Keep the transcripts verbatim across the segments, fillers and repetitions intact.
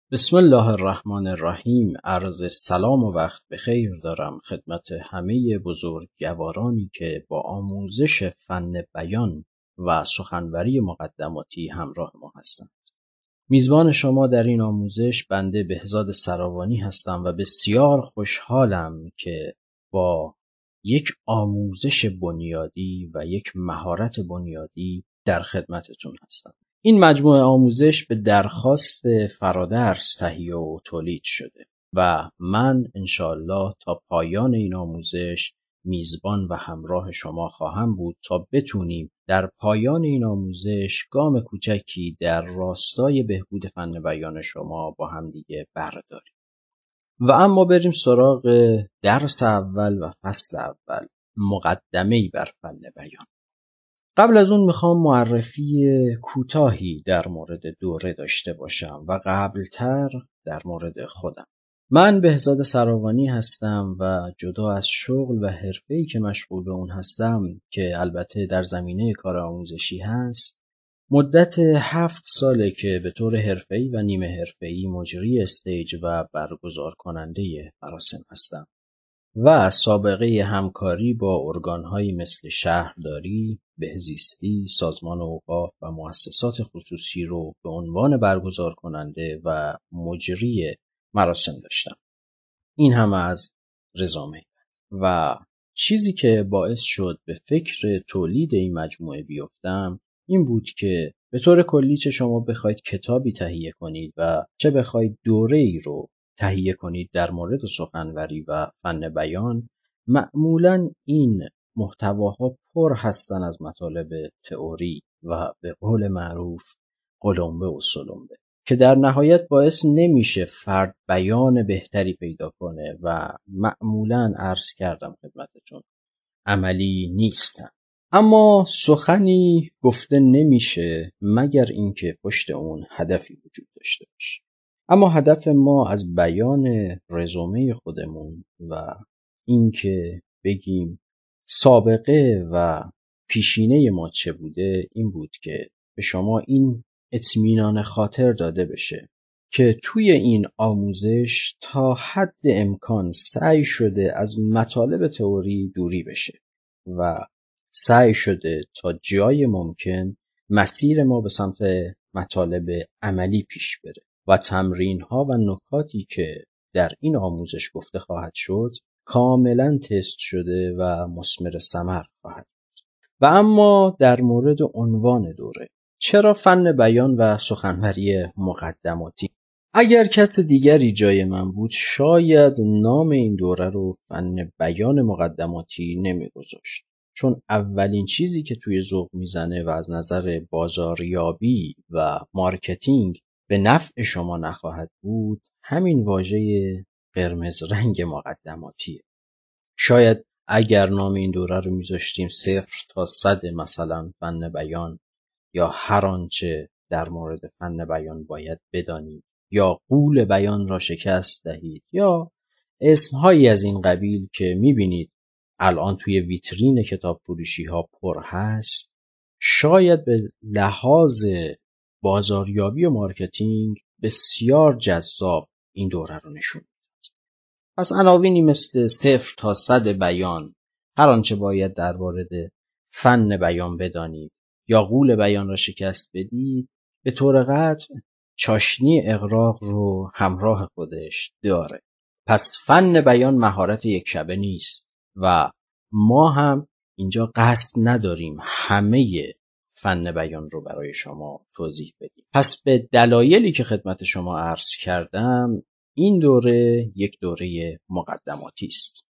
بسم الله الرحمن الرحیم. عرض سلام و وقت بخیر دارم خدمت همه بزرگوارانی که با آموزش فن بیان و سخنوری مقدماتی همراه ما هستند. میزبان شما در این آموزش بنده بهزاد سراوانی هستم و بسیار خوشحالم که با یک آموزش بنیادی و یک مهارت بنیادی در خدمتتون هستم. این مجموعه آموزش به درخواست فرادرس تهیه و تولید شده و من انشالله تا پایان این آموزش میزبان و همراه شما خواهم بود تا بتونیم در پایان این آموزش گام کوچکی در راستای بهبود فن بیان شما با هم دیگه برداریم. و اما بریم سراغ درس اول و فصل اول، مقدمه‌ای بر فن بیان. قبل از اون میخوام معرفی کوتاهی در مورد دوره داشته باشم و قبلتر در مورد خودم. من بهزاد سراوانی هستم و جدا از شغل و حرفه‌ای که مشغول به اون هستم که البته در زمینه کار آموزشی هست، مدت هفت ساله که به طور حرفه‌ای و نیمه حرفه‌ای مجری استیج و برگزار کننده مراسم هستم و سابقه همکاری با ارگان‌هایی مثل شهرداری، بهزیستی، سازمان اوقاف و مؤسسات خصوصی رو به عنوان برگزار کننده و مجری مراسم داشتم. این همه از رزومه. و چیزی که باعث شد به فکر تولید این مجموعه بیفتم این بود که به طور کلی چه شما بخواید کتابی تهیه کنید و چه بخواید دوره‌ای رو تهیه کنید در مورد سخنوری و فن بیان، معمولاً این محتواها پر هستن از مطالب تئوری و به قول معروف قلمبه و سلمبه که در نهایت باعث نمیشه فرد بیان بهتری پیدا کنه و معمولاً عرض کردم خدمتتون عملی نیستن. اما سخنی گفته نمیشه مگر اینکه پشت اون هدفی وجود داشته باشه. اما هدف ما از بیان رزومه خودمون و اینکه بگیم سابقه و پیشینه ما چه بوده این بود که به شما این اطمینان خاطر داده بشه که توی این آموزش تا حد امکان سعی شده از مطالب تئوری دوری بشه و سعی شده تا جای ممکن مسیر ما به سمت مطالب عملی پیش بره و تمرین ها و نکاتی که در این آموزش گفته خواهد شد کاملا تست شده و مثمر ثمر خواهد بود. و اما در مورد عنوان دوره، چرا فن بیان و سخنوری مقدماتی؟ اگر کس دیگری جای من بود شاید نام این دوره رو فن بیان مقدماتی نمیگذاشت، چون اولین چیزی که توی ذوق میزنه و از نظر بازاریابی و مارکتینگ به نفع شما نخواهد بود همین واژه قرمز رنگ مقدماتیه. شاید اگر نام این دوره رو میذاشتیم صفر تا صد مثلا فن بیان یا هر آنچه در مورد فن بیان باید بدانید یا غول بیان را شکست دهید یا اسمهایی از این قبیل که میبینید الان توی ویترین کتاب فروشی ها پر هست، شاید به لحاظ بازاریابی و مارکتینگ بسیار جذاب این دوره رو نشون میده. پس عناوینی مثل صفر تا صد بیان، هر آنچه باید در مورد فن بیان بدانید یا غول بیان را شکست بدید، به طور قطع چاشنی اغراق رو همراه خودش داره. پس فن بیان مهارت یک شبه نیست و ما هم اینجا قصد نداریم همه فن بیان رو برای شما توضیح بدیم. پس به دلایلی که خدمت شما عرض کردم این دوره یک دوره مقدماتی است.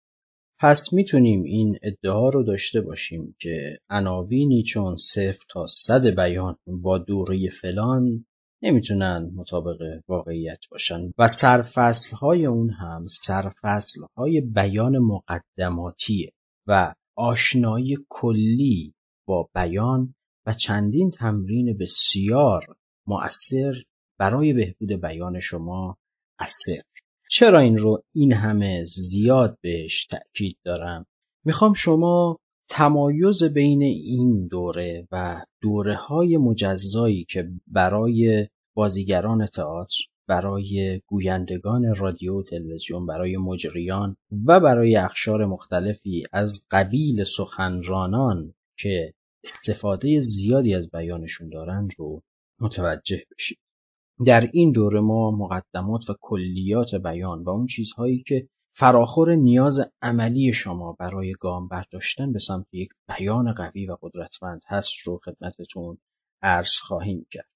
پس میتونیم این ادعا رو داشته باشیم که عناوینی چون صفر تا صد بیان با دوره فلان نمیتونن مطابق واقعیت باشن و سرفصل‌های اون هم سرفصل‌های بیان مقدماتیه و آشنایی کلی با بیان و چندین تمرین بسیار مؤثر برای بهبود بیان شما از صفر. چرا این رو این همه زیاد بهش تأکید دارم؟ میخوام شما تمایز بین این دوره و دوره‌های مجزایی که برای بازیگران تئاتر برای گویندگان رادیو و تلویزیون، برای مجریان و برای اقشار مختلفی از قبیل سخنرانان که استفاده زیادی از بیانشون دارن رو متوجه بشید. در این دوره ما مقدمات و کلیات بیان و اون چیزهایی که فراخور نیاز عملی شما برای گام برداشتن به سمت یک بیان قوی و قدرتمند هست رو خدمتتون عرض خواهیم کرد.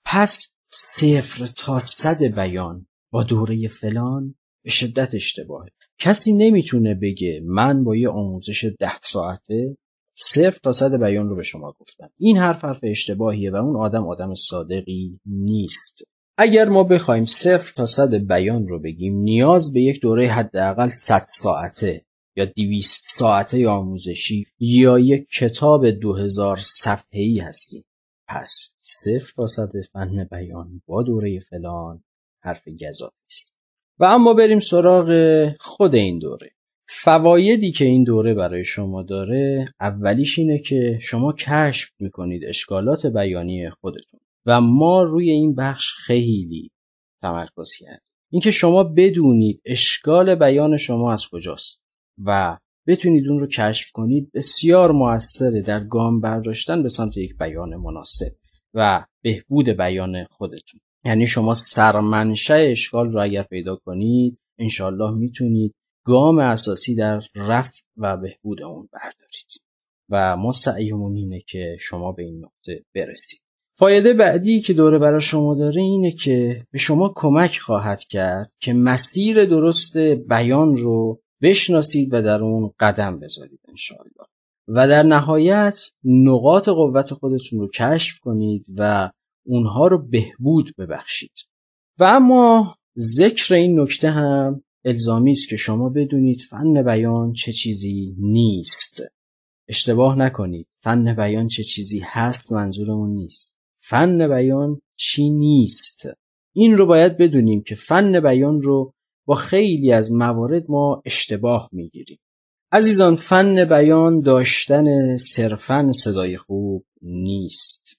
پس صفر تا صد بیان با دوره فلان به شدت اشتباهه. کسی نمیتونه بگه من با یه آموزش ده ساعته صفر تا صد بیان رو به شما گفتم. این حرف حرف اشتباهیه و اون آدم آدم صادقی نیست. اگر ما بخوایم صفر تا صد بیان رو بگیم نیاز به یک دوره حداقل صد ساعته یا دویست ساعته آموزشی یا یک کتاب دو هزار صفحه‌ای هستیم. پس صفر تا صد فن بیان با دوره فلان حرف گزافی است. و اما بریم سراغ خود این دوره. فوایدی که این دوره برای شما داره، اولیش اینه که شما کشف میکنید اشکالات بیانی خودتون و ما روی این بخش خیلی تمرکز کردیم. اینکه شما بدونید اشکال بیان شما از کجاست و بتونید اون رو کشف کنید بسیار موثره در گام برداشتن به سمت یک بیان مناسب و بهبود بیان خودتون. یعنی شما سرمنشأ اشکال رو اگر پیدا کنید انشالله میتونید گام اساسی در رفع و بهبود اون بردارید و ما سعیمون اینه که شما به این نقطه برسید. فایده بعدی که دوره برای شما داره اینه که به شما کمک خواهد کرد که مسیر درست بیان رو بشناسید و در اون قدم بذارید انشاءالله و در نهایت نقاط قوت خودتون رو کشف کنید و اونها رو بهبود ببخشید. و اما ذکر این نکته هم الزامی است که شما بدونید فن بیان چه چیزی نیست. اشتباه نکنید، فن بیان چه چیزی هست منظورمون نیست. فن بیان چی نیست. این رو باید بدونیم که فن بیان رو با خیلی از موارد ما اشتباه میگیریم. عزیزان، فن بیان داشتن صرفاً صدای خوب نیست.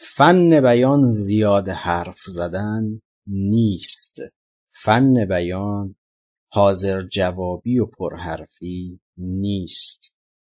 فن بیان زیاد حرف زدن نیست. فن بیان حاضر جوابی و پرحرفی نیست.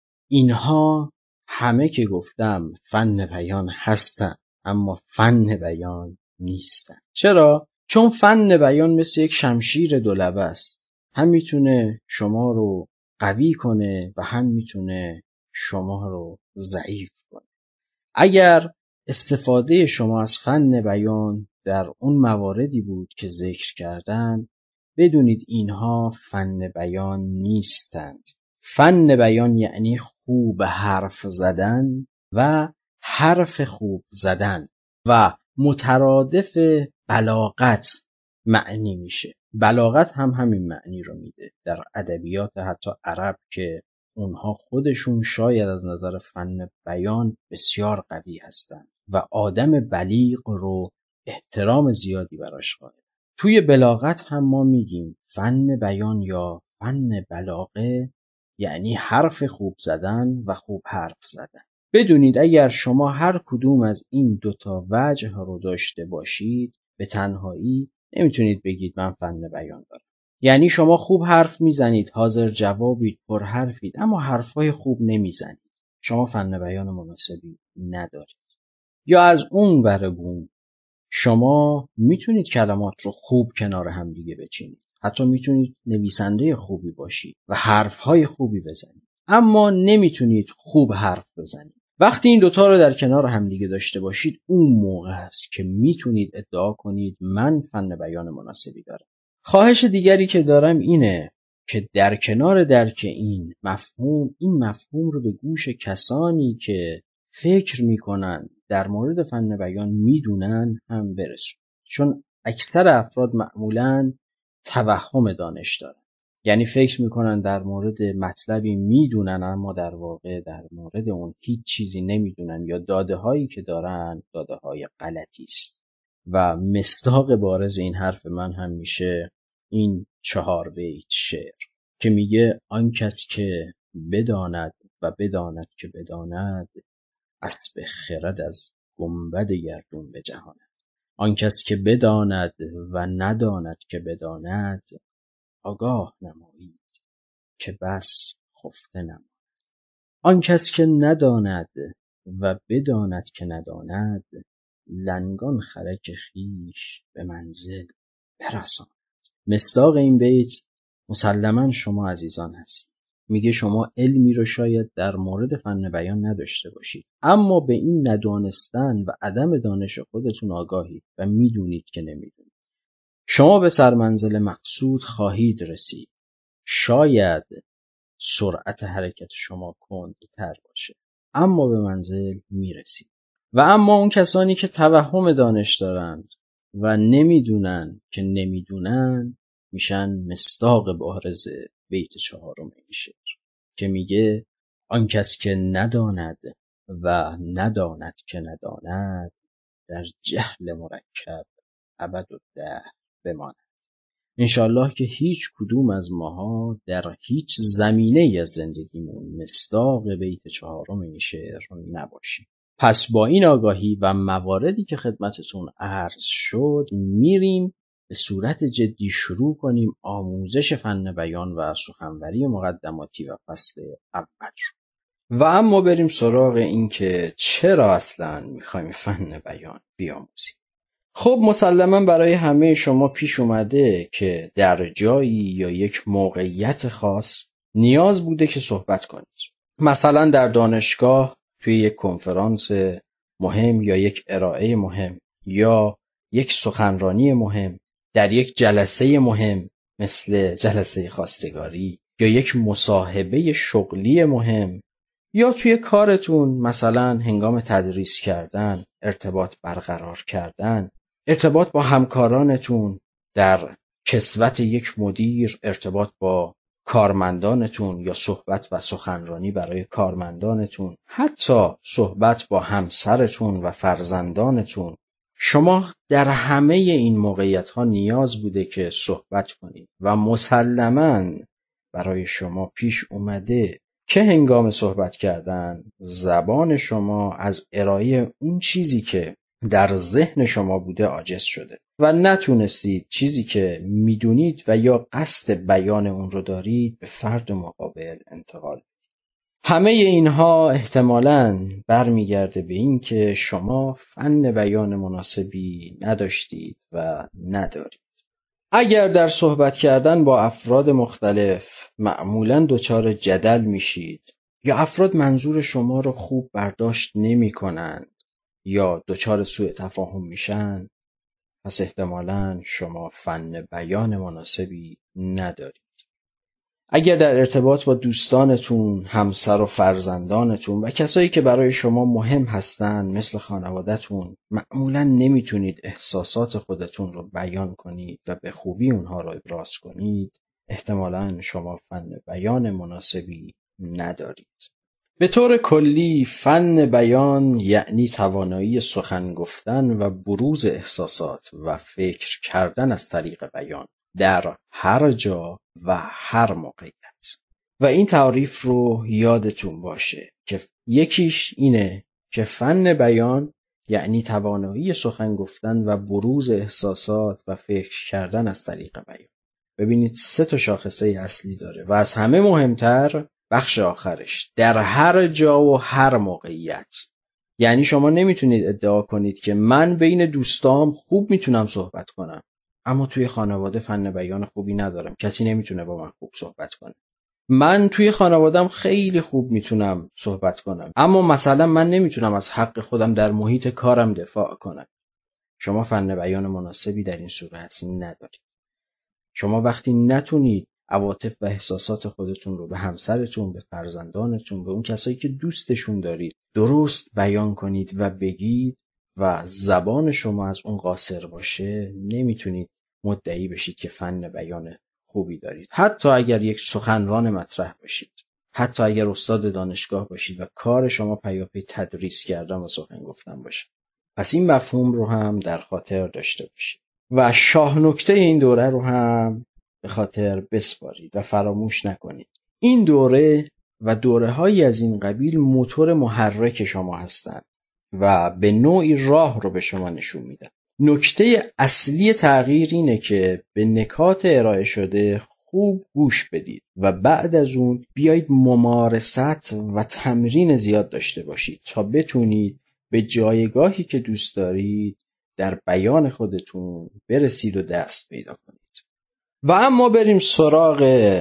اینها همه که گفتم فن بیان هستن اما فن بیان نیستن. چرا؟ چون فن بیان مثل یک شمشیر دولبه است. هم میتونه شما رو قوی کنه و هم میتونه شما رو ضعیف کنه. اگر استفاده شما از فن بیان در اون مواردی بود که ذکر کردم، بدونید اینها فن بیان نیستند. فن بیان یعنی خوب حرف زدن و حرف خوب زدن و مترادف بلاغت معنی میشه. بلاغت هم همین معنی رو میده در ادبیات حتی عرب که اونها خودشون شاید از نظر فن بیان بسیار قوی هستند و آدم بلیغ رو احترام زیادی براش قائلن. توی بلاغت هم ما میگیم فن بیان یا فن بلاغه یعنی حرف خوب زدن و خوب حرف زدن. بدونید اگر شما هر کدوم از این دوتا وجه رو داشته باشید به تنهایی نمیتونید بگید من فن بیان دارم. یعنی شما خوب حرف میزنید، حاضر جوابید، پر حرفید، اما حرفای خوب نمیزنید. شما فن بیان مناسبی ندارید. یا از اون ور بوم شما میتونید کلمات رو خوب کنار هم دیگه بچینید. حتی میتونید نویسنده خوبی باشید و حرفهای خوبی بزنید. اما نمیتونید خوب حرف بزنید. وقتی این دوتا رو در کنار هم دیگه داشته باشید اون موقع است که میتونید ادعا کنید من فن بیان مناسبی دارم. خواهش دیگری که دارم اینه که در کنار درک این مفهوم این مفهوم رو به گوش کسانی که فکر میکنن در مورد فن بیان میدونن هم برسون. چون اکثر افراد معمولاً توهم دانش دارن. یعنی فکر میکنن در مورد مطلبی میدونن اما در واقع در مورد اون هیچ چیزی نمیدونن یا داده هایی که دارن داده های غلطی است. و مصداق بارز این حرف من هم میشه این چهار بیت شعر که میگه آن کس که بداند و بداند که بداند اسب خرد از گنبد گردون به جهاند. آن کس که بداند و نداند که بداند، آگاه نمایید که بس خفته نماند. آن کس که نداند و بداند که نداند، لنگان خرک خویش به منزل برساند. مصداق این بیت مسلماً شما عزیزان هست. میگه شما علمی رو شاید در مورد فن بیان نداشته باشید، اما به این ندانستن و عدم دانش خودتون آگاهید و میدونید که نمیدونید. شما به سرمنزل مقصود خواهید رسید. شاید سرعت حرکت شما کندتر باشه، اما به منزل میرسید. و اما اون کسانی که توهم دانش دارند و نمیدونن که نمیدونن، میشن مصداق بارز بیت چهارم این شعر که میگه آن کس که نداند و نداند که نداند، در جهل مرکب ابدالدهر بماند. انشالله که هیچ کدوم از ماها در هیچ زمینه ای از زندگیمون مصداق بیت چهارم این شعر نباشیم. پس با این آگاهی و مواردی که خدمتتون عرض شد، میریم به صورت جدی شروع کنیم آموزش فن بیان و سخنوری مقدماتی و فصل اول رو. و اما بریم سراغ این که چرا اصلا میخوایم فن بیان بیاموزیم. خب مسلماً برای همه شما پیش اومده که در جایی یا یک موقعیت خاص نیاز بوده که صحبت کنید. مثلا در دانشگاه توی یک کنفرانس مهم یا یک ارائه مهم یا یک سخنرانی مهم، در یک جلسه مهم مثل جلسه خواستگاری یا یک مصاحبه شغلی مهم، یا توی کارتون مثلا هنگام تدریس کردن، ارتباط برقرار کردن، ارتباط با همکارانتون، در کسوت یک مدیر ارتباط با کارمندانتون یا صحبت و سخنرانی برای کارمندانتون، حتی صحبت با همسرتون و فرزندانتون. شما در همه این موقعیت ها نیاز بوده که صحبت کنید و مسلماً برای شما پیش اومده که هنگام صحبت کردن زبان شما از ارائه اون چیزی که در ذهن شما بوده عاجز شده و نتونستید چیزی که میدونید و یا قصد بیان اون رو دارید به فرد مقابل انتقال. همه اینها احتمالاً برمیگرده به این که شما فن بیان مناسبی نداشتید و ندارید. اگر در صحبت کردن با افراد مختلف معمولاً دچار جدل میشید یا افراد منظور شما رو خوب برداشت نمی کنند یا دچار سوء تفاهم میشن، پس احتمالاً شما فن بیان مناسبی ندارید. اگر در ارتباط با دوستانتون، همسر و فرزندانتون و کسایی که برای شما مهم هستن مثل خانواده‌تون معمولاً نمیتونید احساسات خودتون رو بیان کنید و به خوبی اونها رو ابراز کنید، احتمالاً شما فن بیان مناسبی ندارید. به طور کلی فن بیان یعنی توانایی سخن گفتن و بروز احساسات و فکر کردن از طریق بیان در هر جا و هر موقعیت. و این تعریف رو یادتون باشه که یکیش اینه که فن بیان یعنی توانایی سخن گفتن و بروز احساسات و فکر کردن از طریق بیان. ببینید سه تا شاخصه اصلی داره و از همه مهمتر بخش آخرش، در هر جا و هر موقعیت. یعنی شما نمیتونید ادعا کنید که من بین دوستام خوب میتونم صحبت کنم اما توی خانواده فن بیان خوبی ندارم، کسی نمیتونه با من خوب صحبت کنه. من توی خانوادم خیلی خوب میتونم صحبت کنم اما مثلا من نمیتونم از حق خودم در محیط کارم دفاع کنم. شما فن بیان مناسبی در این صورت ندارید. شما وقتی نتونید عواطف و احساسات خودتون رو به همسرتون، به فرزندانتون، به اون کسایی که دوستشون دارید درست بیان کنید و بگید و زبان شما از اون قاصر باشه، نمیتونید مدعی بشید که فن بیان خوبی دارید. حتی اگر یک سخنران مطرح باشید، حتی اگر استاد دانشگاه باشید و کار شما پیاپی تدریس کردن و سخن گفتن باشه. پس این مفهوم رو هم در خاطر داشته باشید و شاه نکته این دوره رو هم به خاطر بسپارید و فراموش نکنید. این دوره و دوره هایی از این قبیل موتور محرک شما هستند و به نوعی راه رو به شما نشون میدن. نکته اصلی تغییر اینه که به نکات ارائه شده خوب گوش بدید و بعد از اون بیایید ممارست و تمرین زیاد داشته باشید تا بتونید به جایگاهی که دوست دارید در بیان خودتون برسید و دست پیدا کنید. و اما بریم سراغ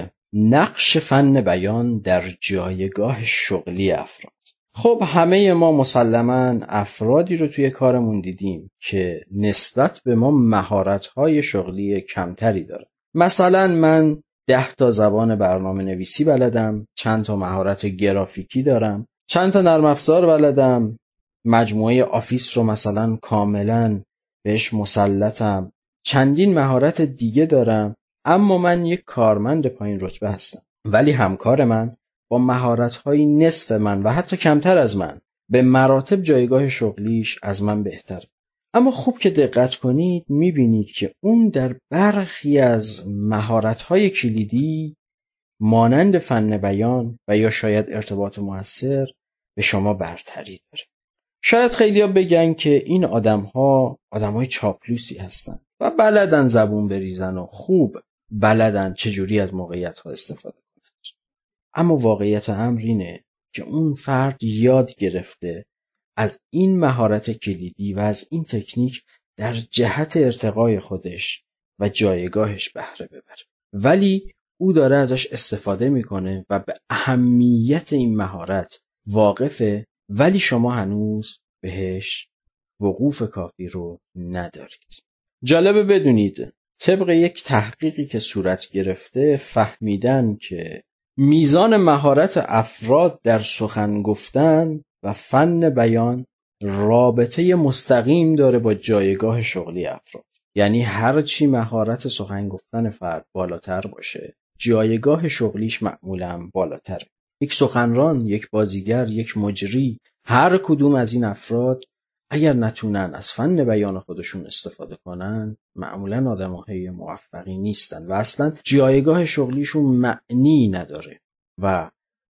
نقش فن بیان در جایگاه شغلی افراد. خب همه ما مسلماً افرادی رو توی کارمون دیدیم که نسبت به ما مهارت‌های شغلی کمتری داره. مثلا من ده تا زبان برنامه نویسی بلدم، چند تا مهارت گرافیکی دارم، چند تا نرم افزار بلدم، مجموعه آفیس رو مثلا کاملا بهش مسلطم، چندین مهارت دیگه دارم، اما من یک کارمند پایین رتبه هستم. ولی همکار من با مهارت‌های نصف من و حتی کمتر از من به مراتب جایگاه شغلیش از من بهتره. اما خوب که دقت کنید میبینید که اون در برخی از مهارت‌های کلیدی مانند فن بیان و یا شاید ارتباط مؤثر به شما برتری داره. شاید خیلیا بگن که این آدم‌ها آدم‌های چاپلوسی هستن و بلدن زبون بریزن و خوب بلدن چجوری از موقعیت‌ها استفاده کنن. اما واقعیت امر اینه که اون فرد یاد گرفته از این مهارت کلیدی و از این تکنیک در جهت ارتقای خودش و جایگاهش بهره ببره، ولی او داره ازش استفاده میکنه و به اهمیت این مهارت واقفه، ولی شما هنوز بهش وقوف کافی رو ندارید. جالبه بدونید طبق یک تحقیقی که صورت گرفته فهمیدن که میزان مهارت افراد در سخن گفتن و فن بیان رابطه مستقیم داره با جایگاه شغلی افراد. یعنی هر چی مهارت سخن گفتن فرد بالاتر باشه، جایگاه شغلیش معمولا بالاتره. یک سخنران، یک بازیگر، یک مجری، هر کدوم از این افراد اگر نتونن از فن بیان خودشون استفاده کنن معمولا آدم‌های موفقی نیستن و اصلا جایگاه شغلیشون معنی نداره و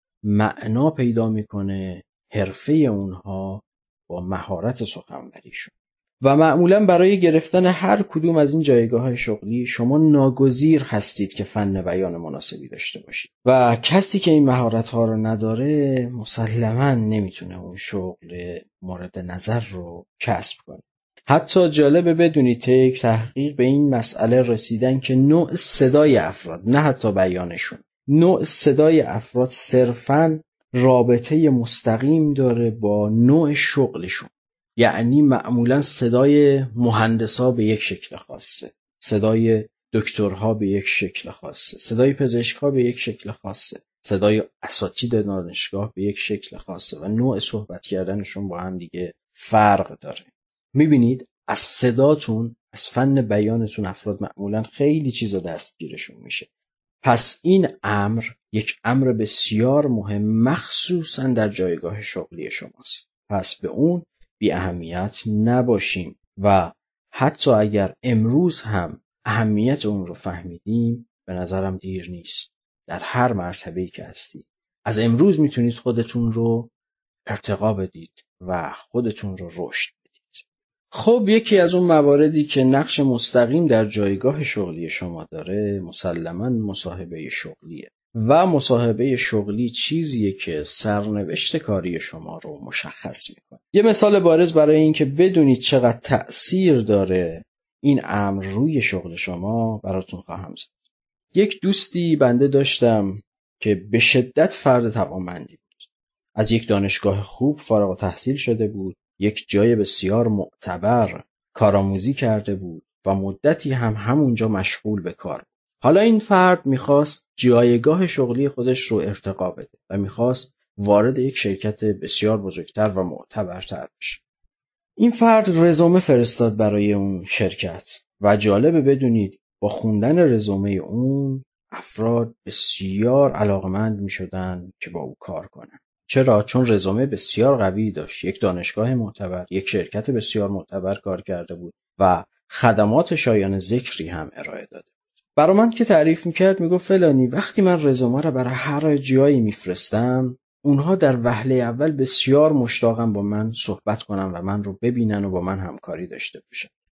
معنا پیدا میکنه حرفه اونها با مهارت سخنوریشون. و معمولا برای گرفتن هر کدوم از این جایگاه شغلی شما ناگزیر هستید که فن بیان مناسبی داشته باشید و کسی که این مهارت‌ها رو نداره مسلماً نمیتونه اون شغل مورد نظر رو کسب کنه. حتی جالبه بدونید که یک تحقیق به این مسئله رسیدن که نوع صدای افراد، نه حتی بیانشون، نوع صدای افراد صرفاً رابطه مستقیم داره با نوع شغلشون. یعنی معمولا صدای مهندسا به یک شکل خاصه، صدای دکترها به یک شکل خاصه، صدای پزشکها به یک شکل خاصه، صدای اساتید دانشگاه به یک شکل خاصه و نوع صحبت کردنشون با هم دیگه فرق داره. میبینید از صداتون، از فن بیانتون افراد معمولا خیلی چیزا دستگیرشون میشه. پس این امر یک امر بسیار مهم مخصوصا در جایگاه شغلی شماست. پس به اون بی اهمیت نباشیم و حتی اگر امروز هم اهمیت اون رو فهمیدیم به نظرم دیر نیست. در هر مرتبه‌ای که هستید از امروز میتونید خودتون رو ارتقا بدید و خودتون رو رشد بدید. خب یکی از اون مواردی که نقش مستقیم در جایگاه شغلی شما داره مسلماً مصاحبه شغلیه و مصاحبه شغلی چیزیه که سرنوشت کاری شما رو مشخص میکنه. یه مثال بارز برای این که بدونید چقدر تأثیر داره این امر روی شغل شما براتون خواهم زد. یک دوستی بنده داشتم که به شدت فرد توانمندی بود. از یک دانشگاه خوب فارغ التحصیل شده بود، یک جای بسیار معتبر کارآموزی کرده بود و مدتی هم همونجا مشغول به کار بود. حالا این فرد میخواست جایگاه شغلی خودش رو ارتقا بده و میخواست وارد یک شرکت بسیار بزرگتر و معتبرتر بشه. این فرد رزومه فرستاد برای اون شرکت و جالبه بدونید با خوندن رزومه اون افراد بسیار علاقمند میشدن که با او کار کنن. چرا؟ چون رزومه بسیار قوی داشت، یک دانشگاه معتبر، یک شرکت بسیار معتبر کار کرده بود و خدمات شایان ذکری هم ارائه داده. برای من که تعریف میکرد میگفت فلانی وقتی من رزومه رو برای هر جایی میفرستم اونها در وهله اول بسیار مشتاقن با من صحبت کنن و من رو ببینن و با من همکاری داشته باشن.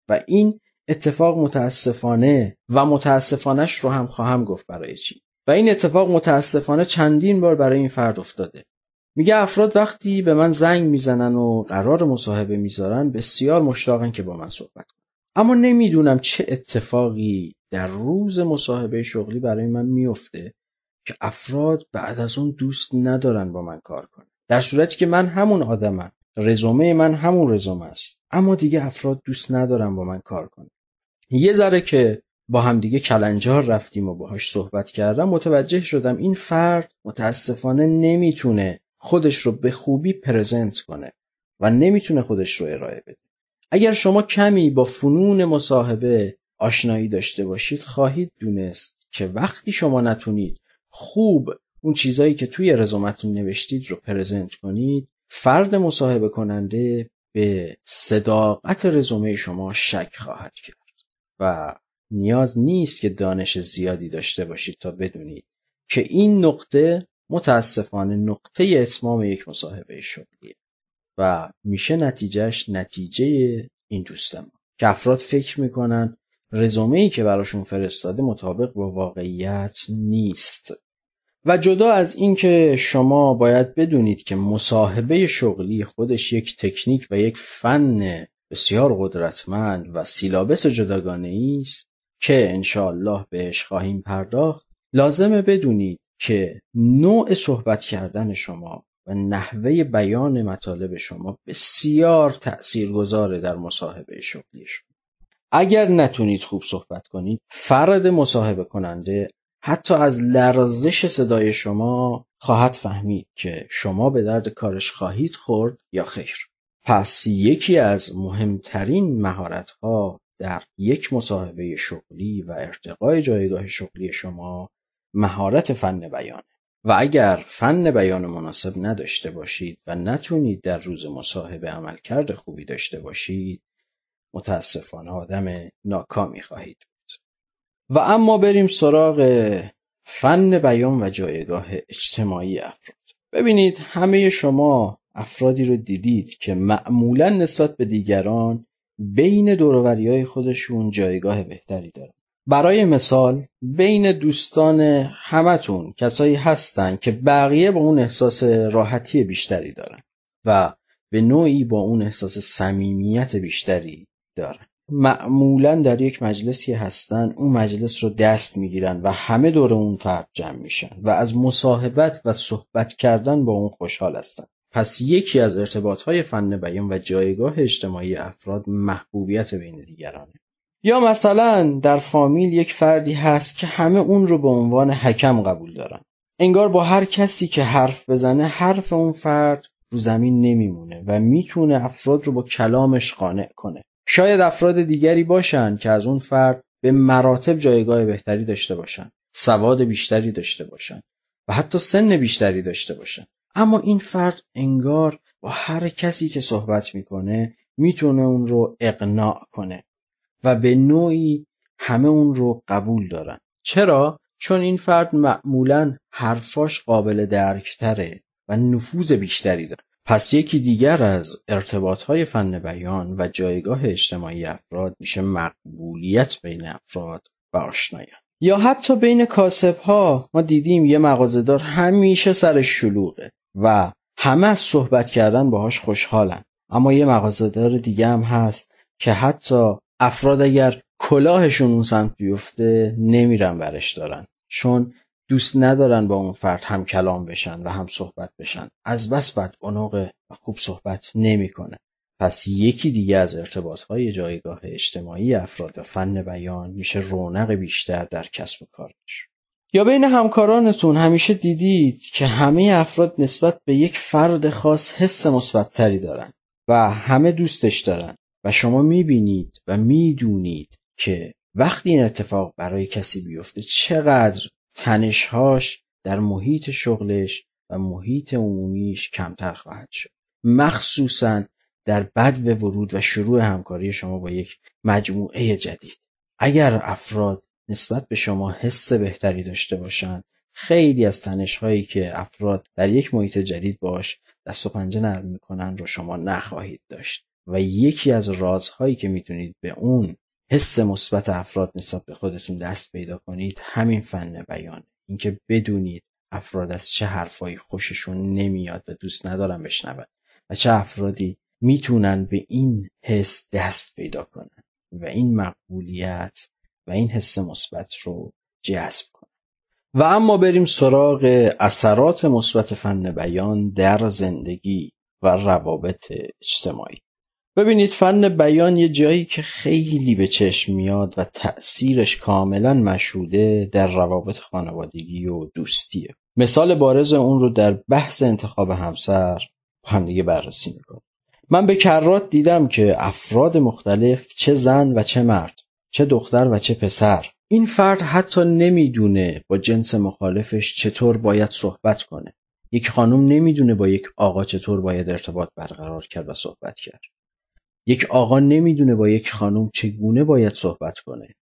و این اتفاق متاسفانه و متاسفانهش رو هم خواهم گفت برای چی. و این اتفاق متاسفانه چندین بار برای این فرد افتاده. میگه افراد وقتی به من زنگ میزنن و قرار مصاحبه میذارن بسیار مشتاقن که با من صحبت کنن، اما نمیدونم چه اتفاقی در روز مصاحبه شغلی برای من میفته که افراد بعد از اون دوست ندارن با من کار کنن، در صورتی که من همون آدمم، رزومه من همون رزومه است، اما دیگه افراد دوست ندارن با من کار کنن. یه ذره که با هم دیگه کلنجار رفتیم و باهاش صحبت کردم، متوجه شدم این فرد متاسفانه نمیتونه خودش رو به خوبی پرزنت کنه و نمیتونه خودش رو ارائه بده. اگر شما کمی با فنون مصاحبه آشنایی داشته باشید خواهید دونست که وقتی شما نتونید خوب اون چیزایی که توی رزومتون نوشتید رو پرزنت کنید، فرد مصاحبه کننده به صداقت رزومه شما شک خواهد کرد و نیاز نیست که دانش زیادی داشته باشید تا بدونید که این نقطه متاسفانه نقطه اتمام یک مصاحبه شغلیه و میشه نتیجهش نتیجه این دوست ما که افراد فکر میکنن رزومه‌ای که براشون فرستاده مطابق با واقعیت نیست. و جدا از این که شما باید بدونید که مصاحبه شغلی خودش یک تکنیک و یک فن بسیار قدرتمند و سیلابس جداگانه‌ای است که انشاءالله بهش خواهیم پرداخت، لازمه بدونید که نوع صحبت کردن شما و نحوه بیان مطالب شما بسیار تأثیرگذاره در مصاحبه شغلی شما. اگر نتونید خوب صحبت کنید، فرد مصاحبه کننده حتی از لرزش صدای شما خواهد فهمید که شما به درد کارش خواهید خورد یا خیر. پس یکی از مهمترین مهارت‌ها در یک مصاحبه شغلی و ارتقای جایگاه شغلی شما مهارت فن بیانه و اگر فن بیان مناسب نداشته باشید و نتونید در روز مصاحبه عملکرد خوبی داشته باشید، متاسفانه آدم ناکامی خواهید بود. و اما بریم سراغ فن بیان و جایگاه اجتماعی افراد. ببینید همه شما افرادی رو دیدید که معمولاً نسبت به دیگران بین دور و بریای خودشون جایگاه بهتری دارن. برای مثال بین دوستان همتون کسایی هستن که بقیه با اون احساس راحتی بیشتری دارن و به نوعی با اون احساس صمیمیت بیشتری دارن. معمولاً در یک مجلسی هستن، اون مجلس رو دست میگیرن و همه دور اون فرد جمع میشن و از مصاحبت و صحبت کردن با اون خوشحال هستن. پس یکی از ارتباطهای فن بیان و جایگاه اجتماعی افراد محبوبیت بین دیگرانه. یا مثلا در فامیل یک فردی هست که همه اون رو به عنوان حکم قبول دارن. انگار با هر کسی که حرف بزنه حرف اون فرد رو زمین نمیمونه و میتونه افراد رو با کلامش قانع کنه. شاید افراد دیگری باشن که از اون فرد به مراتب جایگاه بهتری داشته باشن، سواد بیشتری داشته باشن و حتی سن بیشتری داشته باشن، اما این فرد انگار با هر کسی که صحبت میکنه میتونه اون رو اقناع کنه و به نوعی همه اون رو قبول دارن. چرا؟ چون این فرد معمولاً حرفاش قابل درک‌تره و نفوذ بیشتری داره. پس یکی دیگر از ارتباطهای فن بیان و جایگاه اجتماعی افراد میشه مقبولیت بین افراد و آشنایی. یا حتی بین کاسب‌ها ما دیدیم یه مغازه‌دار همیشه سرش شلوغه و همه از صحبت کردن باهاش خوشحالن، اما یه مغازه‌دار دیگه هم هست که حتی افراد اگر کلاهشون اون سمت بیفته نمیرن برش دارن، چون دوست ندارن با اون فرد هم کلام بشن و هم صحبت بشن، از بس بد عنق و خوب صحبت نمیکنه. پس یکی دیگه از ارتباطهای جایگاه اجتماعی افراد و فن بیان میشه رونق بیشتر در کسب و کارش. یا بین همکارانتون همیشه دیدید که همه افراد نسبت به یک فرد خاص حس مثبت‌تری دارن و همه دوستش دارن و شما میبینید و میدونید که وقتی این اتفاق برای کسی بیفته چقدر تنش‌هاش در محیط شغلش و محیط عمومیش کمتر خواهد شد، مخصوصاً در بدو ورود و شروع همکاری شما با یک مجموعه جدید. اگر افراد نسبت به شما حس بهتری داشته باشند، خیلی از تنش‌هایی که افراد در یک محیط جدید باش دست و پنجه نرم میکنن رو شما نخواهید داشت و یکی از رازهایی که میتونید به اون حس مثبت افراد نسبت به خودتون دست پیدا کنید همین فن بیانه. اینکه بدونید افراد از چه حرفایی خوششون نمیاد و دوست ندارن بشنون و چه افرادی میتونن به این حس دست پیدا کنن و این مقبولیت و این حس مثبت رو جذب کنن. و اما بریم سراغ اثرات مثبت فن بیان در زندگی و روابط اجتماعی. ببینید فن بیان یه جایی که خیلی به چشم میاد و تأثیرش کاملا مشهوده در روابط خانوادگی و دوستیه. مثال بارز اون رو در بحث انتخاب همسر با هم دیگه بررسی میکنم. من به کرات دیدم که افراد مختلف، چه زن و چه مرد، چه دختر و چه پسر، این فرد حتی نمیدونه با جنس مخالفش چطور باید صحبت کنه. یک خانم نمیدونه با یک آقا چطور باید ارتباط برقرار کرد و صحبت کرد. یک آقا نمیدونه با یک خانم چگونه باید صحبت کنه.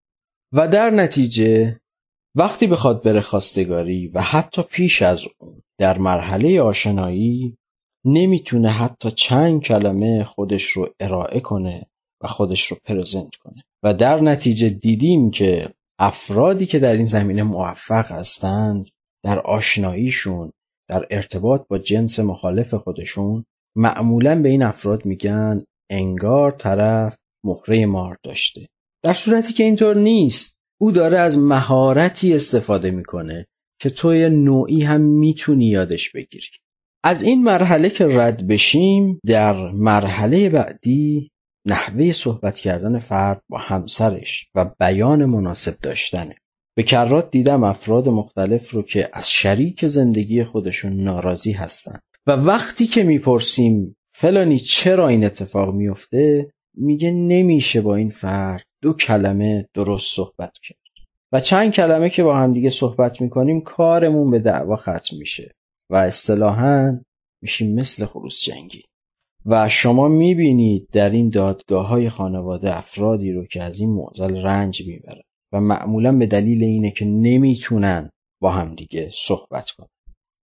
و در نتیجه وقتی بخواد بره خواستگاری و حتی پیش از اون در مرحله آشنایی نمیتونه حتی چند کلمه خودش رو ارائه کنه و خودش رو پرزنت کنه. و در نتیجه دیدیم که افرادی که در این زمینه موفق هستند در آشناییشون، در ارتباط با جنس مخالف خودشون، معمولاً به این افراد میگن انگار طرف مهره مار داشته، در صورتی که اینطور نیست. او داره از مهارتی استفاده میکنه که توی نوعی هم میتونی یادش بگیری. از این مرحله که رد بشیم، در مرحله بعدی نحوه صحبت کردن فرد با همسرش و بیان مناسب داشتنه. به کرات دیدم افراد مختلف رو که از شریک زندگی خودشون ناراضی هستن و وقتی که میپرسیم فلانی چرا این اتفاق میفته، میگه نمیشه با این فرد دو کلمه درست صحبت کرد و چند کلمه که با هم دیگه صحبت میکنیم کارمون به دعوا ختم میشه و اصطلاحاً میشیم مثل خروس جنگی. و شما میبینید در این دادگاه‌های خانواده افرادی رو که از این معضل رنج میبرن و معمولاً به دلیل اینه که نمیتونن با هم دیگه صحبت کنن.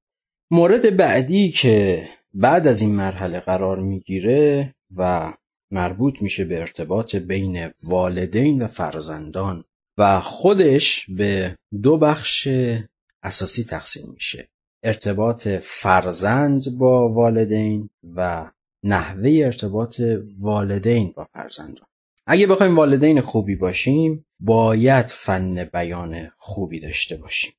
مورد بعدی که بعد از این مرحله قرار میگیره و مربوط میشه به ارتباط بین والدین و فرزندان و خودش به دو بخش اساسی تقسیم میشه: ارتباط فرزند با والدین و نحوه ارتباط والدین با فرزندان. اگه بخوایم والدین خوبی باشیم باید فن بیان خوبی داشته باشیم.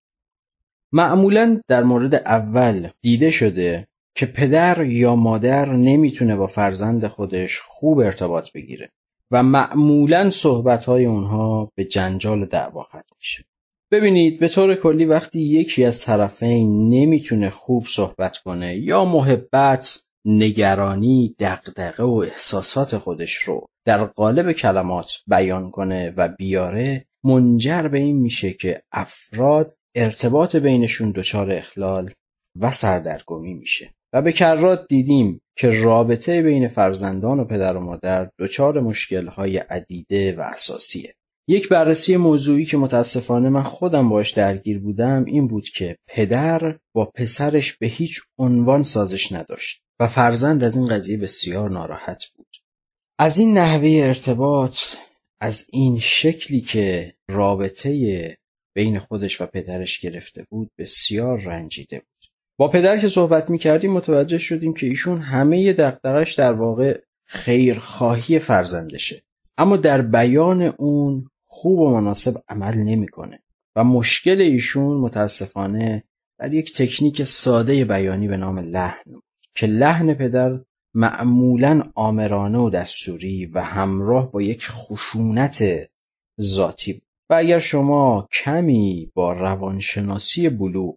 معمولاً در مورد اول دیده شده که پدر یا مادر نمیتونه با فرزند خودش خوب ارتباط بگیره و معمولاً صحبت‌های اونها به جنجال و دعوا ختم میشه. ببینید به طور کلی وقتی یکی از طرفین نمیتونه خوب صحبت کنه یا محبت، نگرانی، دغدغه و احساسات خودش رو در قالب کلمات بیان کنه و بیاره، منجر به این میشه که افراد ارتباط بینشون دچار اخلال و سردرگمی میشه. و به کرات دیدیم که رابطه بین فرزندان و پدر و مادر دچار مشکل‌های عدیده و اساسیه. یک بررسی موضوعی که متاسفانه من خودم باش درگیر بودم این بود که پدر با پسرش به هیچ عنوان سازش نداشت و فرزند از این قضیه بسیار ناراحت بود. از این نحوه ارتباط، از این شکلی که رابطه بین خودش و پدرش گرفته بود بسیار رنجیده بود. با پدر که صحبت می‌کردیم متوجه شدیم که ایشون همه دغدغش در واقع خیرخواهی فرزندشه، اما در بیان اون خوب و مناسب عمل نمی‌کنه و مشکل ایشون متاسفانه در یک تکنیک ساده بیانی به نام لحن که لحن پدر معمولاً آمرانه و دستوری و همراه با یک خشونت ذاتی بود. و اگر شما کمی با روانشناسی بلوغ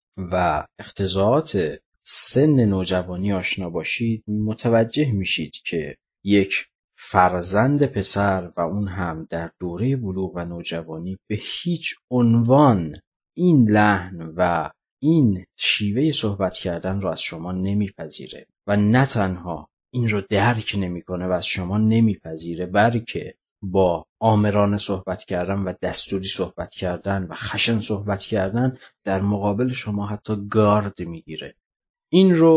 و اقتضاعات سن نوجوانی آشنا باشید متوجه میشید که یک فرزند پسر و اون هم در دوره بلوغ و نوجوانی به هیچ عنوان این لحن و این شیوه صحبت کردن رو از شما نمیپذیره و نه تنها این رو درک نمیکنه و از شما نمیپذیره، بلکه با آمرانه صحبت کردن و دستوری صحبت کردن و خشن صحبت کردن در مقابل شما حتی گارد میگیره. این رو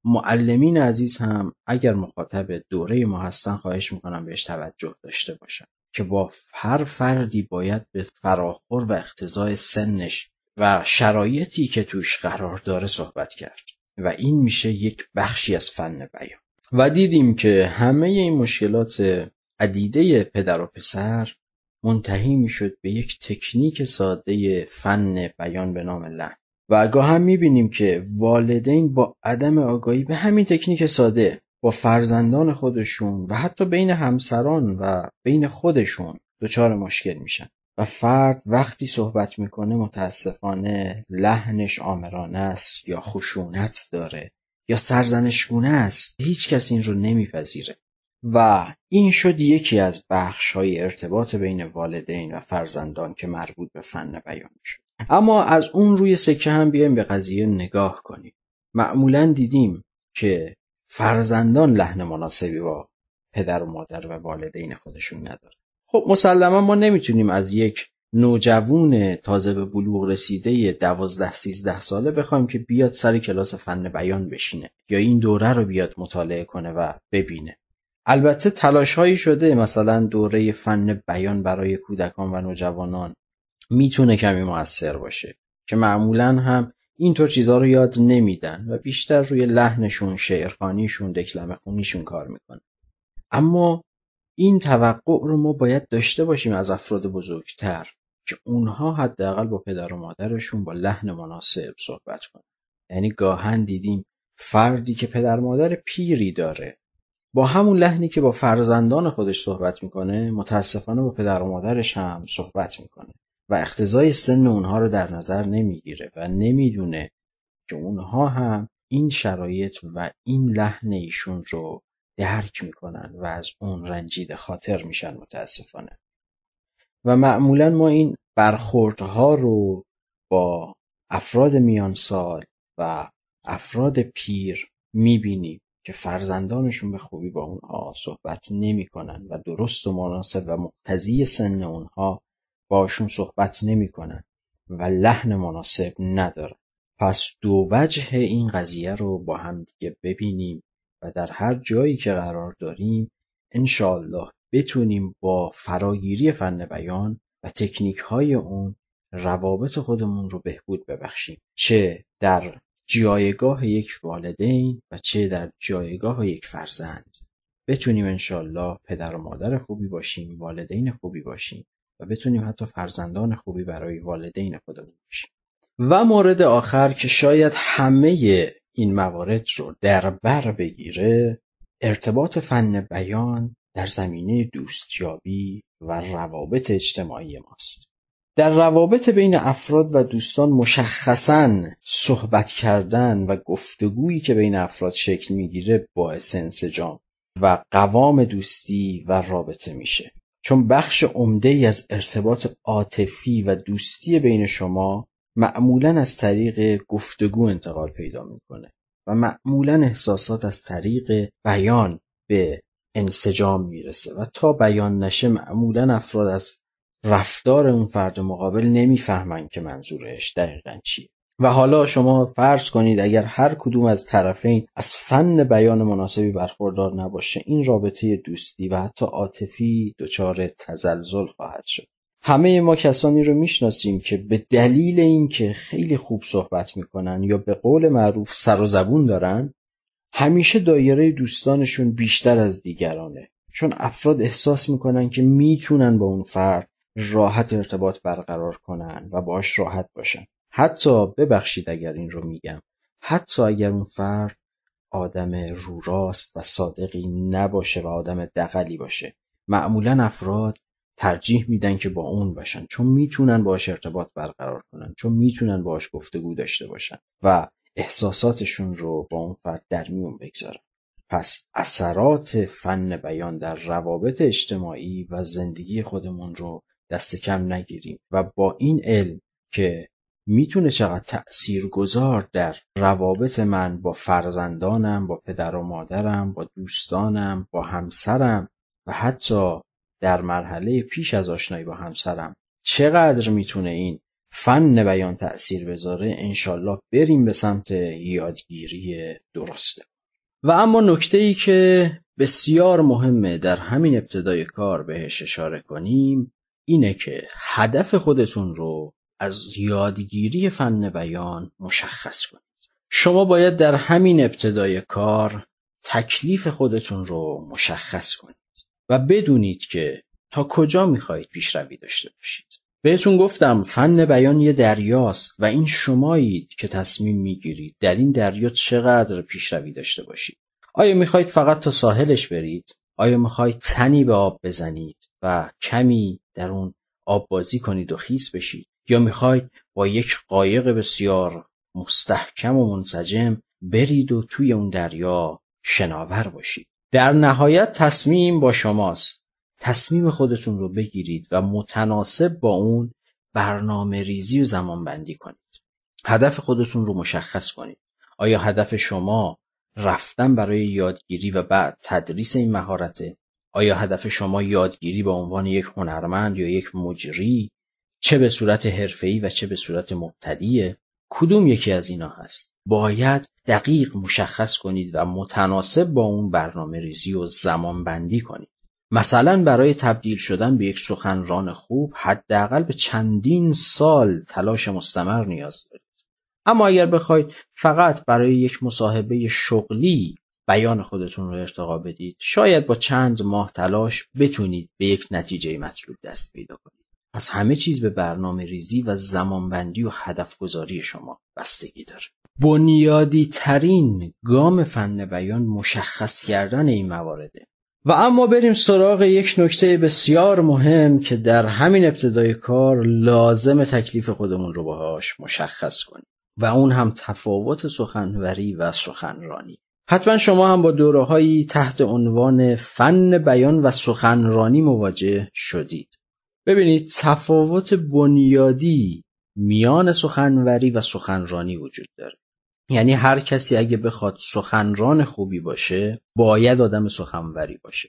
معلمین عزیز هم اگر مخاطب دوره ما هستن خواهش میکنم بهش توجه داشته باشن که با هر فردی باید به فراخور و اقتضای سنش و شرایطی که توش قرار داره صحبت کرد و این میشه یک بخشی از فن بیان. و دیدیم که همه این مشکلات عدیده پدر و پسر منتهی میشد به یک تکنیک ساده فن بیان به نام لحن. و آگاه هم میبینیم که والدین با عدم آگاهی به همین تکنیک ساده با فرزندان خودشون و حتی بین همسران و بین خودشون دچار مشکل میشن و فرد وقتی صحبت میکنه متاسفانه لحنش آمرانه است یا خشونت داره یا سرزنشگونه است. هیچ کس این رو نمیپذیره و این شد یکی از بخش‌های ارتباط بین والدین و فرزندان که مربوط به فن بیان شد. اما از اون روی سکه هم بیایم به قضیه نگاه کنیم. معمولاً دیدیم که فرزندان لحن مناسبی با پدر و مادر و والدین خودشون نداره. خب مسلما ما نمیتونیم از یک نوجوان تازه به بلوغ رسیده دوازده سیزده ساله بخوایم که بیاد سر کلاس فن بیان بشینه یا این دوره رو بیاد مطالعه کنه و ببینه. البته تلاش هایی شده، مثلا دوره فن بیان برای کودکان و نوجوانان میتونه کمی مؤثر باشه که معمولاً هم اینطور چیزها رو یاد نمیدن و بیشتر روی لحنشون، شعرخوانیشون، دکلمه خونیشون کار میکنن. اما این توقع رو ما باید داشته باشیم از افراد بزرگتر که اونها حداقل با پدر و مادرشون با لحن مناسب صحبت کنن. یعنی گاهن دیدیم فردی که پدر مادر پیری داره با همون لحنی که با فرزندان خودش صحبت میکنه متاسفانه با پدر و مادرش هم صحبت میکنه و اقتضای سن اونها رو در نظر نمیگیره و نمیدونه که اونها هم این شرایط و این لحن ایشون رو درک میکنن و از اون رنجیده خاطر میشن متاسفانه. و معمولا ما این برخوردها رو با افراد میان سال و افراد پیر میبینیم که فرزندانشون به خوبی با اونها صحبت نمی کنن و درست و مناسب و مقتضی سن اونها باشون صحبت نمی کنن و لحن مناسب ندارن. پس دو وجه این قضیه رو با هم دیگه ببینیم و در هر جایی که قرار داریم انشاءالله بتونیم با فراگیری فن بیان و تکنیک های اون روابط خودمون رو بهبود ببخشیم، چه در جایگاه یک والدین و چه در جایگاه یک فرزند. بتونیم انشاءالله پدر و مادر خوبی باشیم، والدین خوبی باشیم و بتونیم حتی فرزندان خوبی برای والدین خودمون باشیم. و مورد آخر که شاید همه این موارد رو در بر بگیره، ارتباط فن بیان در زمینه دوستیابی و روابط اجتماعی ماست. در روابط بین افراد و دوستان مشخصاً صحبت کردن و گفتگویی که بین افراد شکل میگیره باعث انسجام و قوام دوستی و رابطه میشه، چون بخش عمده‌ای از ارتباط عاطفی و دوستی بین شما معمولاً از طریق گفتگو انتقال پیدا میکنه و معمولاً احساسات از طریق بیان به انسجام میرسه و تا بیان نشه معمولاً افراد از رفتار اون فرد مقابل نمیفهمن که منظورش دقیقاً چیه. و حالا شما فرض کنید اگر هر کدوم از طرفین از فن بیان مناسبی برخوردار نباشه، این رابطه دوستی و حتی عاطفی دچار تزلزل خواهد شد. همه ما کسانی رو میشناسیم که به دلیل اینکه خیلی خوب صحبت میکنن یا به قول معروف سر و زبون دارن، همیشه دایره دوستانشون بیشتر از دیگرانه، چون افراد احساس میکنن که میتونن با اون فرد راحت ارتباط برقرار کنن و باهاش راحت باشن. حتی ببخشید اگر این رو میگم، حتی اگر اون فرد آدم رو راست و صادقی نباشه و آدم دغلی باشه، معمولا افراد ترجیح میدن که با اون باشن، چون میتونن باهاش ارتباط برقرار کنن، چون میتونن باهاش گفتگو داشته باشن و احساساتشون رو با اون فرد در میون بگذارن. پس اثرات فن بیان در روابط اجتماعی و زندگی خودمون رو دست کم نگیریم و با این علم که میتونه چقدر تأثیرگذار در روابط من با فرزندانم، با پدر و مادرم، با دوستانم، با همسرم و حتی در مرحله پیش از آشنایی با همسرم چقدر میتونه این فن بیان تأثیر بذاره، انشالله بریم به سمت یادگیری درسته. و اما نکته‌ای که بسیار مهمه در همین ابتدای کار بهش اشاره کنیم اینه که هدف خودتون رو از یادگیری فن بیان مشخص کنید. شما باید در همین ابتدای کار تکلیف خودتون رو مشخص کنید و بدونید که تا کجا میخواهید پیشروی داشته باشید. بهتون گفتم فن بیان یه دریاست و این شمایید که تصمیم میگیرید در این دریا چقدر پیشروی داشته باشید. آیا میخواهید فقط تا ساحلش برید؟ آیا میخواهید تنی به آب بزنید و کمی در اون آب بازی کنید و خیس بشید؟ یا میخواهید با یک قایق بسیار مستحکم و منسجم برید و توی اون دریا شناور باشید؟ در نهایت تصمیم با شماست. تصمیم خودتون رو بگیرید و متناسب با اون برنامه ریزی و زمان بندی کنید. هدف خودتون رو مشخص کنید. آیا هدف شما رفتن برای یادگیری و بعد تدریس این مهارته؟ آیا هدف شما یادگیری به عنوان یک هنرمند یا یک مجری، چه به صورت حرفه‌ای و چه به صورت مبتدیه؟ کدوم یکی از اینا هست؟ باید دقیق مشخص کنید و متناسب با اون برنامه ریزی و زمان بندی کنید. مثلا برای تبدیل شدن به یک سخنران خوب حداقل به چندین سال تلاش مستمر نیاز دارید. اما اگر بخواید فقط برای یک مصاحبه شغلی بیان خودتون رو ارتقا بدید، شاید با چند ماه تلاش بتونید به یک نتیجه مطلوب دست پیدا کنید. پس همه چیز به برنامه ریزی و زمانبندی و هدف گذاری شما بستگی داره. بنیادی ترین گام فن بیان مشخص کردن این موارده. و اما بریم سراغ یک نکته بسیار مهم که در همین ابتدای کار لازم تکلیف خودمون رو باهاش مشخص کنیم و اون هم تفاوت سخنوری و سخنرانی. حتما شما هم با دوره‌هایی تحت عنوان فن بیان و سخنرانی مواجه شدید. ببینید تفاوت بنیادی میان سخنوری و سخنرانی وجود داره. یعنی هر کسی اگه بخواد سخنران خوبی باشه باید آدم سخنوری باشه،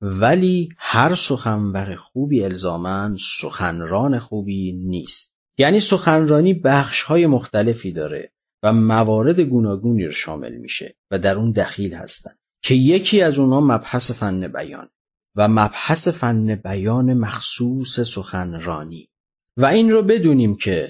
ولی هر سخنور خوبی الزاماً سخنران خوبی نیست. یعنی سخنرانی بخش‌های مختلفی داره و موارد گوناگونی رو شامل میشه و در اون دخیل هستن که یکی از اونها مبحث فن بیان و مبحث فن بیان مخصوص سخنرانی. و این رو بدونیم که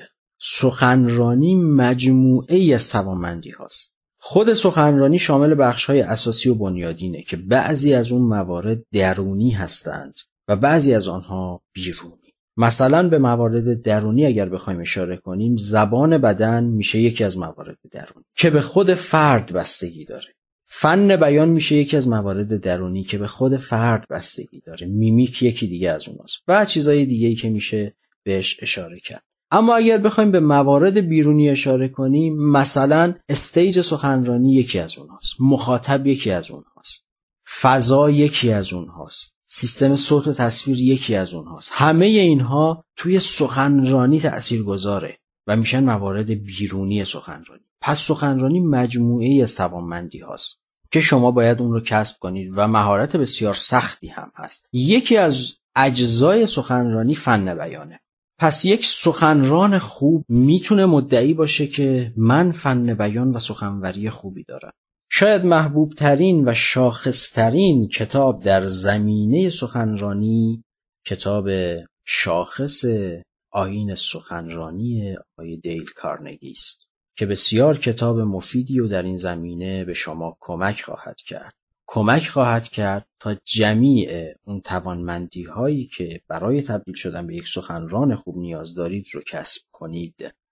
سخنرانی مجموعه از توانمندی هاست. خود سخنرانی شامل بخش‌های اساسی و بنیادینه که بعضی از اون موارد درونی هستند و بعضی از آنها بیرونی. مثلا به موارد درونی اگر بخوایم اشاره کنیم، زبان بدن میشه یکی از موارد درونی که به خود فرد بستگی داره. فن بیان میشه یکی از موارد درونی که به خود فرد بستگی داره. میمیک یکی دیگه از اوناست و چیزای دیگه‌ای که میشه بهش اشاره کرد. اما اگر بخوایم به موارد بیرونی اشاره کنیم، مثلا استیج سخنرانی یکی از اونهاست، مخاطب یکی از اونهاست، فضا یکی از اونهاست، سیستم صوت و تصویر یکی از اونهاست. همه اینها توی سخنرانی تأثیرگذاره و میشن موارد بیرونی سخنرانی. پس سخنرانی مجموعه‌ای از توانمندی هاست که شما باید اون رو کسب کنید و مهارت بسیار سختی هم هست. یکی از اجزای سخنرانی فن بیانه. پس یک سخنران خوب میتونه مدعی باشه که من فن بیان و سخنوری خوبی دارم. شاید محبوب ترین و شاخص ترین کتاب در زمینه سخنرانی کتاب شاخص آیین سخنرانی آقای دیل کارنگی است که بسیار کتاب مفیدی و در این زمینه به شما کمک خواهد کرد. کمک خواهد کرد تا جمیع اون توانمندی هایی که برای تبدیل شدن به یک سخنران خوب نیاز دارید رو کسب کنید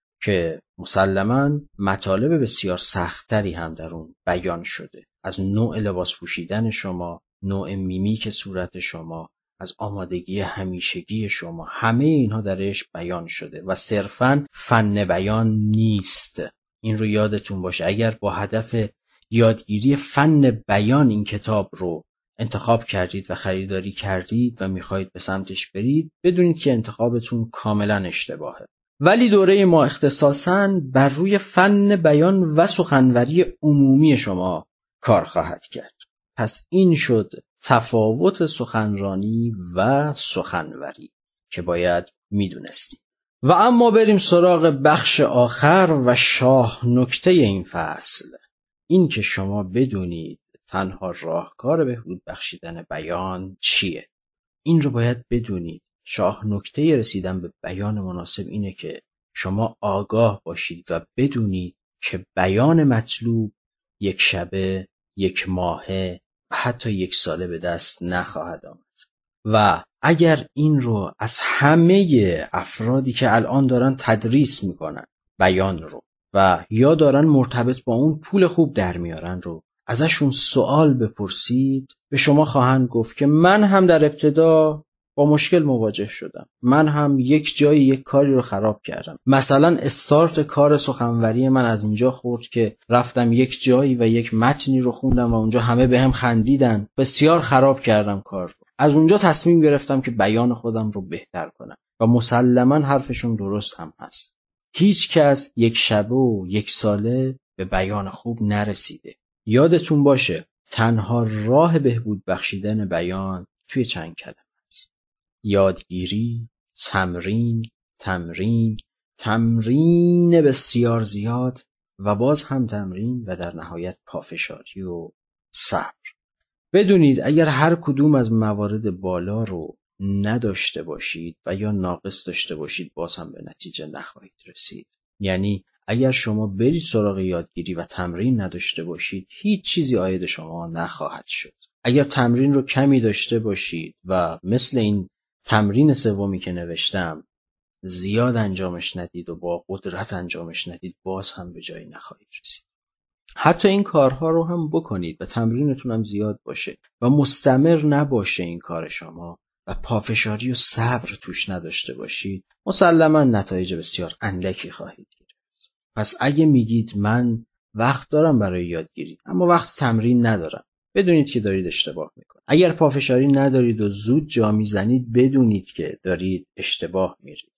که مسلماً مطالب بسیار سختری هم در اون بیان شده. از نوع لباس پوشیدن شما، نوع میمیک صورت شما، از آمادگی همیشگی شما، همه اینها درش بیان شده و صرفاً فن بیان نیست. این رو یادتون باشه. اگر با هدف یادگیری فن بیان این کتاب رو انتخاب کردید و خریداری کردید و میخواهید به سمتش برید، بدونید که انتخابتون کاملا اشتباهه. ولی دوره ما اختصاصاً بر روی فن بیان و سخنوری عمومی شما کار خواهد کرد. پس این شد تفاوت سخنرانی و سخنوری که باید میدونستید. و اما بریم سراغ بخش آخر و شاه نکته این فصل. این که شما بدونید تنها راهکار بهبود بخشیدن بیان چیه؟ این رو باید بدونید. شاه نکته رسیدن به بیان مناسب اینه که شما آگاه باشید و بدونید که بیان مطلوب یک شبه، یک ماهه و حتی یک ساله به دست نخواهد آمد. و اگر این رو از همه افرادی که الان دارن تدریس میکنن بیان رو و یا دارن مرتبط با اون پول خوب در میارن رو ازشون سوال بپرسید، به شما خواهند گفت که من هم در ابتدا با مشکل مواجه شدم، من هم یک جایی یک کاری رو خراب کردم. مثلا استارت کار سخنوری من از اینجا خورد که رفتم یک جایی و یک متنی رو خوندم و اونجا همه به هم خندیدن، بسیار خراب کردم کار رو. از اونجا تصمیم گرفتم که بیان خودم رو بهتر کنم و مسلماً حرفشون درست هم هست. هیچ کس یک شبه و یک ساله به بیان خوب نرسیده. یادتون باشه تنها راه بهبود بخشیدن بیان توی چند کلمه است: یادگیری، تمرین، تمرین، تمرین بسیار زیاد و باز هم تمرین و در نهایت پافشاری و صبر. بدونید اگر هر کدوم از موارد بالا رو نداشته باشید و یا ناقص داشته باشید باز هم به نتیجه نخواهید رسید. یعنی اگر شما برید سراغ یادگیری و تمرین نداشته باشید هیچ چیزی عاید شما نخواهد شد. اگر تمرین رو کمی داشته باشید و مثل این تمرین سومی که نوشتم زیاد انجامش ندید و با قدرت انجامش ندید باز هم به جایی نخواهید رسید. حتی این کارها رو هم بکنید و تمرینتون هم زیاد باشه و مستمر نباشه این کار شما و پافشاری و صبر توش نداشته باشید، مسلماً نتایج بسیار اندکی خواهید گرفت. پس اگه میگید من وقت دارم برای یادگیری اما وقت تمرین ندارم، بدونید که دارید اشتباه میکنید. اگر پافشاری ندارید و زود جا میزنید بدونید که دارید اشتباه میرید.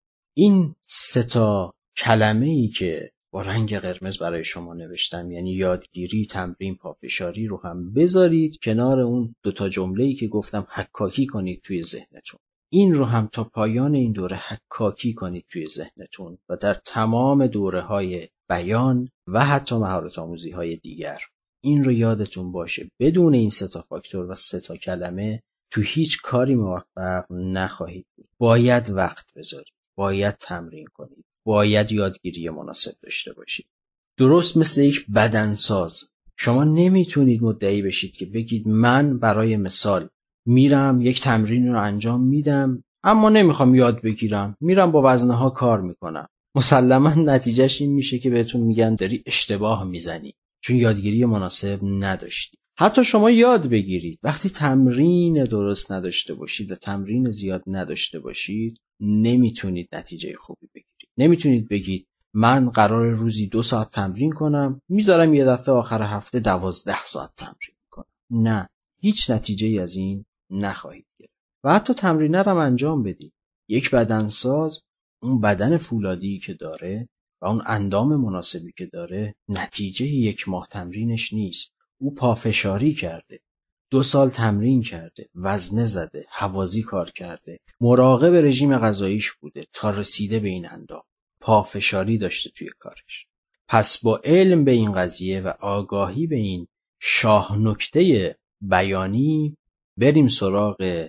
این سه تا کلمه ای که با رنگ قرمز برای شما نوشتم، یعنی یادگیری، تمرین، پافشاری، رو هم بذارید کنار اون دوتا جمله‌ای که گفتم حکاکی کنید توی ذهنتون. این رو هم تا پایان این دوره حکاکی کنید توی ذهنتون و در تمام دوره‌های بیان و حتی مهارت آموزی‌های دیگر. این رو یادتون باشه بدون این سه تا فاکتور و سه تا کلمه تو هیچ کاری موفق نخواهید بود. باید وقت بذارید، باید تمرین کنید، باید یادگیری مناسب داشته باشید. درست مثل یک بدنساز شما نمیتونید مدعی بشید که بگید من برای مثال میرم یک تمرین رو انجام میدم اما نمیخوام یاد بگیرم، میرم با وزنه ها کار میکنم. مسلما نتیجهش این میشه که بهتون میگن داری اشتباه میزنی چون یادگیری مناسب نداشتی. حتی شما یاد بگیرید وقتی تمرین درست نداشته باشید و تمرین زیاد نداشته باشید نمیتونید نتیجه خوبی بگیرید. نمیتونید بگید من قرار روزی دو ساعت تمرین کنم میذارم یه دفعه آخر هفته دوازده ساعت تمرین کنم. نه، هیچ نتیجه از این نخواهید گرفت. و حتی تمرین رو هم انجام بدید. یک بدنساز اون بدن فولادی که داره و اون اندام مناسبی که داره نتیجه یک ماه تمرینش نیست. او پافشاری کرده، دو سال تمرین کرده، وزنه زده، هوازی کار کرده، مراقب رژیم غذاییش بوده تا رسیده به این اندام. پافشاری داشته توی کارش. پس با علم به این قضیه و آگاهی به این شاه نکته بیانی بریم سراغ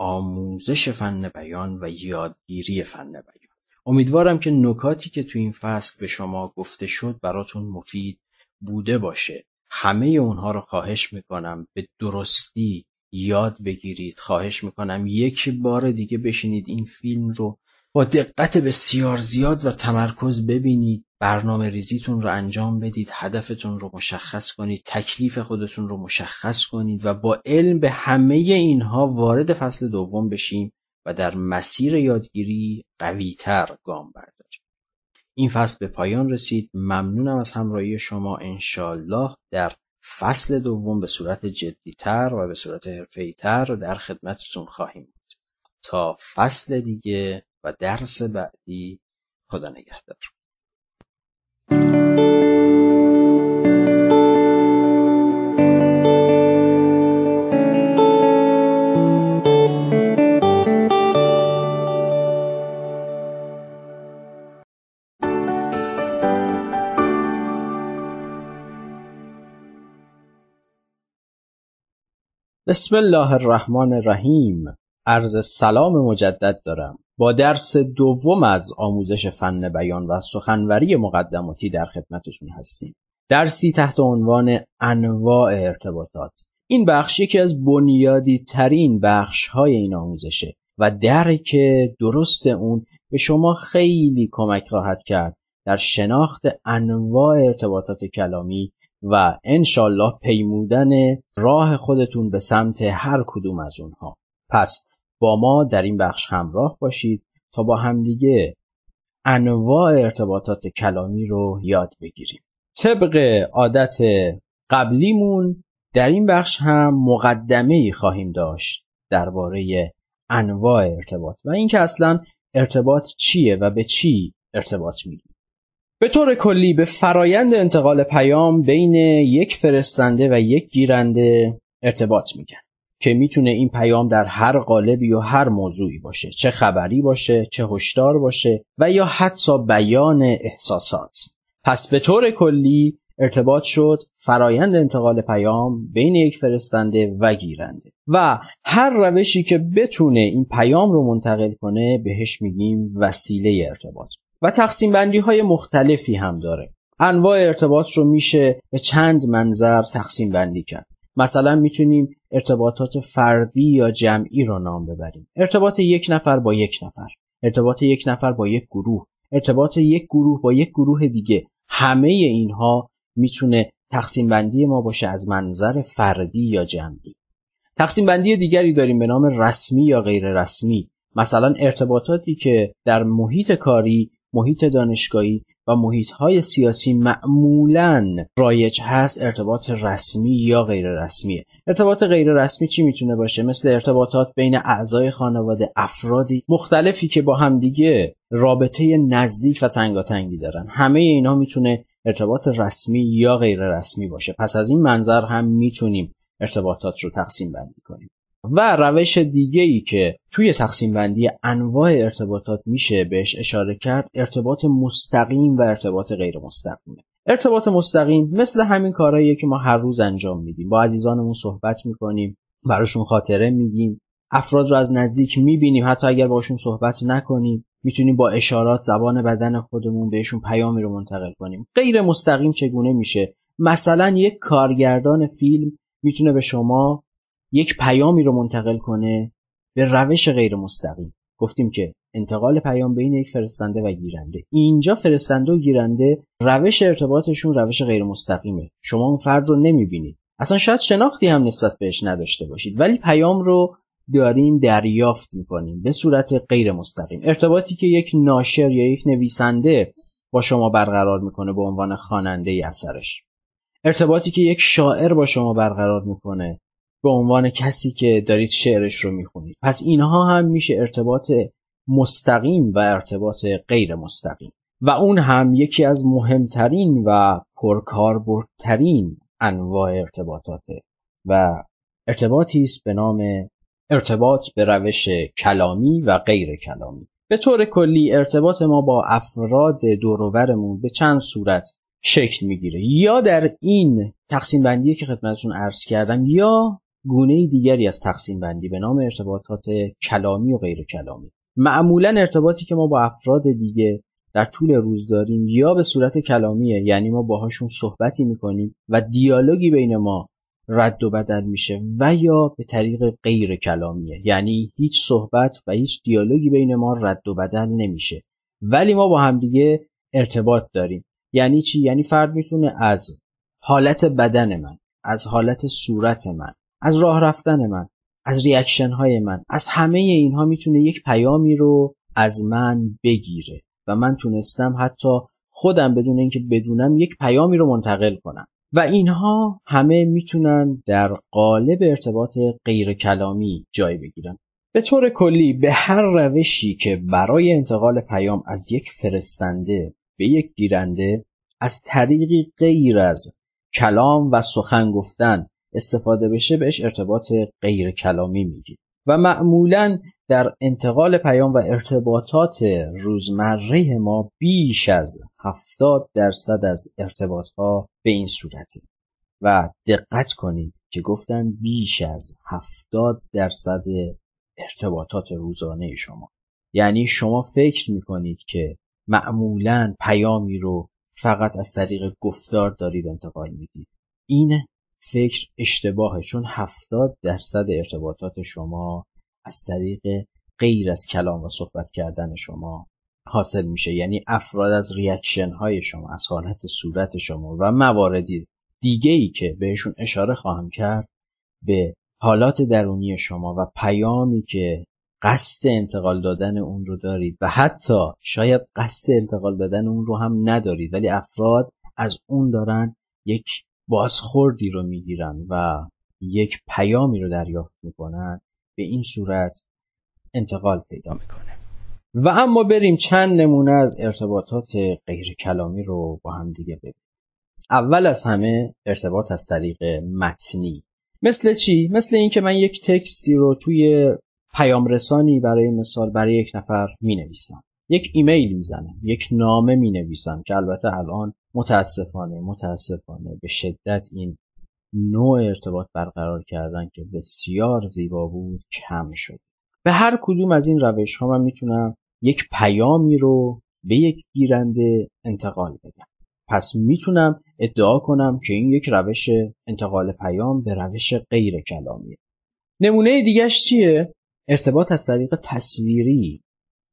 آموزش فن بیان و یادگیری فن بیان. امیدوارم که نکاتی که تو این فصل به شما گفته شد براتون مفید بوده باشه. همه اونها رو خواهش میکنم به درستی یاد بگیرید. خواهش میکنم یک بار دیگه بشینید این فیلم رو با دقت بسیار زیاد و تمرکز ببینید، برنامه ریزیتون رو انجام بدید، هدفتون رو مشخص کنید، تکلیف خودتون رو مشخص کنید و با علم به همه اینها وارد فصل دوم بشیم و در مسیر یادگیری قوی‌تر گام برداریم. این فصل به پایان رسید. ممنونم از همراهی شما. انشالله در فصل دوم به صورت جدی‌تر و به صورت حرفه‌ای‌تر در خدمتتون خواهیم بود. تا فصل دیگه و درس بعدی، خدا نگهدار. بسم الله الرحمن الرحیم. عرض سلام مجدد دارم. با درس دوم از آموزش فن بیان و سخنوری مقدماتی در خدمتتون هستیم. درسی تحت عنوان انواع ارتباطات. این بخش یکی از بنیادی ترین بخش های این آموزشه و درک درست اون به شما خیلی کمک خواهد کرد در شناخت انواع ارتباطات کلامی و انشالله پیمودن راه خودتون به سمت هر کدوم از اونها. پس با ما در این بخش همراه باشید تا با همدیگه انواع ارتباطات کلامی رو یاد بگیریم. طبق عادت قبلیمون در این بخش هم مقدمه‌ای خواهیم داشت درباره انواع ارتباط و اینکه اصلا ارتباط چیه و به چی ارتباط میگیم. به طور کلی به فرایند انتقال پیام بین یک فرستنده و یک گیرنده ارتباط میگن که میتونه این پیام در هر قالبی و هر موضوعی باشه، چه خبری باشه، چه هشدار باشه و یا حتی بیان احساسات. پس به طور کلی ارتباط شد فرایند انتقال پیام بین یک فرستنده و گیرنده و هر روشی که بتونه این پیام رو منتقل کنه بهش میگیم وسیله ارتباط. و تقسیم بندی های مختلفی هم داره. انواع ارتباط رو میشه به چند منظر تقسیم بندی کرد. مثلا میتونیم ارتباطات فردی یا جمعی رو نام ببریم. ارتباط یک نفر با یک نفر، ارتباط یک نفر با یک گروه، ارتباط یک گروه با یک گروه دیگه. همه اینها میتونه تقسیم بندی ما باشه از منظر فردی یا جمعی. تقسیم بندی دیگری داریم به نام رسمی یا غیر رسمی. مثلا ارتباطاتی که در محیط کاری، محیط دانشگاهی و محیط‌های سیاسی معمولاً رایج هست ارتباط رسمی یا غیر رسمیه. ارتباط غیر رسمی چی میتونه باشه؟ مثل ارتباطات بین اعضای خانواده، افرادی مختلفی که با همدیگه رابطه نزدیک و تنگاتنگی دارن. همه اینا میتونه ارتباط رسمی یا غیر رسمی باشه. پس از این منظر هم میتونیم ارتباطات رو تقسیم بندی کنیم. و روش دیگه‌ای که توی تقسیم بندی انواع ارتباطات میشه بهش اشاره کرد ارتباط مستقیم و ارتباط غیر مستقیمه. ارتباط مستقیم مثل همین کارهاییه که ما هر روز انجام میدیم. با عزیزانمون صحبت میکنیم، براشون خاطره میگیم، افراد رو از نزدیک میبینیم، حتی اگر باشون صحبت نکنیم میتونیم با اشارات، زبان بدن خودمون بهشون پیامی رو منتقل کنیم. غیر مستقیم چگونه میشه؟ مثلا یک کارگردان فیلم میتونه به شما یک پیامی رو منتقل کنه به روش غیر مستقیم. گفتیم که انتقال پیام بین یک فرستنده و گیرنده. اینجا فرستنده و گیرنده روش ارتباطشون روش غیر مستقیمه. شما اون فرد رو نمیبینید. اصلا شاید شناختی هم نسبت بهش نداشته باشید، ولی پیام رو داریم دریافت میکنیم به صورت غیر مستقیم. ارتباطی که یک ناشر یا یک نویسنده با شما برقرار میکنه به عنوان خواننده اثرش. ارتباطی که یک شاعر با شما برقرار میکنه به عنوان کسی که دارید شعرش رو میخونید. پس اینها هم میشه ارتباط مستقیم و ارتباط غیر مستقیم و اون هم یکی از مهمترین و پرکاربردترین انواع ارتباطاته و ارتباطی است به نام ارتباط به روش کلامی و غیر کلامی. به طور کلی ارتباط ما با افراد دور و برمون به چند صورت شکل میگیره، یا در این تقسیم بندی که خدمتتون عرض کردم یا گونه دیگری از تقسیم بندی به نام ارتباطات کلامی و غیر کلامی. معمولا ارتباطی که ما با افراد دیگه در طول روز داریم یا به صورت کلامیه، یعنی ما باهاشون صحبتی میکنیم و دیالوگی بین ما رد و بدل میشه، و یا به طریق غیر کلامیه، یعنی هیچ صحبت و هیچ دیالوگی بین ما رد و بدل نمیشه ولی ما با همدیگه ارتباط داریم. یعنی چی؟ یعنی فرد میتونه از حالت بدن من، از حالت صورت من، از راه رفتن من، از ریاکشن های من، از همه اینها میتونه یک پیامی رو از من بگیره و من تونستم حتی خودم بدون اینکه بدونم یک پیامی رو منتقل کنم و اینها همه میتونن در قالب ارتباط غیر کلامی جای بگیرن. به طور کلی به هر روشی که برای انتقال پیام از یک فرستنده به یک گیرنده از طریقی غیر از کلام و سخن گفتن استفاده بشه بهش ارتباط غیر کلامی میگیم و معمولاً در انتقال پیام و ارتباطات روزمره ما بیش از هفتاد درصد از ارتباطها به این صورته. و دقت کنید که گفتن بیش از هفتاد درصد ارتباطات روزانه شما. یعنی شما فکر میکنید که معمولاً پیامی رو فقط از طریق گفتار دارید انتقال میدید. این فکر اشتباهه، چون هفتاد درصد ارتباطات شما از طریق غیر از کلام و صحبت کردن شما حاصل میشه. یعنی افراد از ریاکشن های شما، از حالت صورت شما و مواردی دیگه ای که بهشون اشاره خواهم کرد، به حالات درونی شما و پیامی که قصد انتقال دادن اون رو دارید و حتی شاید قصد انتقال دادن اون رو هم ندارید، ولی افراد از اون دارن یک بازخوردی رو میگیرن و یک پیامی رو دریافت میکنن، به این صورت انتقال پیدا میکنه. و اما بریم چند نمونه از ارتباطات غیر کلامی رو با هم دیگه ببینیم. اول از همه ارتباط از طریق متنی. مثل چی؟ مثل این که من یک تکستی رو توی پیام رسانی برای مثال برای یک نفر می نویسم، یک ایمیل میزنم، یک نامه می نویسم که البته الان متاسفانه متاسفانه به شدت این نوع ارتباط برقرار کردن که بسیار زیبا بود کم شد. به هر کدوم از این روش ها من میتونم یک پیامی رو به یک گیرنده انتقال بدم. پس میتونم ادعا کنم که این یک روش انتقال پیام به روش غیر کلامیه. نمونه دیگهش چیه؟ ارتباط از طریق تصویری.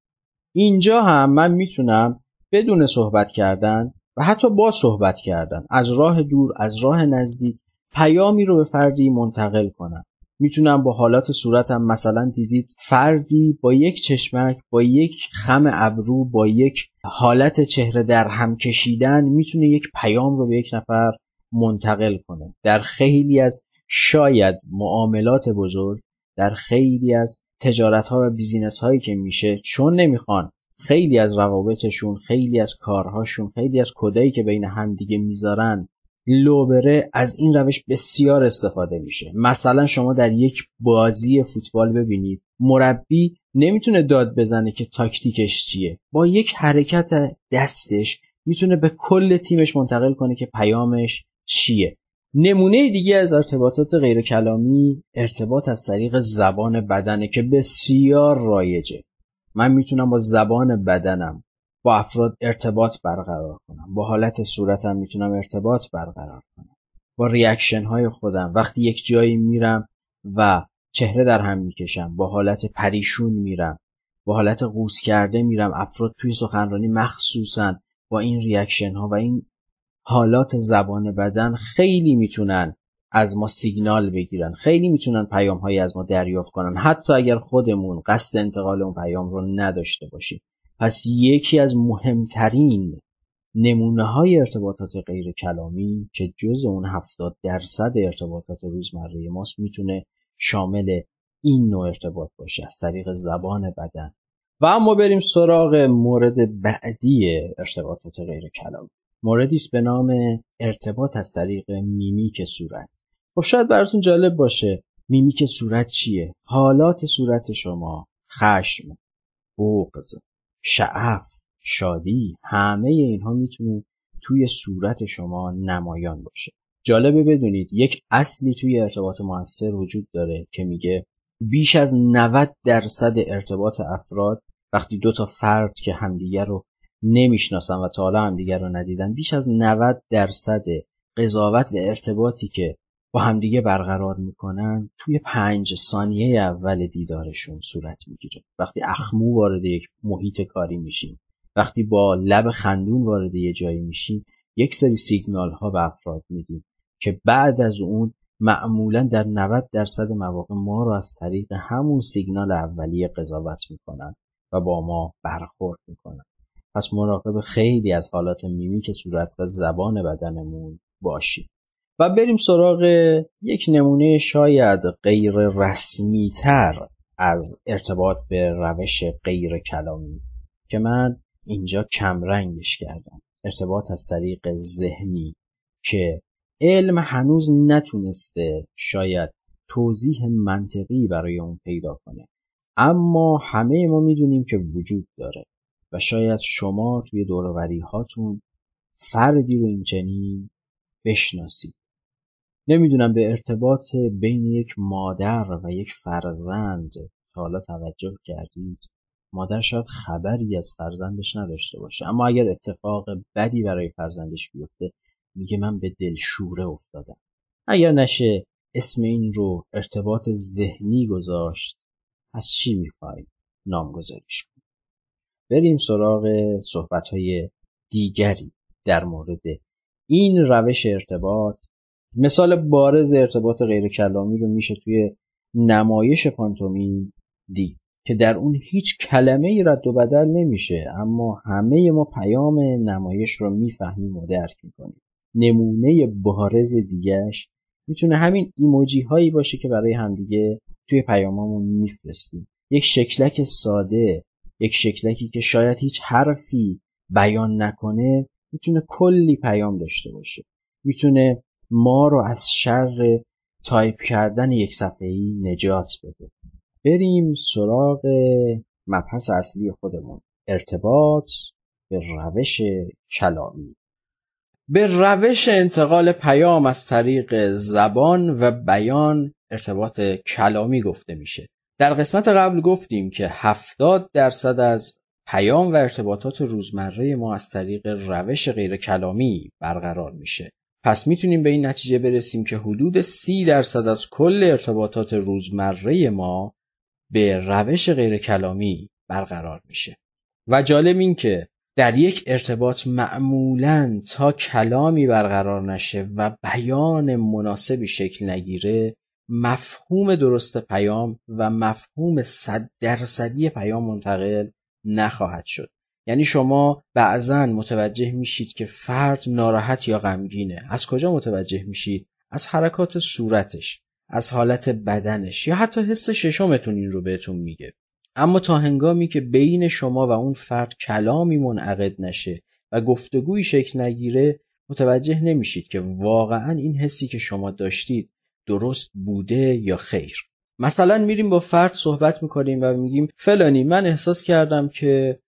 اینجا هم من میتونم بدون صحبت کردن و حتی با صحبت کردن از راه دور از راه نزدیک پیامی رو به فردی منتقل کنم. میتونم با حالات صورتم، مثلا دیدید فردی با یک چشمک، با یک خم ابرو، با یک حالت چهره در هم کشیدن میتونه یک پیام رو به یک نفر منتقل کنه. در خیلی از شاید معاملات بزرگ، در خیلی از تجارت ها و بیزینس هایی که میشه، چون نمیخوان خیلی از روابطشون، خیلی از کارهاشون، خیلی از کدایی که بین هم دیگه میذارن لو بره، از این روش بسیار استفاده میشه. مثلا شما در یک بازی فوتبال ببینید مربی نمیتونه داد بزنه که تاکتیکش چیه، با یک حرکت دستش میتونه به کل تیمش منتقل کنه که پیامش چیه. نمونه دیگه از ارتباطات غیر کلامی ارتباط از طریق زبان بدنه که بسیار رایجه. من میتونم با زبان بدنم با افراد ارتباط برقرار کنم، با حالت صورتم میتونم ارتباط برقرار کنم، با ریاکشن های خودم وقتی یک جایی میرم و چهره در هم میکشم، با حالت پریشون میرم، با حالت قوس کرده میرم. افراد توی سخنرانی مخصوصا با این ریاکشن ها و این حالات زبان بدن خیلی میتونن از ما سیگنال بگیرن، خیلی میتونن پیام هایی از ما دریافت کنن، حتی اگر خودمون قصد انتقال اون پیام رو نداشته باشیم. پس یکی از مهمترین نمونه های ارتباطات غیر کلامی که جز اون هفتاد درصد ارتباطات روزمره ماست میتونه شامل این نوع ارتباط باشه، از طریق زبان بدن. و اما بریم سراغ مورد بعدی ارتباطات غیر کلامی. موردی است به نام ارتباط از طریق میمیک صورت. خب شاید براتون جالب باشه میمیک صورت چیه؟ حالات صورت شما، خشم، بغض، شعف، شادی، همه اینها میتونه توی صورت شما نمایان باشه. جالبه بدونید یک اصلی توی ارتباط مؤثر وجود داره که میگه بیش از نود درصد ارتباط افراد، وقتی دو تا فرد که همدیگر رو نمیشناسن و تا حالا همدیگر رو ندیدن، بیش از نود درصد قضاوت و ارتباطی که با همدیگه برقرار میکنن توی پنج ثانیه اول دیدارشون صورت میگیره. وقتی اخمو وارد یک محیط کاری میشیم، وقتی با لب خندون وارد یه جایی میشیم، یک سری سیگنال ها به افراد میدیم که بعد از اون معمولا در نود درصد مواقع ما رو از طریق همون سیگنال اولیه قضاوت میکنن و با ما برخورد میکنن. پس مراقب خیلی از حالات میمیک صورت و زبان بدنمون باشیم. و بریم سراغ یک نمونه شاید غیر رسمی تر از ارتباط به روش غیر کلامی که من اینجا کمرنگش کردم. ارتباط از طریق ذهنی که علم هنوز نتونسته شاید توضیح منطقی برای اون پیدا کنه، اما همه ما میدونیم که وجود داره و شاید شما توی دور و بری هاتون فردی رو این چنین بشناسید. نمیدونم به ارتباط بین یک مادر و یک فرزند تا حالا توجه کردید؟ مادر شاید خبری از فرزندش نداشته باشه، اما اگر اتفاق بدی برای فرزندش بیفته میگه من به دلشوره افتادم. اگر نشه اسم این رو ارتباط ذهنی گذاشت، از چی میخوایم نامگذاریش کنیم؟ بریم سراغ صحبت‌های دیگری در مورد این روش ارتباط. مثال بارز ارتباط غیر کلامی رو میشه توی نمایش پانتومیم دید که در اون هیچ کلمه‌ای رد و بدل نمیشه، اما همه ما پیام نمایش رو میفهمیم و درک میکنیم. نمونه بارز دیگهش میتونه همین ایموجی هایی باشه که برای همدیگه توی پیامامون میفرستیم. یک شکلک ساده، یک شکلکی که شاید هیچ حرفی بیان نکنه، میتونه کلی پیام داشته باشه. میتونه ما رو از شر تایپ کردن یک صفحه‌ای نجات بده. بریم سراغ مبحث اصلی خودمون، ارتباط به روش کلامی. به روش انتقال پیام از طریق زبان و بیان ارتباط کلامی گفته میشه. در قسمت قبل گفتیم که هفتاد درصد از پیام و ارتباطات روزمره ما از طریق روش غیر کلامی برقرار میشه. پس میتونیم به این نتیجه برسیم که حدود سی درصد از کل ارتباطات روزمره ما به روش غیر کلامی برقرار میشه. و جالب این که در یک ارتباط معمولاً تا کلامی برقرار نشه و بیان مناسبی شکل نگیره، مفهوم درست پیام و مفهوم صد درصدی پیام منتقل نخواهد شد. یعنی شما بعضاً متوجه میشید که فرد ناراحت یا غمگینه. از کجا متوجه میشید؟ از حرکات صورتش، از حالت بدنش، یا حتی حس ششمتون این رو بهتون میگه. اما تا هنگامی که بین شما و اون فرد کلامی منعقد نشه و گفتگویی شکل نگیره، متوجه نمیشید که واقعا این حسی که شما داشتید درست بوده یا خیر. مثلا میریم با فرد صحبت میکنیم و میگیم فلانی، من احساس کردم که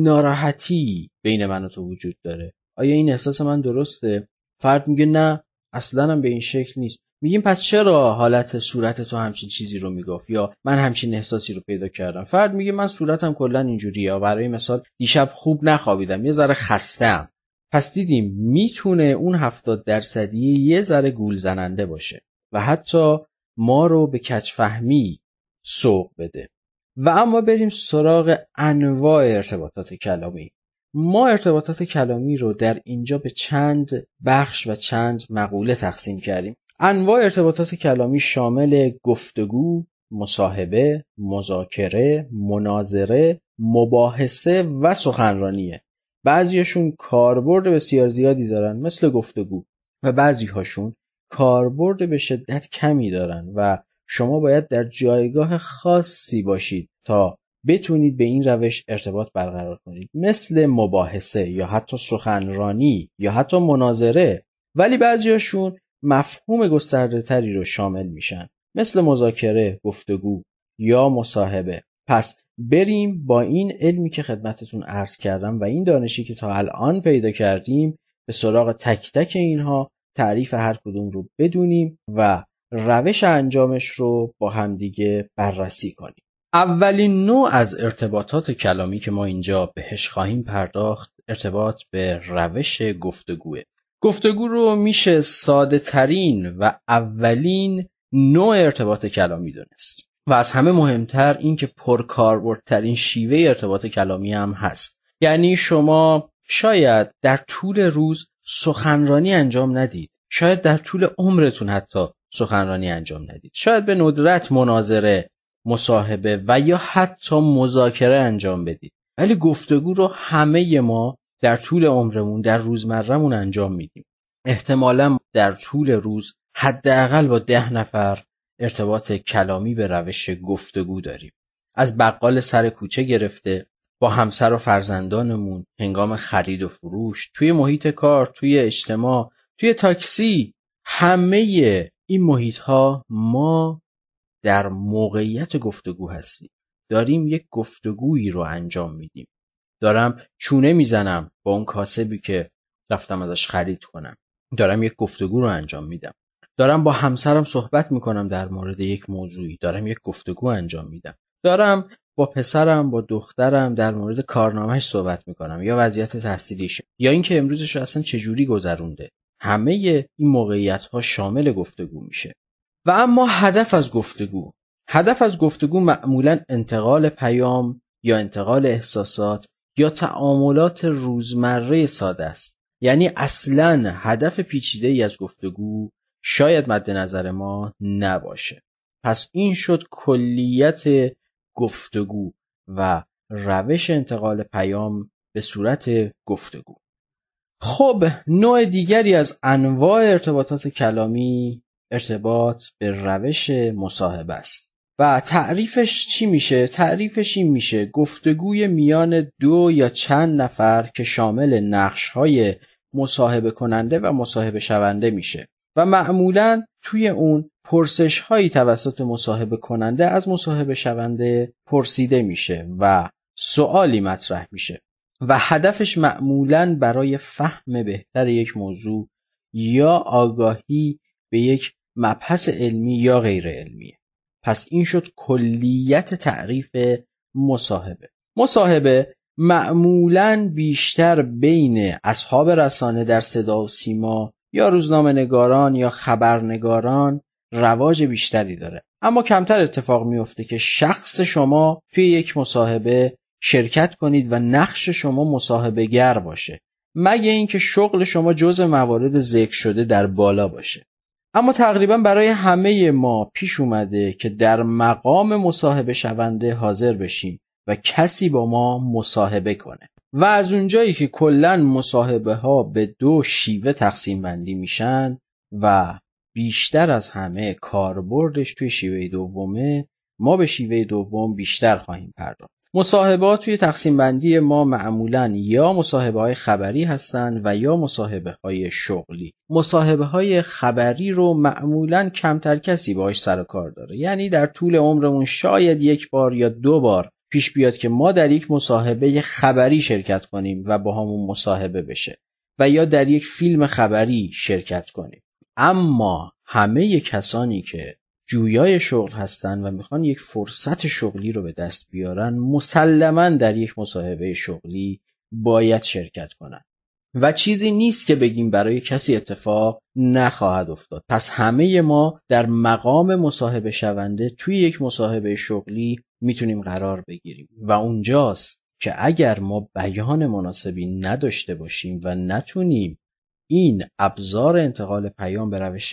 ناراحتی بین من و تو وجود داره. آیا این احساس من درسته؟ فرد میگه نه، اصلا هم به این شکل نیست. میگیم پس چرا حالت صورت تو همچین چیزی رو میگفت، یا من همچین احساسی رو پیدا کردم. فرد میگه من صورتم کلا اینجوریه، یا برای مثال دیشب خوب نخوابیدم، یه ذره خسته‌ام. پس دیدیم میتونه اون هفتاد درصدی یه ذره گول زننده باشه و حتی ما رو به کج‌فهمی سوق بده. و اما بریم سراغ انواع ارتباطات کلامی. ما ارتباطات کلامی رو در اینجا به چند بخش و چند مقوله تقسیم کردیم. انواع ارتباطات کلامی شامل گفتگو، مصاحبه، مذاکره، مناظره، مباحثه و سخنرانیه. بعضیشون کاربرد بسیار زیادی دارن مثل گفتگو و بعضی هاشون کاربرد به شدت کمی دارن و شما باید در جایگاه خاصی باشید تا بتونید به این روش ارتباط برقرار کنید، مثل مباحثه یا حتی سخنرانی یا حتی مناظره. ولی بعضیاشون مفهوم گسترده تری رو شامل میشن، مثل مذاکره، گفتگو یا مصاحبه. پس بریم با این علمی که خدمتتون عرض کردم و این دانشی که تا الان پیدا کردیم به سراغ تک تک اینها، تعریف هر کدوم رو بدونیم و روش انجامش رو با همدیگه بررسی کنیم. اولین نوع از ارتباطات کلامی که ما اینجا بهش خواهیم پرداخت، ارتباط به روش گفتگوه. گفتگو رو میشه ساده ترین و اولین نوع ارتباط کلامی دونست و از همه مهمتر این که پرکاربردترین شیوه ارتباط کلامی هم هست. یعنی شما شاید در طول روز سخنرانی انجام ندید، شاید در طول عمرتون حتی سخنرانی انجام ندید، شاید به ندرت مناظره، مصاحبه و یا حتی مذاکره انجام بدید، ولی گفتگو رو همه ما در طول عمرمون، در روزمره‌مون انجام میدیم. احتمالاً در طول روز حداقل با ده نفر ارتباط کلامی به روش گفتگو داریم. از بقال سر کوچه گرفته، با همسر و فرزندانمون هنگام خرید و فروش، توی محیط کار، توی اجتماع، توی تاکسی، همه این محیط ها ما در موقعیت گفتگو هستیم. داریم یک گفتگویی رو انجام میدیم. دارم چونه میزنم با اون کاسبی که رفتم ازش خرید کنم. دارم یک گفتگو رو انجام میدم. دارم با همسرم صحبت میکنم در مورد یک موضوعی، دارم یک گفتگو انجام میدم، دارم با پسرم با دخترم در مورد کارنامه‌اش صحبت میکنم یا وضعیت تحصیلیش یا اینکه امروزش رو اصلا چجوری گذرونده. همه این موقعیت‌ها شامل گفتگو میشه. و اما هدف از گفتگو هدف از گفتگو معمولاً انتقال پیام یا انتقال احساسات یا تعاملات روزمره ساده است. یعنی اصلاً هدف پیچیده‌ای از گفتگو شاید مد نظر ما نباشه. پس این شد کلیت گفتگو و روش انتقال پیام به صورت گفتگو. خب نوع دیگری از انواع ارتباطات کلامی ارتباط به روش مصاحبه است و تعریفش چی میشه؟ تعریفش این میشه گفتگوی میان دو یا چند نفر که شامل نقش‌های مصاحبه کننده و مصاحبه شونده میشه و معمولاً توی اون پرسش‌هایی توسط مصاحبه کننده از مصاحبه شونده پرسیده میشه و سوالی مطرح میشه و هدفش معمولاً برای فهم بهتر یک موضوع یا آگاهی به یک مبحث علمی یا غیر علمیه. پس این شد کلیت تعریف مصاحبه. مصاحبه معمولاً بیشتر بین اصحاب رسانه در صدا و سیما یا روزنامه نگاران یا خبرنگاران رواج بیشتری داره، اما کمتر اتفاق میفته که شخص شما توی یک مصاحبه شرکت کنید و نقش شما مصاحبه گر باشه، مگه اینکه شغل شما جزء موارد ذکر شده در بالا باشه. اما تقریبا برای همه ما پیش اومده که در مقام مصاحبه شونده حاضر بشیم و کسی با ما مصاحبه کنه و از اونجایی که کلن مصاحبه ها به دو شیوه تقسیم بندی میشن و بیشتر از همه کاربردش توی شیوه دومه، ما به شیوه دوم بیشتر خواهیم پرداخت. مصاحبه توی تقسیم بندی ما معمولاً یا مصاحبه های خبری هستند و یا مصاحبه های شغلی. مصاحبه های خبری رو معمولاً کمتر کسی باهاش سر و کار داره، یعنی در طول عمرمون شاید یک بار یا دو بار پیش بیاد که ما در یک مصاحبه خبری شرکت کنیم و با همون مصاحبه بشه و یا در یک فیلم خبری شرکت کنیم. اما همه کسانی که جویای شغل هستن و میخوان یک فرصت شغلی رو به دست بیارن مسلماً در یک مصاحبه شغلی باید شرکت کنن و چیزی نیست که بگیم برای کسی اتفاق نخواهد افتاد. پس همه ما در مقام مصاحبه شونده توی یک مصاحبه شغلی میتونیم قرار بگیریم و اونجاست که اگر ما بیان مناسبی نداشته باشیم و نتونیم این ابزار انتقال پیام به روش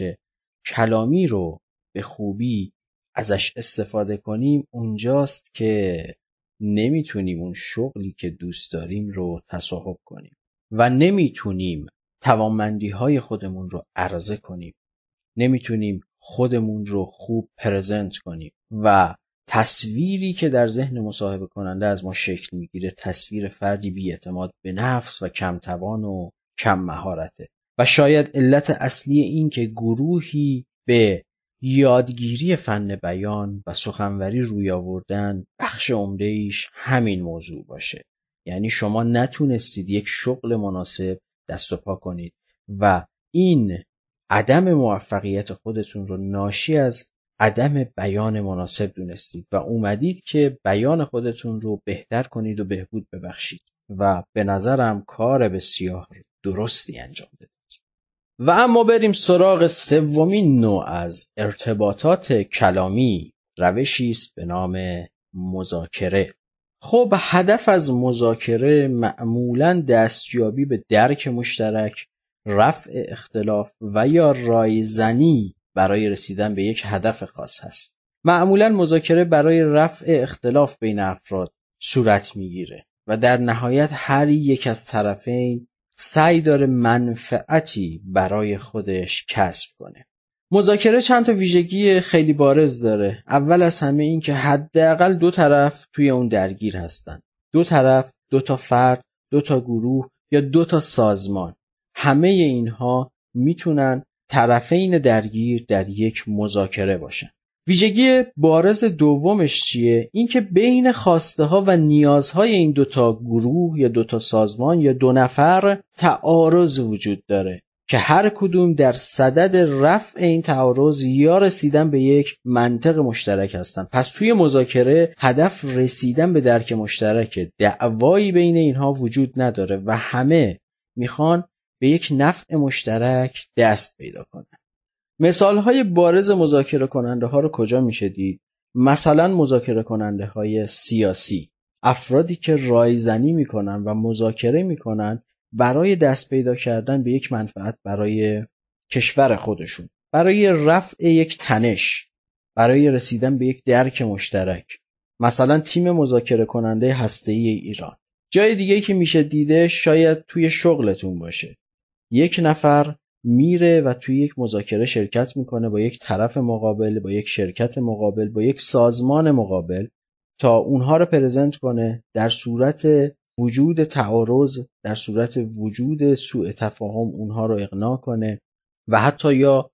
کلامی رو به خوبی ازش استفاده کنیم، اونجاست که نمیتونیم اون شغلی که دوست داریم رو تصاحب کنیم و نمیتونیم توانمندی های خودمون رو عرضه کنیم، نمیتونیم خودمون رو خوب پرزنت کنیم و تصویری که در ذهن مصاحبه کننده از ما شکل میگیره تصویر فردی بی‌اعتماد به نفس و کم توان و کم مهارته و شاید علت اصلی این که گروهی به یادگیری فن بیان و سخنوری روی آوردن بخش عمده ایش همین موضوع باشه. یعنی شما نتونستید یک شغل مناسب دست و پا کنید و این عدم موفقیت خودتون رو ناشی از عدم بیان مناسب دونستید و اومدید که بیان خودتون رو بهتر کنید و بهبود ببخشید و به نظرم کار بسیار درستی انجام بدید. و اما بریم سراغ سومین نوع از ارتباطات کلامی، روشی است به نام مذاکره. خب هدف از مذاکره معمولاً دستیابی به درک مشترک، رفع اختلاف و یا رایزنی برای رسیدن به یک هدف خاص هست. معمولاً مذاکره برای رفع اختلاف بین افراد صورت میگیره و در نهایت هر یک از طرفین سعی داره منفعتی برای خودش کسب کنه. مذاکره چند تا ویژگی خیلی بارز داره. اول از همه این که حداقل دو طرف توی اون درگیر هستن. دو طرف، دو تا فرد، دو تا گروه یا دو تا سازمان. همه اینها میتونن طرفین درگیر در یک مذاکره باشن. ویژگی بارز دومش چیه؟ این که بین خواسته ها و نیازهای این دوتا گروه یا دوتا سازمان یا دو نفر تعارض وجود داره که هر کدوم در صدد رفع این تعارض یا رسیدن به یک منطق مشترک هستن. پس توی مذاکره هدف رسیدن به درک مشترکه، دعوایی بین اینها وجود نداره و همه میخوان به یک نفع مشترک دست پیدا کنن. مثالهای بارز مذاکره کننده ها رو کجا میشه دید؟ مثلا مذاکره کننده های سیاسی، افرادی که رایزنی میکنن و مذاکره میکنن برای دست پیدا کردن به یک منفعت برای کشور خودشون، برای رفع یک تنش، برای رسیدن به یک درک مشترک. مثلا تیم مذاکره کننده هسته‌ای ایران. جای دیگه‌ای که میشه دیده شاید توی شغلتون باشه. یک نفر میره و توی یک مذاکره شرکت میکنه با یک طرف مقابل، با یک شرکت مقابل، با یک سازمان مقابل تا اونها رو پرزنت کنه. در صورت وجود تعارض، در صورت وجود سوء تفاهم اونها رو اقناع کنه و حتی یا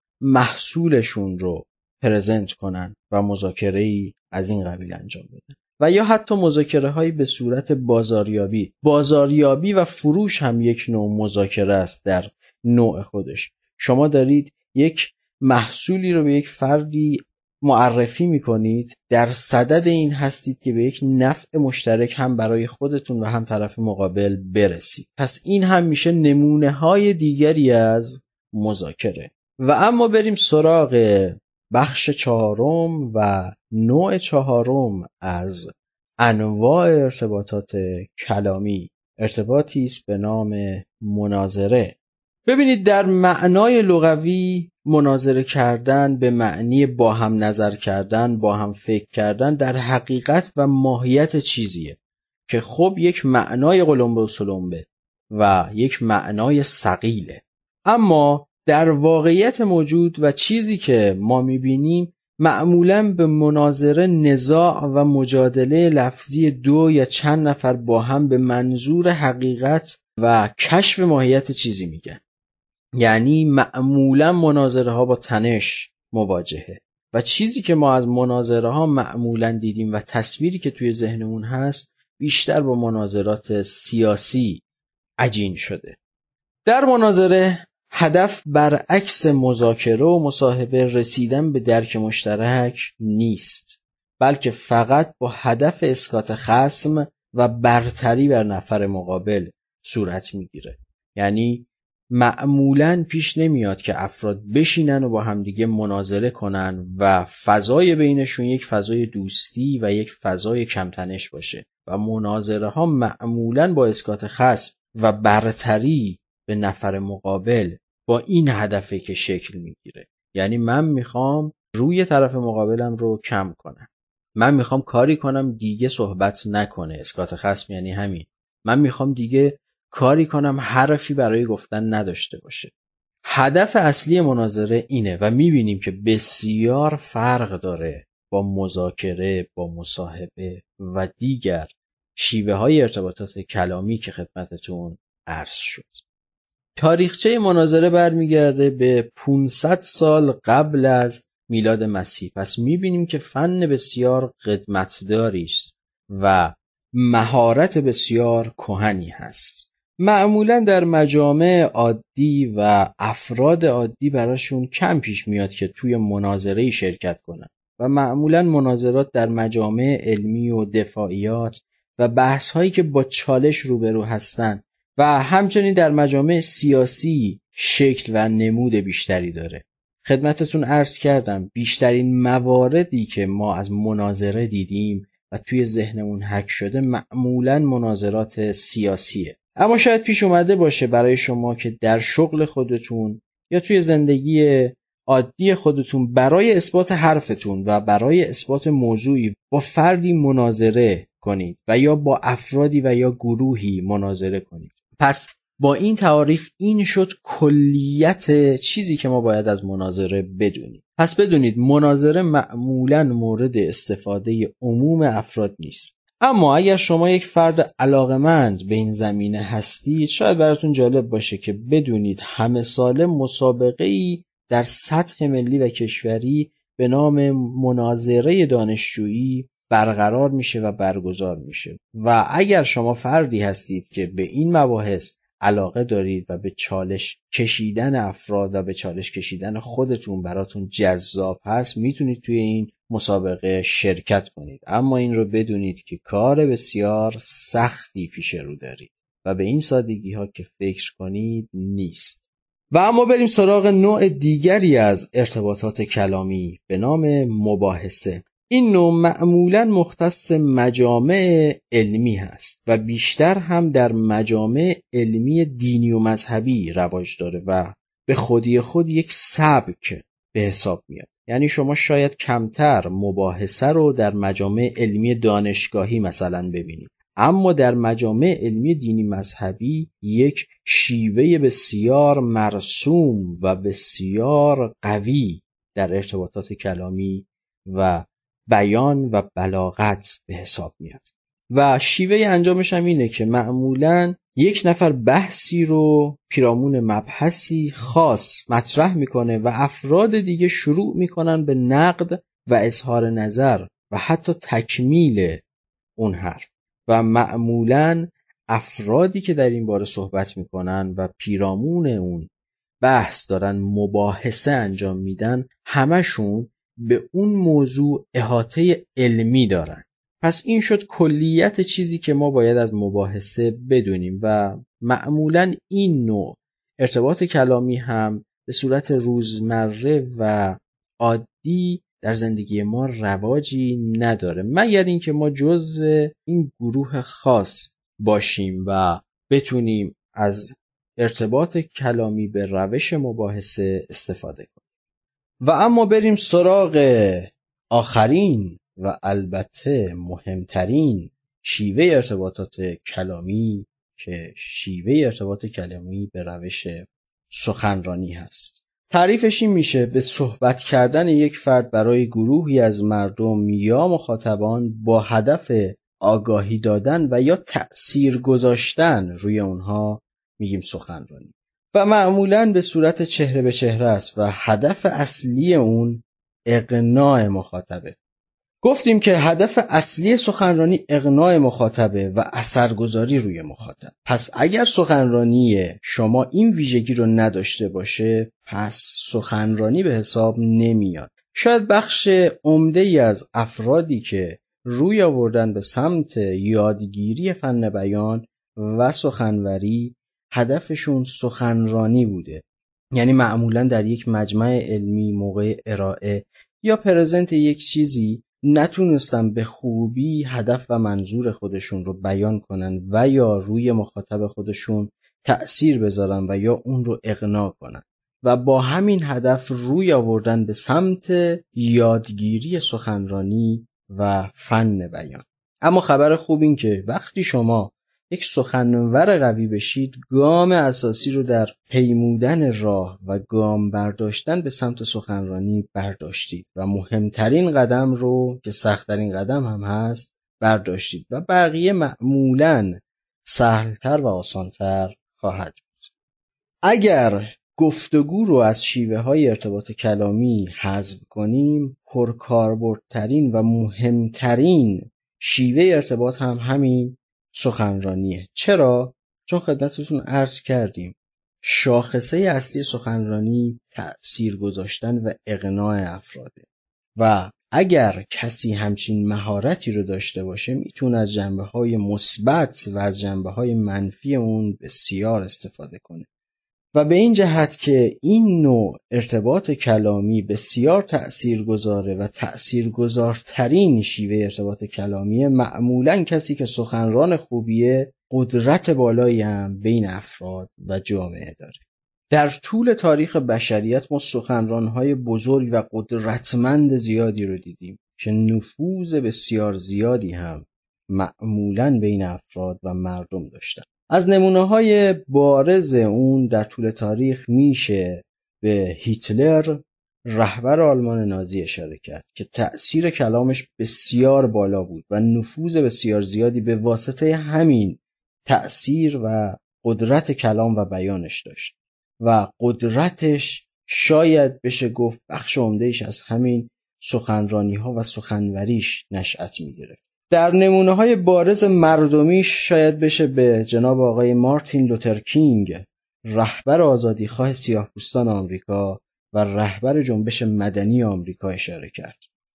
محصولشون رو پرزنت کنن و مذاکره‌ای از این قبیل انجام بدن. و یا حتی مذاکره هایی به صورت بازاریابی. بازاریابی و فروش هم یک نوع مذاکره است در نوع خودش. شما دارید یک محصولی رو به یک فردی معرفی میکنید، در صدد این هستید که به یک نفع مشترک هم برای خودتون و هم طرف مقابل برسید. پس این هم میشه نمونه های دیگری از مذاکره. و اما بریم سراغ بخش چهارم و نوع چهارم از انواع ارتباطات کلامی، ارتباطی است به نام مناظره. ببینید در معنای لغوی مناظره کردن به معنی با هم نظر کردن، با هم فکر کردن در حقیقت و ماهیت چیزیه که خب یک معنای قلمبه و سلمبه و یک معنای ثقیله. اما در واقعیت موجود و چیزی که ما میبینیم معمولاً به مناظره نزاع و مجادله لفظی دو یا چند نفر با هم به منظور حقیقت و کشف ماهیت چیزی میگن. یعنی معمولاً مناظره ها با تنش مواجهه و چیزی که ما از مناظره ها معمولاً دیدیم و تصویری که توی ذهنمون هست بیشتر با مناظرات سیاسی عجین شده. در مناظره هدف برعکس مذاکره و مصاحبه رسیدن به درک مشترک نیست، بلکه فقط با هدف اسقاط خصم و برتری بر نفر مقابل صورت میگیره. یعنی معمولاً پیش نمیاد که افراد بشینن و با همدیگه مناظره کنن و فضای بینشون یک فضای دوستی و یک فضای کمتنش باشه و مناظره ها معمولاً با اسقاط خصم و برتری به نفر مقابل با این هدفه که شکل میگیره. یعنی من میخوام روی طرف مقابلم رو کم کنم، من میخوام کاری کنم دیگه صحبت نکنه. اسقاط خصم یعنی همین، من میخوام دیگه کاری کنم حرفی برای گفتن نداشته باشه. هدف اصلی مناظره اینه و میبینیم که بسیار فرق داره با مذاکره، با مصاحبه و دیگر شیوه های ارتباطات کلامی که خدمتتون عرض شد. تاریخچه مناظره برمیگرده به پانصد سال قبل از میلاد مسیح. پس میبینیم که فن بسیار قدمتداری است و مهارت بسیار کهنی هست. معمولا در مجامع عادی و افراد عادی براشون کم پیش میاد که توی مناظره شرکت کنن و معمولا مناظرات در مجامع علمی و دفاعیات و بحث هایی که با چالش روبرو هستن و همچنین در مجامع سیاسی شکل و نمود بیشتری داره. خدمتتون عرض کردم بیشترین مواردی که ما از مناظره دیدیم و توی ذهنمون حک شده معمولاً مناظرات سیاسیه. اما شاید پیش اومده باشه برای شما که در شغل خودتون یا توی زندگی عادی خودتون برای اثبات حرفتون و برای اثبات موضوعی با فردی مناظره کنید و یا با افرادی و یا گروهی مناظره کنید. پس با این تعاریف این شد کلیت چیزی که ما باید از مناظره بدونیم. پس بدونید مناظره معمولاً مورد استفاده عموم افراد نیست. اما اگر شما یک فرد علاقمند به این زمینه هستید شاید براتون جالب باشه که بدونید همه ساله مسابقه‌ای در سطح ملی و کشوری به نام مناظره دانشجویی برقرار میشه و برگزار میشه و اگر شما فردی هستید که به این مباحث علاقه دارید و به چالش کشیدن افراد و به چالش کشیدن خودتون براتون جذاب هست، میتونید توی این مسابقه شرکت کنید. اما این رو بدونید که کار بسیار سختی پیش رو دارید و به این سادگی ها که فکر کنید نیست. و اما بریم سراغ نوع دیگری از ارتباطات کلامی به نام مباحثه. این نوع معمولاً مختص مجامع علمی هست و بیشتر هم در مجامع علمی دینی و مذهبی رواج داره و به خودی خود یک سبک به حساب میاد. یعنی شما شاید کمتر مباحثه رو در مجامع علمی دانشگاهی مثلا ببینید، اما در مجامع علمی دینی مذهبی یک شیوه بسیار مرسوم و بسیار قوی در ارتباطات کلامی و بیان و بلاغت به حساب میاد و شیوه انجامش هم اینه که معمولاً یک نفر بحثی رو پیرامون مبحثی خاص مطرح میکنه و افراد دیگه شروع میکنن به نقد و اظهار نظر و حتی تکمیل اون حرف و معمولاً افرادی که در این باره صحبت میکنن و پیرامون اون بحث دارن مباحثه انجام میدن، همشون به اون موضوع احاطه علمی دارن. پس این شد کلیت چیزی که ما باید از مباحثه بدونیم و معمولاً این نوع ارتباط کلامی هم به صورت روزمره و عادی در زندگی ما رواجی نداره، مگر اینکه ما جزو این گروه خاص باشیم و بتونیم از ارتباط کلامی به روش مباحثه استفاده کنیم. و اما بریم سراغ آخرین و البته مهمترین شیوه ارتباطات کلامی که شیوه ارتباط کلامی به روش سخنرانی هست. تعریفش این میشه به صحبت کردن یک فرد برای گروهی از مردم یا مخاطبان با هدف آگاهی دادن و یا تأثیر گذاشتن روی اونها میگیم سخنرانی و معمولاً به صورت چهره به چهره است و هدف اصلی اون اقناع مخاطبه. گفتیم که هدف اصلی سخنرانی اقناع مخاطبه و اثرگذاری روی مخاطب. پس اگر سخنرانی شما این ویژگی رو نداشته باشه، پس سخنرانی به حساب نمیاد. شاید بخش عمده‌ای از افرادی که روی آوردن به سمت یادگیری فن بیان و سخنوری هدفشون سخنرانی بوده، یعنی معمولاً در یک مجمع علمی موقع ارائه یا پرزنت یک چیزی نتونستن به خوبی هدف و منظور خودشون رو بیان کنن و یا روی مخاطب خودشون تأثیر بذارن و یا اون رو اقناع کنن و با همین هدف روی آوردن به سمت یادگیری سخنرانی و فن بیان. اما خبر خوب این که وقتی شما یک سخنور قوی بشید، گام اساسی رو در پیمودن راه و گام برداشتن به سمت سخنرانی برداشتید و مهمترین قدم رو که سخت‌ترین قدم هم هست برداشتید و بقیه معمولاً سهلتر و آسانتر خواهد بود. اگر گفتگو رو از شیوه های ارتباط کلامی حذف کنیم، پرکاربردترین و مهمترین شیوه ارتباط هم همین سخنرانیه. چرا؟ چون خدمتتون عرض کردیم شاخصه اصلی سخنرانی تأثیر گذاشتن و اقناع افراده و اگر کسی همچین مهارتی رو داشته باشه میتونه از جنبه‌های مثبت و از جنبه‌های منفی اون بسیار استفاده کنه و به این جهت که این نوع ارتباط کلامی بسیار تأثیرگذاره و تأثیرگذارترین شیوه ارتباط کلامی، معمولاً کسی که سخنران خوبیه قدرت بالایی هم بین افراد و جامعه داره. در طول تاریخ بشریت ما سخنران‌های بزرگ و قدرتمند زیادی رو دیدیم که نفوذ بسیار زیادی هم معمولاً بین افراد و مردم داشتن. از نمونه‌های بارز اون در طول تاریخ میشه به هیتلر رهبر آلمان نازی اشاره کرد که تأثیر کلامش بسیار بالا بود و نفوذ بسیار زیادی به واسطه همین تأثیر و قدرت کلام و بیانش داشت و قدرتش شاید بشه گفت بخش عمده‌ایش از همین سخنرانی‌ها و سخنوریش نشأت می‌گرفت. در نمونه‌های بارز مردمیش شاید بشه به جناب آقای مارتین لوتر کینگ، رهبر آزادیخواه سیاه‌پوستان آمریکا و رهبر جنبش مدنی آمریکا اشاره کرد.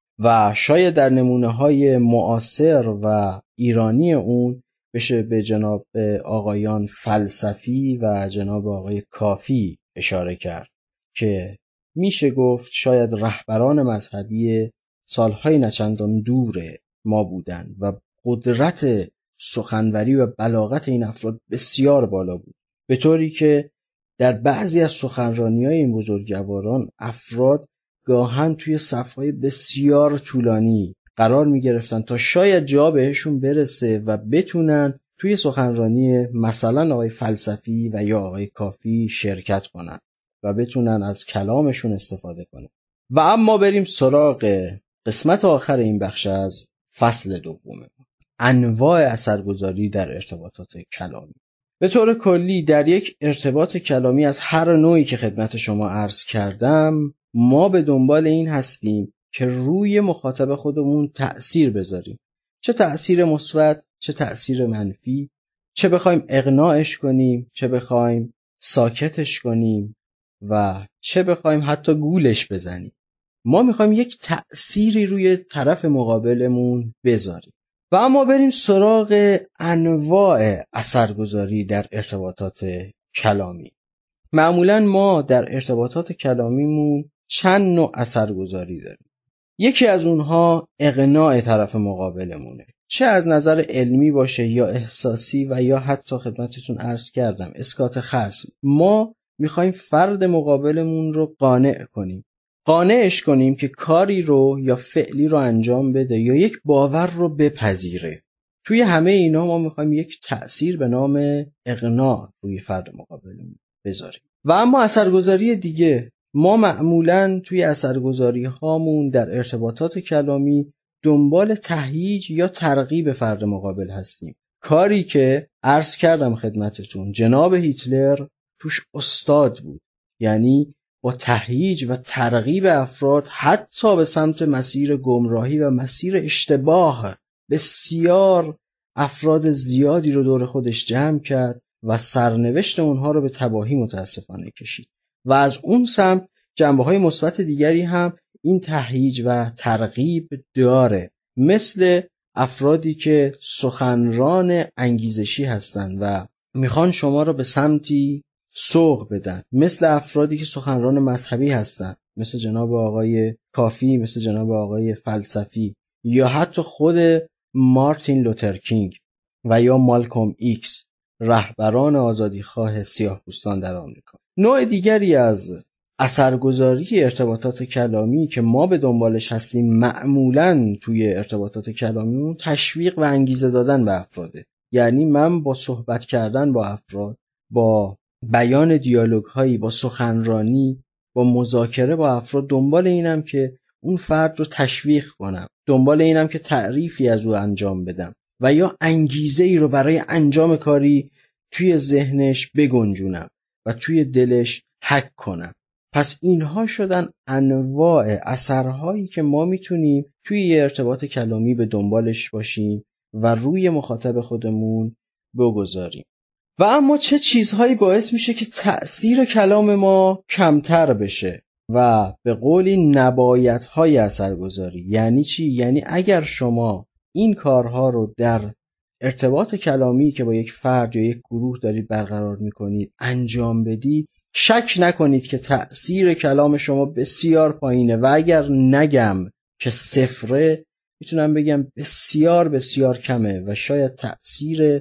و شاید در نمونه‌های معاصر و ایرانی اون بشه به جناب آقایان فلسفی و جناب آقای کافی اشاره کرد که میشه گفت شاید رهبران مذهبی سالهای نچندان دور ما بودند و قدرت سخنوری و بلاغت این افراد بسیار بالا بود، به طوری که در بعضی از سخنرانی‌های این بزرگواران افراد گاهن توی صف‌های بسیار طولانی قرار می‌گرفتن تا شاید جا بهشون برسه و بتونن توی سخنرانی مثلا آقای فلسفی و یا آقای کافی شرکت کنن و بتونن از کلامشون استفاده کنن. و اما بریم سراغ قسمت آخر این بخش از فصل دوم، انواع اثرگذاری در ارتباطات کلامی. به طور کلی در یک ارتباط کلامی از هر نوعی که خدمت شما عرض کردم، ما به دنبال این هستیم که روی مخاطب خودمون تأثیر بذاریم، چه تأثیر مثبت چه تأثیر منفی، چه بخوایم اقناعش کنیم چه بخوایم ساکتش کنیم و چه بخوایم حتی گولش بزنیم. ما میخوایم یک تأثیری روی طرف مقابلمون بذاریم. و اما بریم سراغ انواع اثرگذاری در ارتباطات کلامی. معمولاً ما در ارتباطات کلامیمون چند نوع اثرگذاری داریم. یکی از اونها اقناع طرف مقابلمونه، چه از نظر علمی باشه یا احساسی و یا حتی خدمتتون عرض کردم اسکات خصم. ما میخوایم فرد مقابلمون رو قانع کنیم، قانعش کنیم که کاری رو یا فعلی رو انجام بده یا یک باور رو بپذیره. توی همه اینا ما میخوایم یک تأثیر به نام اقناع روی فرد مقابلمون بذاریم. و اما اثرگذاری دیگه، ما معمولاً توی اثرگذاری هامون در ارتباطات کلامی دنبال تهییج یا ترغیب فرد مقابل هستیم، کاری که عرض کردم خدمتتون جناب هیتلر توش استاد بود، یعنی با تهییج و ترغیب افراد حتی به سمت مسیر گمراهی و مسیر اشتباه بسیار افراد زیادی رو دور خودش جمع کرد و سرنوشت اونها رو به تباهی متاسفانه کشید. و از اون سمت جنبه‌های مثبت دیگری هم این تهییج و ترغیب داره، مثل افرادی که سخنران انگیزشی هستند و میخوان شما رو به سمتی سوق بدن، مثل افرادی که سخنران مذهبی هستند، مثل جناب آقای کافی، مثل جناب آقای فلسفی یا حتی خود مارتین لوتر کینگ و یا مالکوم ایکس، رهبران آزادیخواه سیاه‌پوستان در آمریکا. نوع دیگری از اثرگذاری ارتباطات کلامی که ما به دنبالش هستیم معمولاً توی ارتباطات کلامیمون تشویق و انگیزه دادن به افراده. یعنی من با صحبت کردن با افراد، با بیان دیالوگ هایی، با سخنرانی، با مذاکره با افراد دنبال اینم که اون فرد رو تشویق کنم، دنبال اینم که تعریفی از او انجام بدم و یا انگیزه ای رو برای انجام کاری توی ذهنش بگنجونم و توی دلش حک کنم. پس اینها شدن انواع اثرهایی که ما میتونیم توی یه ارتباط کلامی به دنبالش باشیم و روی مخاطب خودمون بگذاریم. و اما چه چیزهایی باعث میشه که تأثیر کلام ما کمتر بشه؟ و به قولی نبایدهای اثرگذاری. یعنی چی؟ یعنی اگر شما این کارها رو در ارتباط کلامی که با یک فرد یا یک گروه دارید برقرار میکنید انجام بدید، شک نکنید که تأثیر کلام شما بسیار پایینه و اگر نگم که صفره، میتونم بگم بسیار بسیار کمه و شاید تأثیر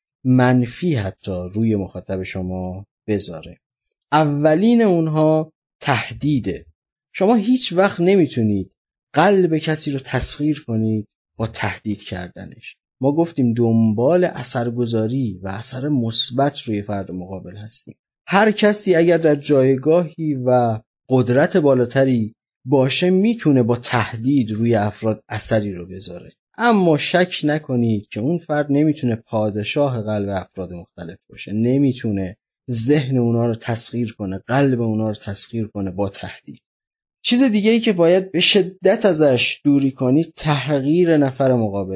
منفی حتی روی مخاطب شما بذاره. اولین اونها تهدیده. شما هیچ وقت نمیتونید قلب کسی رو تسخیر کنید با تهدید کردنش. ما گفتیم دنبال اثرگذاری و اثر مثبت روی فرد مقابل هستیم. هر کسی اگر در جایگاهی و قدرت بالاتری باشه میتونه با تهدید روی افراد اثری رو بذاره، اما شک نکنید که اون فرد نمیتونه پادشاه قلب افراد مختلف باشه، نمیتونه ذهن اونا رو تسخیر کنه، قلب اونا رو تسخیر کنه با تهدید. چیز دیگه ای که باید به شدت ازش دوری کنید تحقیر نفر مقابله.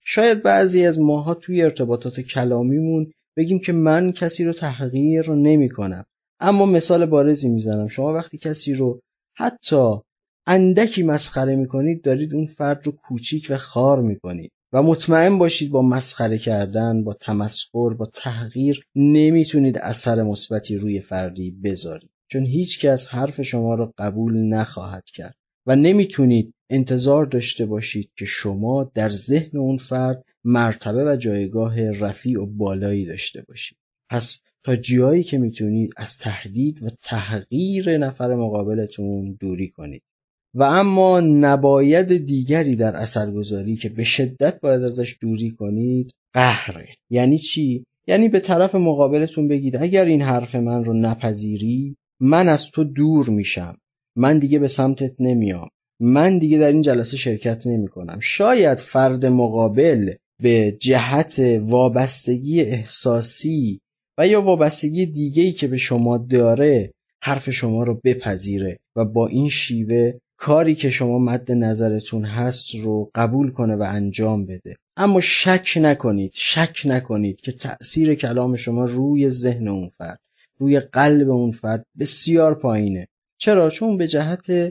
شاید بعضی از ماها توی ارتباطات کلامیمون بگیم که من کسی رو تحقیر نمی کنم، اما مثال بارزی میزنم. شما وقتی کسی رو حتی اندکی مسخره میکنید دارید اون فرد رو کوچیک و خار میکنید و مطمئن باشید با مسخره کردن، با تمسخر، با تحقیر نمیتونید اثر مثبتی روی فردی بذارید، چون هیچ کس حرف شما رو قبول نخواهد کرد و نمیتونید انتظار داشته باشید که شما در ذهن اون فرد مرتبه و جایگاه رفیع و بالایی داشته باشید. پس تا جایی که میتونید از تهدید و تحقیر نفر مقابلتون دوری کنید. و اما نباید دیگری در اثرگذاری که به شدت باید ازش دوری کنید قهره. یعنی چی؟ یعنی به طرف مقابلتون بگید اگر این حرف من رو نپذیری من از تو دور میشم، من دیگه به سمتت نمیام، من دیگه در این جلسه شرکت نمی کنم. شاید فرد مقابل به جهت وابستگی احساسی و یا وابستگی دیگه‌ای که به شما داره حرف شما رو بپذیره و با این شیوه کاری که شما مد نظرتون هست رو قبول کنه و انجام بده. اما شک نکنید شک نکنید که تأثیر کلام شما روی ذهن اون فرد، روی قلب اون فرد بسیار پایینه. چرا؟ چون به جهت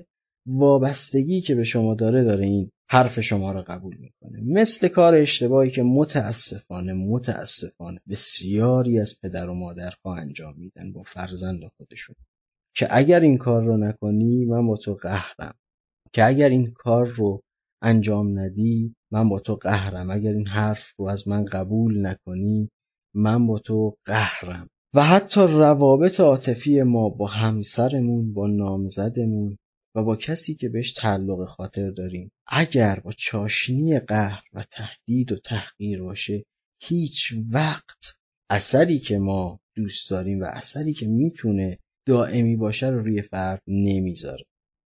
وابستگی که به شما داره داره این حرف شما رو قبول میکنه. مثل کار اشتباهی که متاسفانه متاسفانه بسیاری از پدر و مادرها انجام میدن با فرزند خودشون، که اگر این کار رو نکنی من با تو قهرم، که اگر این کار رو انجام ندی من با تو قهرم، اگر این حرف رو از من قبول نکنی من با تو قهرم. و حتی روابط عاطفی ما با همسرمون، با نامزدمون و با کسی که بهش تعلق خاطر داریم اگر با چاشنی قهر و تهدید و تحقیر باشه، هیچ وقت اثری که ما دوست داریم و اثری که میتونه دائمی باشه رو روی فرد نمیذاره.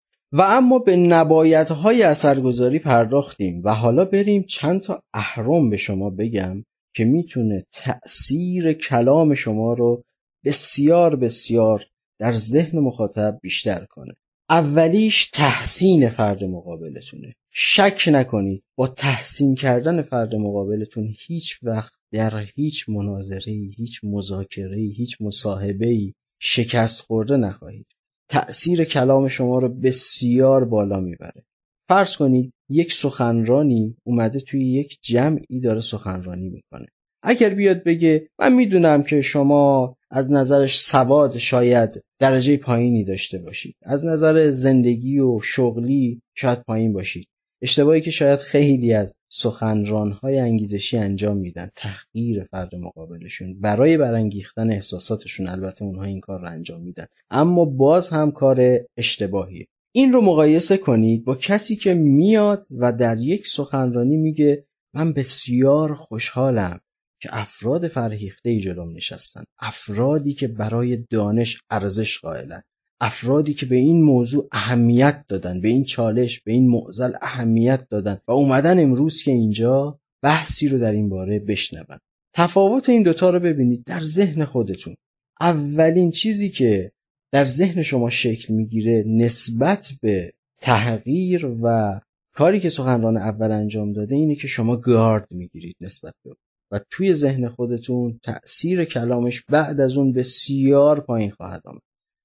و اما به نبایدهای اثرگذاری پرداختیم و حالا بریم چند تا اهرم به شما بگم که میتونه تأثیر کلام شما رو بسیار بسیار در ذهن مخاطب بیشتر کنه. اولیش تحسین فرد مقابلتونه. شک نکنید با تحسین کردن فرد مقابلتون هیچ وقت در هیچ مناظره‌ای، هیچ مذاکره‌ای، هیچ مصاحبه‌ای شکست خورده نخواهید. تأثیر کلام شما رو بسیار بالا میبره. فرض کنید یک سخنرانی اومده توی یک جمعی داره سخنرانی میکنه. اگر بیاد بگه من میدونم که شما از نظرش سواد شاید درجه پایینی داشته باشید، از نظر زندگی و شغلی شاید پایین باشید، اشتباهی که شاید خیلی از سخنران‌های انگیزشی انجام میدن، تحقیر فرد مقابلشون برای برانگیختن احساساتشون. البته اونها این کار رو انجام میدن اما باز هم کار اشتباهیه. این رو مقایسه کنید با کسی که میاد و در یک سخنرانی میگه من بسیار خوشحالم که افراد فرهیخته‌ای جلوم نشستن، افرادی که برای دانش ارزش قائلن، افرادی که به این موضوع اهمیت دادن، به این چالش، به این معضل اهمیت دادن و اومدن امروز که اینجا بحثی رو در این باره بشنون. تفاوت این دوتا رو ببینید در ذهن خودتون. اولین چیزی که در ذهن شما شکل میگیره نسبت به تحقیر و کاری که سخنران اول انجام داده اینه که شما گارد میگیرید نسبت به و توی ذهن خودتون تأثیر کلامش بعد از اون بسیار پایین خواهد آمد.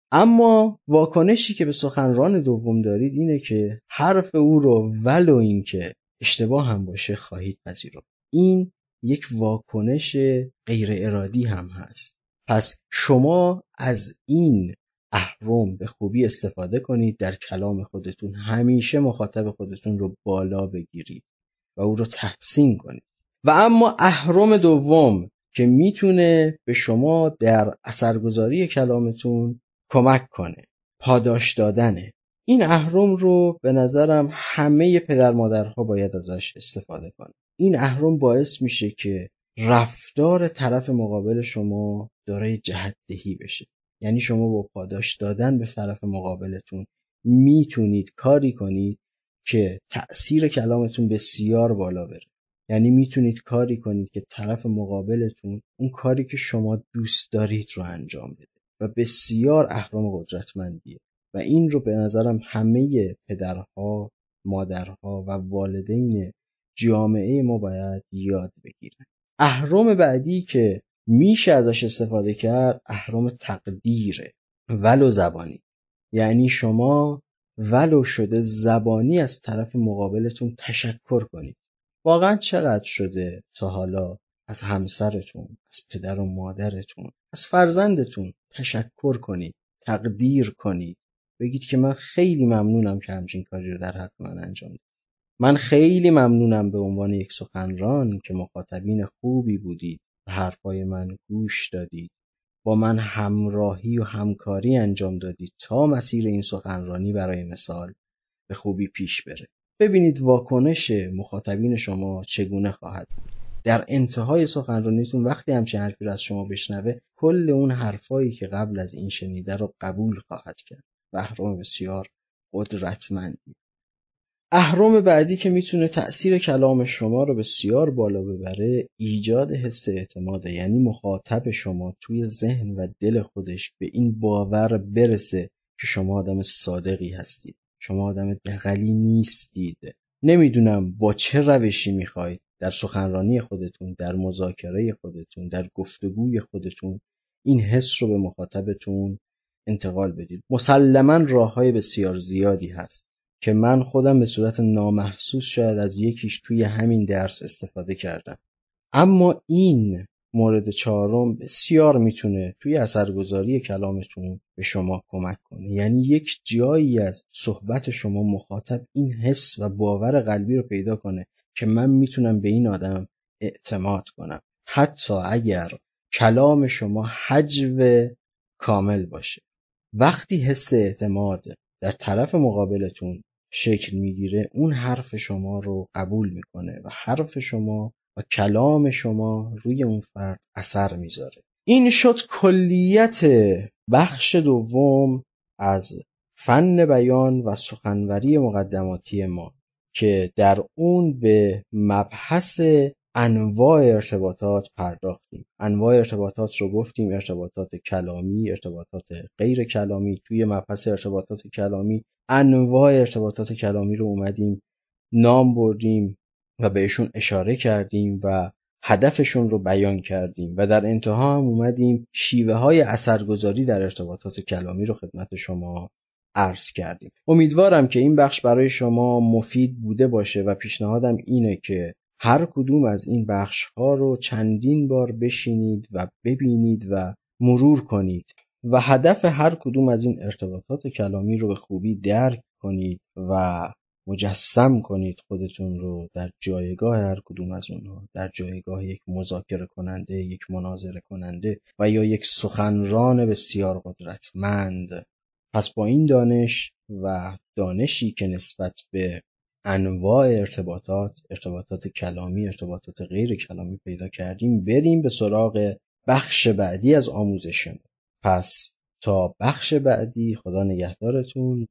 اما واکنشی که به سخنران دوم دارید اینه که حرف او رو ولو این که اشتباه هم باشه خواهید پذیرفت. این یک واکنش غیر ارادی هم هست. پس شما از این اهرم به خوبی استفاده کنید، در کلام خودتون همیشه مخاطب خودتون رو بالا بگیرید و او رو تحسین کنید. و اما اهرم دوم که میتونه به شما در اثرگذاری کلامتون کمک کنه، پاداش دادنه. این اهرم رو به نظرم همه پدر مادرها باید ازش استفاده کنن. این اهرم باعث میشه که رفتار طرف مقابل شما دارای جهت‌دهی بشه. یعنی شما با پاداش دادن به طرف مقابلتون میتونید کاری کنید که تأثیر کلامتون بسیار بالا بره. یعنی میتونید کاری کنید که طرف مقابلتون اون کاری که شما دوست دارید رو انجام بده و بسیار اهرم قدرتمندیه. و این رو به نظرم همه پدرها، مادرها و والدین جامعه ما باید یاد بگیرن. اهرم بعدی که میشه ازش استفاده کرد اهرم تقدیره، ولو زبانی. یعنی شما ولو شده زبانی از طرف مقابلتون تشکر کنید. واقعا چقدر شده تا حالا از همسرتون، از پدر و مادرتون، از فرزندتون تشکر کنید، تقدیر کنید، بگید که من خیلی ممنونم که همچین کاری رو در حق من انجام دادید. من خیلی ممنونم به عنوان یک سخنران که مخاطبین خوبی بودید، به حرفای من گوش دادید، با من همراهی و همکاری انجام دادید تا مسیر این سخنرانی برای مثال به خوبی پیش بره. ببینید واکنش مخاطبین شما چگونه خواهد بود. در انتهای سخنرانیتون وقتی همچین حرفی رو از شما بشنوه، کل اون حرفایی که قبل از این شنیده رو قبول خواهد کرد. و اهرم بسیار قدرتمندی. اهرم بعدی که میتونه تأثیر کلام شما رو بسیار بالا ببره، ایجاد حس اعتماده. یعنی مخاطب شما توی ذهن و دل خودش به این باور برسه که شما آدم صادقی هستید، شما آدم دغلی نیستید. نمیدونم با چه روشی میخواید در سخنرانی خودتون، در مذاکره خودتون، در گفتگوی خودتون این حس رو به مخاطبتون انتقال بدید. مسلماً راه‌های بسیار زیادی هست که من خودم به صورت نامحسوس شاید از یکیش توی همین درس استفاده کردم. اما این مورد چهارم بسیار میتونه توی اثرگذاری کلامتون به شما کمک کنه. یعنی یک جایی از صحبت شما مخاطب این حس و باور قلبی رو پیدا کنه که من میتونم به این آدم اعتماد کنم، حتی اگر کلام شما حجو کامل باشه. وقتی حس اعتماد در طرف مقابلتون شکل میگیره، اون حرف شما رو قبول میکنه و حرف شما و کلام شما روی اون فرد اثر میذاره. این شد کلیت بخش دوم از فن بیان و سخنوری مقدماتی ما که در اون به مبحث انواع ارتباطات پرداختیم. انواع ارتباطات رو گفتیم، ارتباطات کلامی، ارتباطات غیر کلامی. توی مبحث ارتباطات کلامی انواع ارتباطات کلامی رو اومدیم نام بردیم و بهشون اشاره کردیم و هدفشون رو بیان کردیم و در انتها هم اومدیم شیوه های اثرگذاری در ارتباطات کلامی رو خدمت شما عرض کردیم. امیدوارم که این بخش برای شما مفید بوده باشه و پیشنهادم اینه که هر کدوم از این بخش ها رو چندین بار بشینید و ببینید و مرور کنید و هدف هر کدوم از این ارتباطات کلامی رو به خوبی درک کنید و مجسم کنید خودتون رو در جایگاه هر کدوم از اونها، در جایگاه یک مذاکره کننده، یک مناظره کننده و یا یک سخنران بسیار قدرتمند. پس با این دانش و دانشی که نسبت به انواع ارتباطات، ارتباطات کلامی، ارتباطات غیر کلامی پیدا کردیم، بریم به سراغ بخش بعدی از آموزشمون. پس تا بخش بعدی، خدا نگهدارتون.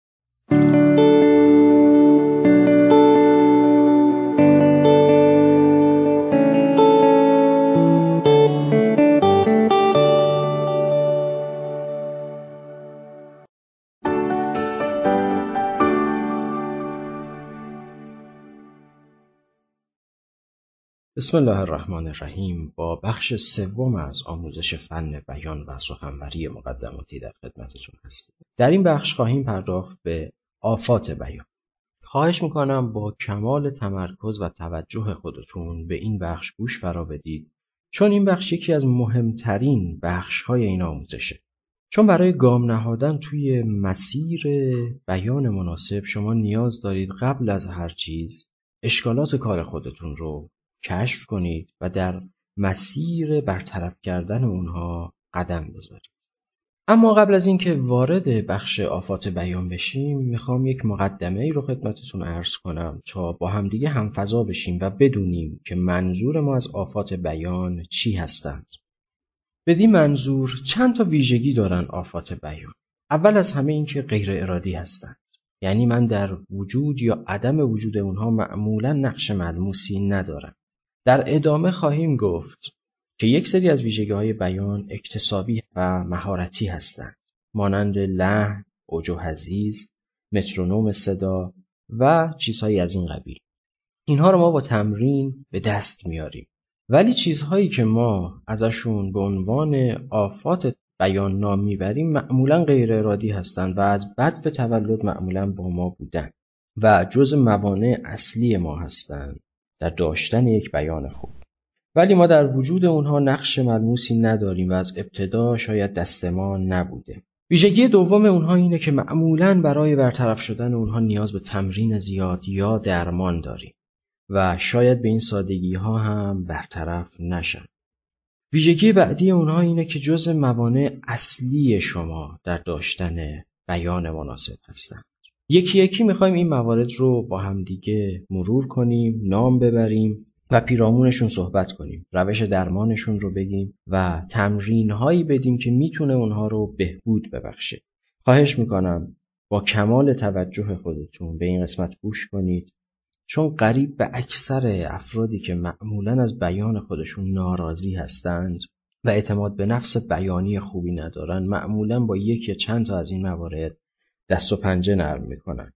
بسم الله الرحمن الرحیم. با بخش سوم از آموزش فن بیان و سخنوری مقدماتی در خدمتتون هستیم. در این بخش خواهیم پرداخت به آفات بیان. خواهش میکنم با کمال تمرکز و توجه خودتون به این بخش گوش فرا بدید، چون این بخش یکی از مهمترین بخش‌های این آموزشه. چون برای گام نهادن توی مسیر بیان مناسب شما نیاز دارید قبل از هر چیز اشکالات کار خودتون رو کشف کنید و در مسیر برطرف کردن اونها قدم بذارید. اما قبل از اینکه وارد بخش آفات بیان بشیم، میخوام یک مقدمه ای رو خدمتتون عرض کنم تا با همدیگه همفضا بشیم و بدونیم که منظور ما از آفات بیان چی هستند. بدین منظور چند تا ویژگی دارن آفات بیان. اول از همه این که غیر ارادی هستند. یعنی من در وجود یا عدم وجود اونها معمولا نقش ملموسی ندارم. در ادامه خواهیم گفت که یک سری از ویژگی‌های بیان اکتسابی و مهارتی هستند، مانند لحن، اوج و حضیض، مترونوم صدا و چیزهایی از این قبیل. اینها رو ما با تمرین به دست میاریم. ولی چیزهایی که ما ازشون به عنوان آفات بیان نام میبریم معمولا غیر ارادی هستند و از بدو تولد معمولا با ما بودن و جز موانع اصلی ما هستند در داشتن یک بیان خوب. ولی ما در وجود اونها نقش ملموسی نداریم و از ابتدا شاید دست ما نبوده. ویژگی دوم اونها اینه که معمولاً برای برطرف شدن اونها نیاز به تمرین زیاد یا درمان داریم و شاید به این سادگی ها هم برطرف نشن. ویژگی بعدی اونها اینه که جز موانع اصلی شما در داشتن بیان مناسب هستند. یکی یکی میخوایم این موارد رو با هم دیگه مرور کنیم، نام ببریم و پیرامونشون صحبت کنیم، روش درمانشون رو بگیم و تمرین هایی بدیم که میتونه اونها رو بهبود ببخشه. خواهش میکنم با کمال توجه خودتون به این قسمت گوش کنید، چون قریب به اکثر افرادی که معمولاً از بیان خودشون ناراضی هستند و اعتماد به نفس بیانی خوبی ندارن، معمولاً با یک یا چند تا از این موارد دست و پنجه نرم میکنن.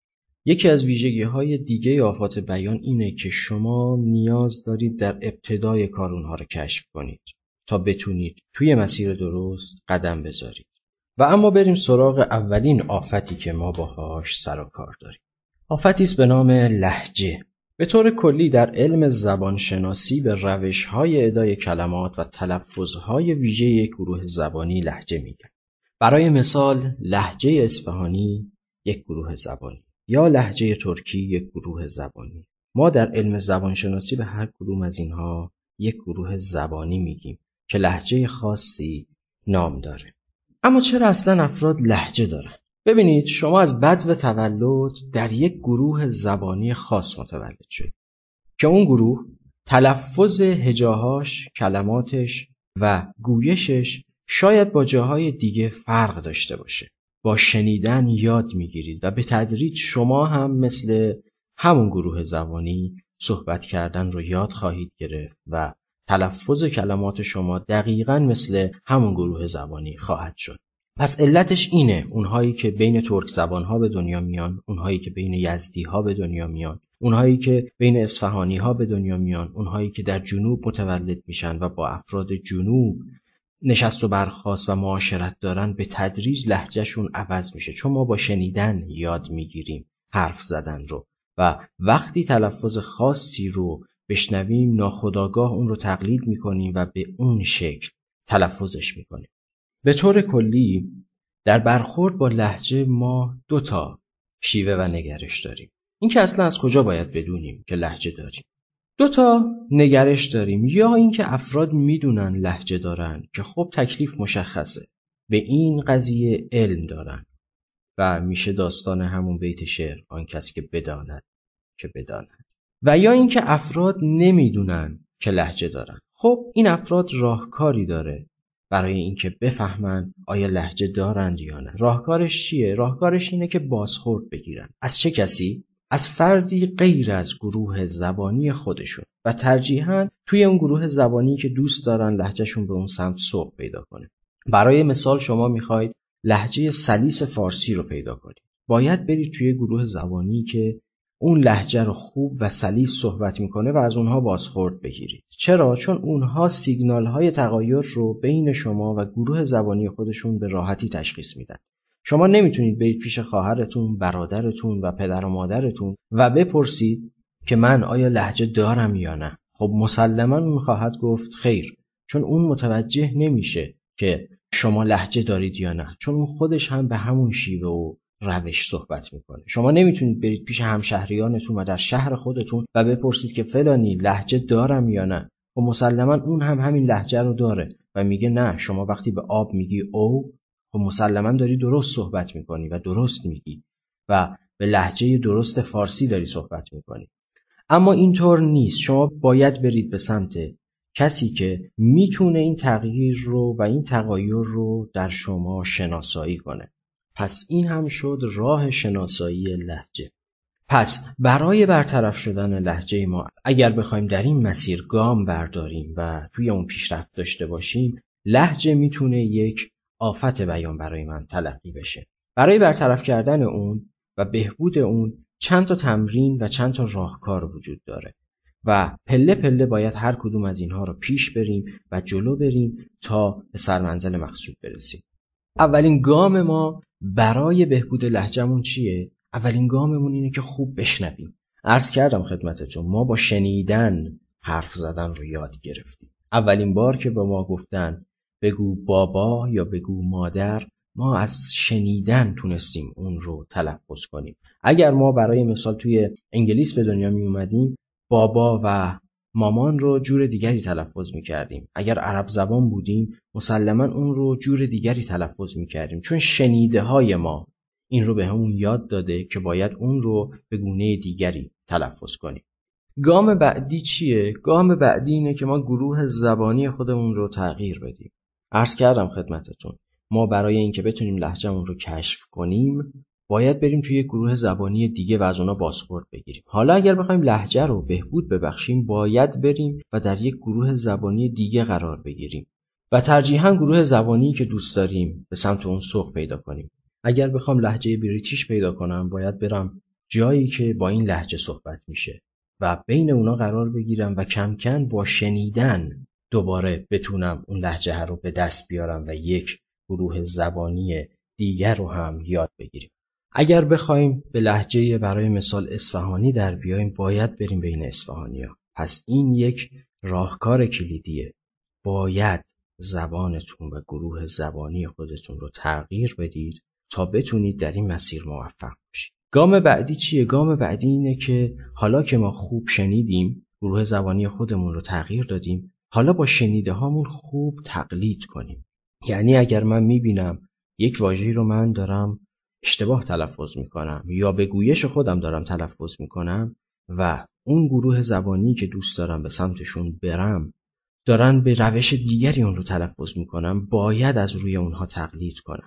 یکی از ویژگی‌های دیگه آفات بیان اینه که شما نیاز دارید در ابتدای کار اونها رو کشف کنید تا بتونید توی مسیر درست قدم بذارید. و اما بریم سراغ اولین آفتی که ما باهاش سر و کار داریم. آفتی است به نام لهجه. به طور کلی در علم زبانشناسی به روش‌های ادای کلمات و تلفظهای ویژه یک گروه زبانی لهجه میگن. برای مثال لهجه اصفهانی یک گروه زبانی یا لهجه ترکی یک گروه زبانی. ما در علم زبانشناسی به هر کدوم از اینها یک گروه زبانی میگیم که لهجه خاصی نام داره. اما چرا اصلا افراد لهجه دارن؟ ببینید، شما از بدو تولد در یک گروه زبانی خاص متولد شدید که اون گروه تلفظ هجاهاش، کلماتش و گویشش شاید با جاهای دیگه فرق داشته باشه. با شنیدن یاد میگیرید و به تدریج شما هم مثل همون گروه زبانی صحبت کردن رو یاد خواهید گرفت و تلفظ کلمات شما دقیقاً مثل همون گروه زبانی خواهد شد. پس علتش اینه اونهایی که بین ترک زبانها به دنیا میان، اونهایی که بین یزدی ها به دنیا میان، اونهایی که بین اصفهانی ها به دنیا میان، اونهایی که در جنوب متولد میشن و با افراد جنوب نشست و برخاست و معاشرت دارن، به تدریج لهجهشون عوض میشه، چون ما با شنیدن یاد میگیریم حرف زدن رو و وقتی تلفظ خاصی رو بشنویم ناخودآگاه اون رو تقلید میکنیم و به اون شکل تلفظش میکنیم. به طور کلی در برخورد با لهجه ما دو تا شیوه و نگرش داریم. این که اصلا از کجا باید بدونیم که لهجه داریم؟ دو تا نگرش داریم. یا اینکه افراد میدونن لهجه دارن که خب تکلیف مشخصه، به این قضیه علم دارن و میشه داستان همون بیت شعر، آن کسی که بداند که بداند. و یا اینکه افراد نمیدونن که لهجه دارن. خب این افراد راهکاری داره برای اینکه بفهمن آیا لهجه دارند یا نه. راهکارش چیه؟ راهکارش اینه که بازخورد بگیرن. از چه کسی؟ از فردی غیر از گروه زبانی خودشون و ترجیحاً توی اون گروه زبانی که دوست دارن لهجهشون به اون سمت سوق پیدا کنه. برای مثال شما میخواید لهجه سلیس فارسی رو پیدا کنید. باید برید توی گروه زبانی که اون لهجه رو خوب و سلیس صحبت میکنه و از اونها بازخورد بگیرید. چرا؟ چون اونها سیگنال های تغییر رو بین شما و گروه زبانی خودشون به راحتی تشخیص میدن. شما نمیتونید برید پیش خواهرتون، برادرتون و پدر و مادرتون و بپرسید که من آیا لهجه دارم یا نه. خب مسلماً اون خواهد گفت خیر، چون اون متوجه نمیشه که شما لهجه دارید یا نه، چون اون خودش هم به همون شیوه و روش صحبت میکنه. شما نمیتونید برید پیش همشهریانتون و در شهر خودتون و بپرسید که فلانی لهجه دارم یا نه. و مسلماً اون هم همین لهجه رو داره و میگه نه. شما وقتی به آب میگی او، و مسلماً داری درست صحبت میکنی و درست میگی و به لهجه درست فارسی داری صحبت میکنی. اما اینطور نیست. شما باید برید به سمت کسی که میتونه این تغییر رو و این تغییر رو در شما شناسایی کنه. پس این هم شد راه شناسایی لهجه. پس برای برطرف شدن لهجه ما اگر بخوایم در این مسیر گام برداریم و توی اون پیشرفت داشته باشیم، لهجه میتونه یک آفت بیان برای من تلقی بشه. برای برطرف کردن اون و بهبود اون چند تا تمرین و چند تا راهکار وجود داره و پله پله باید هر کدوم از اینها رو پیش بریم و جلو بریم تا به سرمنزل مقصود برسیم. اولین گام ما برای بهبود لهجه‌مون چیه؟ اولین گاممون اینه که خوب بشنویم. عرض کردم خدمتتون ما با شنیدن حرف زدن رو یاد گرفتیم. اولین بار که با ما گفتن بگو بابا یا بگو مادر، ما از شنیدن تونستیم اون رو تلفظ کنیم. اگر ما برای مثال توی انگلیس به دنیا می اومدیم، بابا و مامان رو جور دیگری تلفظ می کردیم. اگر عرب زبان بودیم مسلما اون رو جور دیگری تلفظ می کردیم، چون شنیده های ما این رو به همون یاد داده که باید اون رو به گونه دیگری تلفظ کنیم. گام بعدی چیه؟ گام بعدی اینه که ما گروه زبانی خودمون رو تغییر بدیم. عرض کردم خدمتتون ما برای اینکه بتونیم لهجه‌مون رو کشف کنیم باید بریم توی یک گروه زبانی دیگه و از اونا بازخورد بگیریم. حالا اگر بخوایم لهجه رو بهبود ببخشیم باید بریم و در یک گروه زبانی دیگه قرار بگیریم و ترجیحاً گروه زبانی که دوست داریم به سمت اون سوق پیدا کنیم. اگر بخوام لهجه بریتیش پیدا کنم باید برم جایی که با این لهجه صحبت میشه و بین اونا قرار بگیرم و کم کم با شنیدن دوباره بتونم اون لهجه رو به دست بیارم و یک گروه زبانی دیگر رو هم یاد بگیریم. اگر بخوایم به لهجه برای مثال اصفهانی در بیایم باید بریم بین اصفهانی‌ها. پس این یک راهکار کلیدیه. باید زبانتون و گروه زبانی خودتون رو تغییر بدید تا بتونید در این مسیر موفق باشید. گام بعدی چیه؟ گام بعدی اینه که حالا که ما خوب شنیدیم، گروه زبانی خودمون رو تغییر دادیم، حالا با شنیده هامون خوب تقلید کنیم. یعنی اگر من میبینم یک واژه‌ای رو من دارم اشتباه تلفظ میکنم یا به گویش خودم دارم تلفظ میکنم و اون گروه زبانی که دوست دارم به سمتشون برم دارن به روش دیگری اون رو تلفظ میکنم، باید از روی اونها تقلید کنم.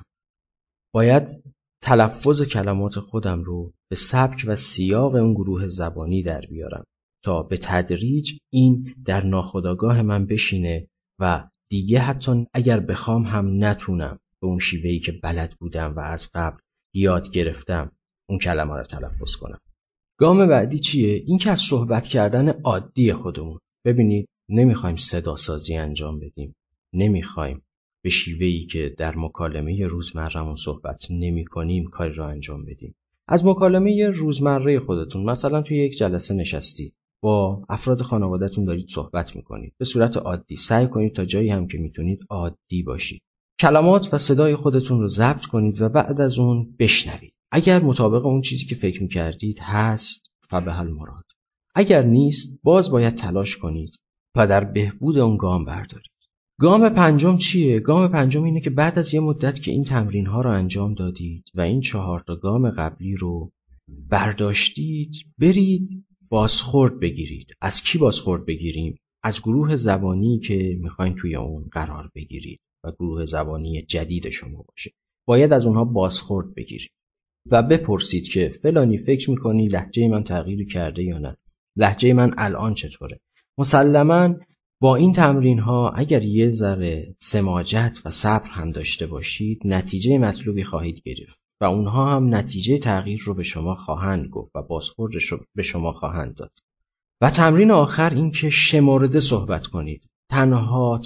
باید تلفظ کلمات خودم رو به سبک و سیاق اون گروه زبانی در بیارم تا به تدریج این در ناخودآگاه من بشینه و دیگه حتی اگر بخوام هم نتونم به اون شیوهی که بلد بودم و از قبل یاد گرفتم اون کلمه رو تلفظ کنم. گام بعدی چیه؟ این که از صحبت کردن عادی خودمون، ببینید نمیخوایم صدا سازی انجام بدیم، نمیخوایم به شیوهی که در مکالمه روزمره‌مون صحبت نمی کنیم کاری رو انجام بدیم. از مکالمه روزمره خودتون مثلا توی یک جلسه نشستید با افراد خانواده‌تون دارید صحبت میکنید به صورت عادی، سعی کنید تا جایی هم که میتونید عادی باشید. کلمات و صدای خودتون رو ضبط کنید و بعد از اون بشنوید. اگر مطابق اون چیزی که فکر میکردید هست فبحال مراد، اگر نیست باز باید تلاش کنید و در بهبود اون گام بردارید. گام پنجم چیه؟ گام پنجم اینه که بعد از یه مدت که این تمرین ها رو انجام دادید و این چهار تا گام قبلی رو برداشتید، برید بازخورد بگیرید. از کی بازخورد بگیریم؟ از گروه زبانی که میخواین توی اون قرار بگیرید و گروه زبانی جدید شما باشه. باید از اونها بازخورد بگیرید و بپرسید که فلانی فکر میکنی لهجه من تغییر کرده یا نه؟ لهجه من الان چطوره؟ مسلماً با این تمرین ها اگر یه ذره سماجت و صبر هم داشته باشید نتیجه مطلوبی خواهید گرفت و اونها هم نتیجه تغییر رو به شما خواهند گفت و بازخوردش رو به شما خواهند داد. و تمرین آخر این که شمرده صحبت کنید. تنها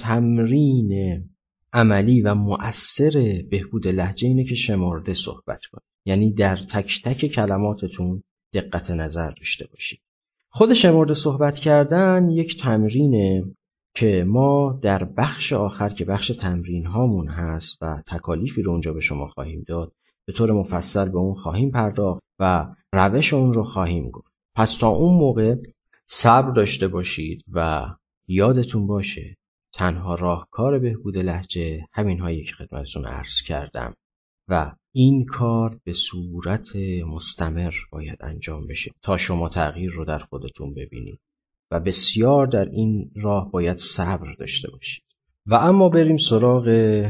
تمرین عملی و مؤثر بهبود لهجه اینه که شمرده صحبت کنید. یعنی در تک تک کلماتتون دقت نظر داشته باشید. خود شمرده صحبت کردن یک تمرینه که ما در بخش آخر که بخش تمرین هامون هست و تکالیفی رو اونجا به شما خواهیم داد به طور مفصل به اون خواهیم پرداخت و روش اون رو خواهیم گفت. پس تا اون موقع صبر داشته باشید و یادتون باشه تنها راهکار بهبود لهجه همین هایی که خدمتتون عرض کردم و این کار به صورت مستمر باید انجام بشه تا شما تغییر رو در خودتون ببینید و بسیار در این راه باید صبر داشته باشید. و اما بریم سراغ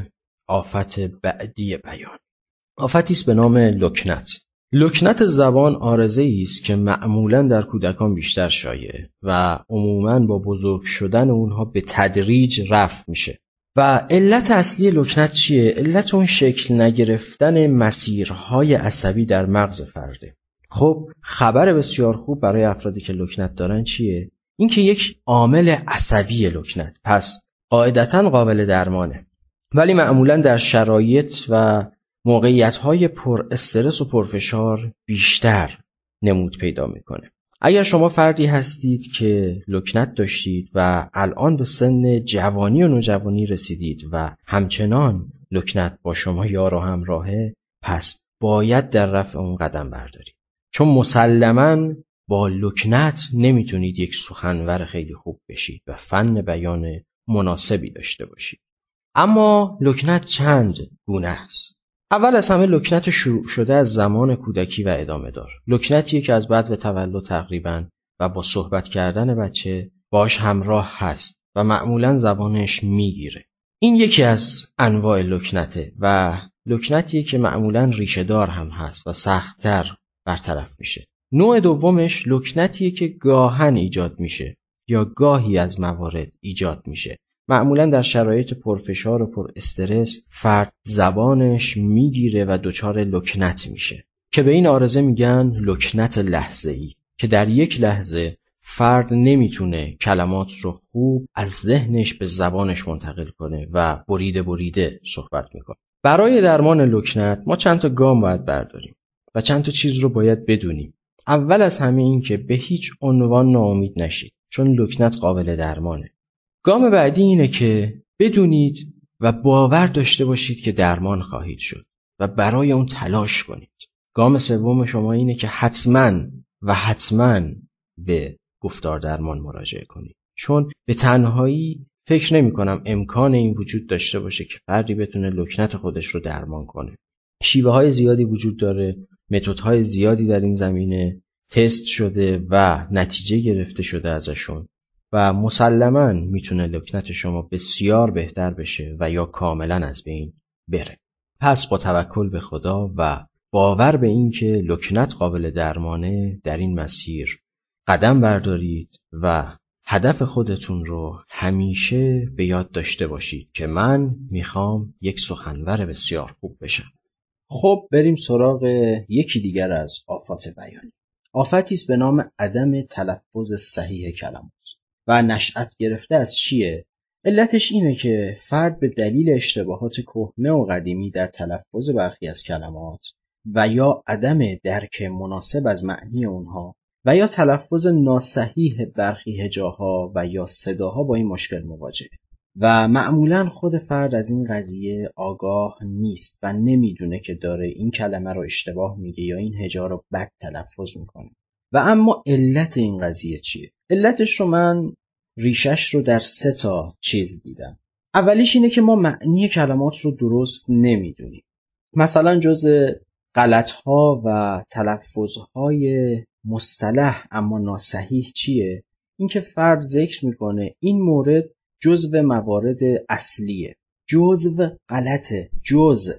آفت بعدی بیان. آفتی است به نام لکنت. لکنت زبان عارضه‌ای است که معمولاً در کودکان بیشتر شایعه و عموماً با بزرگ شدن اونها به تدریج رفع میشه. و علت اصلی لکنت چیه؟ علت اون شکل نگرفتن مسیرهای عصبی در مغز فرده. خب خبر بسیار خوب برای افرادی که لکنت دارن چیه؟ این که یک عامل عصبی لکنت، پس قاعدتاً قابل درمانه، ولی معمولاً در شرایط و موقعیت‌های پر استرس و پرفشار بیشتر نمود پیدا میکنه. اگر شما فردی هستید که لکنت داشتید و الان به سن جوانی و نوجوانی رسیدید و همچنان لکنت با شما یار و همراهه، پس باید در رفع اون قدم بردارید، چون مسلماً با لکنت نمیتونید یک سخنور خیلی خوب بشید و فن بیان مناسبی داشته باشید. اما لکنت چند گونه است. اول از همه لکنت شروع شده از زمان کودکی و ادامه دار. لکنتیه که از بعد و تولد تقریباً و با صحبت کردن بچه باش همراه هست و معمولاً زبانش میگیره. این یکی از انواع لکنته و لکنتیه که معمولاً ریشه دار هم هست و سخت‌تر برطرف میشه. نوع دومش لکنتیه که گاهن ایجاد میشه یا گاهی از موارد ایجاد میشه. معمولا در شرایط پرفشار و پر استرس فرد زبانش میگیره و دچار لکنت میشه که به این عارضه میگن لکنت لحظه‌ای، که در یک لحظه فرد نمیتونه کلمات رو خوب از ذهنش به زبانش منتقل کنه و بریده بریده صحبت میکنه. برای درمان لکنت ما چند تا گام باید برداریم و چند تا چیز رو باید بدونیم. اول از همه این که به هیچ عنوان ناامید نشید، چون لکنت قابل درمانه. گام بعدی اینه که بدونید و باور داشته باشید که درمان خواهید شد و برای اون تلاش کنید. گام سوم شما اینه که حتما و حتما به گفتار درمان مراجعه کنید، چون به تنهایی فکر نمی کنم امکان این وجود داشته باشه که فردی بتونه لکنت خودش رو درمان کنه. شیوه های زیادی وجود داره، متدهای زیادی در این زمینه تست شده و نتیجه گرفته شده ازشون و مسلماً میتونه لکنت شما بسیار بهتر بشه و یا کاملاً از بین بره. پس با توکل به خدا و باور به این که لکنت قابل درمانه در این مسیر قدم بردارید و هدف خودتون رو همیشه به یاد داشته باشید که من میخوام یک سخنور بسیار خوب بشم. خب بریم سراغ یکی دیگر از آفات بیانی. آفتی است به نام عدم تلفظ صحیح کلمات و نشأت گرفته از چیه؟ علتش اینه که فرد به دلیل اشتباهات کهنه و قدیمی در تلفظ برخی از کلمات و یا عدم درک مناسب از معنی اونها و یا تلفظ ناصحیح برخی هجاها و یا صداها با این مشکل مواجهه و معمولاً خود فرد از این قضیه آگاه نیست و نمیدونه که داره این کلمه رو اشتباه میگه یا این هجا رو بد تلفظ میکنه. و اما علت این قضیه چیه؟ علتش رو من ریشش رو در سه تا چیز دیدم. اولیش اینه که ما معنی کلمات رو درست نمیدونیم. مثلا جز غلط‌ها و تلفظهای مصطلح اما ناصحیح چیه؟ اینکه فرد ذکر میکنه این مورد جزو موارد اصلیه. جزو غلطه، جزء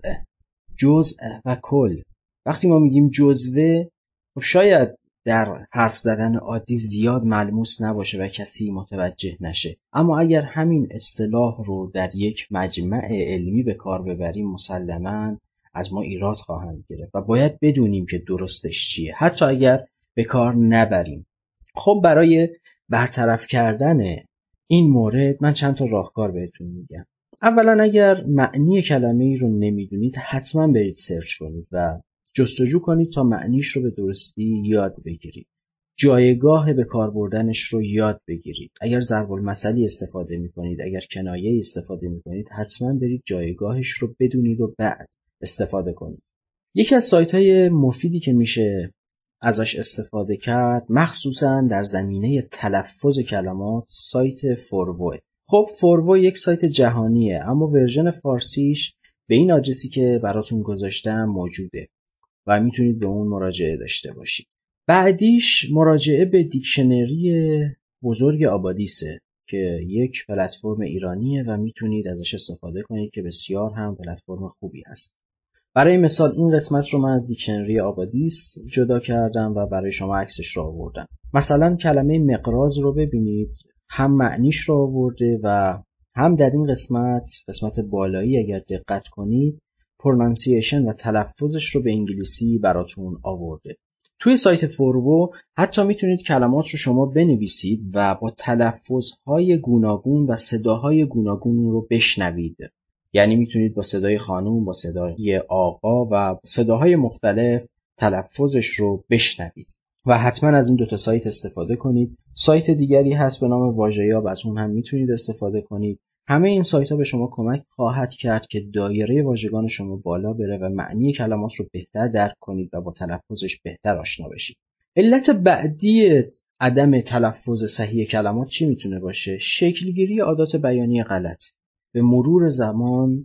جزء و کل. وقتی ما میگیم جزوه، خب شاید در حرف زدن عادی زیاد ملموس نباشه و کسی متوجه نشه، اما اگر همین اصطلاح رو در یک مجمع علمی به کار ببریم مسلماً از ما ایراد خواهند گرفت و باید بدونیم که درستش چیه حتی اگر به کار نبریم. خب برای برطرف کردن این مورد من چند تا راهکار بهتون میگم. اولا اگر معنی کلمه ای رو نمیدونید حتما برید سرچ کنید و جستجو کنید تا معنیش رو به درستی یاد بگیرید. جایگاه به کار بردنش رو یاد بگیرید. اگر ضرب المثلی استفاده میکنید، اگر کنایه استفاده میکنید، حتما برید جایگاهش رو بدونید و بعد استفاده کنید. یکی از سایت‌های مفیدی که میشه ازش استفاده کرد مخصوصا در زمینه تلفظ کلمات سایت فوروه. خب فوروه یک سایت جهانیه اما ورژن فارسیش به این آدرسی که براتون گذاشتم موجوده و میتونید به اون مراجعه داشته باشید. بعدیش مراجعه به دیکشنری بزرگ آبادیسه که یک پلتفرم ایرانیه و میتونید ازش استفاده کنید که بسیار هم پلتفرم خوبی هست. برای مثال این قسمت رو من از دیکشنری آبادیس جدا کردم و برای شما عکسش رو آوردم. مثلا کلمه مقراض رو ببینید، هم معنیش رو آورده و هم در این قسمت قسمت بالایی اگر دقت کنید پرونانسیشن و تلفظش رو به انگلیسی براتون آورده. توی سایت فورو حتی میتونید کلمات رو شما بنویسید و با تلفظهای گوناگون و صداهای گوناگون رو بشنوید. یعنی میتونید با صدای خانم، با صدای آقا و صداهای مختلف تلفظش رو بشنوید و حتما از این دوتا سایت استفاده کنید. سایت دیگری هست به نام واژه‌یاب، از اون هم میتونید استفاده کنید. همه این سایت ها به شما کمک خواهد کرد که دایره واژگان شما بالا بره و معنی کلمات رو بهتر درک کنید و با تلفظش بهتر آشنا بشید. علت بعدی عدم تلفظ صحیح کلمات چی میتونه باشه؟ شکلگیری عادات بیانی غلط به مرور زمان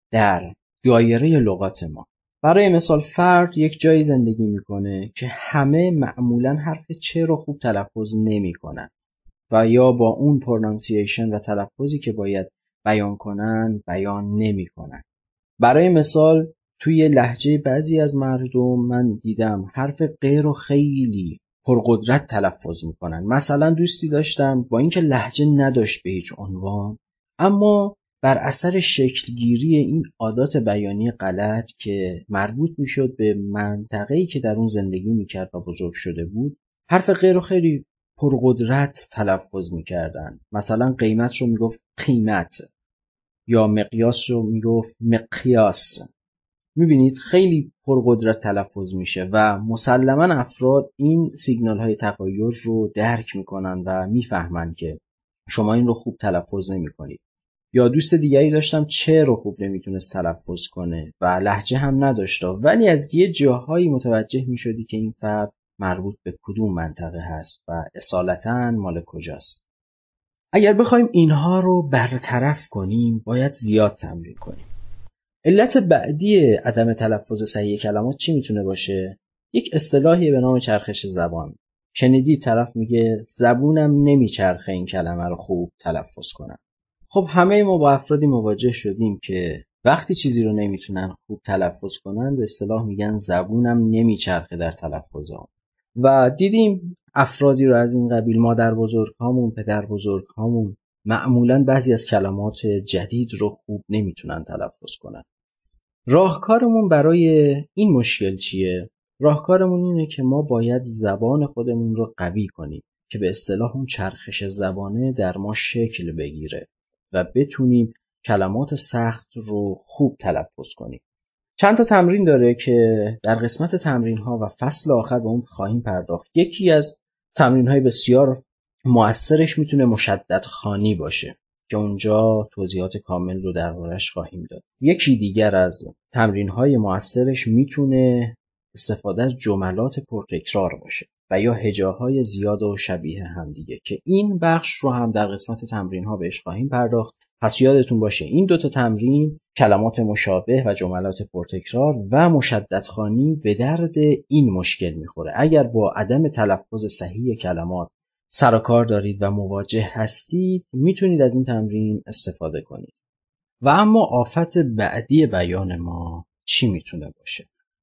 در دایره لغات ما. برای مثال فرد یک جایی زندگی میکنه که همه معمولا حرف چه رو خوب تلفظ نمیکنن و یا با اون پرونانسییشن و تلفظی که باید بیان کنن بیان نمیکنن. برای مثال توی لهجه بعضی از مردم من دیدم حرف غیر رو خیلی پرقدرت تلفظ میکنن. مثلا دوستی داشتم با اینکه لهجه نداشت به هیچ عنوان، اما بر اثر شکلگیری این عادات بیانی غلط که مربوط میشد به منطقه‌ای که در اون زندگی میکرد و بزرگ شده بود، حرف غیر رو خیلی پرقدرت تلفظ میکردن. مثلا قیمت رو میگفت قیمت یا مقیاس رو میگفت مقیاس. میبینید خیلی پرقدرت تلفظ میشه و مسلما افراد این سیگنال های تغییر رو درک میکنن و میفهمن که شما این رو خوب تلفظ نمیکنید. یا دوست دیگری داشتم چه رو خوب نمیتونست تلفظ کنه و لهجه هم نداشته، ولی از یه جاهایی متوجه میشدی که این فرد مربوط به کدوم منطقه هست و اصالتاً مال کجاست. اگر بخوایم اینها رو برطرف کنیم باید زیاد تمرین کنیم. علت بعدی عدم تلفظ صحیح کلمات چی میتونه باشه؟ یک اصطلاحی به نام چرخش زبان. شنیدی طرف میگه زبونم نمیچرخه این کلمه رو خوب تلفظ کنم. خب همه ما با افرادی مواجه شدیم که وقتی چیزی رو نمیتونن خوب تلفظ کنن به اصطلاح میگن زبونم نمیچرخه در تلفظم. و دیدیم افرادی رو از این قبیل، مادر بزرگ هامون، پدر بزرگ هامون معمولاً بعضی از کلمات جدید رو خوب نمیتونن تلفظ کنن. راهکارمون برای این مشکل چیه؟ راهکارمون اینه که ما باید زبان خودمون رو قوی کنیم که به اصطلاح اون چرخش زبانه در ما شکل بگیره و بتونیم کلمات سخت رو خوب تلفظ کنیم. چند تا تمرین داره که در قسمت تمرین ها و فصل آخر به اون خواهیم پرداخت. یکی از تمرین های بسیار مؤثرش میتونه مشدد خوانی باشه که اونجا توضیحات کامل رو دربارش خواهیم داد. یکی دیگر از تمرین های مؤثرش میتونه استفاده از جملات پرتکرار باشه و یا هجاهای زیاد و شبیه هم دیگه که این بخش رو هم در قسمت تمرین ها بهش خواهیم پرداخت. پس یادتون باشه این دوتا تمرین، کلمات مشابه و جملات پرتکرار و مشدد خوانی، به درد این مشکل میخوره. اگر با عدم تلفظ صحیح کلمات سر و کار دارید و مواجه هستید میتونید از این تمرین استفاده کنید. و اما آفت بعدی بیان ما چی میتونه باشه؟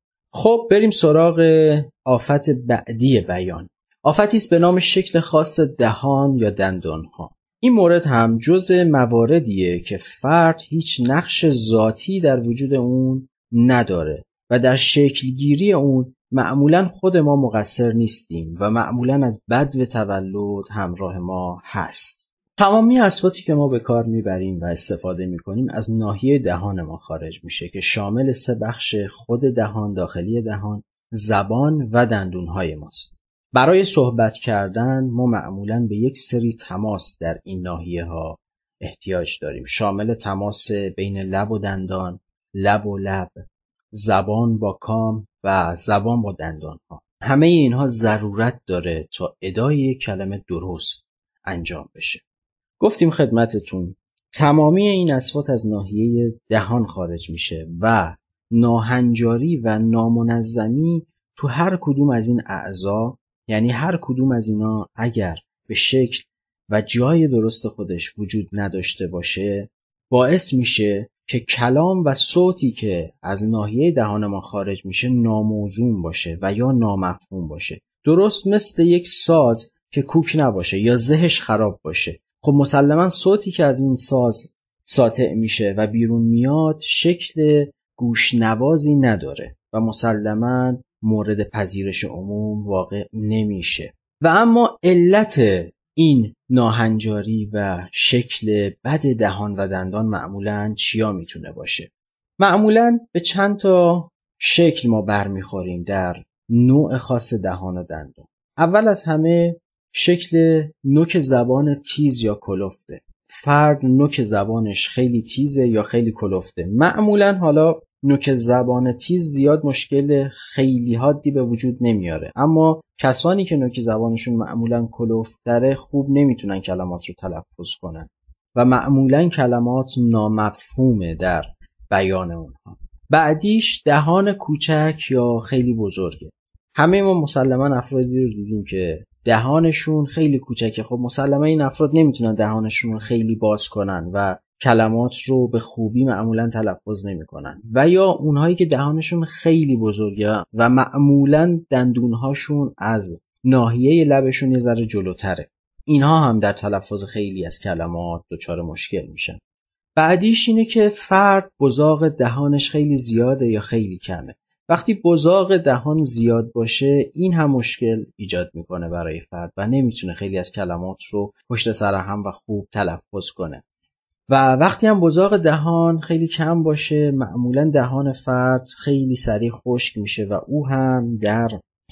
خب بریم سراغ آفت بعدی بیان. آفتی است به نام شکل خاص دهان یا دندانها. این مورد هم جزء مواردیه که فرد هیچ نقش ذاتی در وجود اون نداره و در شکلگیری اون معمولا خود ما مقصر نیستیم و معمولا از بدو تولد همراه ما هست. تمامی اصواتی که ما به کار میبریم و استفاده میکنیم از ناحیه دهان ما خارج میشه که شامل سه بخش خود دهان، داخلی دهان، زبان و دندونهای ماست. برای صحبت کردن ما معمولاً به یک سری تماس در این ناحیه ها احتیاج داریم، شامل تماس بین لب و دندان، لب و لب، زبان با کام و زبان با دندان ها. همه اینها ضرورت داره تا ادای یک کلمه درست انجام بشه. گفتیم خدمتتون تمامی این اصوات از ناحیه دهان خارج میشه و ناهنجاری و نامنظمی تو هر کدوم از این اعضا، یعنی هر کدوم از اینا اگر به شکل و جای درست خودش وجود نداشته باشه باعث میشه که کلام و صوتی که از ناحیه دهان ما خارج میشه ناموزون باشه و یا نامفهوم باشه. درست مثل یک ساز که کوک نباشه یا زهش خراب باشه. خب مسلما صوتی که از این ساز ساطع میشه و بیرون میاد شکل گوشنوازی نداره و مسلما مورد پذیرش عموم واقع نمیشه. و اما علت این ناهنجاری و شکل بد دهان و دندان معمولاً چیا میتونه باشه؟ معمولاً به چند تا شکل ما برمیخوریم در نوع خاص دهان و دندان. اول از همه شکل نوک زبان تیز یا کلفته. فرد نوک زبانش خیلی تیزه یا خیلی کلفته. معمولاً حالا نوک زبان تیز زیاد مشکل خیلی حادی به وجود نمیاره، اما کسانی که نوک زبانشون معمولاً کلفتره خوب نمیتونن کلمات رو تلفظ کنن و معمولاً کلمات نامفهومه در بیان اونها. بعدیش دهان کوچک یا خیلی بزرگه. همه ما مسلماً افرادی رو دیدیم که دهانشون خیلی کوچکه. خب مسلماً این افراد نمیتونن دهانشون رو خیلی باز کنن و کلمات رو به خوبی معمولاً تلفظ نمیکنن. و یا اونهایی که دهانشون خیلی بزرگه و معمولاً دندونهاشون از ناحیه لبشون یه ذره جلوتره، اینها هم در تلفظ خیلی از کلمات دچار مشکل میشن. بعدیش اینه که فرد بزاق دهانش خیلی زیاده یا خیلی کمه. وقتی بزاق دهان زیاد باشه این هم مشکل ایجاد میکنه برای فرد و نمیتونه خیلی از کلمات رو پشت سر هم و خوب تلفظ کنه. و وقتی هم بزاق دهان خیلی کم باشه معمولا دهان فرد خیلی سریع خشک میشه و او هم در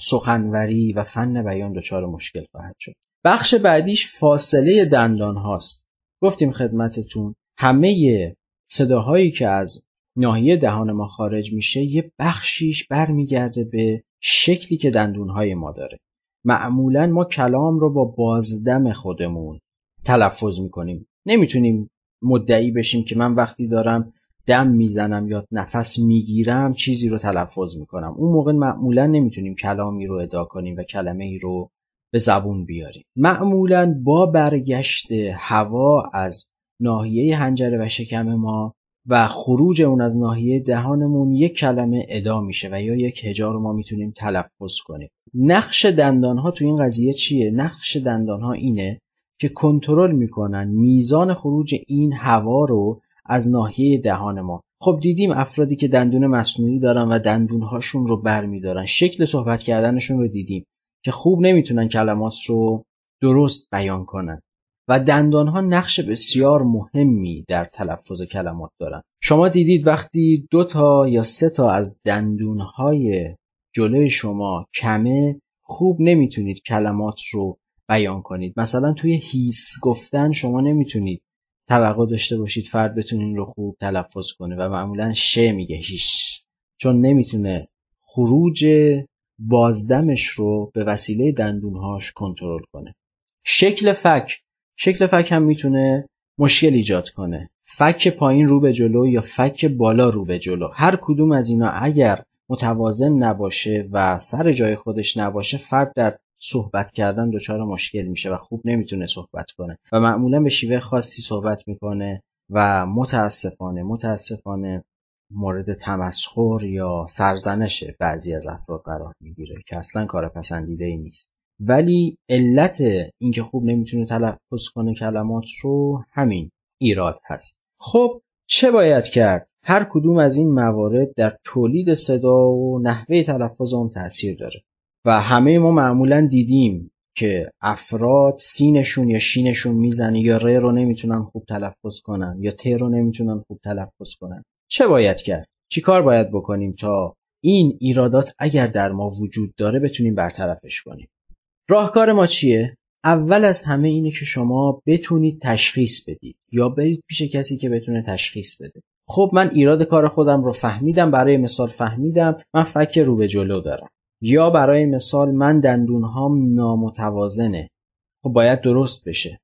سخنوری و فن بیان دچار مشکل خواهد شد. بخش بعدیش فاصله دندان هاست. گفتیم خدمتتون همه صداهایی که از ناحیه دهان ما خارج میشه یه بخشیش برمیگرده به شکلی که دندونهای ما داره. معمولا ما کلام رو با بازدم خودمون تلفظ میکنیم. نمیتونیم مدعی بشیم که من وقتی دارم دم میزنم یا نفس میگیرم چیزی رو تلفظ میکنم. اون موقع معمولا نمیتونیم کلامی رو ادا کنیم و کلمه ای رو به زبون بیاریم. معمولا با برگشت هوا از ناحیه حنجره و شکم ما و خروج اون از ناحیه دهانمون یک کلمه ادا میشه و یا یک هجا رو ما میتونیم تلفظ کنیم. نقش دندانها تو این قضیه چیه؟ نقش دندانها اینه که کنترل میکنن میزان خروج این هوا رو از ناحیه دهان ما. خب دیدیم افرادی که دندون مصنوعی دارن و دندونهاشون رو برمیدارن، شکل صحبت کردنشون رو دیدیم که خوب نمیتونن کلمات رو درست بیان کنن و دندانها نقش بسیار مهمی در تلفظ کلمات دارن. شما دیدید وقتی دو تا یا سه تا از دندونهای جلوی شما کمه خوب نمیتونید کلمات رو بیان کنید. مثلا توی هیس گفتن شما نمیتونید توقع داشته باشید فرد بتونه این رو خوب تلفظ کنه و معمولا ش میگه هیش، چون نمیتونه خروج بازدمش رو به وسیله دندونهاش کنترل کنه. شکل فک شکل فک هم میتونه مشکل ایجاد کنه. فک پایین رو به جلو یا فک بالا رو به جلو، هر کدوم از اینا اگر متوازن نباشه و سر جای خودش نباشه فرد در صحبت کردن دچار مشکل میشه و خوب نمیتونه صحبت کنه و معمولا به شیوه خاصی صحبت میکنه و متاسفانه متاسفانه مورد تمسخر یا سرزنش بعضی از افراد قرار میگیره که اصلا کار پسندیده ای نیست. ولی علت اینکه خوب نمیتونه تلفظ کنه کلمات رو همین ایراد هست. خب چه باید کرد؟ هر کدوم از این موارد در تولید صدا و نحوه تلفظ اون تأثیر داره و همه ما معمولا دیدیم که افراد سینشون یا شینشون میزنه یا ر رو نمیتونن خوب تلفظ کنن یا ت رو نمیتونن خوب تلفظ کنن. چه باید کرد؟ چی کار باید بکنیم تا این ایرادات اگر در ما وجود داره بتونیم برطرفش کنیم؟ راهکار ما چیه؟ اول از همه اینه که شما بتونید تشخیص بدید یا برید پیش کسی که بتونه تشخیص بده. خب من ایراد کار خودم رو فهمیدم، برای مثال فهمیدم من فک رو به جلو دارم، یا برای مثال من دندونهام نامتوازنه، خب باید درست بشه،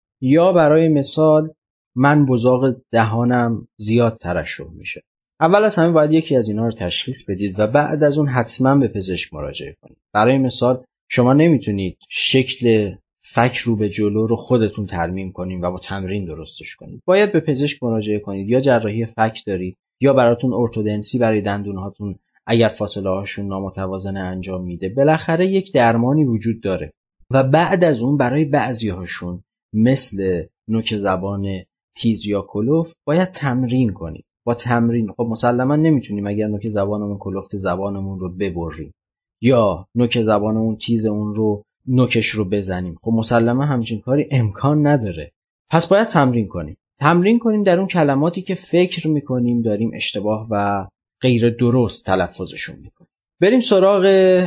یا برای مثال من بزاق دهانم زیاد ترشح میشه. اول از همه باید یکی از اینا رو تشخیص بدید و بعد از اون حتما به پزشک مراجعه کنید. برای مثال شما نمیتونید شکل فک رو به جلو رو خودتون ترمیم کنید و با تمرین درستش کنید. باید به پزشک مراجعه کنید، یا جراحی فک دارید یا براتون ارتودنسی برای دندونهاتون اگر فاصله هاشون نامتوازن انجام میده. بالاخره یک درمانی وجود داره و بعد از اون برای بعضی هاشون مثل نوک زبان تیز یا کلفت باید تمرین کنید. با تمرین خب مسلما نمیتونیم اگر نوک زبانمون کلفت زبانمون رو ببریم، یا نوک زبانمون تیز اون رو نوکش رو بزنیم. خب مسلما همچین کاری امکان نداره. پس باید تمرین کنیم. تمرین کنیم در اون کلماتی که فکر میکنیم داریم اشتباه و غیر درست تلفظشون میکنیم. بریم سراغ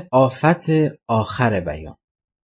آفت آخر بیان،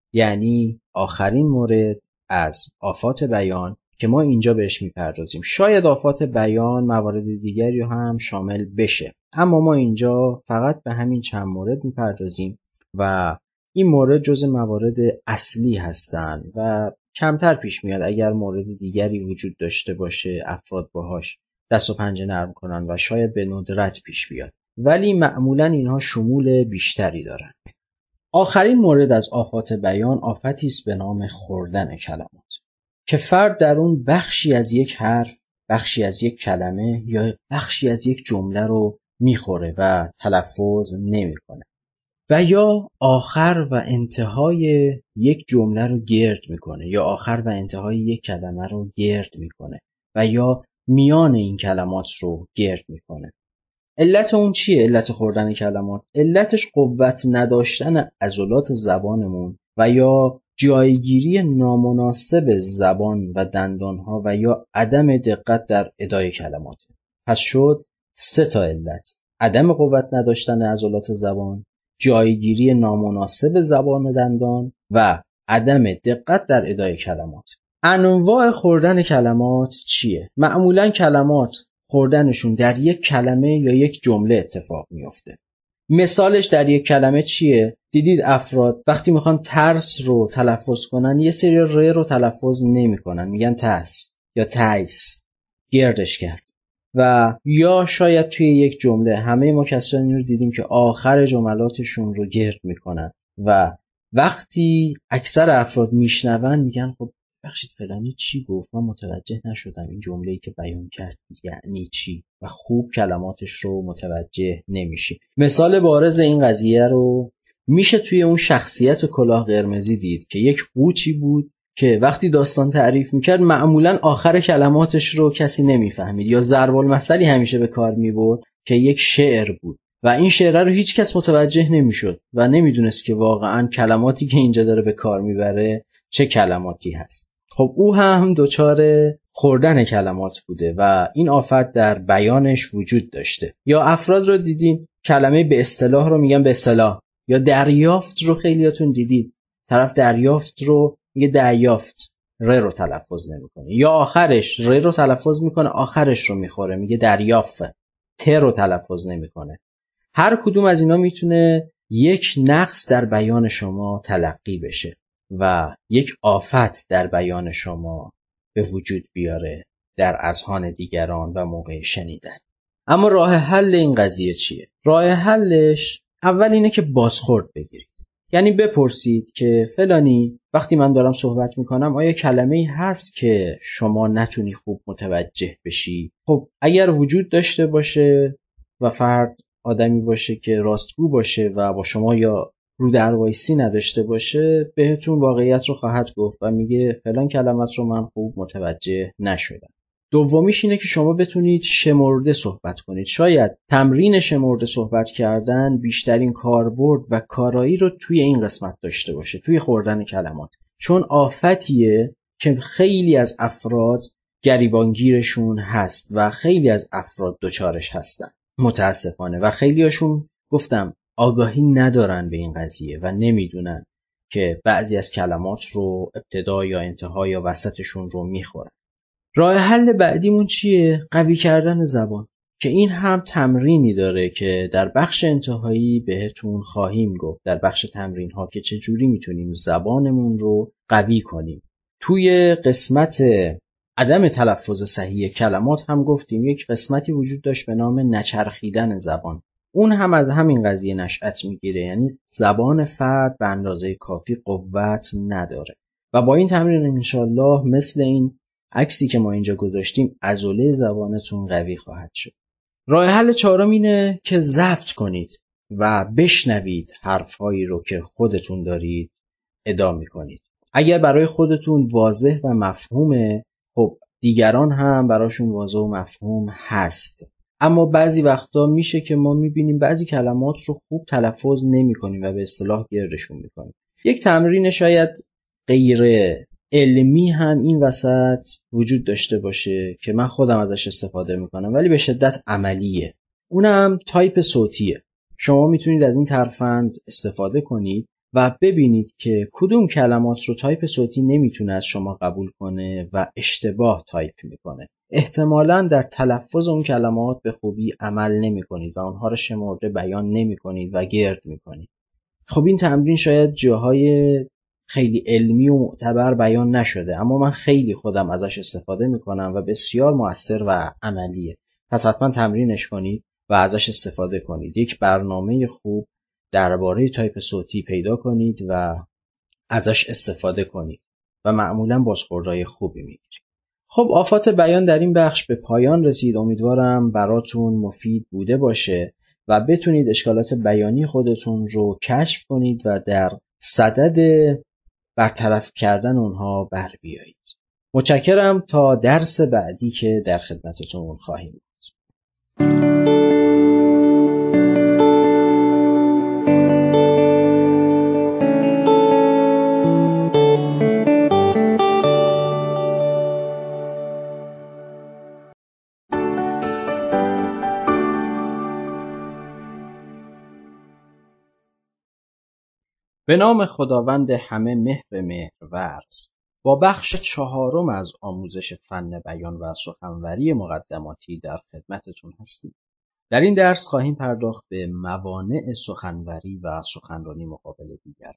یعنی آخرین مورد از آفات بیان که ما اینجا بهش میپردازیم. شاید آفات بیان موارد دیگری هم شامل بشه، اما ما اینجا فقط به همین چند مورد میپردازیم و این مورد جز موارد اصلی هستن و کمتر پیش میاد اگر مورد دیگری وجود داشته باشه افراد باهاش دست و پنجه نرم کنن و شاید به ندرت پیش بیاد، ولی معمولا اینها شمول بیشتری دارن. آخرین مورد از آفات بیان آفتی است به نام خوردن کلمات که فرد در اون بخشی از یک حرف، بخشی از یک کلمه یا بخشی از یک جمله رو میخوره و تلفظ نمیکنه و یا آخر و انتهای یک جمله رو گرد میکنه یا آخر و انتهای یک کلمه رو گرد میکنه و یا میان این کلمات رو گرد میکنه. علت اون چیه؟ علت خوردن کلمات علتش قوت نداشتن عضلات زبانمون و یا جایگیری نامناسب زبان و دندانها و یا عدم دقت در ادای کلمات. پس شد سه تا علت: عدم قوت نداشتن عضلات زبان، جایگیری نامناسب زبان و دندان و عدم دقت در ادای کلمات. انواع خوردن کلمات چیه؟ معمولا کلمات خوردنشون در یک کلمه یا یک جمله اتفاق میفته. مثالش در یک کلمه چیه؟ دیدید افراد وقتی میخوان ترس رو تلفظ کنن یه سری ر رو تلفظ نمی کنن، میگن ترس یا تایس، گردش کرد. و یا شاید توی یک جمله همه ما کسانی رو دیدیم که آخر جملاتشون رو گرد میکنن و وقتی اکثر افراد میشنون میگن خب بخشید فلانی چی گفت، من متوجه نشدم این جمله‌ای که بیان کرد یعنی چی، و خوب کلماتش رو متوجه نمیشی. مثال بارز این قضیه رو میشه توی اون شخصیت کلاه قرمزی دید که یک قوچی بود که وقتی داستان تعریف میکرد معمولا آخر کلماتش رو کسی نمیفهمید یا ضرب المثلی همیشه به کار میبرد که یک شعر بود و این شعر رو هیچ کس متوجه نمیشد و نمیدونست که واقعا کلماتی که اینجا داره به کار میبره چه کلماتی هست. خب او هم دچار خوردن کلمات بوده و این آفت در بیانش وجود داشته. یا افراد رو دیدیم کلمه به اصطلاح رو میگن به اصطلاح، یا دریافت رو خیلیاتون دیدید طرف دریافت رو میگه دریافت، ر رو تلفظ نمیکنه، یا آخرش ر رو تلفظ میکنه آخرش رو میخوره میگه دریافت، ت رو تلفظ نمیکنه. هر کدوم از اینا میتونه یک نقص در بیان شما تلقی بشه و یک آفت در بیان شما به وجود بیاره در اذهان دیگران و موقع شنیدن. اما راه حل این قضیه چیه؟ راه حلش اول اینه که بازخورد بگیرید. یعنی بپرسید که فلانی وقتی من دارم صحبت میکنم آیا کلمه‌ای هست که شما نتونی خوب متوجه بشی؟ خب اگر وجود داشته باشه و فرد آدمی باشه که راستگو باشه و با شما یا رو در وایسی نداشته باشه بهتون واقعیت رو خواهد گفت و میگه فلان کلمات رو من خوب متوجه نشدم. دومیش اینه که شما بتونید شمرده صحبت کنید. شاید تمرین شمرده صحبت کردن بیشترین کاربرد و کارایی رو توی این قسمت داشته باشه، توی خوردن کلمات، چون آفتیه که خیلی از افراد گریبانگیرشون هست و خیلی از افراد دچارش هستن متاسفانه و خیلی هاشون گفتم آگاهی ندارن به این قضیه و نمیدونن که بعضی از کلمات رو ابتدا یا انتها یا وسطشون رو میخورن. راه حل بعدیمون چیه؟ قوی کردن زبان، که این هم تمرینی داره که در بخش انتهایی بهتون خواهیم گفت، در بخش تمرین ها که چجوری میتونیم زبانمون رو قوی کنیم. توی قسمت عدم تلفظ صحیح کلمات هم گفتیم یک قسمتی وجود داشت به نام نچرخیدن زبان. اون هم از همین قضیه نشأت میگیره، یعنی زبان فرد به اندازه کافی قوت نداره و با این تمرین انشالله مثل این عکسی که ما اینجا گذاشتیم عضله زبانتون قوی خواهد شد. راه حل چهارم اینه که ضبط کنید و بشنوید حرفهایی رو که خودتون دارید ادا میکنید. اگر برای خودتون واضح و مفهومه خب دیگران هم براشون واضح و مفهوم هست، اما بعضی وقتا میشه که ما میبینیم بعضی کلمات رو خوب تلفظ نمی کنیم و به اصطلاح گردشون میکنیم. یک تمرین شاید غیر علمی هم این وسط وجود داشته باشه که من خودم ازش استفاده میکنم ولی به شدت عملیه. اونم تایپ صوتیه. شما میتونید از این ترفند استفاده کنید و ببینید که کدوم کلمات رو تایپ صوتی نمیتونه از شما قبول کنه و اشتباه تایپ میکنه. احتمالاً در تلفظ اون کلمات به خوبی عمل نمی کنید و اونها رو شمرده بیان نمی کنید و گرد می کنید. خب این تمرین شاید جاهای خیلی علمی و معتبر بیان نشده اما من خیلی خودم ازش استفاده می کنم و بسیار مؤثر و عملیه. پس حتما تمرینش کنید و ازش استفاده کنید. یک برنامه خوب درباره تایپ صوتی پیدا کنید و ازش استفاده کنید و معمولاً بازخوردهای خوبی میگیرید. خب آفات بیان در این بخش به پایان رسید. امیدوارم براتون مفید بوده باشه و بتونید اشکالات بیانی خودتون رو کشف کنید و در صدد برطرف کردن اونها بر بیایید. متشکرم تا درس بعدی که در خدمتتون خواهیم بود. به نام خداوند همه مهر مهرورز. با بخش چهارم از آموزش فن بیان و سخنوری مقدماتی در خدمتتون هستیم. در این درس خواهیم پرداخت به موانع سخنوری و سخنرانی مقابل دیگر.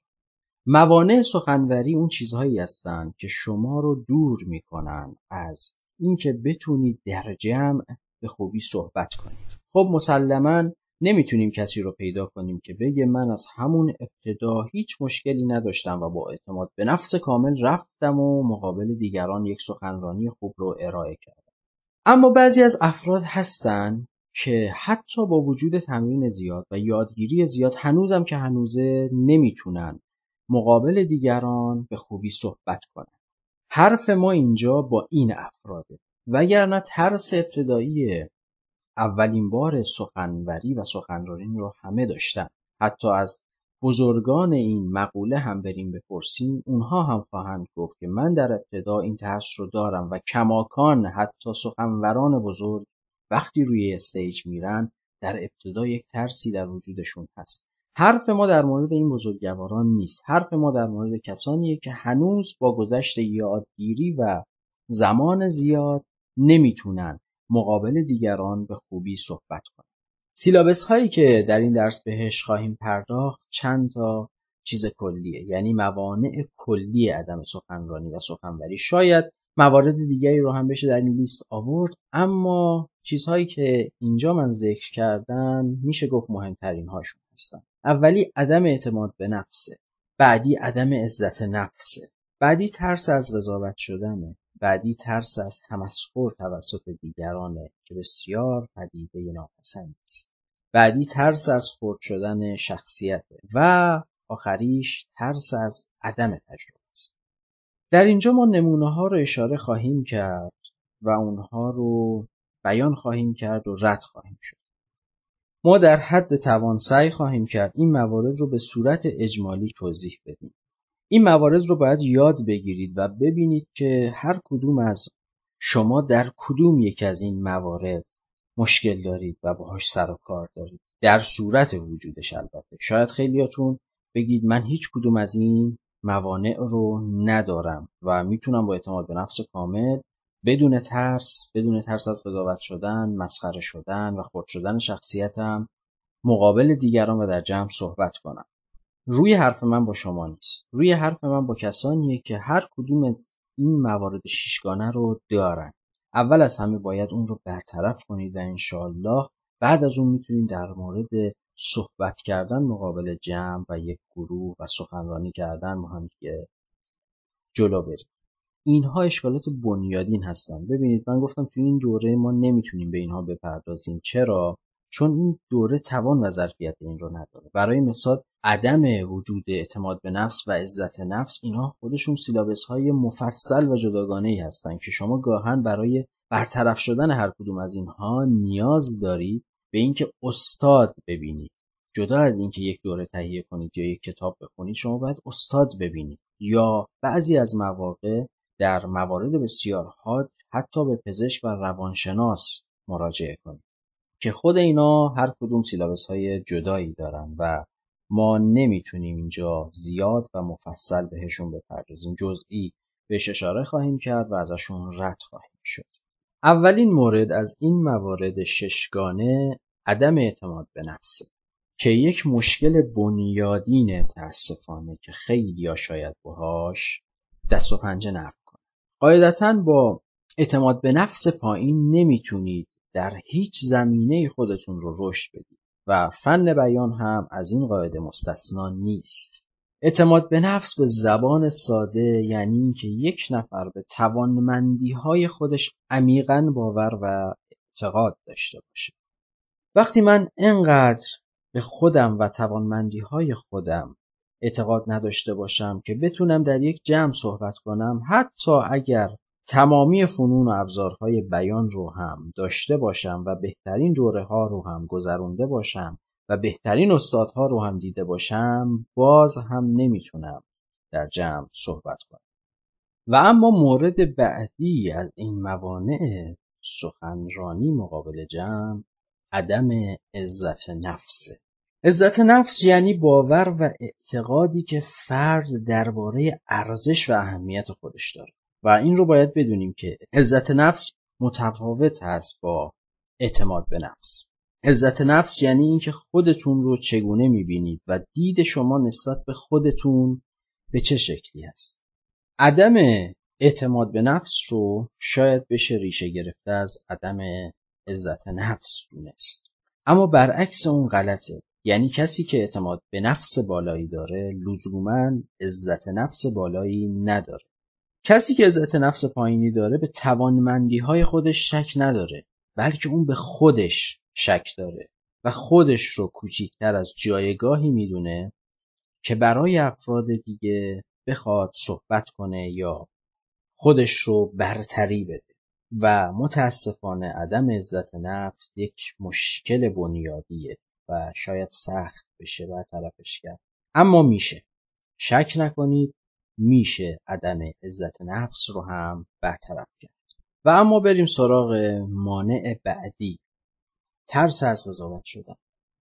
موانع سخنوری اون چیزهایی هستند که شما رو دور میکنن از اینکه بتونید در جمع به خوبی صحبت کنید. خب مسلماً نمیتونیم کسی رو پیدا کنیم که بگه من از همون ابتدا هیچ مشکلی نداشتم و با اعتماد به نفس کامل رفتم و مقابل دیگران یک سخنرانی خوب رو ارائه کردم. اما بعضی از افراد هستن که حتی با وجود تمرین زیاد و یادگیری زیاد هنوزم که هنوزه نمیتونن مقابل دیگران به خوبی صحبت کنن. حرف ما اینجا با این افراده، وگرنه ترس ابتدایی اولین بار سخنوری و سخنرانی رو همه داشتن. حتی از بزرگان این مقوله هم بریم بپرسیم، اونها هم خواهند گفت که من در ابتدا این ترس رو دارم و کماکان حتی سخنوران بزرگ وقتی روی استیج میرن در ابتدا یک ترسی در وجودشون هست. حرف ما در مورد این بزرگواران نیست. حرف ما در مورد کسانیه که هنوز با گذشت یادگیری و زمان زیاد نمیتونن مقابل دیگران به خوبی صحبت کنن. سیلابس هایی که در این درس بهش خواهیم پرداخت چند تا چیز کلیه، یعنی موانع کلی عدم سخنرانی و سخنوری. شاید موارد دیگری رو هم بشه در این لیست آورد، اما چیزهایی که اینجا من ذکر کردم میشه گفت مهمترین هاشون هستن. اولی عدم اعتماد به نفسه، بعدی عدم عزت نفسه، بعدی ترس از قضاوت شدنه، بعدی ترس از تمسخر توسط دیگرانه که بسیار پدیده ناپسند است، بعدی ترس از خرد شدن شخصیته و آخریش ترس از عدم تجربه است. در اینجا ما نمونه ها رو اشاره خواهیم کرد و اونها رو بیان خواهیم کرد و رد خواهیم شد. ما در حد توان سعی خواهیم کرد این موارد رو به صورت اجمالی توضیح بدیم. این موارد رو باید یاد بگیرید و ببینید که هر کدوم از شما در کدوم یک از این موارد مشکل دارید و باهاش سر و کار دارید، در صورت وجودش. البته شاید خیلیاتون بگید من هیچ کدوم از این موانع رو ندارم و میتونم با اعتماد به نفس کامل بدون ترس بدون ترس از قضاوت شدن، مسخره شدن و خرد شدن شخصیتم مقابل دیگران و در جمع صحبت کنم. روی حرف من با شما نیست. روی حرف من با کسانیه که هر کدوم از این موارد شیشگانه رو دارن. اول از همه باید اون رو برطرف کنید و انشالله بعد از اون میتونید در مورد صحبت کردن مقابل جمع و یک گروه و سخنرانی کردن با هم دیگه جلو برید. اینها اشکالات بنیادین هستن. ببینید من گفتم تو این دوره ما نمیتونیم به اینها بپردازیم. چرا؟ چون این دوره توان و ظرفیت این رو نداره. برای مثال عدم وجود اعتماد به نفس و عزت نفس، اینها خودشون سیلابس های مفصل و جداگانه‌ای هستن که شما گاهن برای برطرف شدن هر کدوم از اینها نیاز دارید به اینکه استاد ببینید. جدا از اینکه یک دوره تهیه کنید یا یک کتاب بخونید، شما باید استاد ببینید، یا بعضی از مواقع در موارد بسیار حاد حتی به پزشک و روانشناس مراجعه کنید که خود اینا هر کدوم سیلابس های جدایی دارن و ما نمیتونیم اینجا زیاد و مفصل بهشون بپردازیم. جزئی بهش اشاره خواهیم کرد و ازشون رد خواهیم شد. اولین مورد از این موارد ششگانه عدم اعتماد به نفسه که یک مشکل بنیادینه متاسفانه که خیلی ها شاید باهاش دست و پنجه نرم کنن. قاعدتاً با اعتماد به نفس پایین نمیتونید در هیچ زمینه خودتون رو رشد بدید و فن بیان هم از این قاعده مستثنا نیست. اعتماد به نفس به زبان ساده یعنی اینکه یک نفر به توانمندی‌های خودش عمیقاً باور و اعتقاد داشته باشه. وقتی من انقدر به خودم و توانمندی‌های خودم اعتقاد نداشته باشم که بتونم در یک جمع صحبت کنم، حتی اگر تمامی فنون و ابزارهای بیان رو هم داشته باشم و بهترین دوره ها رو هم گذرونده باشم و بهترین استادها رو هم دیده باشم، باز هم نمیتونم در جمع صحبت کنم. و اما مورد بعدی از این موانع سخنرانی مقابل جمع عدم عزت نفسه. عزت نفس یعنی باور و اعتقادی که فرد درباره ارزش و اهمیت خودش داره و این رو باید بدونیم که عزت نفس متفاوت هست با اعتماد به نفس. عزت نفس یعنی اینکه خودتون رو چگونه میبینید و دید شما نسبت به خودتون به چه شکلی هست. عدم اعتماد به نفس رو شاید بشه ریشه گرفته از عدم عزت نفس دونست، اما برعکس اون غلطه. یعنی کسی که اعتماد به نفس بالایی داره لزوماً عزت نفس بالایی نداره. کسی که عزت نفس پایینی داره به توانمندی‌های خودش شک نداره، بلکه اون به خودش شک داره و خودش رو کوچیکتر از جایگاهی میدونه که برای افراد دیگه بخواد صحبت کنه یا خودش رو برتری بده. و متاسفانه عدم عزت نفس یک مشکل بنیادیه و شاید سخت بشه برطرفش کرد، اما میشه. شک نکنید میشه عدم عزت نفس رو هم برطرف کرد. و اما بریم سراغ مانع بعدی، ترس از قضاوت شدن.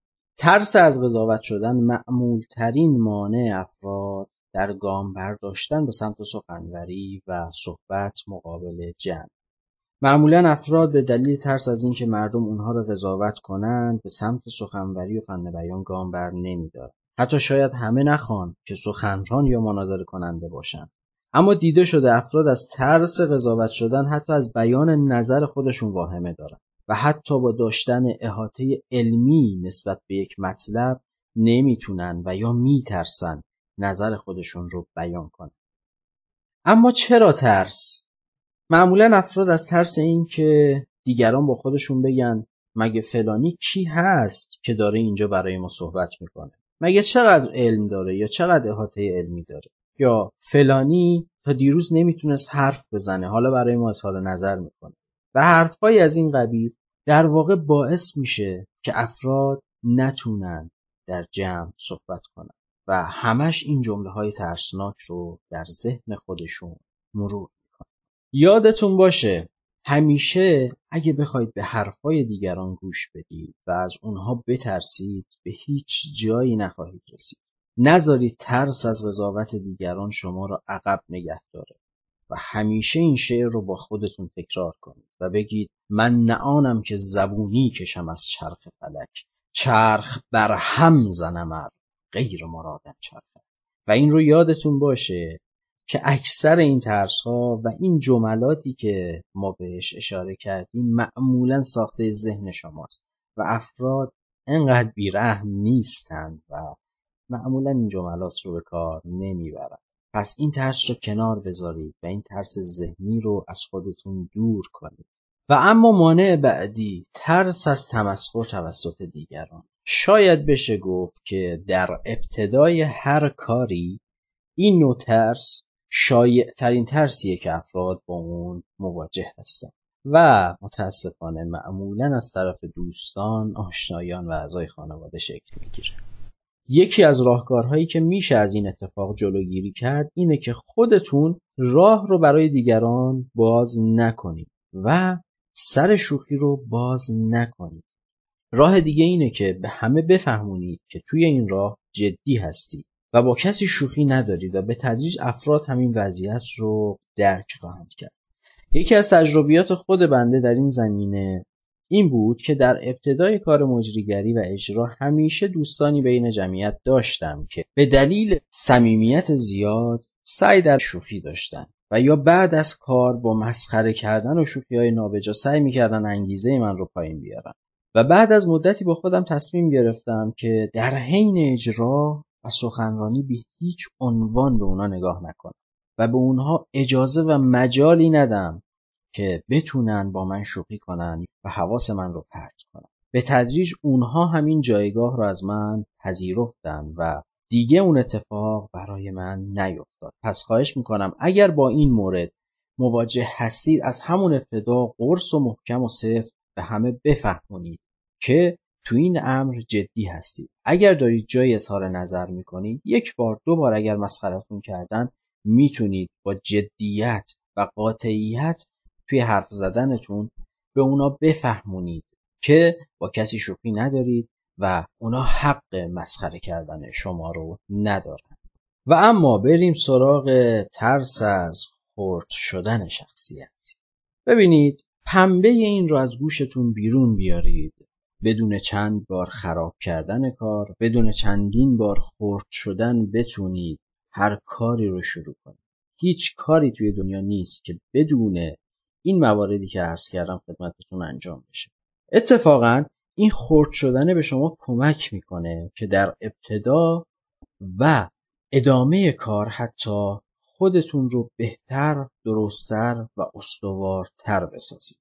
ترس از قضاوت شدن معمول ترین مانع افراد در گام برداشتن به سمت سخنوری و صحبت مقابل جمع. معمولا افراد به دلیل ترس از اینکه مردم اونها رو قضاوت کنند به سمت سخنوری و فن بیان گام بر نمی‌دارند. حتی شاید همه نخوان که سخنران یا مناظره کننده باشند، اما دیده شده افراد از ترس قضاوت شدن حتی از بیان نظر خودشون واهمه دارن و حتی با داشتن احاطه علمی نسبت به یک مطلب نمیتونن و یا میترسن نظر خودشون رو بیان کنن. اما چرا ترس؟ معمولا افراد از ترس این که دیگران با خودشون بگن مگه فلانی کی هست که داره اینجا برای ما صحبت میکنه، مگه چقدر علم داره یا چقدر احاطه علمی داره، یا فلانی تا دیروز نمیتونست حرف بزنه حالا برای ما اظهار نظر میکنه و حرفایی از این قبیل در واقع باعث میشه که افراد نتونن در جمع صحبت کنن و همش این جمله های ترسناک رو در ذهن خودشون مرور میکنن. یادتون باشه همیشه اگه بخواید به حرفای دیگران گوش بدید و از اونها بترسید به هیچ جایی نخواهید رسید. نذارید ترس از قضاوت دیگران شما رو عقب نگه داره و همیشه این شعر رو با خودتون تکرار کنید و بگید من نه آنم که زبونی کشم از چرخ فلک، چرخ بر هم زنم ار غیر مرادم چرخ. و این رو یادتون باشه که اکثر این ترس‌ها و این جملاتی که ما بهش اشاره کردیم معمولاً ساخته ذهن شماست و افراد انقدر بی‌رحم نیستن و معمولاً این جملات رو به کار نمیبرن. پس این ترس رو کنار بذارید و این ترس ذهنی رو از خودتون دور کنید. و اما مانع بعدی، ترس از تمسخر توسط دیگران. شاید بشه گفت که در ابتدای هر کاری این نوع ترس شایع ترین ترسیه که افراد با اون مواجه هستن. و متاسفانه معمولا از طرف دوستان، آشنایان و اعضای خانواده شکل میگیره. یکی از راهکارهایی که میشه از این اتفاق جلوگیری کرد اینه که خودتون راه رو برای دیگران باز نکنید و سر شوخی رو باز نکنید. راه دیگه اینه که به همه بفهمونید که توی این راه جدی هستید و با کسی شوخی ندارید و به تدریج افراد همین وضعیت رو درک خواهند کرد. یکی از تجربیات خود بنده در این زمینه این بود که در ابتدای کار مجریگری و اجرا همیشه دوستانی بین جمعیت داشتم که به دلیل صمیمیت زیاد سعی در شوخی داشتن و یا بعد از کار با مسخره کردن و شوخی‌های نابجا سعی می‌کردن انگیزه من رو پایین بیارن. و بعد از مدتی با خودم تصمیم گرفتم که در حین اجرا و سخنرانی به هیچ عنوان به اونا نگاه نکنم و به اونها اجازه و مجالی ندم که بتونن با من شوخی کنن و حواس من رو پرت کنن. به تدریج اونها همین جایگاه رو از من پذیرفتن و دیگه اون اتفاق برای من نیفتاد. پس خواهش میکنم اگر با این مورد مواجه هستید از همون ابتدا قرص و محکم و سفت به همه بفهمونید که تو این امر جدی هستید. اگر دارید جای اظهار نظر میکنید یک بار دو بار اگر مسخرتون کردن میتونید با جدیت و قاطعیت توی حرف زدنتون به اونا بفهمونید که با کسی شوخی ندارید و اونا حق مسخره کردن شما رو ندارن. و اما بریم سراغ ترس از خرد شدن شخصیت. ببینید پنبه این رو از گوشتون بیرون بیارید. بدون چند بار خراب کردن کار، بدون چندین بار خرد شدن بتونید هر کاری رو شروع کنید. هیچ کاری توی دنیا نیست که بدون این مواردی که عرض کردم خدمتتون انجام بشه. اتفاقا این خرد شدن به شما کمک میکنه که در ابتدا و ادامه کار حتی خودتون رو بهتر، درست‌تر و استوارتر بسازید.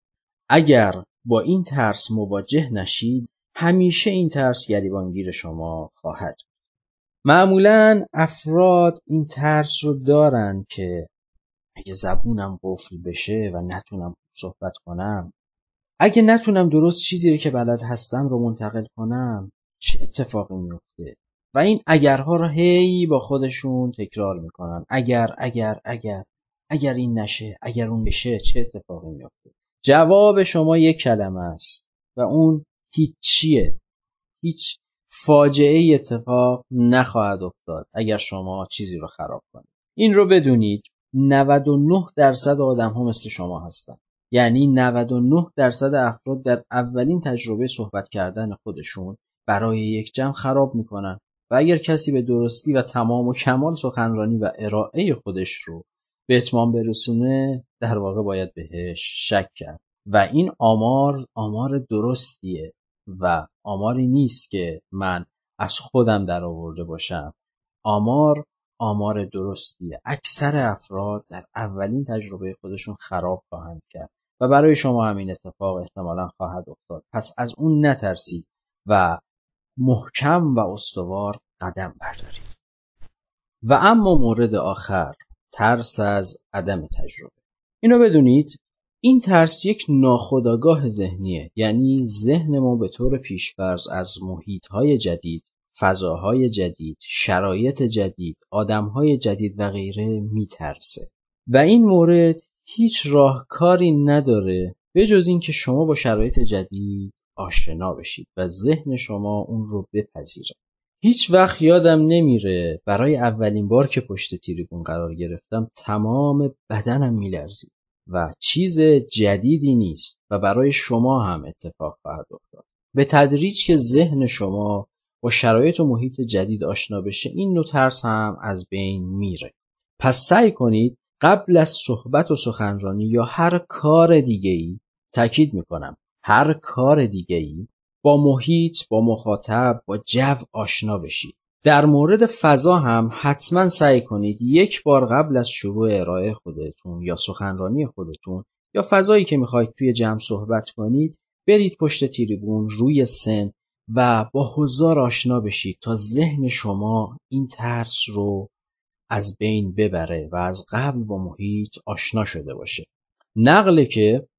اگر با این ترس مواجه نشید همیشه این ترس گریبانگیر شما خواهد بود. معمولاً افراد این ترس رو دارن که اگه زبونم قفل بشه و نتونم صحبت کنم، اگه نتونم درست چیزی رو که بلد هستم رو منتقل کنم، چه اتفاقی میفته؟ و این اگرها رو هی با خودشون تکرار میکنن. اگر اگر اگر اگر این نشه، اگر اون بشه، چه اتفاقی میفته؟ جواب شما یک کلمه است و اون هیچیه. هیچ فاجعه اتفاق نخواهد افتاد اگر شما چیزی رو خراب کنید. این رو بدونید نود و نه درصد آدم ها مثل شما هستن. یعنی نود و نه درصد افراد در اولین تجربه صحبت کردن خودشون برای یک جمع خراب میکنن و اگر کسی به درستی و تمام و کمال سخنرانی و ارائه خودش رو به اتمام برسونه در واقع باید بهش شک کرد و این آمار آمار درستیه و آماری نیست که من از خودم در آورده باشم. آمار آمار درستیه. اکثر افراد در اولین تجربه خودشون خراب خواهند کرد و برای شما همین اتفاق احتمالاً خواهد افتاد. پس از اون نترسید و محکم و استوار قدم بردارید. و اما مورد آخر، ترس از عدم تجربه. اینو بدونید این ترس یک ناخودآگاه ذهنیه. یعنی ذهن ما به طور پیش‌فرض از محیط‌های جدید، فضاهای جدید، شرایط جدید، آدم‌های جدید و غیره میترسه و این مورد هیچ راهکاری نداره به جز این که شما با شرایط جدید آشنا بشید و ذهن شما اون رو بپذیره. هیچ وقت یادم نمیره برای اولین بار که پشت تریبون قرار گرفتم تمام بدنم میلرزید و چیز جدیدی نیست و برای شما هم اتفاق خواهد افتاد. به تدریج که ذهن شما با شرایط و محیط جدید آشنا بشه این نوع ترس هم از بین میره. پس سعی کنید قبل از صحبت و سخنرانی یا هر کار دیگه‌ای، تاکید میکنم هر کار دیگه‌ای، با محیط، با مخاطب، با جو آشنا بشید. در مورد فضا هم حتما سعی کنید یک بار قبل از شروع ارائه خودتون یا سخنرانی خودتون یا فضایی که میخواید توی جمع صحبت کنید برید پشت تریبون روی سن و با حضار آشنا بشید تا ذهن شما این ترس رو از بین ببره و از قبل با محیط آشنا شده باشه. نقله که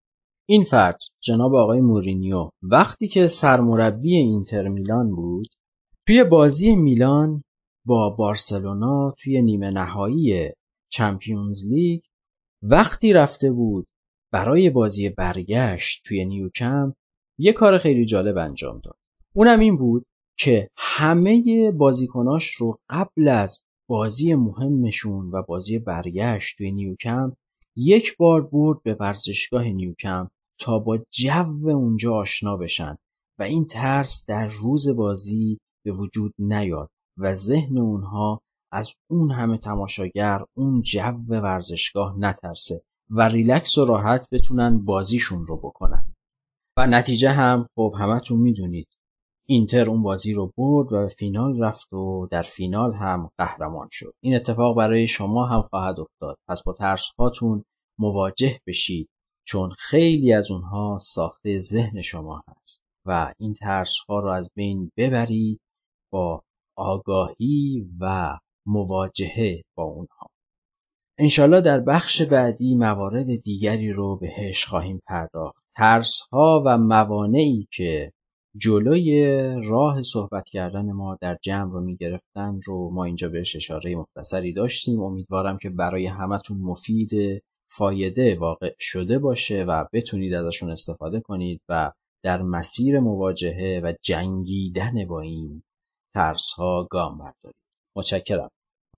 این فرد جناب آقای مورینیو وقتی که سرمربی اینتر میلان بود، توی بازی میلان با بارسلونا توی نیمه نهایی چمپیونز لیگ وقتی رفته بود برای بازی برگشت توی نیوکمپ یه کار خیلی جالب انجام داد. اونم این بود که همه بازیکناش رو قبل از بازی مهمشون و بازی برگشت توی نیوکمپ یک بار برد به ورزشگاه نیوکمپ تا با جو اونجا آشنا بشن و این ترس در روز بازی به وجود نیاد و ذهن اونها از اون همه تماشاگر، اون جو ورزشگاه نترسه و ریلکس و راحت بتونن بازیشون رو بکنن. و نتیجه هم خب همتون میدونید، اینتر اون بازی رو برد و به فینال رفت و در فینال هم قهرمان شد. این اتفاق برای شما هم خواهد افتاد. پس با ترس هاتون مواجه بشید، چون خیلی از اونها ساخته ذهن شما هست و این ترس ها رو از بین ببرید با آگاهی و مواجهه با اونها. انشالله در بخش بعدی موارد دیگری رو بهش خواهیم پرداخت. ترس ها و موانعی که جلوی راه صحبت کردن ما در جمع رو می گرفتن رو ما اینجا بهش اشاره مختصری داشتیم. امیدوارم که برای همتون مفید، فایده واقع شده باشه و بتونید ازشون استفاده کنید و در مسیر مواجهه و جنگیدن با این ترس ها گام بردارید. متشکرم.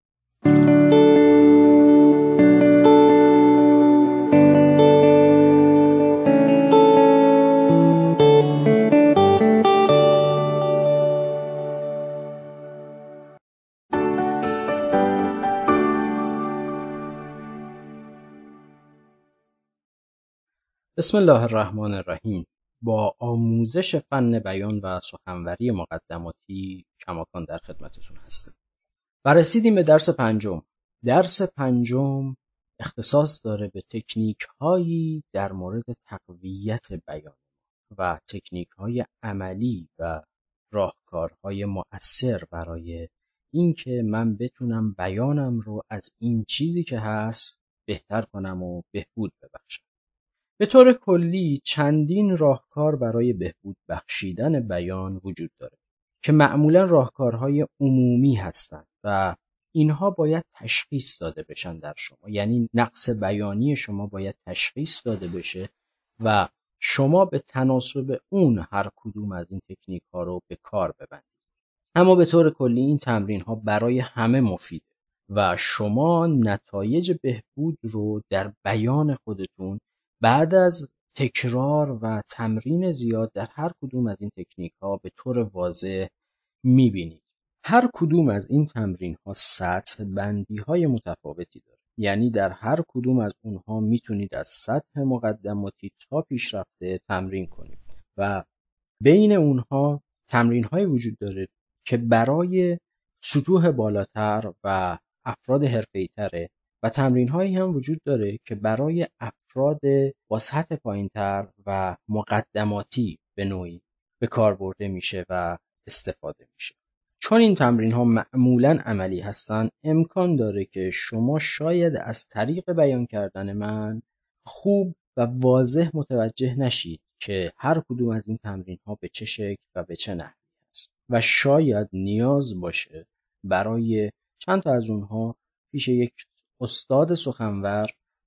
بسم الله الرحمن الرحیم. با آموزش فن بیان و سخنوری مقدماتی کماکان در خدمتتون هستم. و رسیدیم به درس پنجم. درس پنجم اختصاص داره به تکنیک هایی در مورد تقویت بیان و تکنیک های عملی و راهکارهای مؤثر برای اینکه من بتونم بیانم رو از این چیزی که هست بهتر کنم و بهبود ببخشم. به طور کلی چندین راهکار برای بهبود بخشیدن بیان وجود داره که معمولا راهکارهای عمومی هستند و اینها باید تشخیص داده بشن در شما، یعنی نقص بیانی شما باید تشخیص داده بشه و شما به تناسب اون هر کدوم از این تکنیک ها رو به کار ببندید. اما به طور کلی این تمرین ها برای همه مفیده و شما نتایج بهبود رو در بیان خودتون بعد از تکرار و تمرین زیاد در هر کدوم از این تکنیک ها به طور واضح میبینید. هر کدوم از این تمرین ها سطح بندی های متفاوتی داره، یعنی در هر کدوم از اونها میتونید از سطح مقدماتی تا پیشرفته تمرین کنید و بین اونها تمرین های وجود داره که برای سطوح بالاتر و افراد حرفه‌ای تره و تمرین هایی هم وجود داره که برای افراد با سطح پایینتر و مقدماتی به نوعی به کار برده میشه و استفاده میشه. چون این تمرین ها معمولاً عملی هستن، امکان داره که شما شاید از طریق بیان کردن من خوب و واضح متوجه نشید که هر کدوم از این تمرین ها به چه شکل و به چه نحوی است و شاید نیاز باشه برای چند تا از اونها پیش یک استاد سخنور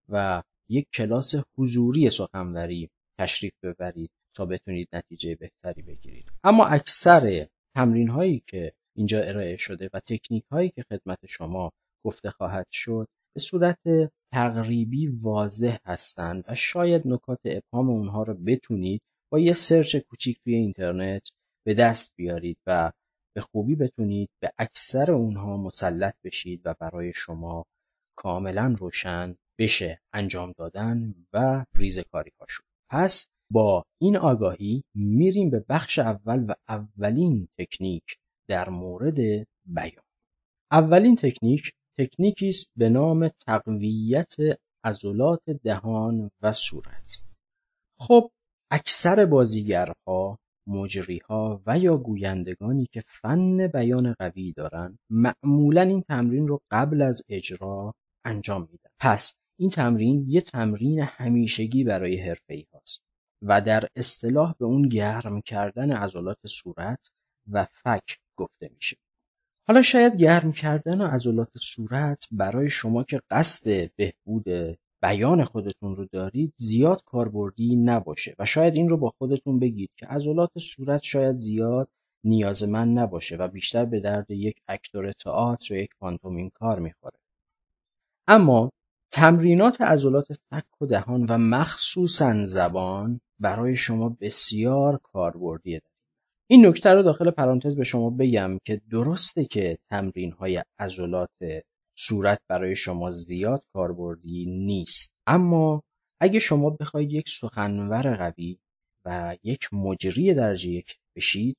و یک کلاس حضوری سخنوری تشریف ببرید تا بتونید نتیجه بهتری بگیرید. اما اکثر تمرین هایی که اینجا ارائه شده و تکنیک هایی که خدمت شما گفته خواهد شد به صورت تقریبی واضح هستند و شاید نکات ابهام اونها رو بتونید با یه سرچ کوچیک توی اینترنت به دست بیارید و به خوبی بتونید به اکثر اونها مسلط بشید و برای شما کاملا روشن بشه انجام دادن و ریزکاری هاشون. پس با این آگاهی میریم به بخش اول و اولین تکنیک در مورد بیان. اولین تکنیک تکنیکی است به نام تقویت عضلات دهان و صورت. خب اکثر بازیگرها، مجریها و یا گویندگانی که فن بیان قوی دارن معمولا این تمرین رو قبل از اجرا انجام میدن. پس این تمرین یه تمرین همیشگی برای حرفه‌ای هاست و در اصطلاح به اون گرم کردن عضلات صورت و فک گفته میشه. حالا شاید گرم کردن عضلات صورت برای شما که قصد بهبود بیان خودتون رو دارید زیاد کاربردی نباشه و شاید این رو با خودتون بگید که عضلات صورت شاید زیاد نیازمند نباشه و بیشتر به درد یک اکتور تئاتر و یک پانتومیم کار میخوره. اما تمرینات عضلات فک و دهان و مخصوصاً زبان برای شما بسیار کاربردیه. این نکته رو داخل پرانتز به شما بگم که درسته که تمرین‌های عضلات صورت برای شما زیاد کاربردی نیست، اما اگه شما بخواید یک سخنور قوی و یک مجری درجه یک بشید،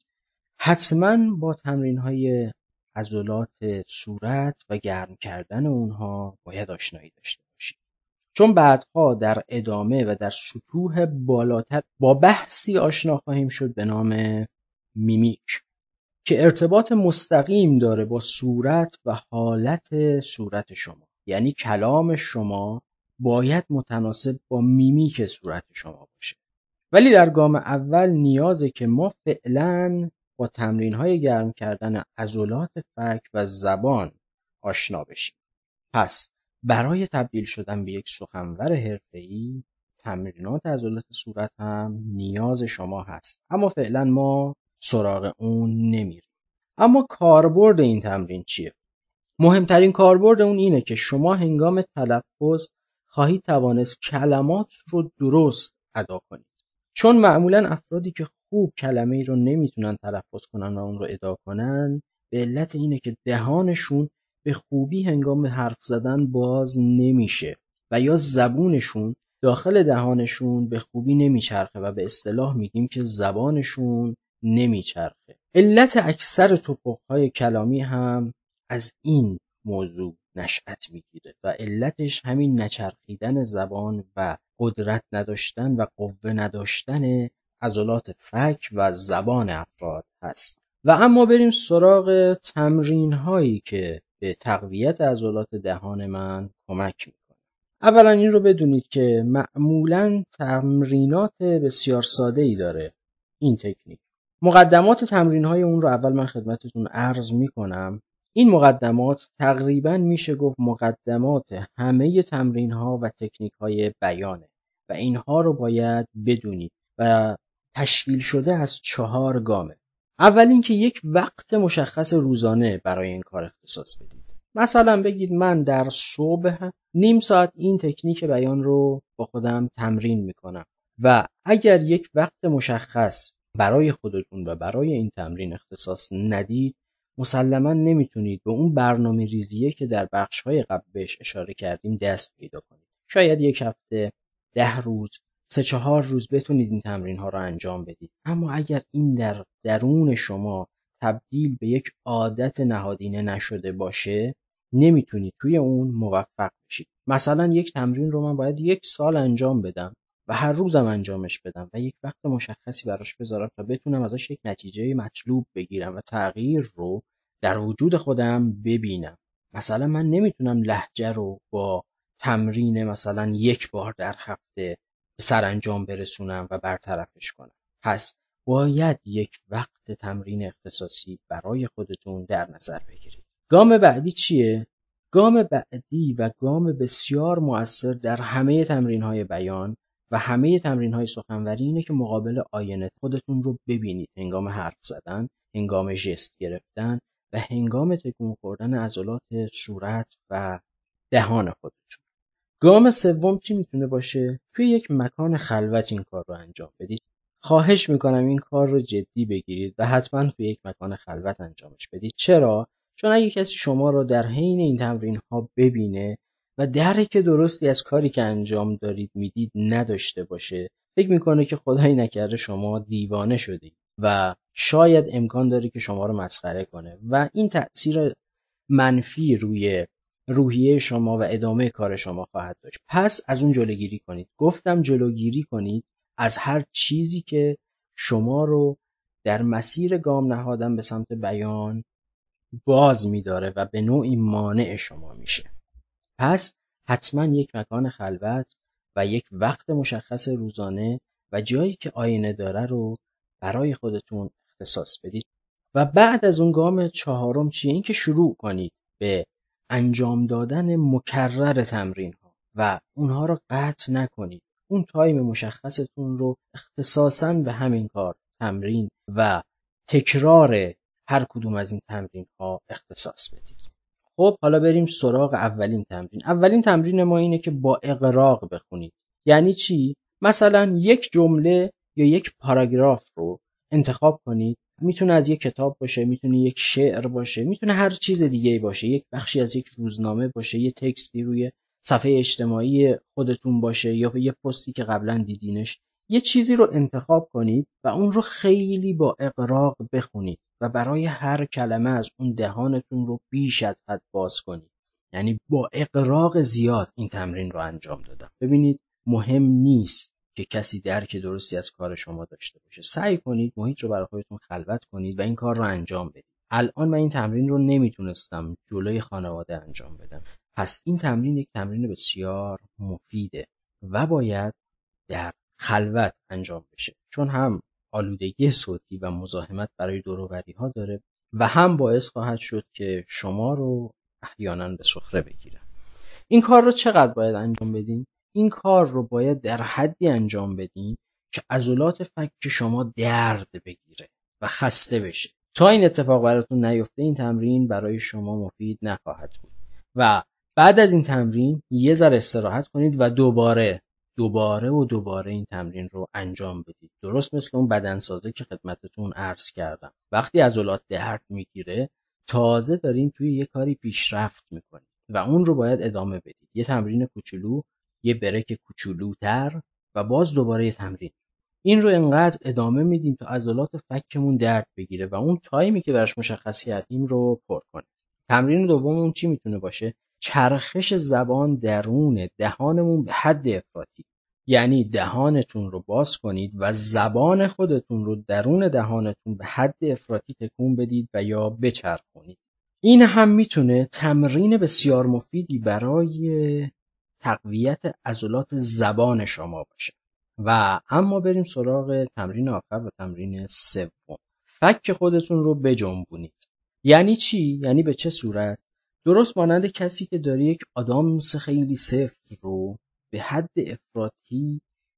حتما با تمرین‌های عضلات صورت و گرم کردن اونها باید آشنایی داشته باشید، چون بعدها در ادامه و در سطوح بالاتر با بحثی آشنا خواهیم شد به نام میمیک که ارتباط مستقیم داره با صورت و حالت صورت شما. یعنی کلام شما باید متناسب با میمیک صورت شما باشه. ولی در گام اول نیازه که ما فعلاً با تمرین‌های گرم کردن عضلات فک و زبان آشنا بشیم. پس برای تبدیل شدن به یک سخنور حرفه‌ای تمرینات عضلات صورت هم نیاز شما هست، اما فعلا ما سراغ اون نمیریم. اما کاربرد این تمرین چیه؟ مهمترین کاربرد اون اینه که شما هنگام تلفظ خواهید توانست کلمات رو درست ادا کنید، چون معمولا افرادی که خوب کلمه ای رو نمیتونن تلفظ کنن و اون رو ادا کنن به علت اینه که دهانشون به خوبی هنگام حرف زدن باز نمیشه و یا زبونشون داخل دهانشون به خوبی نمیچرخه و به اصطلاح میگیم که زبانشون نمیچرخه. علت اکثر توپخ‌های کلامی هم از این موضوع نشأت میگیره و علتش همین نچرخیدن زبان و قدرت نداشتن و قوه نداشتن عضلات فک و زبان افراد هست. و اما بریم سراغ تمرین هایی که به تقویت عضلات دهان من کمک میکنه. اولا این رو بدونید که معمولاً تمرینات بسیار ساده ای داره این تکنیک. مقدمات تمرین های اون رو اول من خدمتتون عرض میکنم. این مقدمات تقریباً میشه گفت مقدمات همه تمرین ها و تکنیک های بیانه و اینها رو باید بدونید و تشکیل شده از چهار گامه. اول اینکه یک وقت مشخص روزانه برای این کار اختصاص بدید. مثلا بگید من در صبح نیم ساعت این تکنیک بیان رو با خودم تمرین میکنم و اگر یک وقت مشخص برای خودتون و برای این تمرین اختصاص ندید مسلماً نمیتونید به اون برنامه ریزیه که در بخش‌های قبل بهش اشاره کردیم دست پیدا کنید. شاید یک هفته، ده روز، سه چهار روز بتونید این تمرین ها رو انجام بدید، اما اگر این در درون شما تبدیل به یک عادت نهادینه نشده باشه نمیتونید توی اون موفق بشید. مثلا یک تمرین رو من باید یک سال انجام بدم و هر روزم انجامش بدم و یک وقت مشخصی براش بذارم تا بتونم ازش یک نتیجه مطلوب بگیرم و تغییر رو در وجود خودم ببینم. مثلا من نمیتونم لهجه رو با تمرین مثلا یک بار در هفته به سرانجام برسونم و برطرفش کنم. پس باید یک وقت تمرین اختصاصی برای خودتون در نظر بگیرید. گام بعدی چیه؟ گام بعدی و گام بسیار مؤثر در همه تمرین‌های بیان و همه تمرین‌های سخنوری اینه که مقابل آینه خودتون رو ببینید هنگام حرف زدن، هنگام ژست گرفتن و هنگام تکون خوردن عضلات صورت و دهان خودتون. گام سوم چی میتونه باشه؟ توی یک مکان خلوت این کار رو انجام بدید. خواهش میکنم این کار رو جدی بگیرید و حتما توی یک مکان خلوت انجامش بدید. چرا؟ چون اگه کسی شما رو در حین این تمرین ها ببینه و درک درستی از کاری که انجام دارید میدید نداشته باشه فکر میکنه که خدایی نکرده شما دیوانه شدید و شاید امکان داره که شما رو مسخره کنه و این تأثیر منفی روی روحیه شما و ادامه کار شما خواهد داشت. پس از اون جلوگیری کنید. گفتم جلوگیری کنید از هر چیزی که شما رو در مسیر گام نهادن به سمت بیان باز می‌داره و به نوعی مانع شما میشه. پس حتما یک مکان خلوت و یک وقت مشخص روزانه و جایی که آینه داره رو برای خودتون اختصاص بدید. و بعد از اون گام چهارم چیه؟ این که شروع کنید به انجام دادن مکرر تمرین ها و اونها رو قطع نکنید. اون تایم مشخصتون رو اختصاصاً به همین کار، تمرین و تکرار هر کدوم از این تمرین ها اختصاص بدید. خب حالا بریم سراغ اولین تمرین. اولین تمرین ما اینه که با اغراق بخونید. یعنی چی؟ مثلا یک جمله یا یک پاراگراف رو انتخاب کنید. میتونه از یک کتاب باشه، میتونه یک شعر باشه، میتونه هر چیز دیگه باشه، یک بخشی از یک روزنامه باشه، یه تکستی روی صفحه اجتماعی خودتون باشه یا یه پستی که قبلا دیدینش. یه چیزی رو انتخاب کنید و اون رو خیلی با اغراق بخونید و برای هر کلمه از اون دهانتون رو بیش از حد باز کنید. یعنی با اغراق زیاد این تمرین رو انجام دادم. ببینید مهم نیست که کسی درک درستی از کار شما داشته باشه. سعی کنید محیط رو برای خودتون خلوت کنید و این کار رو انجام بدید. الان من این تمرین رو نمیتونستم جلوی خانواده انجام بدم. پس این تمرین یک تمرین بسیار مفیده و باید در خلوت انجام بشه، چون هم آلودگی صوتی و مزاحمت برای دور و بری ها داره و هم باعث خواهد شد که شما رو احیانا به سخره بگیره. این کار رو چقدر باید انجام بدین؟ این کار رو باید در حدی انجام بدین که عضلات فک شما درد بگیره و خسته بشه. تا این اتفاق براتون نیفته این تمرین برای شما مفید نخواهد بود و بعد از این تمرین یه ذره استراحت کنید و دوباره دوباره و دوباره این تمرین رو انجام بدید. درست مثل اون بدنسازی که خدمتتون عرض کردم. وقتی عضلات درد میگیره تازه دارین توی یه کاری پیشرفت میکنید و اون رو باید ادامه بدید. یه تمرین کوچولو، یه برک کوچولوتر و باز دوباره یه تمرین. این رو انقدر ادامه میدیم تا عضلات فکمون درد بگیره و اون تایمی که براش مشخص کردیم رو پر کنیم. تمرین دوممون چی میتونه باشه؟ چرخش زبان درون دهانمون به حد افراطی. یعنی دهانتون رو باز کنید و زبان خودتون رو درون دهانتون به حد افراطی تکون بدید و یا بچرخونید. این هم میتونه تمرین بسیار مفیدی برای تقویت عضلات زبان شما باشه. و اما بریم سراغ تمرین آخر و تمرین سوم. فک خودتون رو بجنبونید. یعنی چی؟ یعنی به چه صورت؟ درست مانند کسی که داره یک آدامس خیلی سفت رو به حد افراطی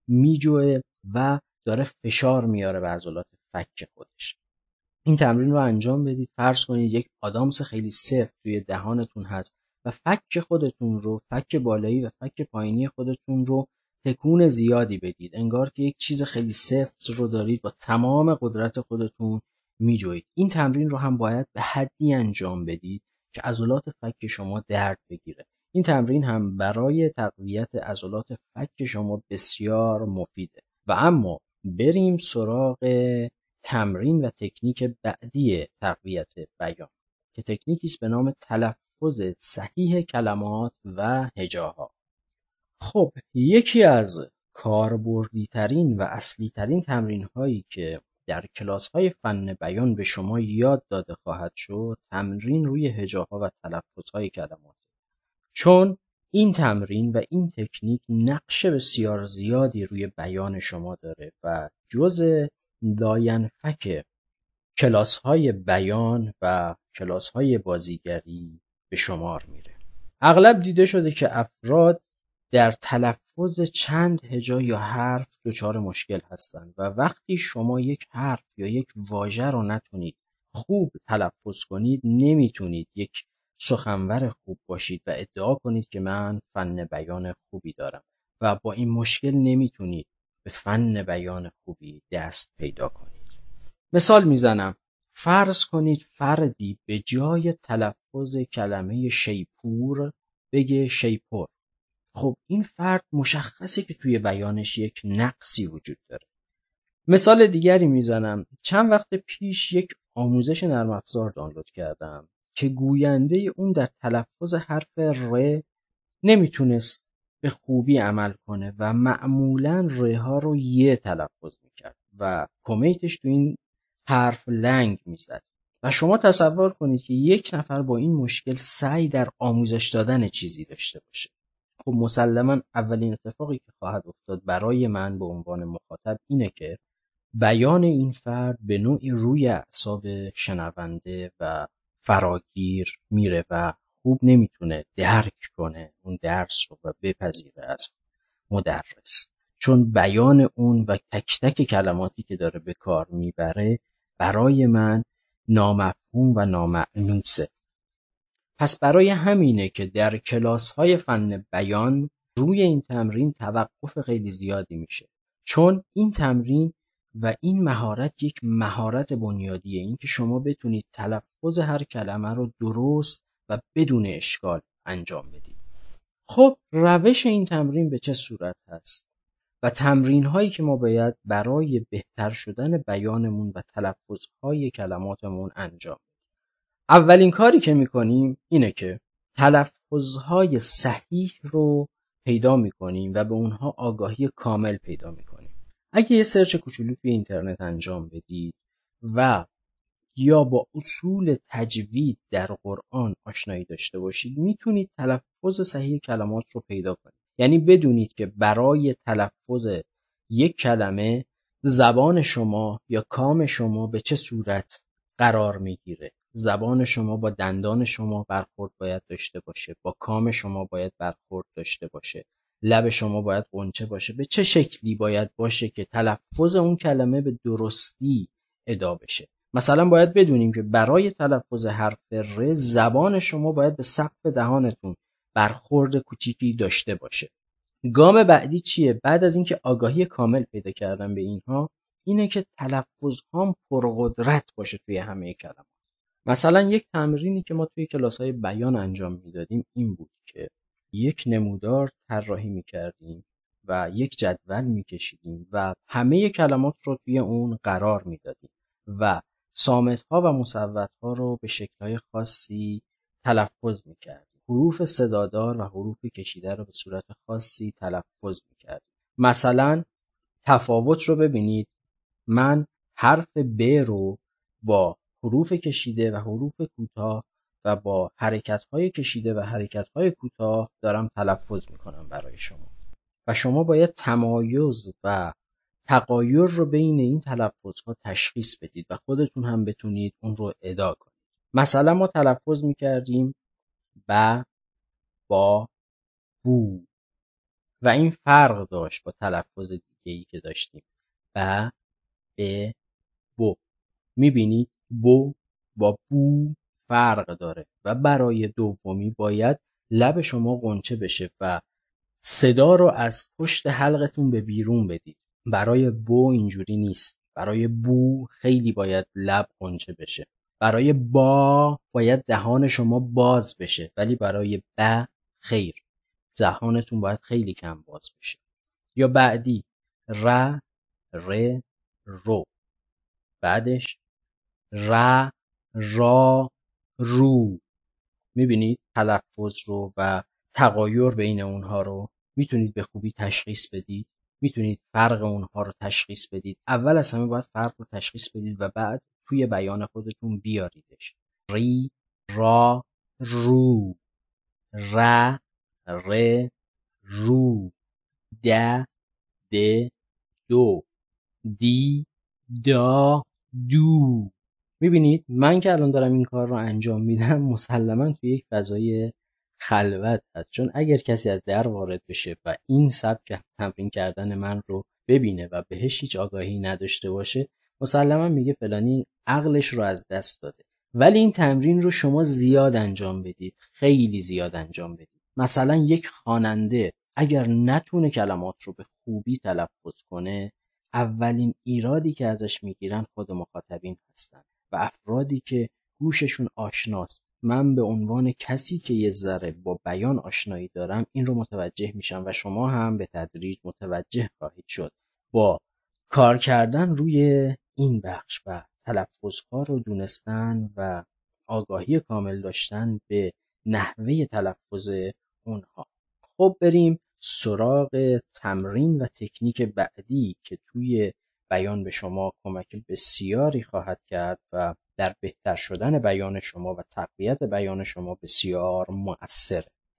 میجوه و داره فشار میاره به عضلات فک خودش. این تمرین رو انجام بدید. فرض کنید یک آدامس خیلی سفت توی دهانتون هست و فک خودتون رو، فک بالایی و فک پایینی خودتون رو تکون زیادی بدید. انگار که یک چیز خیلی سفت رو دارید با تمام قدرت خودتون میجوید. این تمرین رو هم باید به حدی انجام بدید که عضلات فک شما درد بگیره. این تمرین هم برای تقویت عضلات فک شما بسیار مفیده. و اما بریم سراغ تمرین و تکنیک بعدی تقویت بیان که تکنیکی است به نام تلفظ صحیح کلمات و هجاها. خب یکی از کاربردی ترین و اصلی ترین تمرین هایی که در کلاس های فن بیان به شما یاد داده خواهد شد تمرین روی هجاها و تلفظ های کلمات، چون این تمرین و این تکنیک نقش بسیار زیادی روی بیان شما داره و جزء لاینفک کلاس های بیان و کلاس های بازیگری به شمار میره. اغلب دیده شده که افراد در تلفظ چند هجا یا حرف دچار مشکل هستند و وقتی شما یک حرف یا یک واژه رو نتونید خوب تلفظ کنید نمیتونید یک سخنور خوب باشید و ادعا کنید که من فن بیان خوبی دارم و با این مشکل نمیتونید به فن بیان خوبی دست پیدا کنید. مثال میزنم. فرض کنید فردی به جای تلفظ کلمه شیپور بگه شیپور. خب این فرد مشخصه که توی بیانش یک نقصی وجود داره. مثال دیگری میزنم. چند وقت پیش یک آموزش نرم افزار دانلود کردم که گوینده اون در تلفظ حرف ر نمیتونست به خوبی عمل کنه و معمولاً ر ها رو یه تلفظ میکرد و کمیتش تو این حرف لنگ میزد. و شما تصور کنید که یک نفر با این مشکل سعی در آموزش دادن چیزی داشته باشه. خب مسلما اولین اتفاقی که خواهد افتاد برای من به عنوان مخاطب اینه که بیان این فرد به نوعی روی اعصاب شنونده و فراگیر میره و خوب نمیتونه درک کنه اون درس رو و بپذیره از مدرس، چون بیان اون و تک تک کلماتی که داره به کار میبره برای من نامفهوم و نامأنوسه. پس برای همینه که در کلاس‌های فن بیان روی این تمرین توقف خیلی زیادی میشه، چون این تمرین و این مهارت یک مهارت بنیادیه، این که شما بتونید تلفظ هر کلمه رو درست و بدون اشکال انجام بدید. خب روش این تمرین به چه صورت هست و تمرین هایی که ما باید برای بهتر شدن بیانمون و تلفظهای کلماتمون انجام بدیم؟ اولین کاری که میکنیم اینه که تلفظهای صحیح رو پیدا میکنیم و به اونها آگاهی کامل پیدا میکنیم. اگه یه سرچ کوچولو توی اینترنت انجام بدید و یا با اصول تجوید در قرآن آشنایی داشته باشید، میتونید تلفظ صحیح کلمات رو پیدا کنید. یعنی بدونید که برای تلفظ یک کلمه زبان شما یا کام شما به چه صورت قرار میگیره. زبان شما با دندان شما برخورد باید داشته باشه، با کام شما باید برخورد داشته باشه، لب شما باید قنچه باشه. به چه شکلی باید باشه که تلفظ اون کلمه به درستی ادا بشه. مثلا باید بدونیم که برای تلفظ حرف ر زبان شما باید به سقف دهانتون برخورد کوچیکی داشته باشه. گام بعدی چیه؟ بعد از اینکه آگاهی کامل پیدا کردم به اینها، اینه که تلفظ هام پرقدرت باشه توی همه کلمات. مثلا یک تمرینی که ما توی کلاس‌های بیان انجام میدادیم این بود که یک نمودار طراحی میکردیم و یک جدول میکشیدیم و همه کلمات رو توی اون قرار میدادیم و صامت‌ها و مصوت‌ها رو به شکل‌های خاصی تلفظ میکردیم. حروف صدادار و حروف کشیده رو به صورت خاصی تلفظ میکردیم. مثلا تفاوت رو ببینید، من حرف ب رو با حروف کشیده و حروف کوتاه و با حرکت‌های کشیده و حرکت‌های کوتاه دارم تلفظ میکنم برای شما و شما باید تمایز و تغایر رو بین این تلفظها تشخیص بدید و خودتون هم بتونید اون رو ادا کنید. مثلا ما تلفظ میکردیم ب، با، بو و این فرق داشت با تلفظ دیگه‌ای که داشتیم ب، ب، بو. میبینید بو با بو فرق داره و برای دومی باید لب شما قنچه بشه و صدا رو از پشت حلقتون به بیرون بدید. برای بو اینجوری نیست. برای بو خیلی باید لب قنچه بشه. برای با باید دهان شما باز بشه، ولی برای ب خیر، دهانتون باید خیلی کم باز بشه. یا بعدی ر، ر، رو. بعدش ر، را، رو. میبینید تلفظ رو و تغایر بین اونها رو میتونید به خوبی تشخیص بدید، میتونید فرق اونها رو تشخیص بدید. اول از همه باید فرق رو تشخیص بدید و بعد توی بیان خودتون بیاریدش. ری، را، رو. ر، ر، رو. د، د، دو. دی، دا، دو. میبینید من که الان دارم این کار رو انجام میدم مسلما توی یک فضای خلوت هست، چون اگر کسی از در وارد بشه و این سبک تمرین کردن من رو ببینه و بهش هیچ آگاهی نداشته باشه مسلما میگه فلانی عقلش رو از دست داده. ولی این تمرین رو شما زیاد انجام بدید، خیلی زیاد انجام بدید. مثلا یک خواننده اگر نتونه کلمات رو به خوبی تلفظ کنه، اولین ایرادی که ازش میگیرن خود مخاطبین هستن و افرادی که گوششون آشناست. من به عنوان کسی که یه ذره با بیان آشنایی دارم این رو متوجه میشم و شما هم به تدریج متوجه خواهید شد. با کار کردن روی این بخش و تلفظها رو دونستن و آگاهی کامل داشتن به نحوه تلفظ اونها. خب بریم سراغ تمرین و تکنیک بعدی که توی بیان به شما کمک بسیاری خواهد کرد و در بهتر شدن بیان شما و تقویت بیان شما بسیار مؤثر.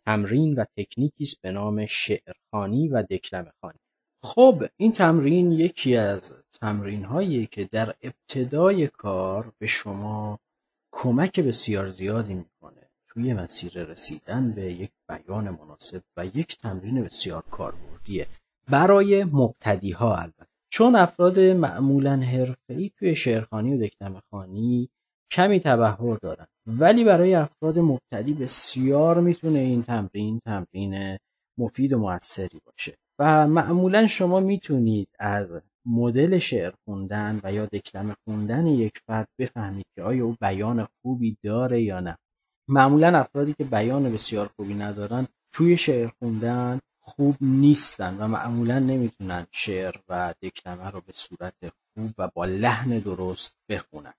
تمرین و تکنیکی است به نام شعرخوانی و دکلمه‌خوانی. خب این تمرین یکی از تمرین‌هایی که در ابتدای کار به شما کمک بسیار زیادی میکنه توی مسیر رسیدن به یک بیان مناسب و یک تمرین بسیار کاربردیه برای مبتدی‌ها البته، چون افراد معمولاً حرفه‌ای توی شعرخوانی و دکلمه‌خوانی کمی تبحر دارن، ولی برای افراد مبتدی بسیار میتونه این تمرین تمرین مفید و موثری باشه و معمولاً شما میتونید از مدل شعر خوندن و یا دکلمه خوندن یک فرد بفهمید که آیا او بیان خوبی داره یا نه. معمولاً افرادی که بیان بسیار خوبی ندارن توی شعر خوندن خوب نیستن و معمولاً نمیتونن شعر و دکلمه رو به صورت خوب و با لحن درست بخونن.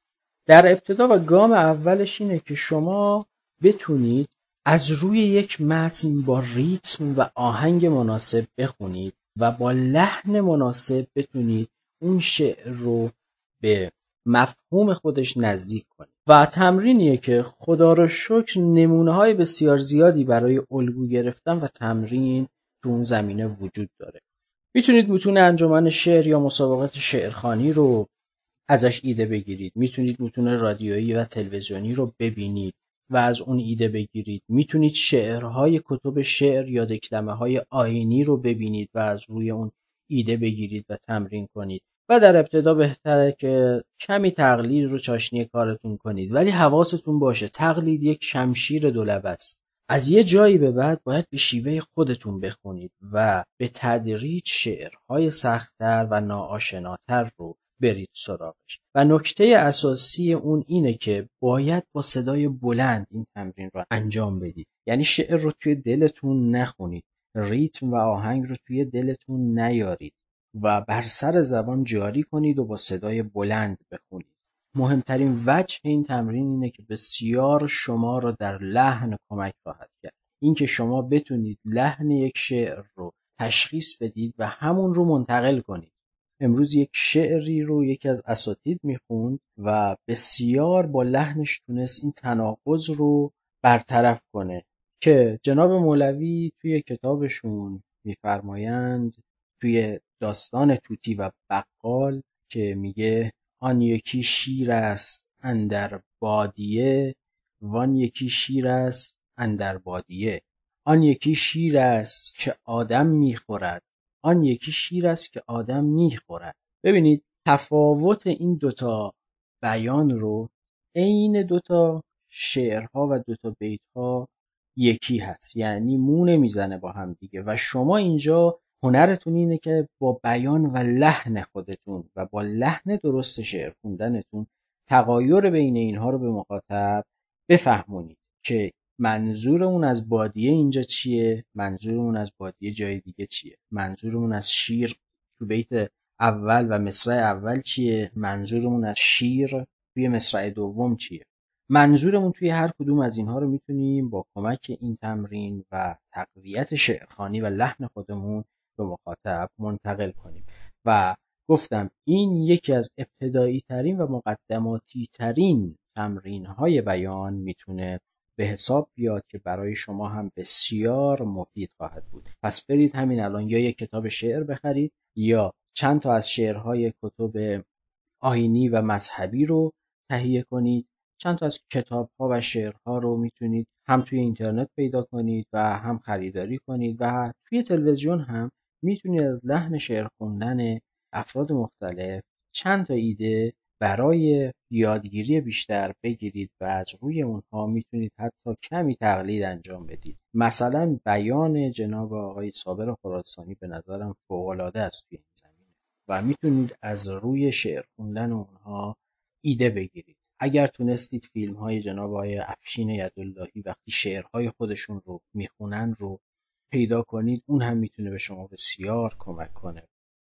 در ابتدا و گام اولش اینه که شما بتونید از روی یک متن با ریتم و آهنگ مناسب بخونید و با لحن مناسب بتونید اون شعر رو به مفهوم خودش نزدیک کنید و تمرینیه که خدا رو شکر نمونه های بسیار زیادی برای الگو گرفتن و تمرین تو اون زمینه وجود داره. میتونید متون انجمن شعر یا مسابقات شعرخوانی رو ازش ایده بگیرید، میتونید متون رادیویی و تلویزیونی رو ببینید و از اون ایده بگیرید، میتونید شعرهای کتب شعر یا دکلمه های آیینی رو ببینید و از روی اون ایده بگیرید و تمرین کنید و در ابتدا بهتره که کمی تقلید رو چاشنی کارتون کنید، ولی حواستون باشه تقلید یک شمشیر دولبه است. از یه جایی به بعد باید به شیوه خودتون بخونید و به تدریج شعرهای سخت‌تر و ناآشناتر رو برید سراغش و نکته اساسی اون اینه که باید با صدای بلند این تمرین رو انجام بدید. یعنی شعر رو توی دلتون نخونید، ریتم و آهنگ رو توی دلتون نیارید و بر سر زبان جاری کنید و با صدای بلند بخونید. مهمترین وجه این تمرین اینه که بسیار شما رو در لحن کمک خواهد کرد. اینکه شما بتونید لحن یک شعر رو تشخیص بدید و همون رو منتقل کنید. امروز یک شعری رو یکی از اساتید میخوند و بسیار با لحنش تونست این تناقض رو برطرف کنه که جناب مولوی توی کتابشون میفرمایند توی داستان طوطی و بقال که میگه آن یکی شیر است اندر بادیه وان یکی شیر است اندر بادیه، آن یکی شیر است که آدم میخورد آن یکی شیر است که آدم میخورد. ببینید تفاوت این دوتا بیان رو عین دوتا شعرها و دوتا بیتها یکی هست، یعنی مو نمیزنه با هم دیگه و شما اینجا هنرتون اینه که با بیان و لحن خودتون و با لحن درست شعر خوندنتون تغایر بین اینها رو به مخاطب بفهمونید که منظورمون از بادیه اینجا چیه، منظورمون از بادیه جای دیگه چیه، منظورمون از شیر تو بیت اول و مصرع اول چیه، منظورمون از شیر توی مصرع دوم چیه. منظورمون توی هر کدوم از اینها رو میتونیم با کمک این تمرین و تقویت شعرخوانی و لحن خودمون به مخاطب منتقل کنیم و گفتم این یکی از ابتدایی ترین و مقدماتی ترین تمرین های بیان میتونه به حساب بیاد که برای شما هم بسیار مفید خواهد بود. پس برید همین الان یا یک کتاب شعر بخرید یا چند تا از شعرهای کتب آیینی و مذهبی رو تهیه کنید. چند تا از کتاب‌ها و شعرها رو میتونید هم توی اینترنت پیدا کنید و هم خریداری کنید و توی تلویزیون هم میتونید از لحن شعر خوندن افراد مختلف چند تا ایده برای یادگیری بیشتر بگیرید و از روی اونها میتونید حتی کمی تقلید انجام بدید. مثلا بیان جناب آقای صابر خراسانی به نظرم فوق‌العاده است توی این زمینه و میتونید از روی شعر خوندن اونها ایده بگیرید. اگر تونستید فیلم های جناب آقای افشین یداللهی وقتی شعرهای خودشون رو میخونن رو پیدا کنید، اون هم میتونه به شما بسیار کمک کنه.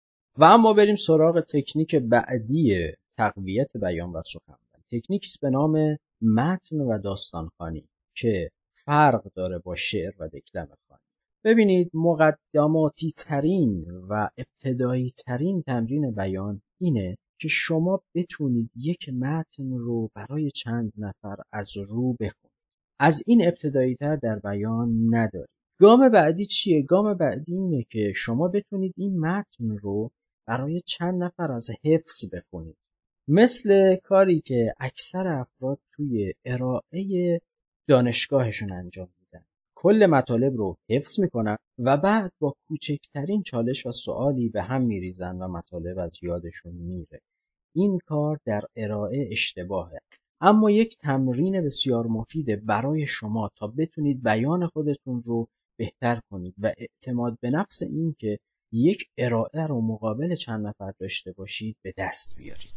و اما بریم سراغ تکنیک بعدی تقویت بیان و سخنوری. تکنیکی است به نام متن و داستانخوانی که فرق داره با شعر و دکلمه خوانی. ببینید مقدماتی ترین و ابتدایی ترین تمرین بیان اینه که شما بتونید یک متن رو برای چند نفر از رو بخونید. از این ابتدایی تر در بیان ندارید. گام بعدی چیه؟ گام بعدی اینه که شما بتونید این متن رو برای چند نفر از حفظ بخونید. مثل کاری که اکثر افراد توی ارائه دانشگاهشون انجام میدن. کل مطالب رو حفظ میکنن و بعد با کوچکترین چالش و سوالی به هم میریزن و مطالب از یادشون میره. این کار در ارائه اشتباهه. اما یک تمرین بسیار مفیده برای شما تا بتونید بیان خودتون رو بهتر کنید و اعتماد به نفس این که یک ارائه رو مقابل چند نفر داشته باشید به دست بیارید.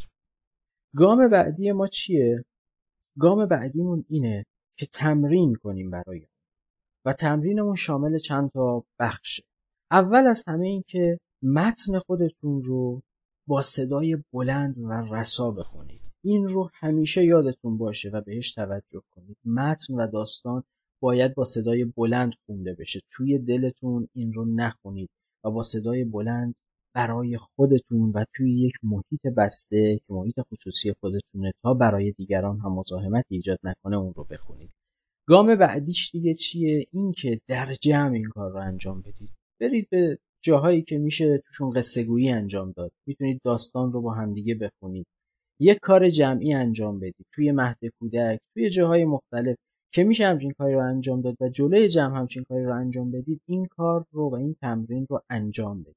گام بعدی ما چیه؟ گام بعدیمون اینه که تمرین کنیم برای و تمرینمون شامل چند تا بخشه. اول از همه این که متن خودتون رو با صدای بلند و رسا بخونید. این رو همیشه یادتون باشه و بهش توجه کنید. متن و داستان باید با صدای بلند خونده بشه. توی دلتون این رو نخونید و با صدای بلند برای خودتون و توی یک محیط بسته که محیط خصوصی خودتونه تا برای دیگران هم مزاحمت ایجاد نکنه اون رو بخونید. گام بعدیش دیگه چیه؟ این که در جمع این کار رو انجام بدید. برید به جاهایی که میشه توشون قصه گویی انجام داد. میتونید داستان رو با همدیگه بخونید. یک کار جمعی انجام بدید. توی مهد کودک، توی جاهای مختلف که میشه همچین کاری رو انجام داد و جلوی جمع همچین کاری رو انجام بدید. این کار رو و این تمرین رو انجام بدید.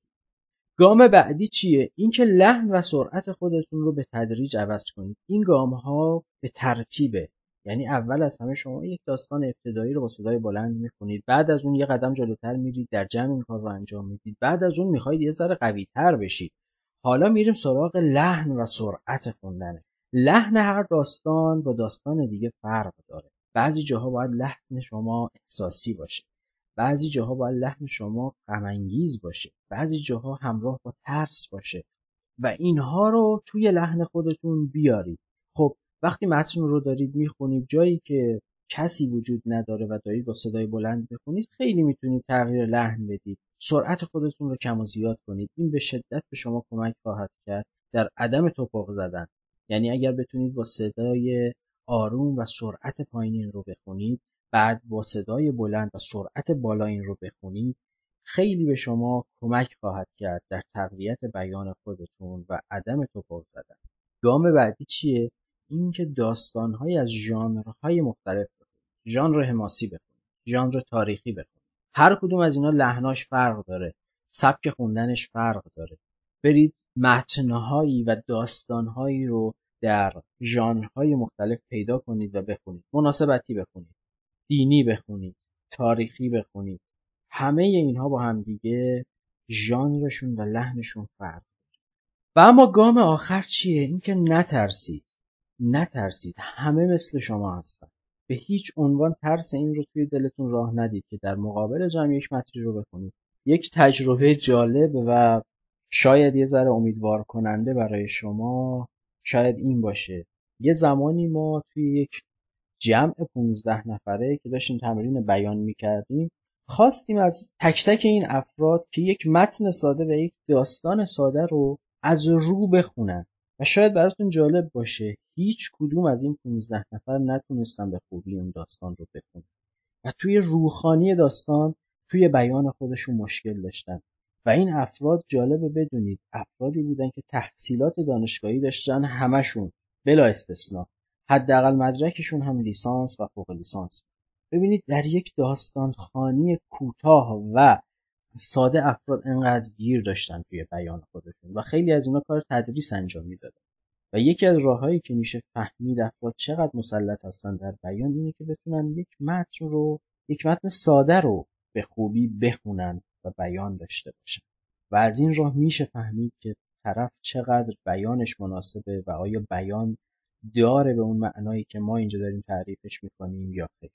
گام بعدی چیه؟ این که لحن و سرعت خودتون رو به تدریج عوض کنید. این گام ها به ترتیبه. یعنی اول از همه شما یک داستان ابتدایی رو با صدای بلند میخونید، بعد از اون یه قدم جلوتر میرید در جمع این کار رو انجام میدید، بعد از اون میخواید یه ذره قوی تر بشید. حالا میریم سراغ لحن و سرعت خوندنه. لحن هر داستان با داستان دیگه فرق داره. بعضی جاها باید لحن شما احساسی باشه، بعضی جاها باید لحن شما غم انگیز باشه، بعضی جاها همراه با ترس باشه و اینها رو توی لحن خودتون بیارید. خب وقتی متن رو دارید میخونید، جایی که کسی وجود نداره و دارید با صدای بلند بخونید، خیلی میتونید تغییر لحن بدید، سرعت خودتون رو کم و زیاد کنید. این به شدت به شما کمک خواهد کرد در عدم توپق زدن. یعنی اگر بتونید با صدای آروم و سرعت پایین این رو بخونید، بعد با صدای بلند و سرعت بالا این رو بخونید، خیلی به شما کمک خواهد کرد در تقویت بیان خودتون و عدم توپق زدن. گام بعدی چیه؟ این که داستان‌های از ژانرهای مختلف بخونید. ژانر حماسی بخونید، ژانر تاریخی بخونید. هر کدوم از اینا لحناش فرق داره، سبک خوندنش فرق داره. برید متن‌هایی و داستان‌هایی رو در ژانرهای مختلف پیدا کنید و بخونید. مناسبتی بخونید، دینی بخونید، تاریخی بخونید. همه اینها با هم دیگه ژانرشون و لحنشون فرق داره. و اما گام آخر چیه؟ این که نترسید. نترسید. همه مثل شما هستن. به هیچ عنوان ترس این رو توی دلتون راه ندید که در مقابل جمع یک متنی رو بخونید. یک تجربه جالب و شاید یه ذره امیدوار کننده برای شما شاید این باشه. یه زمانی ما توی یک جمع پونزده نفره که داشتیم تمرین بیان میکردیم، خواستیم از تک تک این افراد که یک متن ساده و یک داستان ساده رو از رو بخونن و شاید براتون جالب باشه هیچ کدوم از این پونزده نفر نتونستن به خوبی اون داستان رو بخونن و توی روخانی داستان توی بیان خودشون مشکل داشتن. و این افراد جالبه بدونید افرادی بودن که تحصیلات دانشگاهی داشتن، همشون بلا استثنا، حداقل مدرکشون هم لیسانس و فوق لیسانس. ببینید در یک داستان خوانی کوتاه و ساده افراد انقدر گیر داشتن توی بیان خودشون و خیلی از اینا کار تدریس انجام میدادن. و یکی از راههایی که میشه فهمید افراد چقدر مسلط هستن در بیان اینه که بتونن یک متن رو یک متن ساده رو به خوبی بخونن و بیان داشته باشن. و از این راه میشه فهمید که طرف چقدر بیانش مناسبه و آیا بیان داره به اون معنایی که ما اینجا داریم تعریفش میکنیم یا خیر.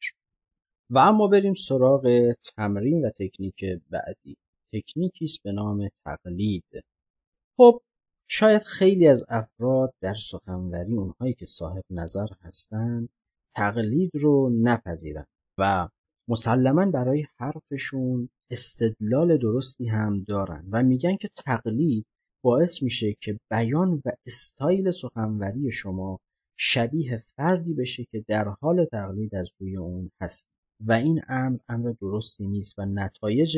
و اما بریم سراغ تمرین و تکنیک بعدی. تکنیکی است به نام تقلید. خب شاید خیلی از افراد در سخنوری، اونهایی که صاحب نظر هستن، تقلید رو نپذیرن و مسلماً برای حرفشون استدلال درستی هم دارن و میگن که تقلید باعث میشه که بیان و استایل سخنوری شما شبیه فردی بشه که در حال تقلید از روی اون هست و این امر امر درستی نیست و نتایج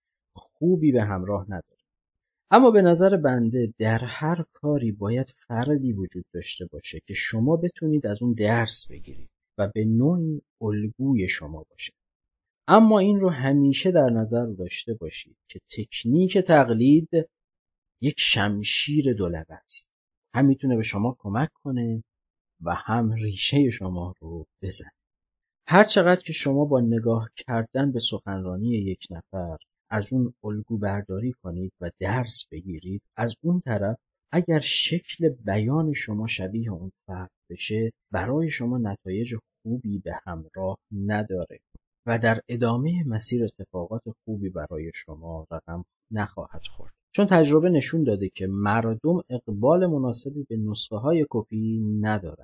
خوبی به همراه نداره. اما به نظر بنده در هر کاری باید فردی وجود داشته باشه که شما بتونید از اون درس بگیرید و به نوعی الگوی شما باشه. اما این رو همیشه در نظر داشته باشید که تکنیک تقلید یک شمشیر دولبه است. هم میتونه به شما کمک کنه و هم ریشه شما رو بزنه. هر چقدر که شما با نگاه کردن به سخنرانی یک نفر از اون الگو برداری کنید و درس بگیرید، از اون طرف اگر شکل بیان شما شبیه اون فرد بشه برای شما نتایج خوبی به همراه نداره و در ادامه مسیر اتفاقات خوبی برای شما رقم نخواهد خورد. چون تجربه نشون داده که مردم اقبال مناسبی به نسخه های کپی ندارن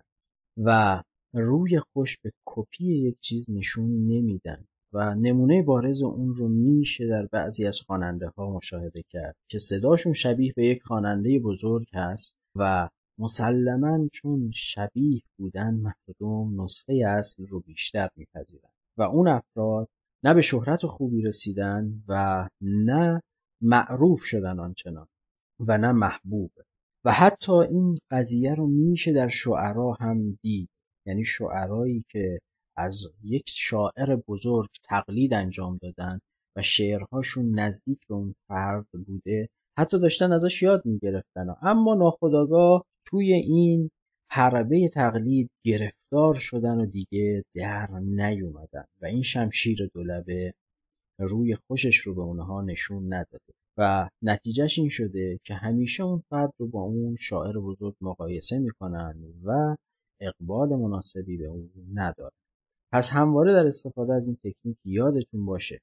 و روی خوش به کپی یک چیز نشون نمیدن و نمونه بارز اون رو میشه در بعضی از خواننده ها مشاهده کرد که صداشون شبیه به یک خواننده بزرگ هست و مسلماً چون شبیه بودن مردم نسخه اصل رو بیشتر میپذیرن و اون افراد نه به شهرت خوبی رسیدن و نه معروف شدن آنچنان و نه محبوب. و حتی این قضیه رو میشه در شعرا هم دید، یعنی شعرایی که از یک شاعر بزرگ تقلید انجام دادن و شعرهاشون نزدیک به اون فرد بوده، حتی داشتن ازش یاد میگرفتن اما ناخودآگاه توی این حربه تقلید گرفتار شدن و دیگه در نیومدن و این شمشیر دولبه روی خوشش رو به اونها نشون نداده و نتیجهش این شده که همیشه اون فرد رو با اون شاعر بزرگ مقایسه میکنن و اقبال مناسبی به اون نداره. پس همواره در استفاده از این تکنیک یادتون باشه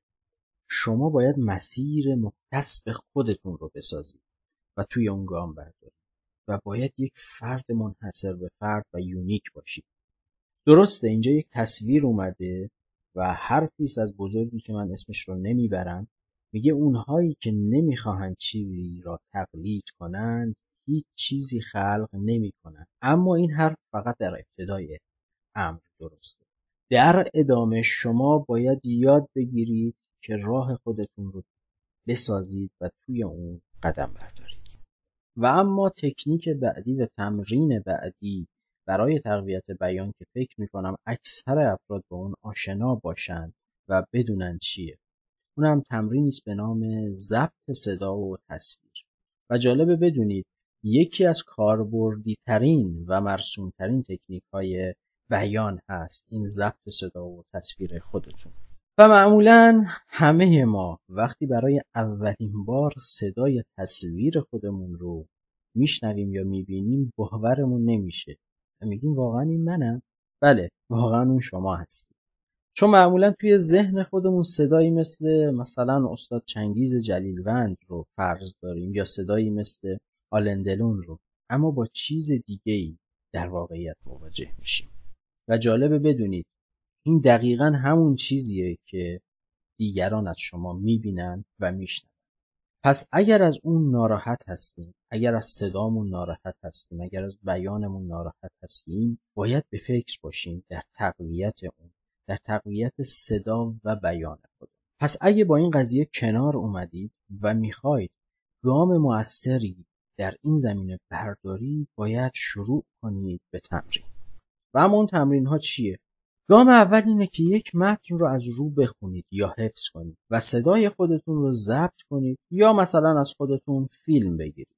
شما باید مسیر مختص به خودتون رو بسازید و توی اون گام بردارید و باید یک فرد منحصر به فرد و یونیک باشید. درسته اینجا یک تصویر اومده و حرفیست از بزرگی که من اسمش رو نمیبرم، میگه اونهایی که نمیخواهند چیزی را تقلید کنند هیچ چیزی خلق نمی کنند. اما این حرف فقط در ابتدای امر درسته. در ادامه شما باید یاد بگیرید که راه خودتون رو بسازید و توی اون قدم بردارید. و اما تکنیک بعدی و تمرین بعدی برای تقویت بیان که فکر میکنم اکثر افراد با اون آشنا باشند و بدونن چیه، اونم تمرینی است به نام ضبط صدا و تصویر. و جالبه بدونید یکی از کاربردی ترین و مرسوم ترین تکنیک های بیان هست این ضبط صدا و تصویر خودتون. و معمولا همه ما وقتی برای اولین بار صدای تصویر خودمون رو میشنویم یا میبینیم باورمون نمیشه و میگیم واقعا این منم؟ بله، واقعا اون شما هستی. چون معمولا توی ذهن خودمون صدایی مثل مثلا استاد چنگیز جلیلوند رو فرض داریم یا صدایی مثل آلندلون رو، اما با چیز دیگه‌ای در واقعیت مواجه میشیم. و جالبه بدونید این دقیقاً همون چیزیه که دیگران از شما میبینن و میشنون. پس اگر از اون ناراحت هستیم، اگر از صدامون ناراحت هستیم، اگر از بیانمون ناراحت هستیم، باید به فکر باشیم در تقویت اون، در تقویت صدا و بیان خود. پس اگه با این قضیه کنار اومدید و میخواید گام مؤثری در این زمینه بردارید، باید شروع کنید به تمرین. و اما اون تمرین ها چیه؟ گام اول اینه که یک متن رو از رو بخونید یا حفظ کنید و صدای خودتون رو ضبط کنید یا مثلا از خودتون فیلم بگیرید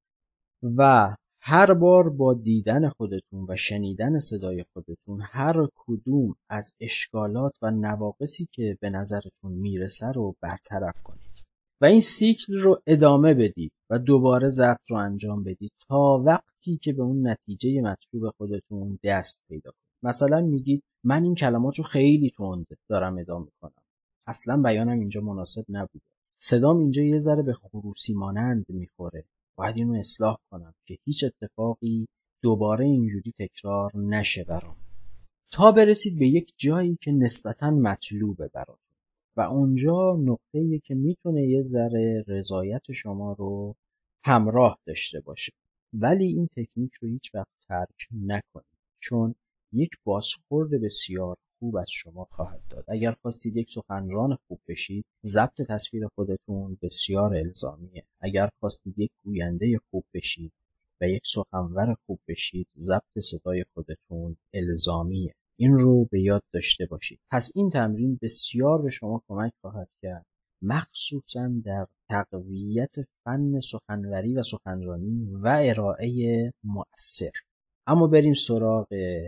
و هر بار با دیدن خودتون و شنیدن صدای خودتون هر کدوم از اشکالات و نواقصی که به نظرتون میرسه رو برطرف کنید و این سیکل رو ادامه بدید و دوباره ضبط رو انجام بدید تا وقتی که به اون نتیجه مطلوب خودتون دست پیدا کنید. مثلا میگید من این کلمات رو خیلی تند دارم ادا میکنم، اصلا بیانم اینجا مناسب نبوده، صدام اینجا یه ذره به خروسی مانند میخوره، باید اینو اصلاح کنم که هیچ اتفاقی دوباره اینجوری تکرار نشه برام، تا برسید به یک جایی که نسبتاً مطلوبه براتون و اونجا نقطه‌ایه که میتونه یه ذره رضایت شما رو همراه داشته باشه. ولی این تکنیک رو هیچ وقت ترک نکنید، چون یک بازخورد بسیار خوب از شما خواهد داد. اگر خواستید یک سخنران خوب بشید، ضبط تصویر خودتون بسیار الزامیه. اگر خواستید یک گوینده خوب بشید و یک سخنور خوب بشید، ضبط صدای خودتون الزامیه. این رو به یاد داشته باشید. پس این تمرین بسیار به شما کمک خواهد کرد، مخصوصا در تقویت فن سخنوری و سخنرانی و ارائه مؤثر. اما بریم سراغ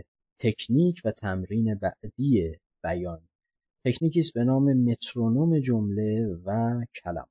تکنیک و تمرین بعدی بیان. تکنیکی است به نام مترونوم جمله و کلمات.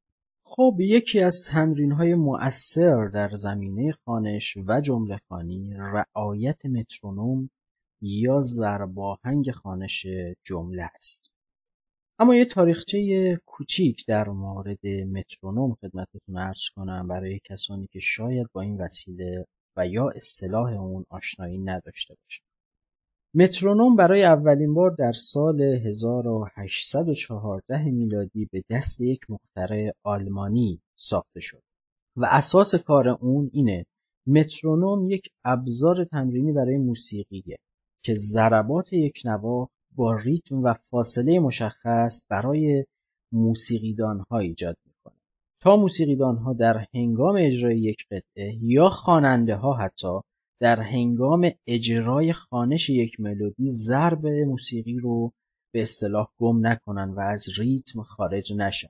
خب یکی از تمرین‌های مؤثر در زمینه خوانش و جمله خوانی رعایت مترونوم یا ضرباهنگ خوانش جمله است. اما یه تاریخچه کوچیک در مورد مترونوم خدمتتون عرض کنم برای کسانی که شاید با این وسیله و یا اصطلاح اون آشنایی نداشته باشند. مترونوم برای اولین بار در سال هزار و هشتصد و چهارده میلادی به دست یک مخترع آلمانی ساخته شد و اساس کار اون اینه مترونوم یک ابزار تمرینی برای موسیقیه که ضربات یک نواخت با ریتم و فاصله مشخص برای موسیقیدان‌ها ایجاد میکنه تا موسیقیدان‌ها در هنگام اجرای یک قطعه یا خواننده‌ها حتی در هنگام اجرای خوانش یک ملودی ضرب موسیقی رو به اصطلاح گم نکنن و از ریتم خارج نشن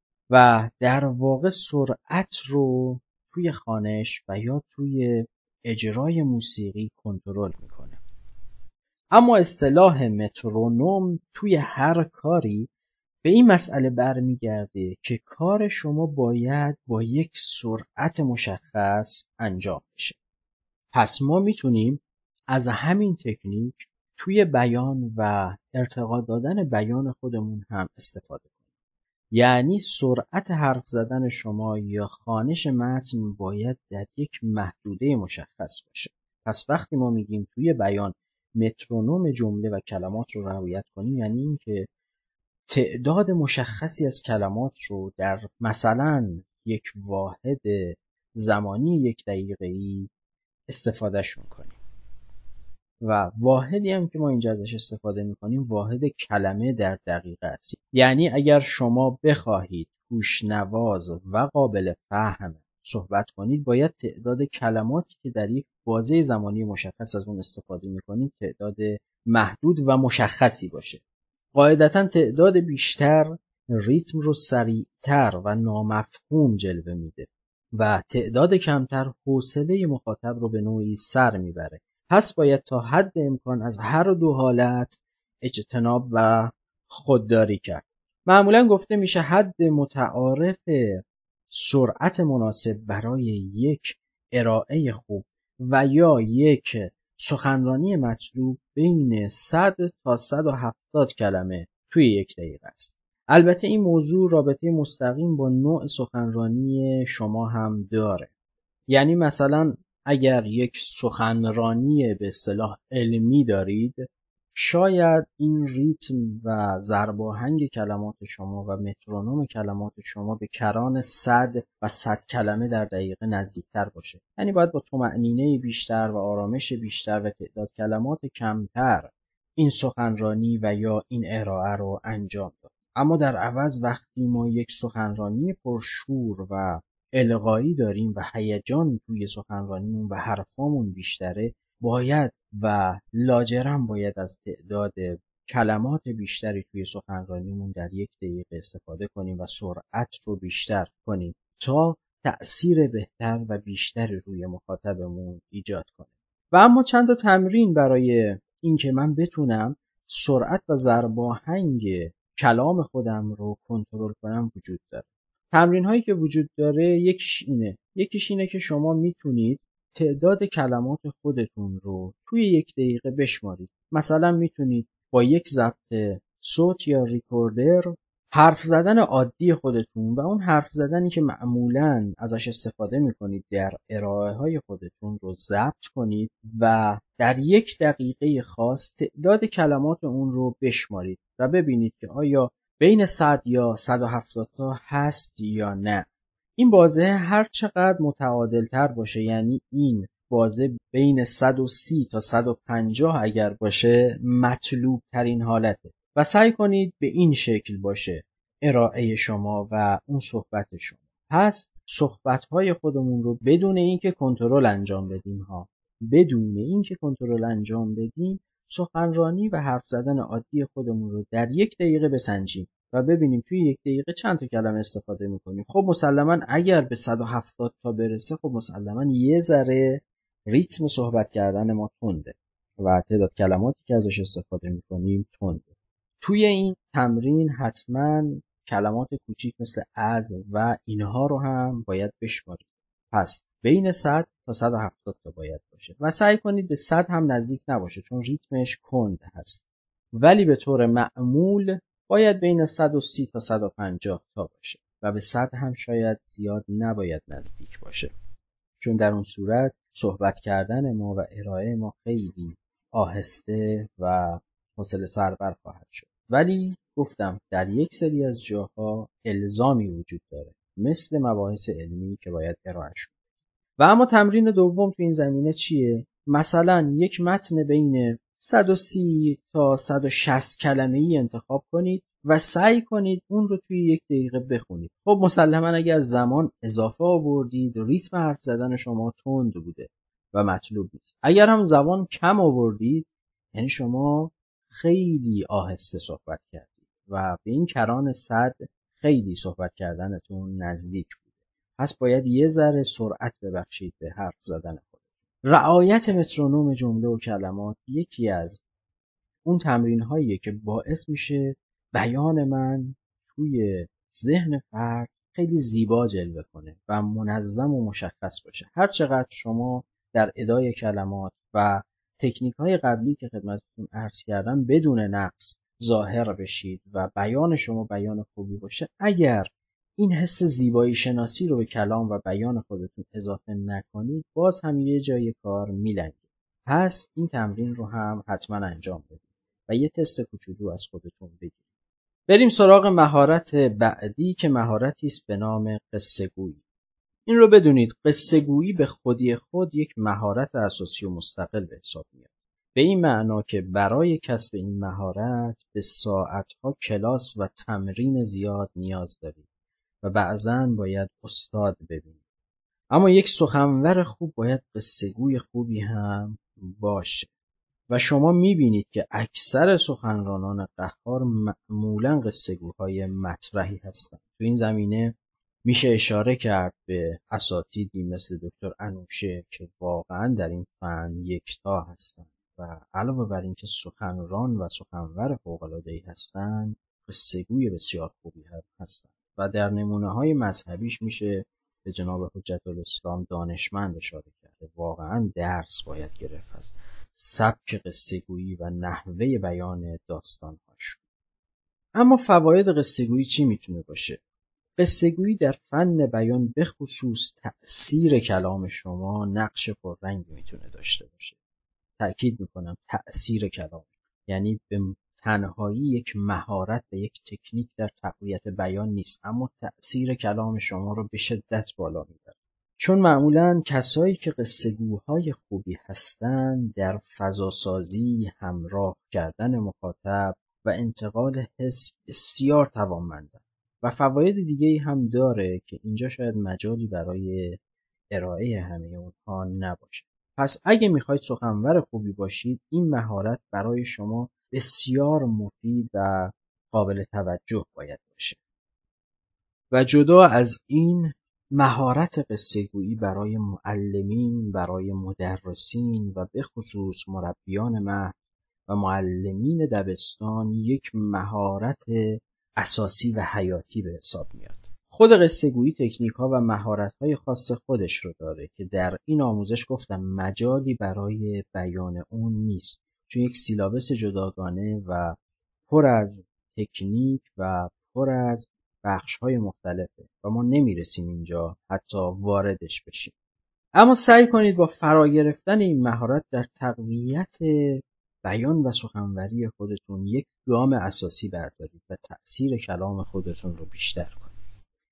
و در واقع سرعت رو توی خوانش و یا توی اجرای موسیقی کنترل میکنه. اما اصطلاح مترونوم توی هر کاری به این مسئله برمیگرده که کار شما باید با یک سرعت مشخص انجام بشه. پس ما میتونیم از همین تکنیک توی بیان و ارتقا دادن بیان خودمون هم استفاده کنیم. یعنی سرعت حرف زدن شما یا خوانش متن باید در یک محدوده مشخص باشه. پس وقتی ما میگیم توی بیان مترونوم جمله و کلمات رو رعایت کنیم، یعنی این که تعداد مشخصی از کلمات رو در مثلا یک واحد زمانی یک دقیقه‌ای استفادهشون کنیم و واحدی هم که ما اینجا ازش استفاده میکنیم واحد کلمه در دقیقه است. یعنی اگر شما بخواهید گوشنواز و قابل فهم صحبت کنید، باید تعداد کلماتی که در یک بازه زمانی مشخص از اون استفاده میکنید تعداد محدود و مشخصی باشه. قاعدتا تعداد بیشتر ریتم رو سریعتر و نامفهوم جلوه میده و تعداد کمتر حوصله مخاطب رو به نوعی سر میبره. پس باید تا حد امکان از هر دو حالت اجتناب و خودداری کرد. معمولا گفته میشه حد متعارف سرعت مناسب برای یک ارائه خوب و یا یک سخنرانی مطلوب بین صد تا صد و هفتاد کلمه توی یک دقیقه است. البته این موضوع رابطه مستقیم با نوع سخنرانی شما هم داره. یعنی مثلا اگر یک سخنرانی به اصطلاح علمی دارید، شاید این ریتم و ضرباهنگ کلمات شما و مترونوم کلمات شما به کران صد و صد کلمه در دقیقه نزدیکتر باشه. یعنی باید با طمأنینه بیشتر و آرامش بیشتر و تعداد کلمات کمتر این سخنرانی و یا این ارائه رو انجام داد. اما در عوض وقتی ما یک سخنرانی پرشور و القایی داریم و هیجان توی سخنرانیمون و حرفامون بیشتره، باید و لاجرم باید از تعداد کلمات بیشتری توی سخنرانیمون در یک دقیقه استفاده کنیم و سرعت رو بیشتر کنیم تا تأثیر بهتر و بیشتری روی مخاطبمون ایجاد کنیم. و اما چند تا تمرین برای اینکه من بتونم سرعت و ضرباهنگ کلام خودم رو کنترل کنم وجود داره. تمرین هایی که وجود داره یکیش اینه یکیش اینه که شما میتونید تعداد کلمات خودتون رو توی یک دقیقه بشمارید. مثلا میتونید با یک ضبط صوت یا ریکوردر حرف زدن عادی خودتون و اون حرف زدنی که معمولاً ازش استفاده میکنید در ارائه های خودتون رو ضبط کنید و در یک دقیقه خاص تعداد کلمات اون رو بشمارید و ببینید که آیا بین صد یا صد و هفتاد تا هست یا نه. این بازه هر چقدر متعادل تر باشه، یعنی این بازه بین صد و سی تا صد و پنجاه اگر باشه مطلوب ترین حالته و سعی کنید به این شکل باشه ارائه شما و اون صحبت شما. پس صحبت‌های خودمون رو بدون اینکه کنترل انجام بدیم ها بدون اینکه کنترل انجام بدیم سخنرانی و حرف زدن عادی خودمون رو در یک دقیقه بسنجیم و ببینیم توی یک دقیقه چند تا کلمه استفاده میکنیم. خب مسلماً اگر به صد و هفتاد تا برسه خب مسلماً یه ذره ریتم صحبت کردن ما تنده و تعداد کلماتی که ازش استفاده میکنیم تنده. توی این تمرین حتماً کلمات کوچیک مثل از و اینها رو هم باید بشمارید. پس بین صد تا صد و هفتاد تا باید باشه و سعی کنید به صد هم نزدیک نباشه چون ریتمش کند هست، ولی به طور معمول باید بین صد و سی تا صد و پنجاه تا باشه و به صد هم شاید زیاد نباید نزدیک باشه، چون در اون صورت صحبت کردن ما و ارائه ما خیلی آهسته و حوصله سربر خواهد شد. ولی گفتم در یک سری از جاها الزامی وجود داره مثل مباحث علمی که باید ارائه شد. و اما تمرین دوم تو این زمینه چیه؟ مثلا یک متن بین صد و سی تا صد و شصت کلمه‌ای انتخاب کنید و سعی کنید اون رو توی یک دقیقه بخونید. خب مسلما اگر زمان اضافه آوردید ریتم حرف زدن شما تند بوده و مطلوب نیست. اگر هم زمان کم آوردید یعنی شما خیلی آهسته صحبت کردید و به این کران صد خیلی صحبت کردنتون نزدیک بود. پس باید یه ذره سرعت ببخشید به حرف زدن خود. رعایت مترونوم جمله و کلمات یکی از اون تمرین هاییه که باعث میشه بیان من توی ذهن فرد خیلی زیبا جلوه کنه و منظم و مشخص باشه. هر چقدر شما در ادای کلمات و تکنیک های قبلی که خدمتتون عرض کردم بدون نقص ظاهر بشید و بیان شما بیان خوبی باشه، اگر این حس زیبایی شناسی رو به کلام و بیان خودتون اضافه نکنید باز هم یه جای کار میلنگه. پس این تمرین رو هم حتما انجام بدید و یه تست کوچولو از خودتون بگیرید. بریم سراغ مهارت بعدی که مهارتی است به نام قصه گویی. این رو بدونید قصه گویی به خودی خود یک مهارت اساسی و مستقل به حساب میاد. به این معنا که برای کسب این مهارت به ساعتها کلاس و تمرین زیاد نیاز دارید و بعضاً باید استاد ببینید. اما یک سخنور خوب باید قصه گوی خوبی هم باشه و شما میبینید که اکثر سخنرانان قهار معمولاً قصه گوهای مطرحی هستند. تو این زمینه میشه اشاره کرد به اساتیدی مثل دکتر انوشه که واقعاً در این فن یکتا هستند و علاوه بر اینکه سخنران و سخنور فوق‌العاده‌ای هستند قصه گوی بسیار خوبی هم هستند و در نمونه‌های مذهبیش میشه به جناب حجت الاسلام دانشمند اشاره کرده. واقعاً درس باید گرفت از سبک قصه گویی و نحوه بیان داستان‌هاش. اما فواید قصه گویی چی میتونه باشه؟ قصه گویی در فن بیان به خصوص تأثیر کلام شما نقش پررنگی میتونه داشته باشه. تأکید میکنم تأثیر کلام، یعنی به تنهایی یک مهارت و یک تکنیک در تقویت بیان نیست، اما تأثیر کلام شما رو به شدت بالا میبره. چون معمولاً کسایی که قصه گوهای خوبی هستن در فضاسازی، همراه کردن مخاطب و انتقال حس بسیار توانمندن و فواید دیگه‌ای هم داره که اینجا شاید مجالی برای ارائه همه اونها نباشه. پس اگه میخواید سخنور خوبی باشید این مهارت برای شما بسیار مفید و قابل توجه باید باشه. و جدا از این مهارت قصه گویی برای معلمین، برای مدرسین و به خصوص مربیان مهد و معلمین دبستان یک مهارت اساسی و حیاتی به حساب میاد. خود قصه گویی تکنیک ها و مهارت های خاص خودش رو داره که در این آموزش گفتم مجالی برای بیان اون نیست، چون یک سیلابس جداگانه و پر از تکنیک و پر از بخش های مختلفه و ما نمیرسیم اینجا حتی واردش بشیم. اما سعی کنید با فرا گرفتن این مهارت در تقویت بیان و سخنوری خودتون یک گام اساسی بردارید و تأثیر کلام خودتون رو بیشتر کنید.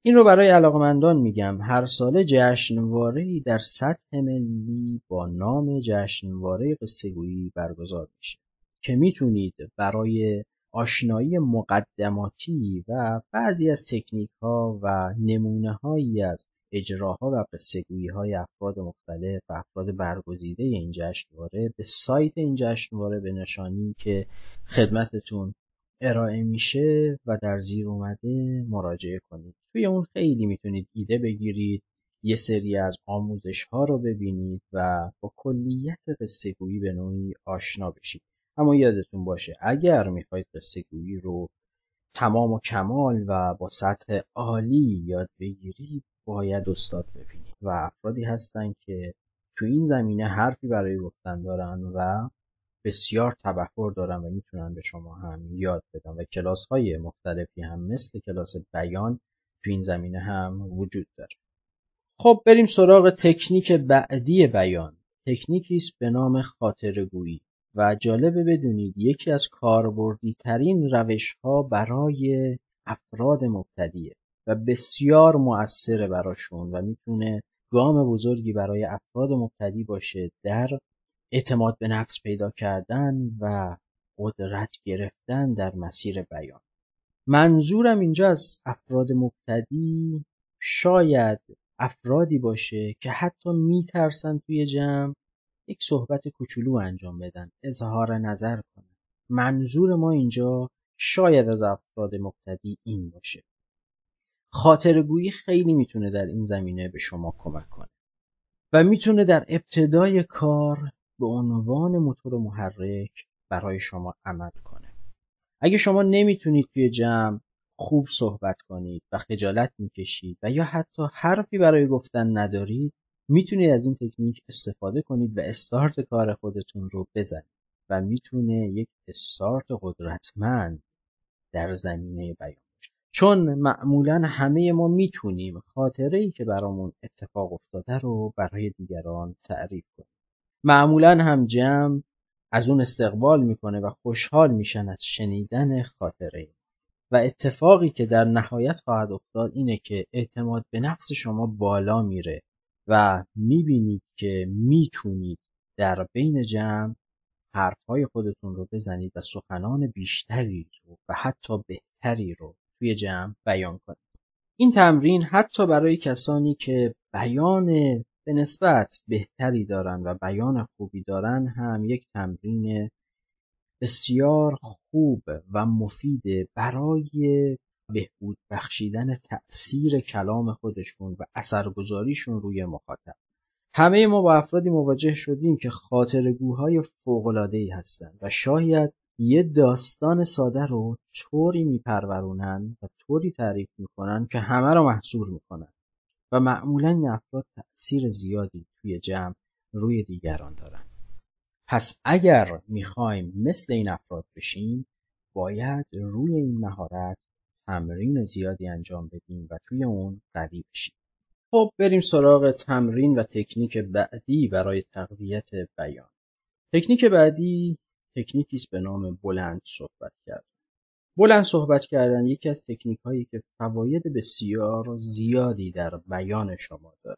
این رو برای علاقمندان میگم. هر ساله جشنواره‌ای در سطح ملی با نام جشنواره قصه‌گویی برگزار میشه که میتونید برای آشنایی مقدماتی و بعضی از تکنیک‌ها و نمونه‌هایی از اجراها و قصه‌گویی‌های افراد مختلف و افراد برگزیده این جشنواره به سایت این جشنواره به نشانی که خدمتتون ارائه میشه و در زیر اومده مراجعه کنید. توی اون خیلی میتونید ایده بگیرید، یه سری از آموزش ها رو ببینید و با کلیت قصه گویی به نوعی آشنا بشید. اما یادتون باشه اگر میخواید قصه گویی رو تمام و کمال و با سطح عالی یاد بگیرید باید استاد ببینید و افرادی هستن که تو این زمینه حرفی برای گفتن دارن و بسیار تبحر دارن و میتونن به شما هم یاد بدن و کلاس های مختلفی هم مثل کلاس بیان تو این زمینه هم وجود داره. خب بریم سراغ تکنیک بعدی بیان. تکنیکی است به نام خاطره‌گویی و جالبه بدونید یکی از کاربردی ترین روش ها برای افراد مبتدیه و بسیار مؤثر براشون و میتونه گام بزرگی برای افراد مبتدی باشه در اعتماد به نفس پیدا کردن و قدرت گرفتن در مسیر بیان. منظورم اینجا از افراد مبتدی شاید افرادی باشه که حتی میترسن توی جمع یک صحبت کوچولو انجام بدن، اظهار نظر کنن. منظور ما اینجا شاید از افراد مبتدی این باشه. خاطره‌گویی خیلی میتونه در این زمینه به شما کمک کنه و میتونه در ابتدای کار به عنوان موتور محرک برای شما عمل کنه. اگه شما نمیتونید توی جمع خوب صحبت کنید و خجالت میکشید و یا حتی حرفی برای گفتن ندارید، میتونید از این تکنیک استفاده کنید و استارت کار خودتون رو بزنید و میتونه یک استارت قدرتمند در زمینه بیان باشه. چون معمولا همه ما میتونیم خاطره‌ای که برامون اتفاق افتاده رو برای دیگران تعریف کنیم. معمولا هم جمع از اون استقبال میکنه و خوشحال میشن از شنیدن خاطره و اتفاقی که در نهایت خواهد افتاد اینه که اعتماد به نفس شما بالا میره و میبینید که میتونید در بین جمع حرفهای خودتون رو بزنید و سخنان بیشتری رو و حتی بهتری رو توی جمع بیان کنید. این تمرین حتی برای کسانی که بیان به نسبت بهتری دارن و بیان خوبی دارن هم یک تمرین بسیار خوب و مفید برای بهبود بخشیدن تأثیر کلام خودشون و اثرگذاریشون روی مخاطب. همه ما با افرادی مواجه شدیم که خاطره‌گوهای فوق‌العاده‌ای هستند و شاید یه داستان ساده رو طوری میپرورونن و طوری تعریف میکنن که همه رو محصور میکنن و معمولا این افراد تأثیر زیادی توی جمع روی دیگران دارن. پس اگر میخوایم مثل این افراد بشیم باید روی این مهارت تمرین زیادی انجام بدیم و توی اون قوی بشیم. خب بریم سراغ تمرین و تکنیک بعدی برای تقویت بیان. تکنیک بعدی تکنیکی است به نام بلند صحبت کردن. بلند صحبت کردن یکی از تکنیک هایی که فواید بسیار زیادی در بیان شما داره.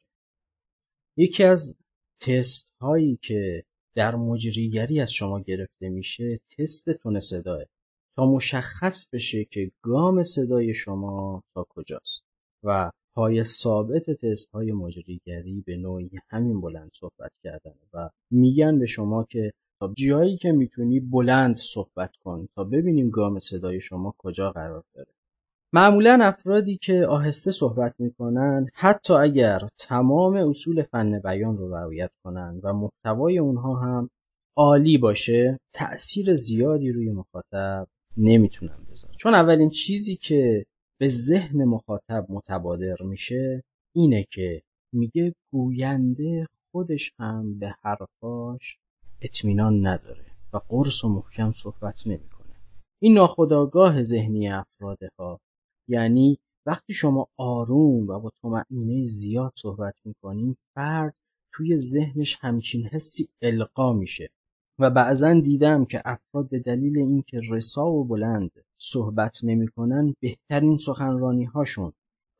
یکی از تست هایی که در مجریگری از شما گرفته میشه تست تون صداه تا مشخص بشه که گام صدای شما تا کجاست و پای ثابت تست های مجریگری به نوعی همین بلند صحبت کردن و میگن به شما که تا جایی که میتونی بلند صحبت کن تا ببینیم گام صدای شما کجا قرار داره. معمولا افرادی که آهسته صحبت میکنن حتی اگر تمام اصول فن بیان رو رعایت کنن و محتوای اونها هم عالی باشه تأثیر زیادی روی مخاطب نمیتونن بذارن. چون اولین چیزی که به ذهن مخاطب متبادر میشه اینه که میگه گوینده خودش هم به حرفاش اطمینان نداره و قرص و محکم صحبت نمیکنه. این ناخودآگاه ذهنی افراده ها، یعنی وقتی شما آروم و با طمأنینه زیاد صحبت میکنین فرد توی ذهنش همچین حسی القا میشه و بعضا دیدم که افراد به دلیل اینکه رسا و بلند صحبت نمیکنن بهترین سخنرانی هاشون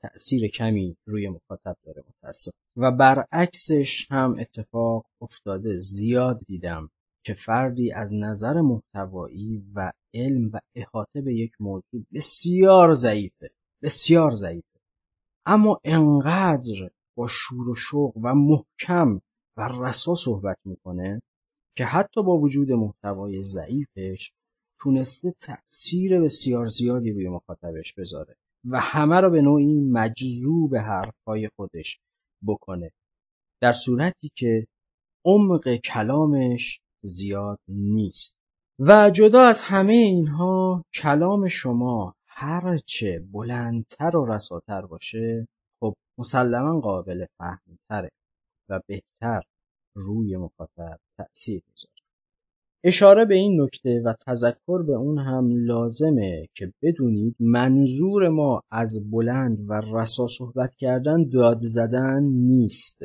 تأثیر کمی روی مخاطب داره متأسف. و برعکسش هم اتفاق افتاده. زیاد دیدم که فردی از نظر محتوایی و علم و احاطه به یک موضوع بسیار ضعیفه بسیار ضعیفه اما انقدر با شور و شوق و محکم و رسا صحبت میکنه که حتی با وجود محتوای ضعیفش تونسته تأثیر بسیار زیادی روی مخاطبش بذاره و همه رو به نوعی مجذوب حرفهای خودش بکنه، در صورتی که عمق کلامش زیاد نیست. و جدا از همه اینها کلام شما هرچه بلندتر و رساتر باشه خب مسلما قابل فهمتره و بهتر روی مخاطب تأثیر میذاره. اشاره به این نکته و تذکر به اون هم لازمه که بدونید منظور ما از بلند و رسا صحبت کردن داد زدن نیست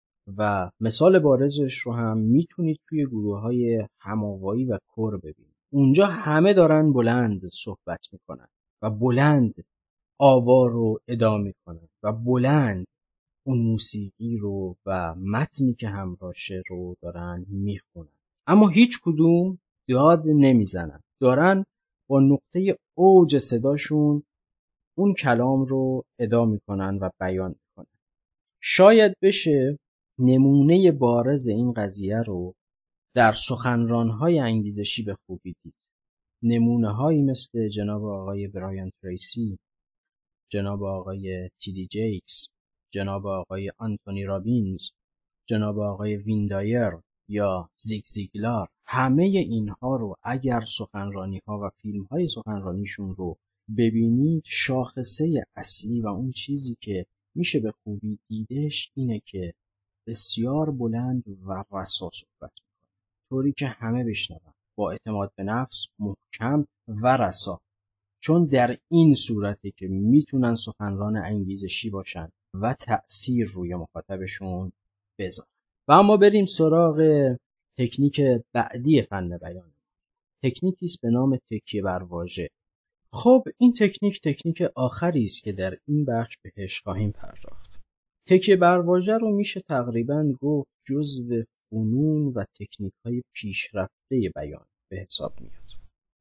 و مثال بارزش رو هم میتونید توی گروه‌های هماوایی و کور ببینید. اونجا همه دارن بلند صحبت میکنن و بلند آوا رو ادا میکنن و بلند اون موسیقی رو و متنی که همراهشه رو دارن میخونن، اما هیچ کدوم داد نمیزنن، دارن با نقطه اوج صداشون اون کلام رو ادا میکنن و بیان میکنن. شاید بشه نمونه بارز این قضیه رو در سخنران‌های انگیزشی به خوبی دید. نمونه‌هایی مثل جناب آقای برایان تریسی، جناب آقای تی دی جیکس، جناب آقای آنتونی رابینز، جناب آقای ویندایر یا زیگ زیگلار، همه اینها رو اگر سخنرانی‌ها و فیلم‌های سخنرانیشون رو ببینید، شاخصه اصلی و اون چیزی که میشه به خوبی دیدش اینه که بسیار بلند و رسا صحبت میکنه، طوری که همه بشنون، با اعتماد به نفس، محکم و رسا، چون در این صورته که میتونن سخنران انگیزشی باشن و تأثیر روی مخاطبشون بذارن. و اما بریم سراغ تکنیک بعدی فن بیان. تکنیکی است به نام تکیه بر واژه. خب این تکنیک تکنیک آخری است که در این بخش بهش خواهیم پرداخت. تکیه بر واژه رو میشه تقریباً گفت جزو فنون و تکنیک‌های پیشرفته بیان به حساب میاد.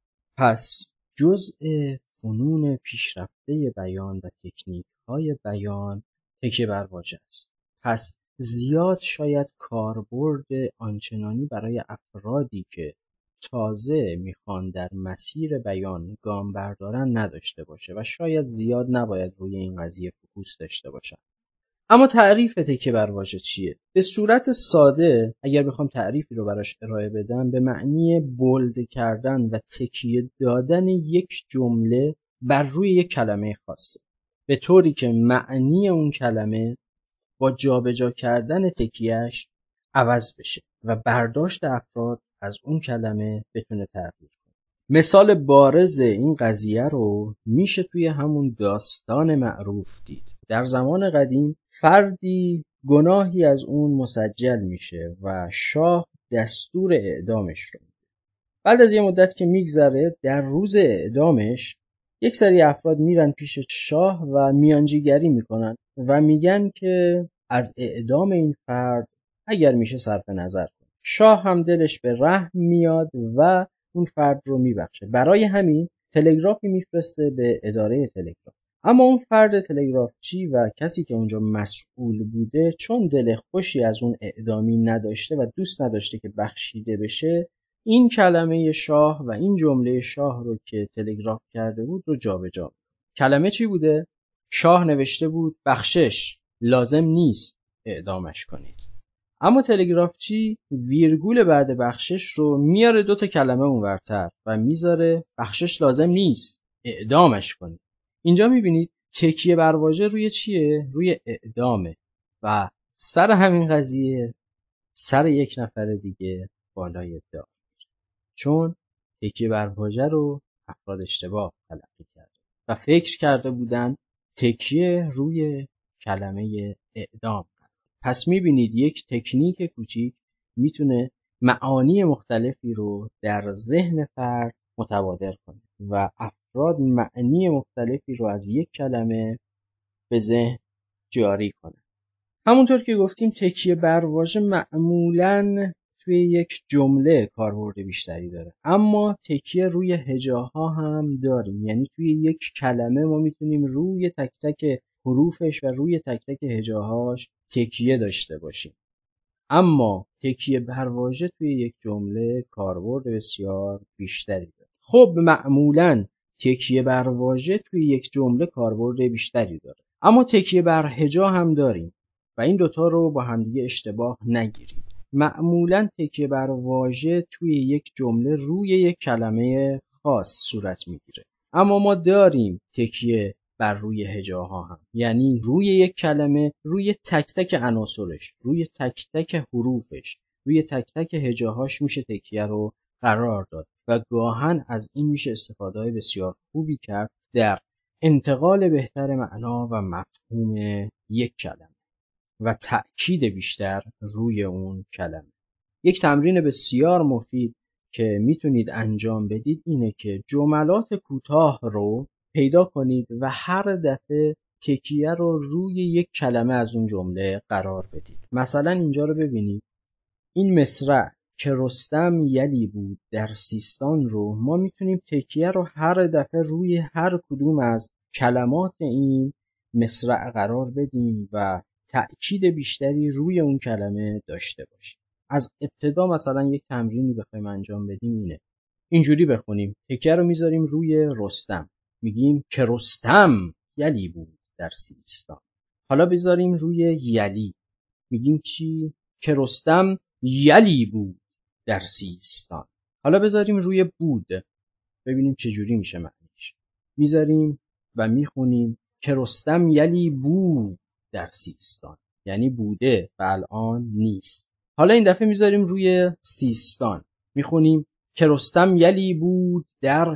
پس جزء فنون پیشرفته بیان و تکنیک‌های بیان تکیه بر واژه است. پس زیاد شاید کاربرد آنچنانی برای افرادی که تازه میخوان در مسیر بیان گام بردارن نداشته باشه و شاید زیاد نباید روی این قضیه فوکوس داشته باشن. اما تعریف تکیه بر واژه چیه؟ به صورت ساده اگر بخوام تعریفی رو براش ارائه بدم، به معنی بولد کردن و تکیه دادن یک جمله بر روی یک کلمه خاصه، به طوری که معنی اون کلمه با جابجا کردن تکیهش عوض بشه و برداشت افراد از اون کلمه بتونه تغییر کنه. مثال بارز این قضیه رو میشه توی همون داستان معروف دید. در زمان قدیم فردی گناهی از اون مسجل میشه و شاه دستور اعدامش رو میده. بعد از یه مدت که میگذره، در روز اعدامش یک سری افراد میرن پیش شاه و میانجیگری میکنن و میگن که از اعدام این فرد اگر میشه صرف نظر کنه. شاه هم دلش به رحم میاد و اون فرد رو میبخشه. برای همین تلگرافی میفرسته به اداره تلگراف. اما اون فرد تلگرافچی و کسی که اونجا مسئول بوده، چون دل خوشی از اون اعدامی نداشته و دوست نداشته که بخشیده بشه، این کلمه شاه و این جمله شاه رو که تلگراف کرده بود رو جابجا کرد. کلمه چی بوده؟ شاه نوشته بود بخشش، لازم نیست اعدامش کنید. اما تلگرافچی ویرگول بعد بخشش رو میاره دو تا کلمه اونورتر و میذاره بخشش لازم نیست اعدامش کنید. اینجا میبینید تکیه بر واژه روی چیه؟ روی اعدامه و سر همین قضیه سر یک نفر دیگه بالای دار، چون تکیه بر واژه رو افراد اشتباه تلقی کرده و فکر کرده بودن تکیه روی کلمه اعدام. پس میبینید یک تکنیک کوچیک میتونه معانی مختلفی رو در ذهن فرد متبادر کنه و افراد معنی مختلفی رو از یک کلمه به ذهن جاری کنن. همونطور که گفتیم تکیه بر واژه معمولاً توی یک جمله کاربرد بیشتری داره، اما تکیه روی هجاها هم داریم. یعنی توی یک کلمه ما میتونیم روی تک تک حروفش و روی تک تک هجاهاش تکیه داشته باشیم. اما تکیه بر واژه توی یک جمله کاربرد بسیار بیشتری داره. خب معمولاً تکیه بر واژه توی یک جمله کاربرد بیشتری داره، اما تکیه بر هجا هم داریم و این دوتا رو با همدیگه اشتباه نگیرید. معمولاً تکیه بر واژه توی یک جمله روی یک کلمه خاص صورت میگیره، اما ما داریم تکیه بر روی هجاها هم، یعنی روی یک کلمه روی تک تک عناصرش، روی تک تک حروفش، روی تک تک هجاهاش میشه تکیه رو قرار داد و گاهن از این میشه استفاده بسیار خوبی کرد در انتقال بهتر معنا و مفهوم یک کلمه و تأکید بیشتر روی اون کلمه. یک تمرین بسیار مفید که میتونید انجام بدید اینه که جملات کوتاه رو پیدا کنید و هر دفعه تکیه رو روی یک کلمه از اون جمله قرار بدید. مثلا اینجا رو ببینید، این مصرع که رستم یلی بود در سیستان رو ما میتونیم تکیه رو هر دفعه روی هر کدوم از کلمات این مصرع قرار بدیم و تأکید بیشتری روی اون کلمه داشته باشیم. از ابتدا مثلا یک تمرینی بخوایم انجام بدیم اینه، اینجوری بخونیم، تکیه رو میذاریم روی رستم، میگیم که رستم یلی بود در سیستان. حالا بذاریم روی یلی، میگیم چی؟ که رستم یلی بود در سیستان. حالا بذاریم روی بود، ببینیم چه جوری میشه معنیش. میذاریم و میخونیم که رستم یلی بود در سیستان، یعنی بوده و الان نیست. حالا این دفعه میذاریم روی سیستان، میخونیم که رستم یلی بود در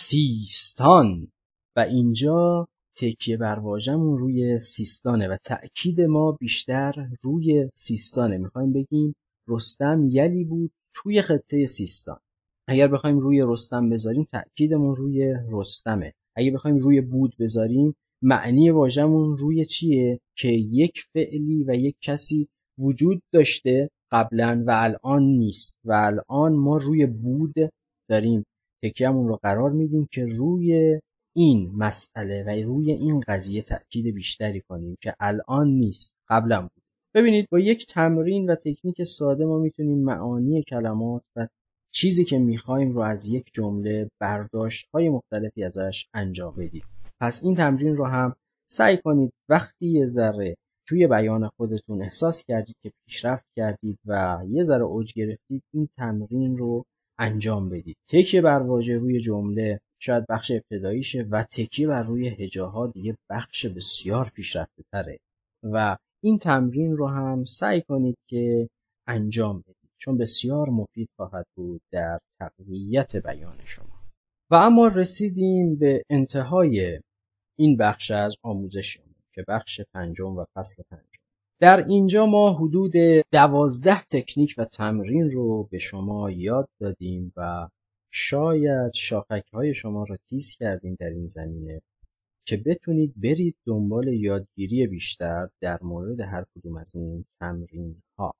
سیستان و اینجا تکیه بر واژه‌مون روی سیستانه و تأکید ما بیشتر روی سیستانه. میخوایم بگیم رستم یلی بود توی خطه سیستان. اگر بخوایم روی رستم بذاریم تأکیدمون روی رستمه. اگه بخوایم روی بود بذاریم معنی واژه‌مون روی چیه؟ که یک فعلی و یک کسی وجود داشته قبلا و الان نیست و الان ما روی بود داریم تکیه‌مون رو قرار میدیم که روی این مسئله و روی این قضیه تأکید بیشتری کنیم که الان نیست قبلا بود. ببینید با یک تمرین و تکنیک ساده ما میتونیم معانی کلمات و چیزی که میخوایم رو از یک جمله برداشت‌های مختلفی ازش انجام بدیم. پس این تمرین رو هم سعی کنید وقتی یه ذره توی بیان خودتون احساس کردید که پیشرفت کردید و یه ذره اوج گرفتید این تمرین رو انجام بدید. تکیه بر واژه روی جمله شاید بخش ابتداییشه و تکیه بر روی هجاها دیگه بخش بسیار پیشرفته تره و این تمرین رو هم سعی کنید که انجام بدید چون بسیار مفید خواهد بود در تقویت بیان شما. و اما رسیدیم به انتهای این بخش از آموزشمون که بخش پنجم و فصل پنجم. در اینجا ما حدود دوازده تکنیک و تمرین رو به شما یاد دادیم و شاید شاخک‌های شما رو تیز کردیم در این زمینه که بتونید برید دنبال یادگیری بیشتر در مورد هر کدوم از این تمرین ها.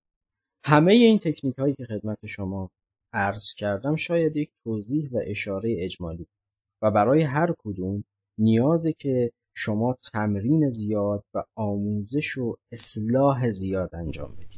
همه این تکنیک هایی که خدمت شما عرض کردم شاید یک توضیح و اشاره اجمالی و برای هر کدوم نیازه که شما تمرین زیاد و آموزش و اصلاح زیاد انجام بدید.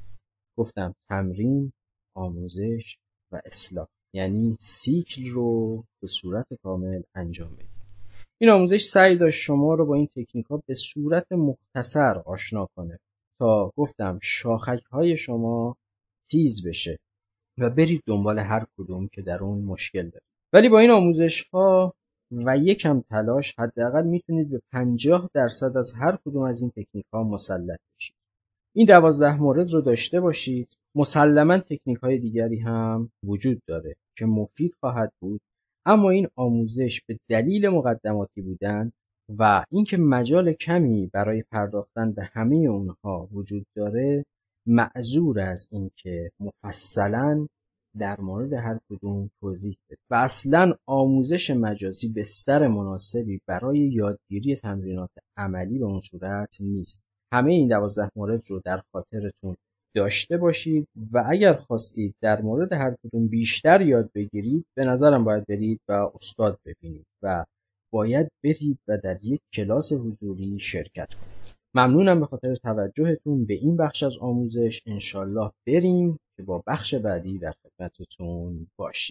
گفتم تمرین، آموزش و اصلاح، یعنی سیکل رو به صورت کامل انجام بدید. این آموزش سعی داشت شما رو با این تکنیک ها به صورت مختصر آشنا کنه تا گفتم شاخک های شما تیز بشه و برید دنبال هر کدوم که در اون مشکل دارید. ولی با این آموزش ها و یکم تلاش حداقل میتونید به پنجاه درصد از هر کدوم از این تکنیک ها مسلط بشید. این دوازده مورد رو داشته باشید. مسلماً تکنیک های دیگری هم وجود داره که مفید خواهد بود، اما این آموزش به دلیل مقدماتی بودن و اینکه مجال کمی برای پرداختن به همه اونها وجود داره معذور از اینکه مفصلاً در مورد هر کدوم توضیح بدید و اصلا آموزش مجازی بستر مناسبی برای یادگیری تمرینات عملی به اون صورت نیست. همه این دوازده مورد رو در خاطرتون داشته باشید و اگر خواستید در مورد هر کدوم بیشتر یاد بگیرید به نظرم باید برید و استاد ببینید و باید برید و در یک کلاس حضوری شرکت کنید. ممنونم به خاطر توجهتون به این بخش از آموزش. انشالله بریم که با بخش بعدی در خدمتتون باشیم.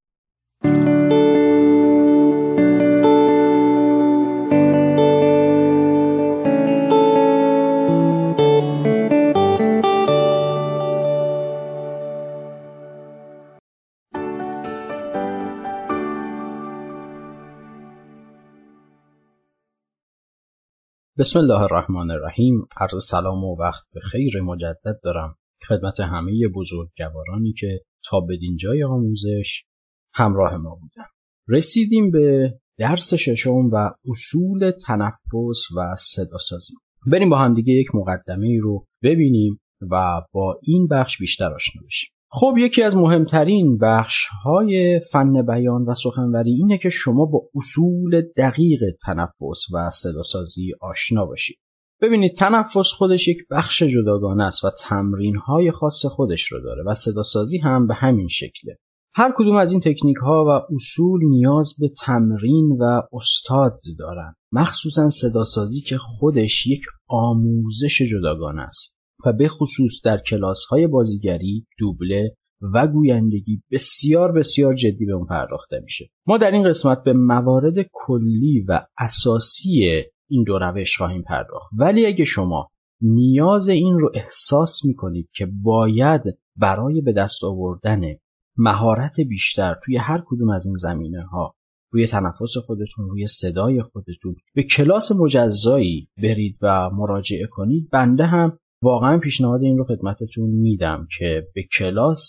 بسم الله الرحمن الرحیم. عرض سلام و وقت بخیر مجدد دارم خدمت همه بزرگوارانی که تا بدین جای آموزش همراه ما بودن. رسیدیم به درس ششم و اصول تنفس و صداسازی. بریم با هم دیگه یک مقدمه رو ببینیم و با این بخش بیشتر آشنا بشیم. خب یکی از مهمترین بخش‌های فن بیان و سخنوری اینه که شما با اصول دقیق تنفس و صداسازی آشنا باشید. ببینید تنفس خودش یک بخش جداگانه است و تمرین‌های خاص خودش رو داره و صداسازی هم به همین شکله. هر کدوم از این تکنیک‌ها و اصول نیاز به تمرین و استاد دارن، مخصوصاً صداسازی که خودش یک آموزش جداگانه است. و به خصوص در کلاس‌های بازیگری، دوبله و گویندگی بسیار بسیار جدی به اون پرداخته میشه. ما در این قسمت به موارد کلی و اساسی این دو روش خواهیم پرداخت. ولی اگه شما نیاز این رو احساس میکنید که باید برای به دست آوردن مهارت بیشتر توی هر کدوم از این زمینه‌ها، روی تنفس خودتون، روی صدای خودتون، به کلاس مجزایی برید و مراجعه کنید، بنده هم واقعا پیشنهاد این رو خدمتتون میدم که به کلاس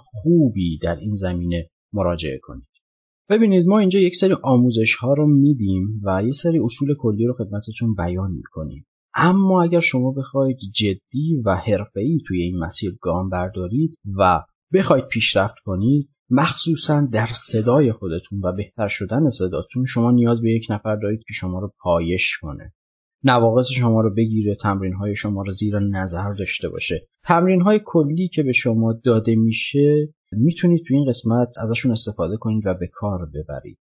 خوبی در این زمینه مراجعه کنید. ببینید ما اینجا یک سری آموزش ها رو میدیم و یک سری اصول کلی رو خدمتتون بیان میکنیم. اما اگر شما بخواید جدی و حرفه‌ای توی این مسیر گام بردارید و بخواید پیشرفت کنید، مخصوصا در صدای خودتون و بهتر شدن صداتون، شما نیاز به یک نفر دارید که شما رو پایش کنه، نواقص شما رو بگیره، تمرین‌های شما رو زیر نظر داشته باشه. تمرین‌های کلی که به شما داده میشه میتونید تو این قسمت ازشون استفاده کنید و به کار ببرید.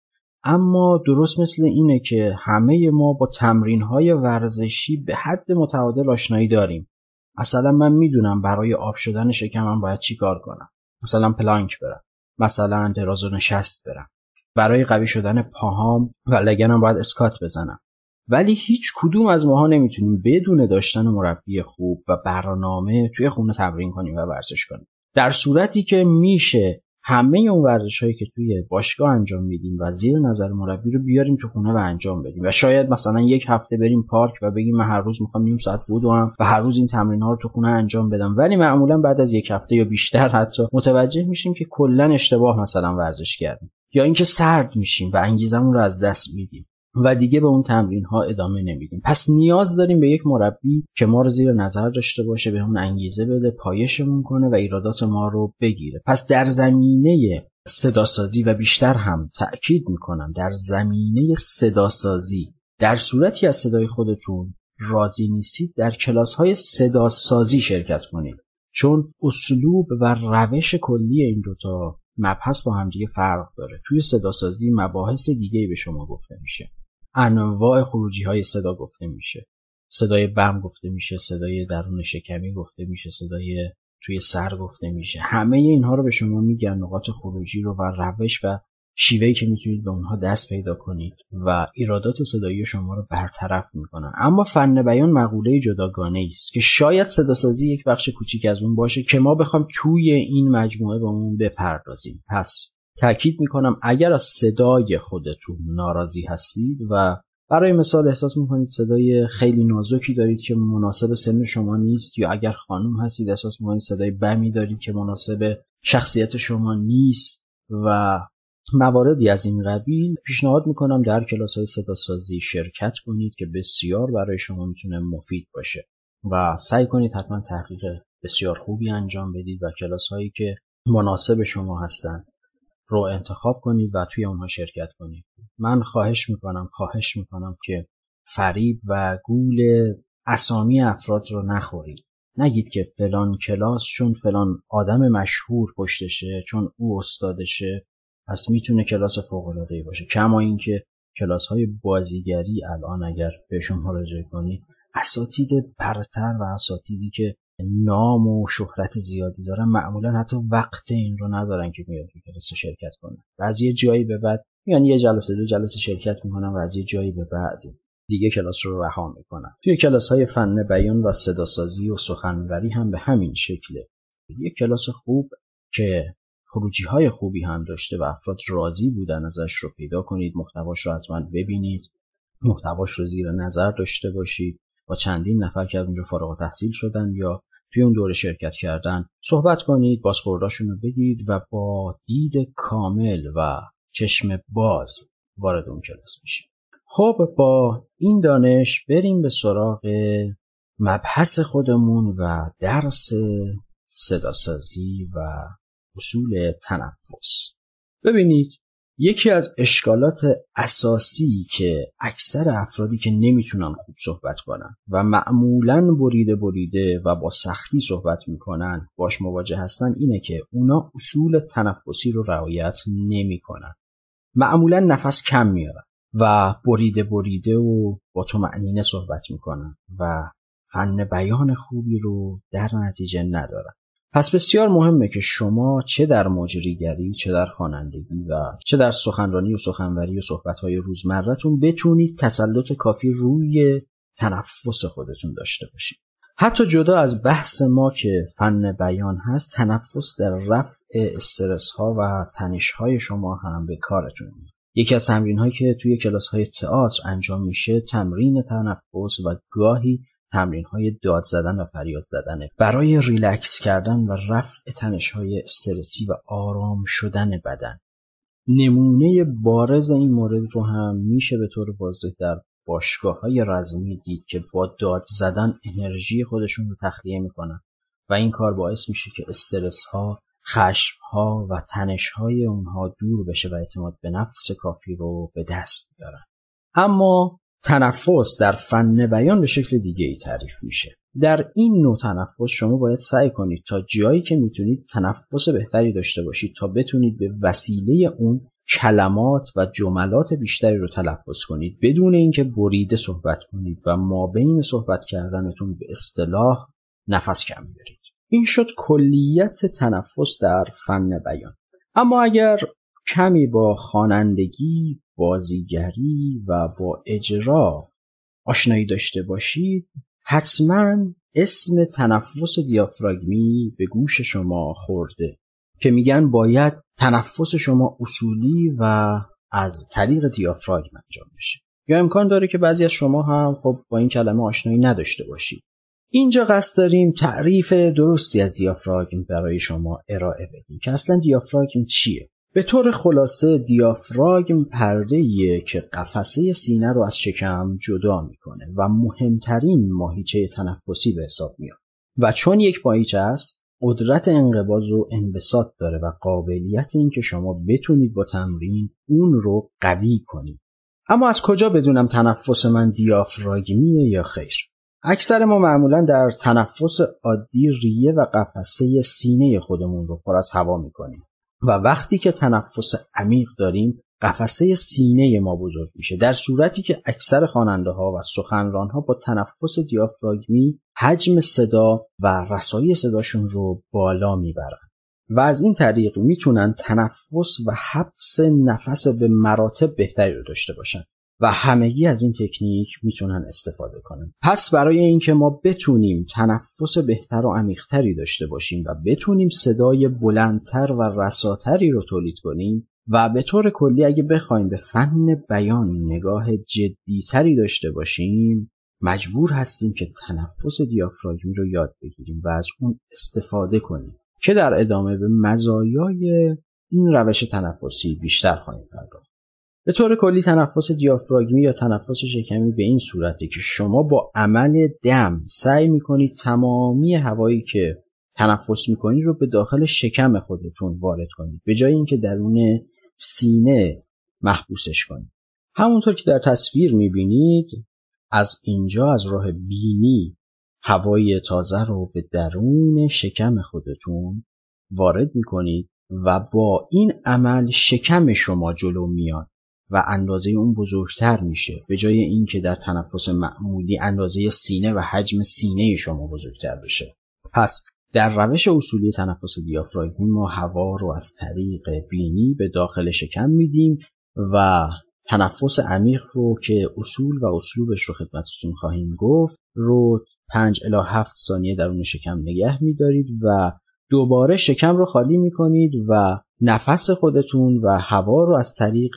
اما درست مثل اینه که همه ما با تمرین‌های ورزشی به حد متعادل آشنایی داریم. مثلا من میدونم برای آب شدن شکمم باید چی کار کنم. مثلا پلانک برم، مثلا دراز و نشست برم. برای قوی شدن پاهام و لگنم باید اسکات بزنم. ولی هیچ کدوم از ماها نمیتونیم بدون داشتن مربی خوب و برنامه توی خونه تمرین کنیم و ورزش کنیم. در صورتی که میشه همه اون ورزش‌هایی که توی باشگاه انجام میدیم و زیر نظر مربی رو بیاریم تو خونه و انجام بدیم و شاید مثلا یک هفته بریم پارک و بگیم من هر روز میخوام نیم ساعت بدوم و هر روز این تمرین‌ها رو تو خونه انجام بدم، ولی معمولا بعد از یک هفته یا بیشتر حتی متوجه میشیم که کلا اشتباه مثلا ورزش کردیم یا اینکه سرد میشیم و انگیزمون رو از دست میدیم و دیگه به اون تمرین ها ادامه نمیدیم. پس نیاز داریم به یک مربی که ما رو زیر نظر داشته باشه، به اون انگیزه بده، پایشمون کنه و ایرادات ما رو بگیره. پس در زمینه صداسازی و بیشتر هم تأکید میکنم در زمینه صداسازی، در صورتی از صدای خودتون راضی نیستید در کلاس های صداسازی شرکت کنید، چون اسلوب و روش کلی این دوتا مبحث با هم دیگه فرق داره. توی صداسازی مباحث دیگه‌ای به شما گفته میشه، انواع خروجی های صدا گفته میشه، صدای بم گفته میشه، صدای درون شکمی گفته میشه، صدای توی سر گفته میشه. همه اینها رو به شما میگن، نقاط خروجی رو و روش و شیوهی که میتونید به اونها دست پیدا کنید و ایرادات صدایی شما رو برطرف میکنن. اما فن بیان مقوله جداگانه است که شاید صداسازی یک بخش کوچیک از اون باشه که ما بخوام توی این مجموعه به اون بپردازیم. پس تأکید میکنم اگر از صدای خودتون ناراضی هستید و برای مثال احساس میکنید صدای خیلی نازکی دارید که مناسب سن شما نیست، یا اگر خانم هستید احساس میکنید صدای بمی دارید که مناسب شخصیت شما نیست و مواردی از این قبیل، پیشنهاد میکنم در کلاس‌های صداسازی شرکت کنید که بسیار برای شما میتونه مفید باشه و سعی کنید حتما تحقیق بسیار خوبی انجام بدید و کلاس‌هایی که مناسب شما هستن رو انتخاب کنید و توی اونها شرکت کنید. من خواهش میکنم خواهش میکنم که فریب و گول اسامی افراد رو نخورید. نگید که فلان کلاس چون فلان آدم مشهور پشتشه، چون او استادشه، پس میتونه کلاس فوق‌العاده‌ای باشه. کما اینکه کلاس‌های بازیگری الان اگر بهشون مراجعه کنید، اساتید برتر و اساتیدی که نام و شهرت زیادی دارن معمولا حتی وقت این رو ندارن که میاد توی کلاس شرکت کنن. و از یه جایی به بعد میان یه جلسه دو جلسه شرکت میکنن و از یه جایی به بعد دیگه کلاس رو رها میکنن. توی کلاس‌های فن بیان و صداسازی و سخنوری هم به همین شکله. یه کلاس خوب که خروجی‌های خوبی هم داشته و افراد راضی بودن ازش رو پیدا کنید، محتواش رو حتما ببینید، محتواش رو زیر نظر داشته باشید. با چندین نفر که اونجا فارغ التحصیل شدن یا توی اون دوره شرکت کردن صحبت کنید، بازخورداشون رو بگید و با دید کامل و چشم باز وارد اون کلاس بشید. خب با این دانش بریم به سراغ مبحث خودمون و درس صداسازی و اصول تنفس. ببینید، یکی از اشکالات اساسی که اکثر افرادی که نمیتونن خوب صحبت کنن و معمولاً بریده بریده و با سختی صحبت میکنن باش مواجه هستن اینه که اونا اصول تنفسی رو رعایت نمیکنن. معمولاً نفس کم میارن و بریده بریده و با طمأنینه صحبت میکنن و فن بیان خوبی رو در نتیجه ندارن. پس بسیار مهمه که شما چه در مجریگری، چه در خوانندگی و چه در سخنرانی و سخنوری و صحبت‌های روزمره‌تون بتونید تسلط کافی روی تنفس خودتون داشته باشید. حتی جدا از بحث ما که فن بیان هست، تنفس در رفع استرس‌ها و تنش‌های شما هم به کارتون میاد. یکی از تمرین‌هایی که توی کلاس‌های تئاتر انجام میشه تمرین تنفس و گاهی تمرین‌های داد زدن و فریاد زدنه برای ریلکس کردن و رفع تنش‌های استرسی و آرام شدن بدن. نمونه بارز این مورد رو هم میشه به طور واضح در باشگاه‌های رزمی دید که با داد زدن انرژی خودشون رو تخلیه میکنن و این کار باعث میشه که استرس‌ها، خشم‌ها و تنش‌های اونها دور بشه و اعتماد به نفس کافی رو به دست بیارن. اما تنفس در فن بیان به شکل دیگه ای تعریف میشه. در این نوع تنفس شما باید سعی کنید تا جایی که میتونید تنفس بهتری داشته باشید تا بتونید به وسیله اون کلمات و جملات بیشتری رو تلفظ کنید بدون اینکه بریده صحبت کنید و مابین صحبت کردنتون به اصطلاح نفس کم بیارید. این شد کلیت تنفس در فن بیان. اما اگر کمی با خوانندگی، بازیگری و با اجرا آشنایی داشته باشید، حتما اسم تنفس دیافراگمی به گوش شما خورده که میگن باید تنفس شما اصولی و از طریق دیافراگم انجام بشه. یا امکان داره که بعضی از شما هم خب با این کلمه آشنایی نداشته باشید. اینجا قصد داریم تعریف درستی از دیافراگم برای شما ارائه بدیم که اصلا دیافراگم چیه. به طور خلاصه دیافراگم پرده‌ایه که قفسه سینه رو از شکم جدا میکنه و مهمترین ماهیچه تنفسی به حساب میاد و چون یک ماهیچه است قدرت انقباض و انبساط داره و قابلیت این که شما بتونید با تمرین اون رو قوی کنید. اما از کجا بدونم تنفس من دیافراگمیه یا خیر؟ اکثر ما معمولا در تنفس عادی ریه و قفسه سینه خودمون رو پر از هوا میکنیم و وقتی که تنفس عمیق داریم قفسه سینه ما بزرگ میشه، در صورتی که اکثر خواننده ها و سخنران ها با تنفس دیافراگمی حجم صدا و رسایی صداشون رو بالا میبرن و از این طریق میتونن تنفس و حبس نفس به مراتب بهتری رو داشته باشن و همگی از این تکنیک میتونن استفاده کنن. پس برای اینکه ما بتونیم تنفس بهتر و عمیق‌تری داشته باشیم و بتونیم صدای بلندتر و رساتری رو تولید کنیم و به طور کلی اگه بخوایم به فن بیان نگاه جدی‌تری داشته باشیم مجبور هستیم که تنفس دیافراگمی رو یاد بگیریم و از اون استفاده کنیم که در ادامه به مزایای این روش تنفسی بیشتر خواهیم پرداخت. به طور کلی تنفس دیافراگمی یا تنفس شکمی به این صورته که شما با عمل دم سعی میکنید تمامی هوایی که تنفس میکنید رو به داخل شکم خودتون وارد کنید، به جای اینکه درون سینه محبوسش کنید. همونطور که در تصویر میبینید از اینجا از راه بینی هوای تازه رو به درون شکم خودتون وارد میکنید و با این عمل شکم شما جلو میاد و اندازه اون بزرگتر میشه، به جای اینکه در تنفس معمولی اندازه سینه و حجم سینه شما بزرگتر بشه. پس در روش اصولی تنفس دیافراگمی ما هوا رو از طریق بینی به داخل شکم میدیم و تنفس عمیق رو که اصول و اسلوبش رو خدمتتون خواهیم گفت رو پنج الی هفت ثانیه درون شکم نگه میدارید و دوباره شکم رو خالی میکنید و نفس خودتون و هوا رو از طریق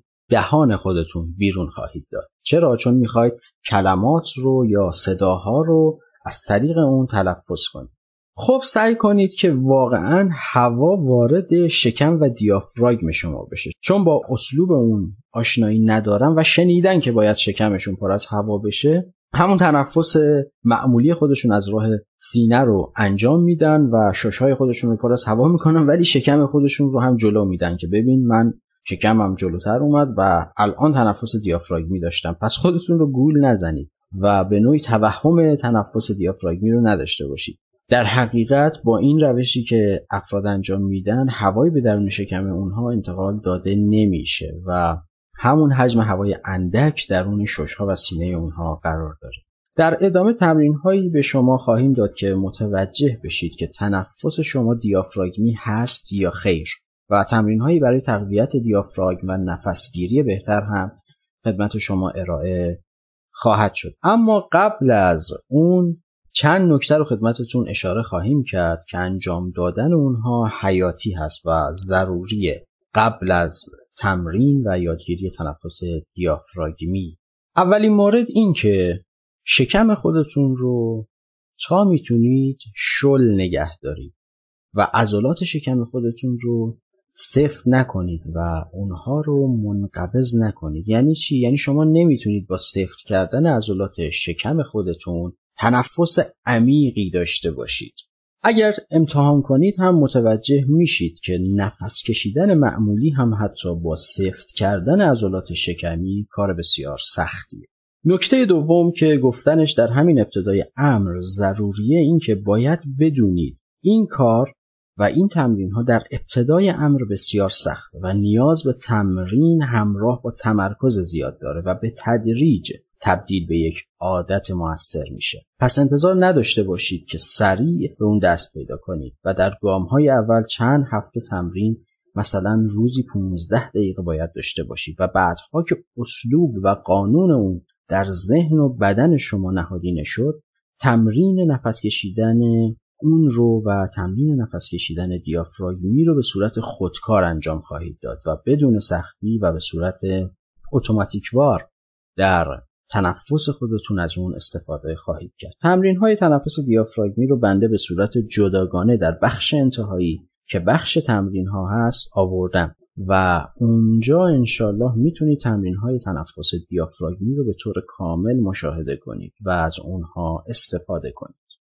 دهان خودتون بیرون خواهید داد. چرا؟ چون میخواید کلمات رو یا صداها رو از طریق اون تلفظ کنید. خب سعی کنید که واقعا هوا وارد شکم و دیافراگم شما بشه، چون با اسلوب اون آشنایی ندارن و شنیدن که باید شکمشون پر از هوا بشه، همون تنفس معمولی خودشون از راه سینه رو انجام میدن و ششهای خودشون رو پر از هوا میکنن، ولی شکم خودشون رو هم جلو میدن که ببین من شکمم جلوتر اومد و الان تنفس دیافراگمی داشتم. پس خودتون رو گول نزنید و به نوعی توهم تنفس دیافراگمی رو نداشته باشید. در حقیقت با این روشی که افراد انجام میدن هوایی به درون شکم اونها انتقال داده نمیشه و همون حجم هوای اندک درون ششها و سینه اونها قرار داره. در ادامه تمرین‌هایی به شما خواهیم داد که متوجه بشید که تنفس شما دیافراگمی هست یا خیر و تمرین‌هایی برای تقویت دیافراگم و نفسگیری بهتر هم خدمت شما ارائه خواهد شد. اما قبل از اون چند نکته رو خدمتتون اشاره خواهیم کرد که انجام دادن اونها حیاتی هست و ضروریه قبل از تمرین و یادگیری تنفس دیافراگمی. اولین مورد این که شکم خودتون رو تا میتونید شل نگه دارید و عضلات شکم خودتون رو سفت نکنید و اونها رو منقبض نکنید. یعنی چی؟ یعنی شما نمیتونید با سفت کردن عضلات شکم خودتون تنفس عمیقی داشته باشید. اگر امتحان کنید هم متوجه میشید که نفس کشیدن معمولی هم حتی با سفت کردن عضلات شکمی کار بسیار سختیه. نکته دوم که گفتنش در همین ابتدای امر ضروریه این که باید بدونید این کار و این تمرین ها در ابتدای امر بسیار سخت و نیاز به تمرین همراه با تمرکز زیاد داره و به تدریج تبدیل به یک عادت موثر میشه. پس انتظار نداشته باشید که سریع به اون دست پیدا کنید و در گام‌های اول چند هفته تمرین، مثلا روزی پانزده دقیقه باید داشته باشید و بعدها که اسلوب و قانون اون در ذهن و بدن شما نهادینه شد، تمرین نفس کشیدن اون رو و تمرین نفس کشیدن دیافراگمی رو به صورت خودکار انجام خواهید داد و بدون سختی و به صورت اتوماتیکوار در تنفس خودتون از اون استفاده خواهید کرد. تمرین‌های تنفس دیافراگمی رو بنده به صورت جداگانه در بخش انتهایی که بخش تمرین‌ها هست آوردم و اونجا انشالله میتونید تمرین‌های تنفس دیافراگمی رو به طور کامل مشاهده کنید و از اونها استفاده کنید.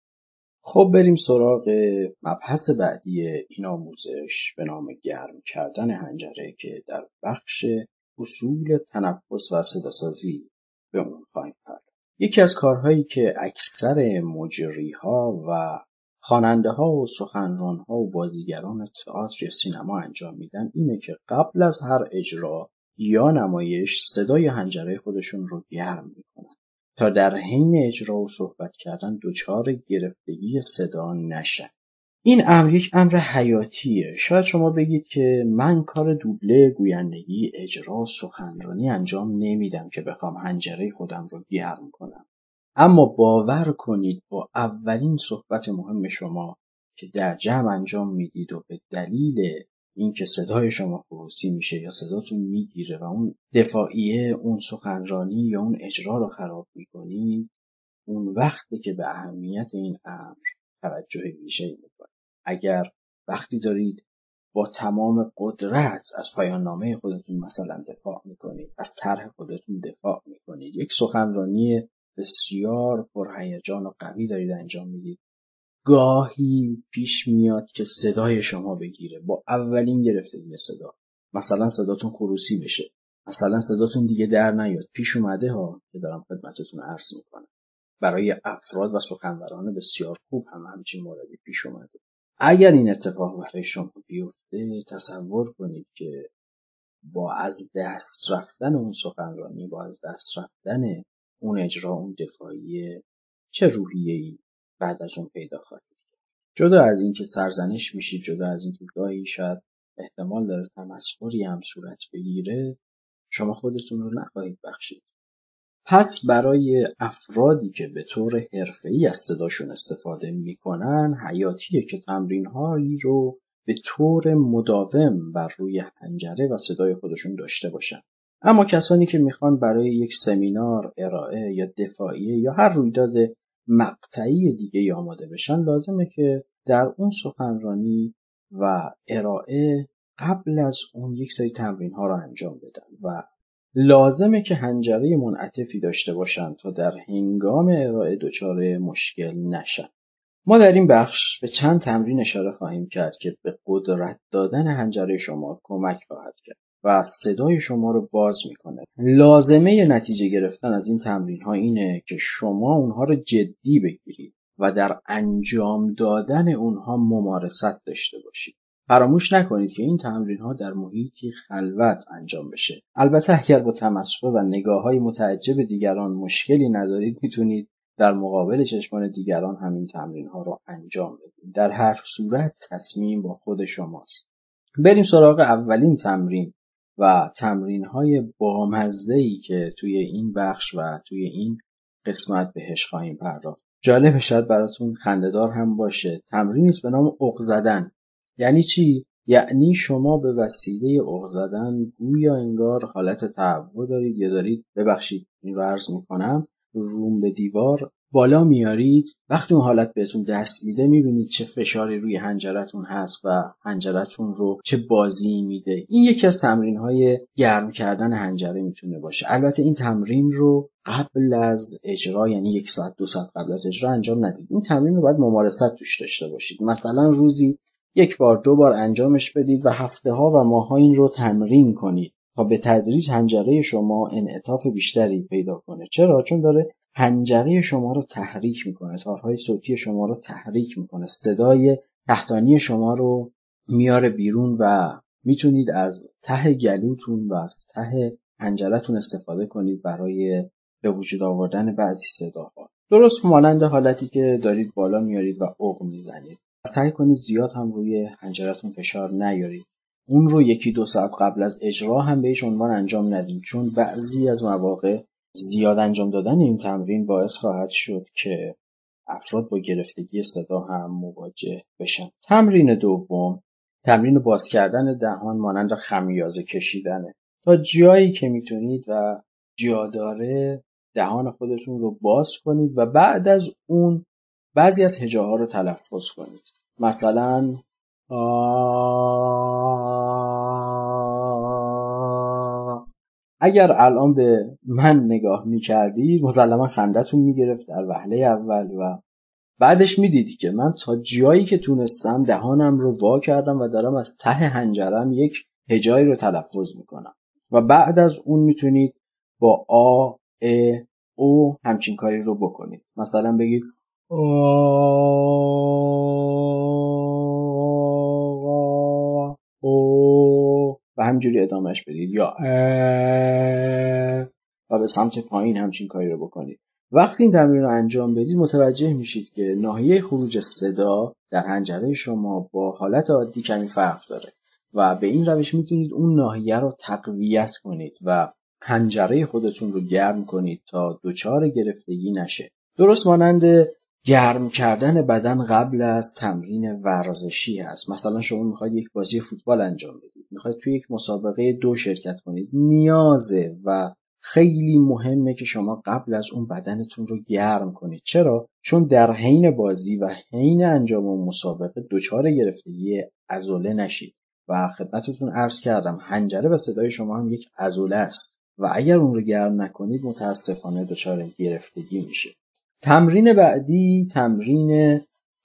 خب بریم سراغ مبحث بعدی این آموزش به نام گرم کردن حنجره که در بخش اصول تنفس و صداسازی به اون خواهیم پرداخت. یکی از کارهایی که اکثر مجری‌ها و خواننده‌ها و سخنران‌ها و بازیگران تئاتر یا سینما انجام میدن اینه که قبل از هر اجرا یا نمایش صدای حنجره خودشون رو گرم میکنن تا در حین اجرا و صحبت کردن دچار گرفتگی صدا نشن. این امر یک امر حیاتیه. شاید شما بگید که من کار دوبله، گویندگی، اجرا، سخنرانی انجام نمیدم که بخوام حنجره خودم رو گرم کنم. اما باور کنید با اولین صحبت مهم شما که در جمع انجام میدید و به دلیل اینکه صدای شما خروسی میشه یا صداتون میگیره و اون دفاعیه اون سخنرانی یا اون اجرا رو خراب میکنید، اون وقتی که به اهمیت این امر توجه ویژه‌ای میکنید. اگر وقتی دارید با تمام قدرت از پایان نامه خودتون مثلا دفاع میکنید، از طرح خودتون دفاع میکنید، یک سخنرانی بسیار پرهیجان و قوی دارید انجام میدید گاهی پیش میاد که صدای شما بگیره با اولین گرفتگی صدا، مثلا صداتون خروسی بشه، مثلا صداتون دیگه در نیاد. پیش اومده ها که دارم خدمتتون عرض میکنم. برای افراد و سخنوران بسیار خوب هم همچین موردی پیش اومده. اگر این اتفاق برای شما بیفته، تصور کنید که با از دست رفتن اون سخنرانی، با از دست رفتن اون اجرا، اون دفاعیه، چه روحیه‌ای بعد از اون پیدا خواهید. جدا از این که سرزنش میشید، جدا از این که گاهی شاید احتمال داره تمسخری هم صورت بگیره، شما خودتون رو نخواهید بخشید. پس برای افرادی که به طور حرفه‌ای از صداشون استفاده میکنن، حیاتیه که تمرین‌هایی رو به طور مداوم بر روی حنجره و صدای خودشون داشته باشن. اما کسانی که میخوان برای یک سمینار، ارائه یا دفاعیه یا هر رویداد مقطعی دیگه آماده بشن، لازمه که در اون سخنرانی و ارائه قبل از اون یک سری تمرین‌ها رو انجام بدن و لازمه که حنجره منعطفی داشته باشن تا در هنگام ارائه دچار مشکل نشن. ما در این بخش به چند تمرین اشاره خواهیم کرد که به قدرت دادن حنجره شما کمک خواهد کرد و صدای شما رو باز میکنه. لازمه نتیجه گرفتن از این تمرین ها اینه که شما اونها رو جدی بگیرید و در انجام دادن اونها ممارست داشته باشید. فراموش نکنید که این تمرین ها در محیطی خلوت انجام بشه. البته اگر با تمسخر و نگاه های متعجب دیگران مشکلی ندارید، میتونید در مقابل چشمان دیگران همین تمرین ها رو انجام بدید. در هر صورت تصمیم با خود شماست. بریم سراغ اولین تمرین و تمرین های بامزه‌ای که توی این بخش و توی این قسمت بهش خواهیم پرداخت. جالب شاید براتون خنده‌دار هم باشه. تمرینی است به نام عق زدن. یعنی چی؟ یعنی شما به وسیله عق زدن گویا انگار حالت تهوع دارید یا دارید ببخشید این رو عرض میکنم روم به دیوار بالا میارید. وقتی اون حالت بهتون دست میده میبینید چه فشاری روی حنجرتون هست و حنجرتون رو چه بازی میده. این یکی از تمرین های گرم کردن حنجره میتونه باشه. البته این تمرین رو قبل از اجرا، یعنی یک ساعت دو ساعت قبل از اجرا انجام ندید. این تمرین رو باید ممارست توش داشته باشید. مثلا روزی یک بار دو بار انجامش بدید و هفته ها و ماه ها این رو تمرین کنید تا به تدریج حنجره شما انعطاف بیشتری پیدا کنه. چرا؟ چون داره حنجره شما رو تحریک میکنه، تارهای صوتی شما رو تحریک میکنه، صدای تحتانی شما رو میاره بیرون و میتونید از ته گلوتون و از ته حنجرتون استفاده کنید برای به وجود آوردن بعضی صداها. درست مانند حالتی که دارید بالا میارید و عق میزنید. سعی کنید زیاد هم روی حنجرتون فشار نیارید. اون رو یکی دو ساعت قبل از اجرا هم بهش عنوان انجام ندید، چون بعضی از مواقع زیاد انجام دادن این تمرین باعث خواهد شد که افراد با گرفتگی صدا هم مواجه بشن. تمرین دوم، تمرین باز کردن دهان مانند خمیازه کشیدنه. تا جایی که میتونید و جا داره دهان خودتون رو باز کنید و بعد از اون بعضی از هجاها رو تلفظ کنید. مثلا آه. اگر الان به من نگاه میکردید مسلما خندتون میگرفت در وهله اول و بعدش میدیدی که من تا جایی که تونستم دهانم رو وا کردم و دارم از ته حنجرم یک هجایی رو تلفظ میکنم و بعد از اون میتونید با آ، ا، او همچین کاری رو بکنید. مثلا بگید او و همجوری ادامهش بدید یا و به سمت پایین همچین کاری رو بکنید. وقتی این تمرین رو انجام بدید متوجه میشید که ناحیه خروج صدا در حنجره شما با حالت عادی کمی فرق داره و به این روش میتونید اون ناحیه رو تقویت کنید و حنجره خودتون رو گرم کنید تا دچار گرفتگی نشه. درست مانند گرم کردن بدن قبل از تمرین ورزشی هست. مثلا شما میخواید یک بازی فوتبال انجام بدید، میخواید توی یک مسابقه دو شرکت کنید، نیازه و خیلی مهمه که شما قبل از اون بدنتون رو گرم کنید. چرا؟ چون در حین بازی و حین انجام اون مسابقه دچار گرفتگی عضله نشید و خدمتتون عرض کردم حنجره و صدای شما هم یک عضله است و اگر اون رو گرم نکنید متاسفانه دچار گرفتگی میشه. تمرین بعدی تمرین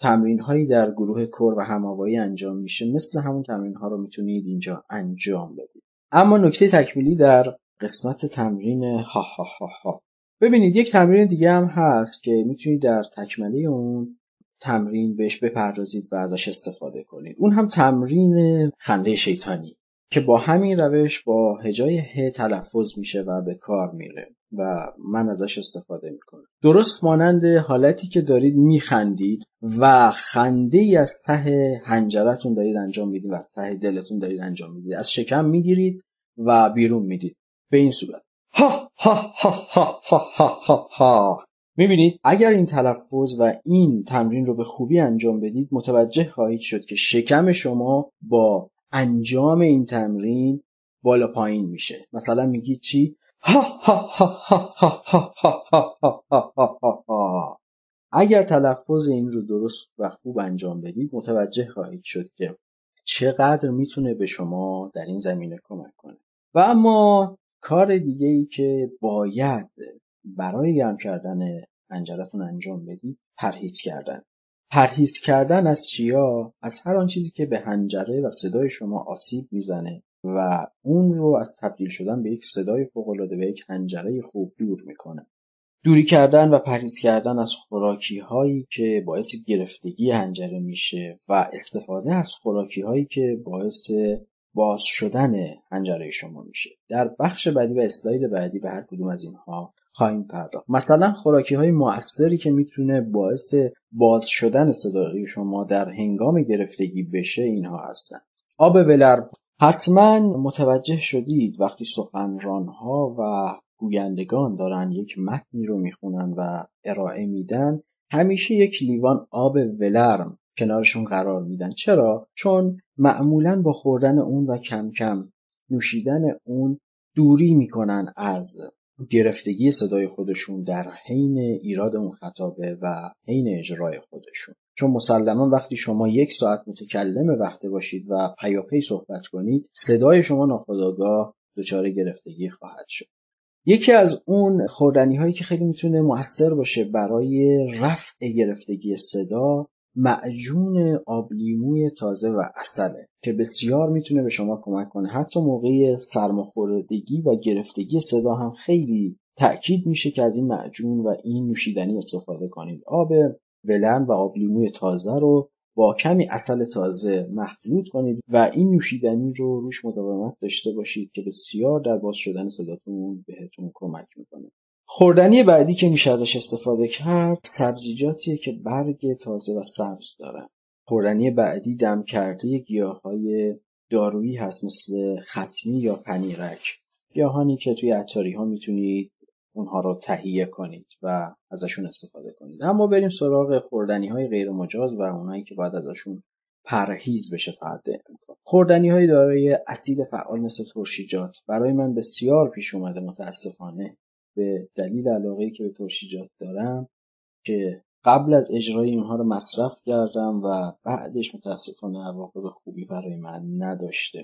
تمرین هایی در گروه کور و هم‌آوایی انجام میشه، مثل همون تمرین ها رو میتونید اینجا انجام بدید. اما نکته تکمیلی در قسمت تمرین ها ها ها ها. ببینید یک تمرین دیگه هم هست که میتونید در تکمله اون تمرین بهش بپردازید و ازش استفاده کنید. اون هم تمرین خنده شیطانی که با همین روش با هجای ه تلفظ میشه و به کار میره و من ازش استفاده میکنم. درست مانند حالتی که دارید میخندید و خنده ای از ته حنجرتون دارید انجام میدید و از ته دلتون دارید انجام میدید. از شکم میگیرید و بیرون میدید به این صورت ها ها ها ها ها ها ها ها. میبینید اگر این تلفظ و این تمرین رو به خوبی انجام بدید متوجه خواهید شد که شکم شما با انجام این تمرین بالا پایین میشه. مثلا میگید چی؟ ها ها ها ها ها ها ها ها ها ها ها. اگر تلفظ این رو درست و خوب انجام بدید متوجه خواهید شد که چقدر میتونه به شما در این زمینه کمک کنه. و اما کار دیگه ای که باید برای گرم کردن حنجرتون انجام بدید پرهیز کردن. پرهیز کردن از چیا؟ از هر آن چیزی که به حنجره و صدای شما آسیب میزنه و اون رو از تبدیل شدن به یک صدای فوق‌العاده به یک حنجره خوب دور میکنه. دوری کردن و پرهیز کردن از خوراکی هایی که باعث گرفتگی حنجره میشه و استفاده از خوراکی هایی که باعث باز شدن حنجره شما میشه. در بخش بعدی و اسلاید بعدی به هر کدوم از اینها خواهیم پرداخت. مثلا خوراکی های مؤثری که میتونه باعث باز شدن صدای شما در هنگام گرفتگی بشه اینها هستن. آب ولرم. حتما متوجه شدید وقتی سخنران ها و گویندگان دارن یک متنی رو میخونن و ارائه میدن همیشه یک لیوان آب ولرم کنارشون قرار میدن. چرا؟ چون معمولاً با خوردن اون و کم کم نوشیدن اون دوری میکنن از گرفتگی صدای خودشون در حین ایراد اون خطابه و حین اجرای خودشون. چون مسلماً وقتی شما یک ساعت متکلم وحده باشید و پیاپی صحبت کنید صدای شما ناخودآگاه دچار گرفتگی خواهد شد. یکی از اون خوردنی هایی که خیلی میتونه مؤثر باشه برای رفع گرفتگی صدا معجون آب لیموی تازه و عسله که بسیار میتونه به شما کمک کنه. حتی موقع سرماخوردگی و گرفتگی صدا هم خیلی تأکید میشه که از این معجون و این نوشیدنی استفاده کنید. آب ولرم و آب لیموی تازه رو با کمی عسل تازه مخلوط کنید و این نوشیدنی رو روش مداومت داشته باشید که بسیار در باز شدن صداتون بهتون کمک میکنه. خوردنی بعدی که میشه ازش استفاده کرد سبزیجاتیه که برگ تازه و سبز دارن. خوردنی بعدی دم کرده گیاهای دارویی هست مثل ختمی یا پنیرک، گیاهانی که توی عطاری ها میتونید اونها رو تهیه کنید و ازشون استفاده کنید. اما بریم سراغ خوردنی های غیر مجاز و اونایی که باید ازشون پرهیز بشه تا حد امکان. خوردنی های دارای اسید فعال مثل ترشیجات برای من بسیار پیش اومده متاسفانه به دلیل علاقه‌ای که به ترشیجات دارم که قبل از اجرای اینها رو مصرف کردم و بعدش متاسفانه عواقب خوبی برای من نداشته.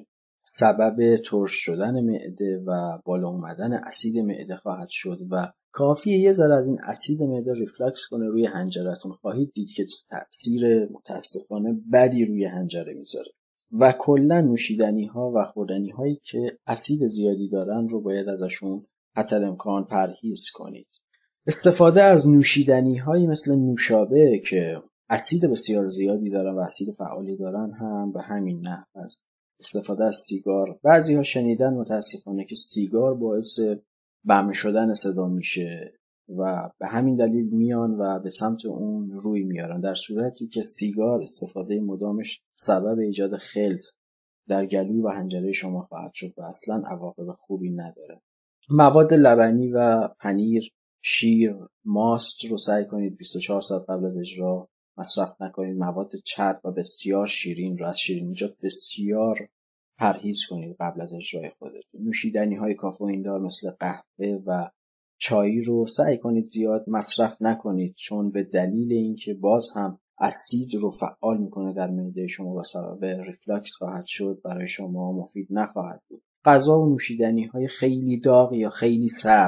سبب ترش شدن معده و بالا اومدن اسید معده خواهد شد و کافیه یه ذره از این اسید معده ریفلکس کنه روی حنجرتون، خواهید دید که تأثیر متاسفانه بدی روی حنجره میذاره. و کلا نوشیدنی ها و خوردنی هایی که اسید زیادی دارن رو باید ازشون حتی امکان پرهیز کنید. استفاده از نوشیدنی هایی مثل نوشابه که اسید بسیار زیادی دارن و اسید فعالی دارن هم به همین نحو است. استفاده از سیگار، بعضی ها شنیدن متاسفانه که سیگار باعث بم شدن صدا میشه و به همین دلیل میان و به سمت اون روی میارن، در صورتی که سیگار استفاده مدامش سبب ایجاد خلط در گلو و حنجره شما خواهد شد و اصلا عواقب خوبی نداره. مواد لبنی و پنیر، شیر، ماست رو سعی کنید بیست و چهار ساعت قبل از اجرا مصرف نکنید. مواد چرب و بسیار شیرین رو از شیرینیجات بسیار پرهیز کنید قبل از اجرای خودتون. نوشیدنی های کافئین دار مثل قهوه و چای رو سعی کنید زیاد مصرف نکنید، چون به دلیل اینکه باز هم اسید رو فعال میکنه در معده شما و سبب ریفلاکس خواهد شد برای شما مفید نخواهد بود. غذا و نوشیدنی های خیلی داغ یا خیلی سرد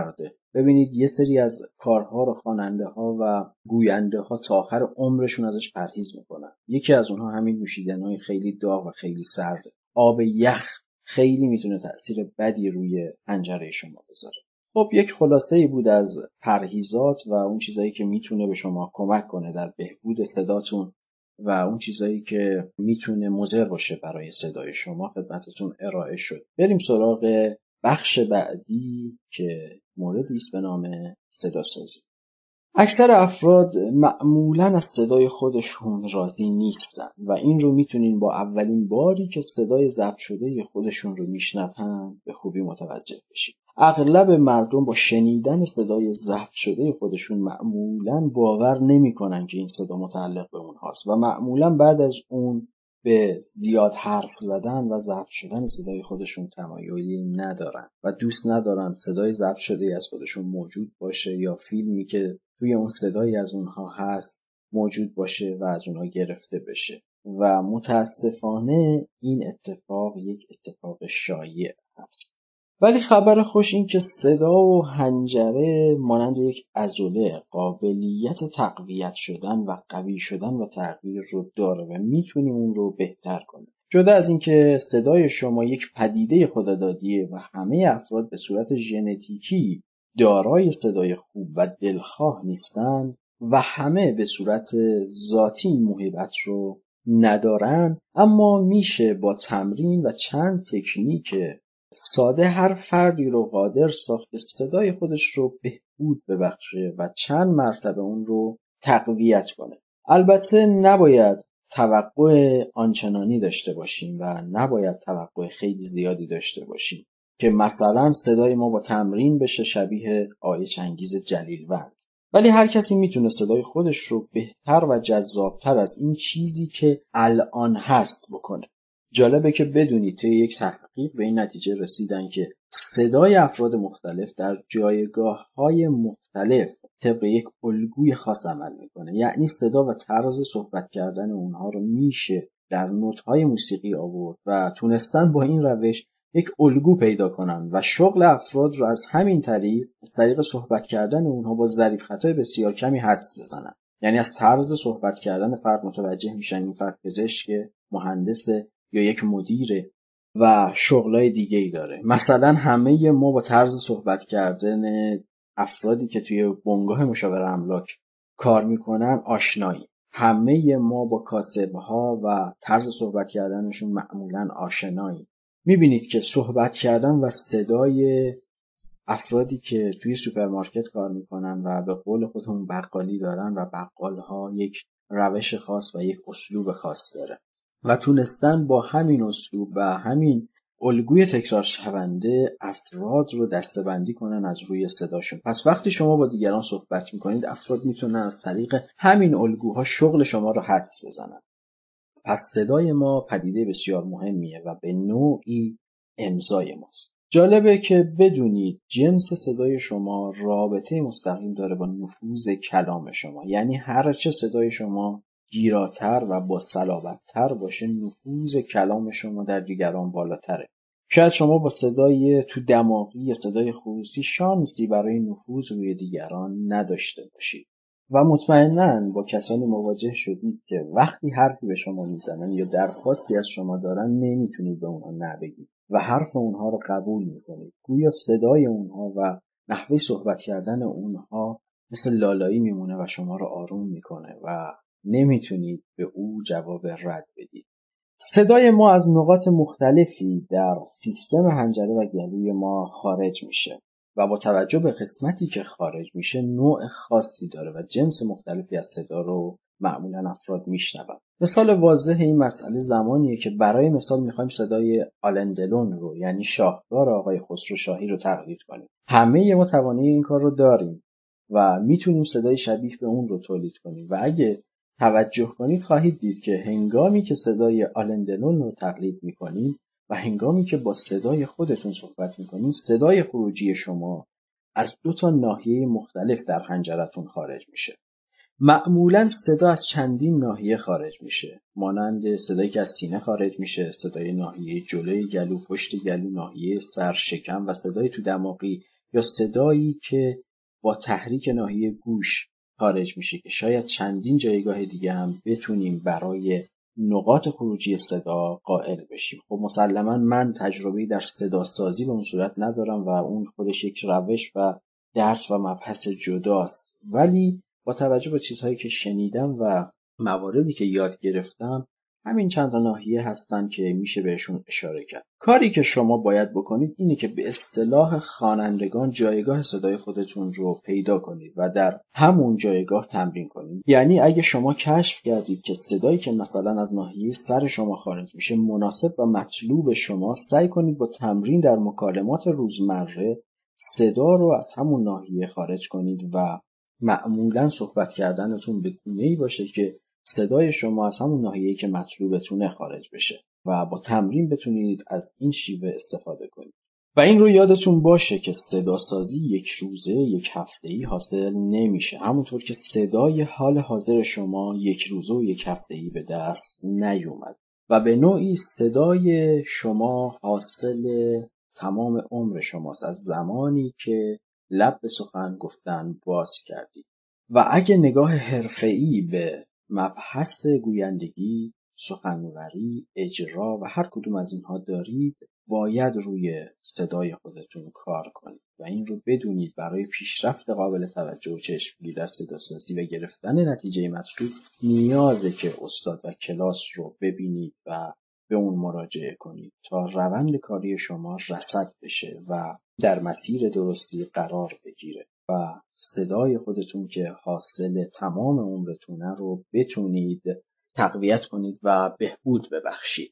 ببینید یه سری از کارها رو خواننده ها و گوینده ها تا آخر عمرشون ازش پرهیز میکنن. یکی از اونها همین نوشیدنهای خیلی داغ و خیلی سرد. آب یخ خیلی میتونه تأثیر بدی روی حنجره شما بذاره. خب یک خلاصه ای بود از پرهیزات و اون چیزایی که میتونه به شما کمک کنه در بهبود صداتون و اون چیزایی که میتونه مضر باشه برای صدای شما خدمتتون ارائه شد. بریم سراغ بخش بعدی که موردی است به نام صدا سازی. اکثر افراد معمولاً از صدای خودشون راضی نیستن و این رو میتونین با اولین باری که صدای ضبط شده خودشون رو میشنون به خوبی متوجه بشین. اغلب مردم با شنیدن صدای ضبط شده خودشون معمولاً باور نمیکنن که این صدا متعلق به اونهاست و معمولاً بعد از اون به زیاد حرف زدن و ضبط شدن صدای خودشون تمایلی ندارن و دوست ندارن صدای ضبط شده از خودشون موجود باشه یا فیلمی که توی اون صدایی از اونها هست موجود باشه و از اونها گرفته بشه و متاسفانه این اتفاق یک اتفاق شایع هست. ولی خبر خوش این که صدا و حنجره مانند یک عضله قابلیت تقویت شدن و قوی شدن و تغییر رو داره و میتونیم اون رو بهتر کنیم. جدا از این که صدای شما یک پدیده خدادادیه و همه افراد به صورت ژنتیکی دارای صدای خوب و دلخواه نیستن و همه به صورت ذاتی موهبت رو ندارن، اما میشه با تمرین و چند تکنیک ساده هر فردی رو قادر ساخت که صدای خودش رو بهبود ببخشه و چند مرتبه اون رو تقویت کنه. البته نباید توقع آنچنانی داشته باشیم و نباید توقع خیلی زیادی داشته باشیم که مثلا صدای ما با تمرین بشه شبیه آقای چنگیز جلیلوند. ولی هر کسی میتونه صدای خودش رو بهتر و جذابتر از این چیزی که الان هست بکنه. جالبه که بدونید طی یک تحقیق به این نتیجه رسیدن که صدای افراد مختلف در جایگاه‌های مختلف طبق یک الگوی خاص عمل میکنه. یعنی صدا و طرز صحبت کردن اونها رو میشه در نوت‌های موسیقی آورد و تونستن با این روش یک الگو پیدا کنن و شغل افراد رو از همین طریق از طریق صحبت کردن اونها با ضریب خطای بسیار کمی حدس بزنن. یعنی از طرز صحبت کردن فرد متوجه میشن این فرد پزشک، مهندس یا یک مدیره و شغلای دیگه ای داره. مثلا همه ما با طرز صحبت کردن افرادی که توی بنگاه مشاوره املاک کار میکنن آشناییم. همه ما با کاسبها و طرز صحبت کردنشون معمولا آشناییم. میبینید که صحبت کردن و صدای افرادی که توی سوپرمارکت کار میکنن و به قول خودمون بقالی دارن و بقالها یک روش خاص و یک اسلوب خاص داره و تونستن با همین اسلوب و همین الگوی تکرار شونده افراد رو دسته‌بندی کنن از روی صداشون. پس وقتی شما با دیگران صحبت میکنید افراد میتونن از طریق همین الگوها شغل شما رو حدس بزنن. پس صدای ما پدیده بسیار مهمیه و به نوعی امضای ماست. جالبه که بدونید جنس صدای شما رابطه مستقیم داره با نفوذ کلام شما. یعنی هرچه صدای شما گیراتر و با صلابت‌تر باشه نفوذ کلام شما در دیگران بالاتره. شاید شما با صدای تو دماغی یا صدای خروسی شانسی برای نفوذ روی دیگران نداشته باشید و مطمئناً با کسانی مواجه شدید که وقتی حرفی به شما میزنن یا درخواستی از شما دارن نمیتونید به اونها نبگید و حرف اونها رو قبول میکنید. گویا صدای اونها و نحوه صحبت کردن اونها مثل لالایی میمونه و شما رو آروم میکنه و نمیتونید به او جواب رد بدید. صدای ما از نقاط مختلفی در سیستم حنجره و گلوی ما خارج میشه و با توجه به قسمتی که خارج میشه نوع خاصی داره و جنس مختلفی از صدا رو معمولا افراد میشنون. مثال واضح این مسئله زمانیه که برای مثال میخوایم صدای آلن دلون رو یعنی شاهکار آقای خسرو شاهی رو تقلید کنیم. همه ما توانایی این کار رو داریم و میتونیم صدای شبیه به اون رو تولید کنیم و اگه توجه کنید خواهید دید که هنگامی که صدای آلن دلون رو تقلید میکنید و هنگامی که با صدای خودتون صحبت میکنید صدای خروجی شما از دو تا ناحیه مختلف در حنجرتون خارج میشه. معمولا صدا از چندین ناحیه خارج میشه، مانند صدایی که از سینه خارج میشه، صدای ناحیه جلوی گلو، پشت گلو، ناحیه سر، شکم و صدای تو دماغی یا صدایی که با تحریک ناحیه گوش خارج میشه که شاید چندین جایگاه دیگه هم بتونیم برای نقاط خروجی صدا قائل بشیم. خب مسلما من تجربه‌ای در صدا سازی به اون صورت ندارم و اون خودش یک روش و درس و مبحث جداست، ولی با توجه به چیزهایی که شنیدم و مواردی که یاد گرفتم، همین چند تا ناحیه هستن که میشه بهشون اشاره کرد. کاری که شما باید بکنید اینه که به اصطلاح خوانندگان جایگاه صدای خودتون رو پیدا کنید و در همون جایگاه تمرین کنید. یعنی اگه شما کشف کردید که صدایی که مثلا از ناحیه سر شما خارج میشه مناسب و مطلوب شما، سعی کنید با تمرین در مکالمات روزمره صدا رو از همون ناحیه خارج کنید و معمولا صحبت کردنتون به گونه‌ای باشه که صدای شما از همون ناحیه‌ای که مطلوبتونه خارج بشه و با تمرین بتونید از این شیوه استفاده کنید. و این رو یادتون باشه که صدا سازی یک روزه، یک هفته‌ای حاصل نمیشه. همونطور که صدای حال حاضر شما یک روزه و یک هفته‌ای به دست نیومد و به نوعی صدای شما حاصل تمام عمر شماست، از زمانی که لب به سخن گفتن باز کردید. و اگه نگاه حرفه‌ای به مبحث گویندگی، سخنوری، اجرا و هر کدوم از اینها دارید، باید روی صدای خودتون کار کنید و این رو بدونید برای پیشرفت قابل توجه و چشمگیر در صداسازی و گرفتن نتیجه مطلوب نیازه که استاد و کلاس رو ببینید و به اون مراجعه کنید تا روند کاری شما رصد بشه و در مسیر درستی قرار بگیره و صدای خودتون که حاصل تمام عمرتونه رو بتونید تقویت کنید و بهبود ببخشید.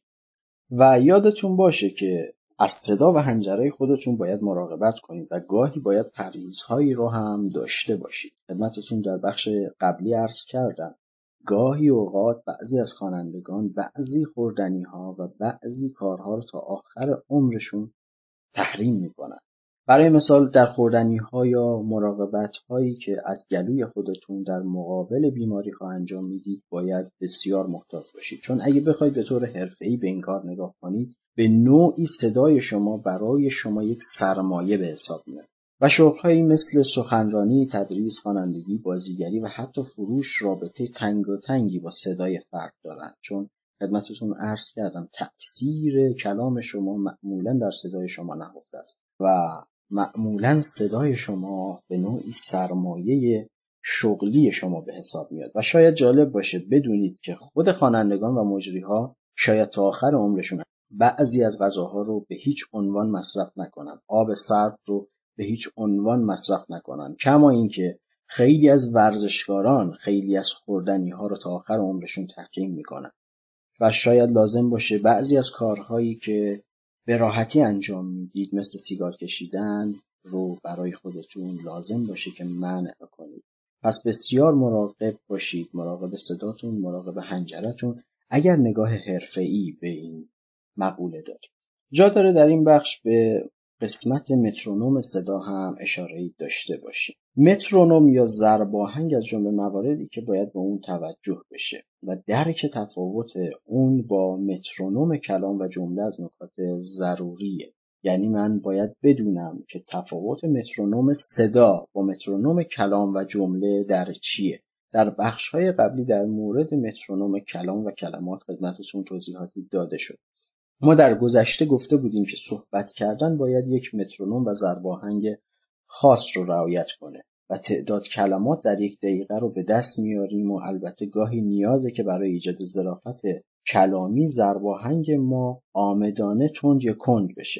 و یادتون باشه که از صدا و حنجره خودتون باید مراقبت کنید و گاهی باید پرهیزهایی رو هم داشته باشید. خدمتتون در بخش قبلی عرض کردم گاهی اوقات بعضی از خوانندگان بعضی خوردنی ها و بعضی کارها رو تا آخر عمرشون تحریم میکنن. برای مثال در خوردنی ها یا مراقبت هایی که از گلوی خودتون در مقابل بیماری ها انجام میدید باید بسیار محتاط باشید، چون اگه بخواید به طور حرفه‌ای به این کار نگاه کنید به نوعی صدای شما برای شما یک سرمایه به حساب میاد و شغل‌هایی مثل سخنرانی، تدریس، خوانندگی، بازیگری و حتی فروش رابطه تنگاتنگی با صدای فرد دارند، چون خدمتتون عرض کردم تأثیر کلام شما معمولاً در صدای شما نهفته است و معمولاً صدای شما به نوعی سرمایه شغلی شما به حساب میاد و شاید جالب باشه بدونید که خود خوانندگان و مجریها شاید تا آخر عمرشون بعضی از غذاها رو به هیچ عنوان مصرف نکنن، آب سرد رو به هیچ عنوان مصرف نکنن، کما اینکه خیلی از ورزشکاران خیلی از خوردنی ها رو تا آخر عمرشون تحریم میکنن و شاید لازم باشه بعضی از کارهایی که به راحتی انجام میدید مثل سیگار کشیدن رو برای خودتون لازم باشه که منع کنید. پس بسیار مراقب باشید، مراقب صداتون، مراقب حنجرتون اگر نگاه حرفه‌ای به این مقوله دارید. جا داره در این بخش به قسمت مترونوم صدا هم اشاره‌ای داشته باشیم. مترونوم یا ضرباهنگ از جمله مواردی که باید به اون توجه بشه و درک تفاوت اون با مترونوم کلام و جمله از نکات ضروریه. یعنی من باید بدونم که تفاوت مترونوم صدا با مترونوم کلام و جمله در چیه. در بخش‌های قبلی در مورد مترونوم کلام و کلمات خدمتتون توضیحاتی داده شد. ما در گذشته گفته بودیم که صحبت کردن باید یک مترونوم و ضرباهنگ خاص رو رعایت کنه و تعداد کلمات در یک دقیقه رو به دست میاریم و البته گاهی نیازه که برای ایجاد ظرافت کلامی ضرباهنگ ما آمدانه تند یا کند بشه.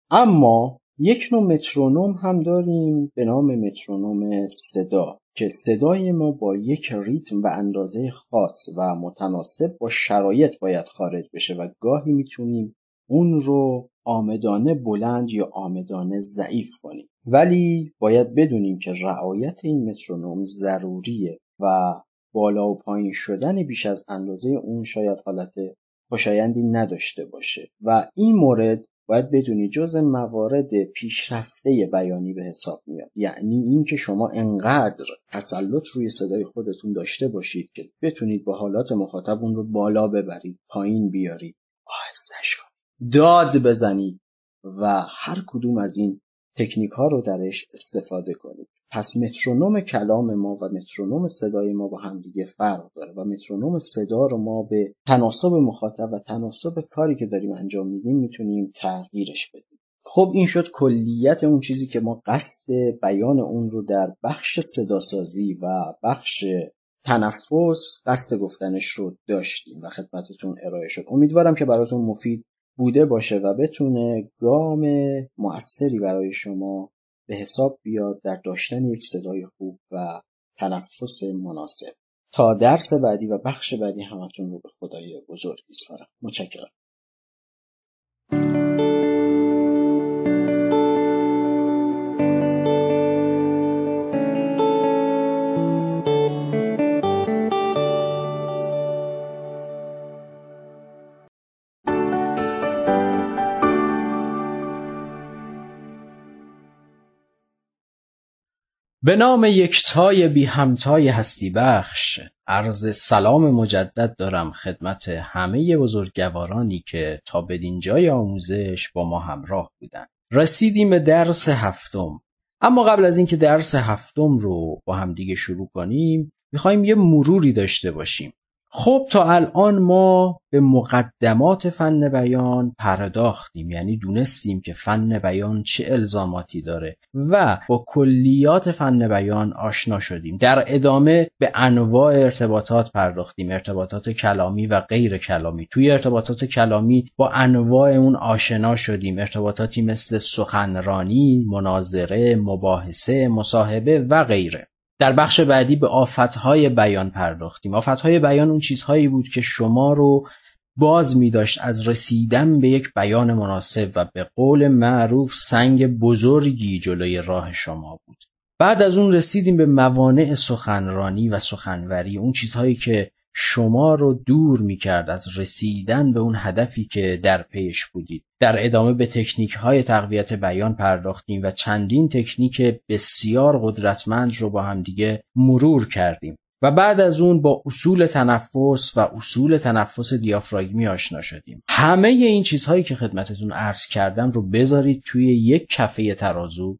اما یک نوع مترونوم هم داریم به نام مترونوم صدا که صدای ما با یک ریتم و اندازه خاص و متناسب با شرایط باید خارج بشه و گاهی میتونیم اون رو آمدانه بلند یا آمدانه ضعیف کنیم، ولی باید بدونیم که رعایت این مترونوم ضروریه و بالا و پایین شدن بیش از اندازه اون شاید حالت خوشایندی نداشته باشه و این مورد باید بدونی جز موارد پیشرفته بیانی به حساب میاد. یعنی این که شما انقدر تسلط روی صدای خودتون داشته باشید که بتونید با حالات مخاطب اون رو بالا ببرید، پایین بیارید، آهسته‌اش کنید، داد بزنید و هر کدوم از این تکنیک ها رو درش استفاده کنیم. پس مترونوم کلام ما و مترونوم صدای ما با همدیگه فرق داره و مترونوم صدا رو ما به تناسب مخاطب و تناسب کاری که داریم انجام میدیم میتونیم تغییرش بدیم. خب این شد کلیت اون چیزی که ما قصد بیان اون رو در بخش صداسازی و بخش تنفس قصد گفتنش رو داشتیم و خدمتتون ارائه شد. امیدوارم که براتون مفید بوده باشه و بتونه گام مؤثری برای شما به حساب بیاد در داشتن یک صدای خوب و تنفس مناسب. تا درس بعدی و بخش بعدی همتون رو به خدای بزرگ میسپارم. متشکرم. به نام یکتای بی همتای هستی بخش عرض سلام مجدد دارم خدمت همه بزرگوارانی که تا بدین جای آموزش با ما همراه بودن. رسیدیم به درس هفتم، اما قبل از اینکه درس هفتم رو با هم دیگه شروع کنیم میخوایم یه مروری داشته باشیم. خب تا الان ما به مقدمات فن بیان پرداختیم، یعنی دونستیم که فن بیان چه الزاماتی داره و با کلیات فن بیان آشنا شدیم. در ادامه به انواع ارتباطات پرداختیم، ارتباطات کلامی و غیر کلامی. توی ارتباطات کلامی با انواع اون آشنا شدیم، ارتباطاتی مثل سخنرانی، مناظره، مباحثه، مصاحبه و غیره. در بخش بعدی به آفتهای بیان پرداختیم. آفتهای بیان اون چیزهایی بود که شما رو باز می داشت از رسیدن به یک بیان مناسب و به قول معروف سنگ بزرگی جلوی راه شما بود. بعد از اون رسیدیم به موانع سخنرانی و سخنوری، اون چیزهایی که شما رو دور می کرد از رسیدن به اون هدفی که در پیش بودید. در ادامه به تکنیک های تقویت بیان پرداختیم و چندین تکنیک بسیار قدرتمند رو با هم دیگه مرور کردیم و بعد از اون با اصول تنفس و اصول تنفس دیافراگمی آشنا شدیم. همه این چیزهایی که خدمتتون عرض کردم رو بذارید توی یک کفه ترازو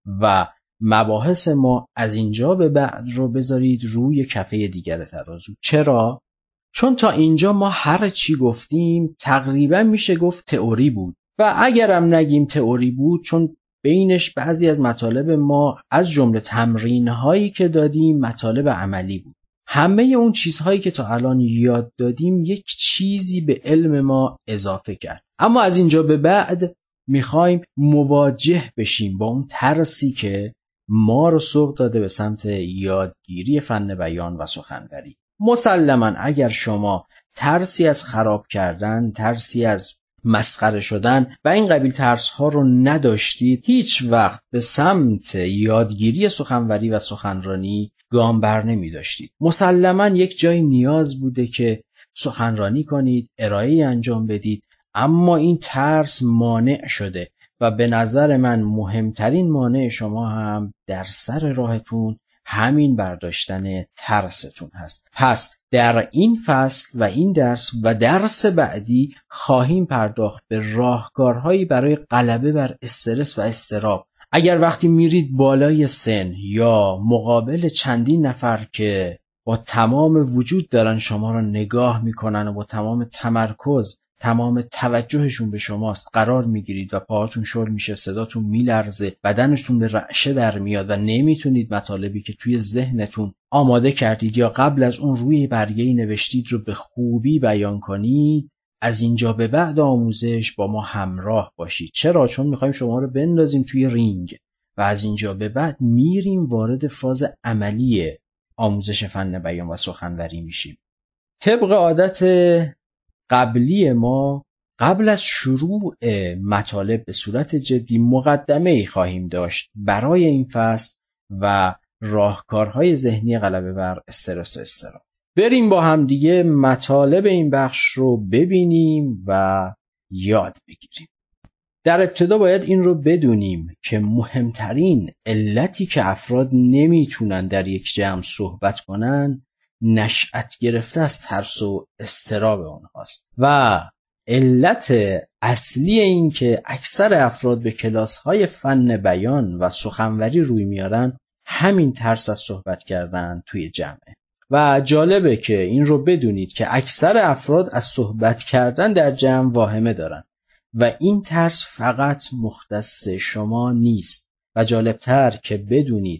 و مباحث ما از اینجا به بعد رو بذارید روی کفه دیگر ترازو. چرا؟ چون تا اینجا ما هر چی گفتیم تقریبا میشه گفت تئوری بود و اگرم نگیم تئوری بود چون بینش بعضی از مطالب ما از جمله تمرین‌هایی که دادیم مطالب عملی بود. همه اون چیزهایی که تا الان یاد دادیم یک چیزی به علم ما اضافه کرد. اما از اینجا به بعد میخوایم مواجه بشیم با اون ترسی که ما رو سوق داده به سمت یادگیری فن بیان و سخنوری. مسلماً اگر شما ترسی از خراب کردن، ترسی از مسخره شدن و این قبیل ترس ها رو نداشتید، هیچ وقت به سمت یادگیری سخنوری و سخنرانی گام بر نمی داشتید. مسلماً یک جای نیاز بوده که سخنرانی کنید، ارائه انجام بدید، اما این ترس مانع شده و به نظر من مهمترین مانع شما هم در سر راهتون همین برداشتن ترستون هست. پس در این فصل و این درس و درس بعدی خواهیم پرداخت به راهکارهایی برای غلبه بر استرس و اضطراب. اگر وقتی میرید بالای سن یا مقابل چندین نفر که با تمام وجود دارن شما رو نگاه میکنن و با تمام تمرکز تمام توجهشون به شماست قرار میگیرید و پاهاتون شل میشه، صداتون میلرزه، بدنتون به رعشه در میاد و نمیتونید مطالبی که توی ذهنتون آماده کردید یا قبل از اون روی برگه‌ای نوشتید رو به خوبی بیان کنید، از اینجا به بعد آموزش با ما همراه باشید. چرا؟ چون میخوایم شما رو بندازیم توی رینگ و از اینجا به بعد میریم وارد فاز عملی آموزش فن بیان و سخنوری میشیم. طبق عادت قبلی ما قبل از شروع مطالب به صورت جدی مقدمه‌ای خواهیم داشت برای این فصل و راهکارهای ذهنی غلبه بر استرس و اضطراب. بریم با هم دیگه مطالب این بخش رو ببینیم و یاد بگیریم. در ابتدا باید این رو بدونیم که مهمترین علتی که افراد نمیتونن در یک جمع صحبت کنن نشأت گرفته از ترس و اضطراب اونهاست و علت اصلی این که اکثر افراد به کلاس‌های فن بیان و سخنوری روی میارن همین ترس از صحبت کردن توی جمعه. و جالبه که این رو بدونید که اکثر افراد از صحبت کردن در جمع واهمه دارن و این ترس فقط مختص شما نیست. و جالبتر که بدونید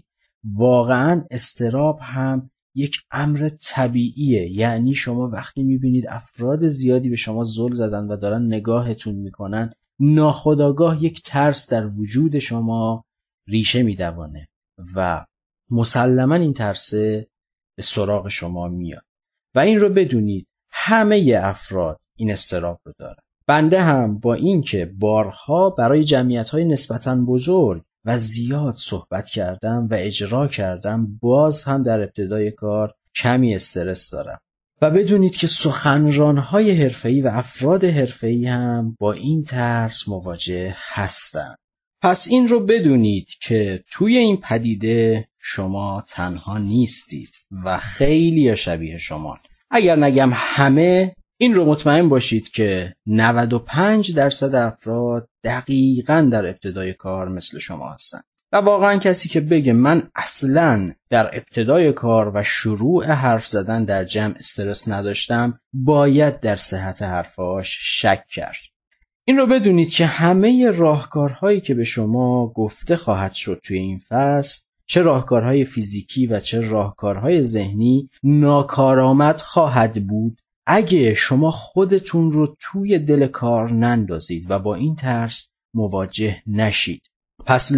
واقعا اضطراب هم یک امر طبیعیه. یعنی شما وقتی میبینید افراد زیادی به شما زل زدن و دارن نگاهتون میکنن، ناخودآگاه یک ترس در وجود شما ریشه میدوانه و مسلما این ترسه به سراغ شما میاد. و این رو بدونید همه افراد این اضطراب رو دارن. بنده هم با این که بارها برای جمعیت‌های نسبتاً بزرگ و زیاد صحبت کردم و اجرا کردم، باز هم در ابتدای کار کمی استرس دارم. و بدونید که سخنران‌های حرفه‌ای و افراد حرفه‌ای هم با این ترس مواجه هستند. پس این رو بدونید که توی این پدیده شما تنها نیستید و خیلی شبیه شما. اگر نگم همه، این رو مطمئن باشید که نود و پنج درصد افراد دقیقاً در ابتدای کار مثل شما هستن. و واقعاً کسی که بگه من اصلاً در ابتدای کار و شروع حرف زدن در جمع استرس نداشتم، باید در صحت حرفاش شک کرد. این رو بدونید که همه راهکارهایی که به شما گفته خواهد شد توی این فصل، چه راهکارهای فیزیکی و چه راهکارهای ذهنی، ناکارآمد خواهد بود اگه شما خودتون رو توی دل کار نندازید و با این ترس مواجه نشید. پس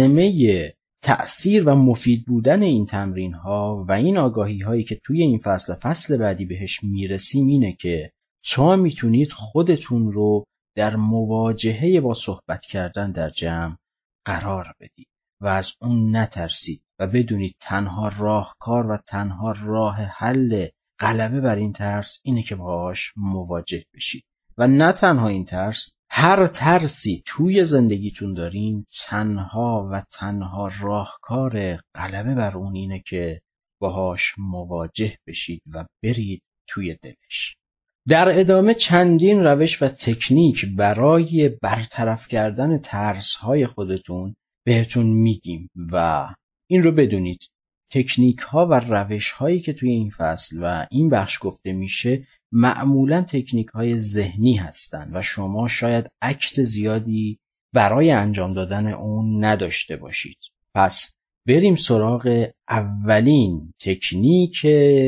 لازمه تأثیر و مفید بودن این تمرین ها و این آگاهی هایی که توی این فصل و فصل بعدی بهش میرسیم اینه که شما میتونید خودتون رو در مواجهه با صحبت کردن در جمع قرار بدید و از اون نترسید و بدونید تنها راهکار و تنها راه حل غلبه بر این ترس اینه که باهاش مواجه بشید. و نه تنها این ترس، هر ترسی توی زندگیتون دارین، تنها و تنها راهکار غلبه بر اون اینه که باهاش مواجه بشید و برید توی دلش. در ادامه چندین روش و تکنیک برای برطرف کردن ترس‌های خودتون بهتون میگیم و این رو بدونید تکنیک ها و روش هایی که توی این فصل و این بخش گفته میشه معمولا تکنیک های ذهنی هستن و شما شاید اکت زیادی برای انجام دادن اون نداشته باشید. پس بریم سراغ اولین تکنیک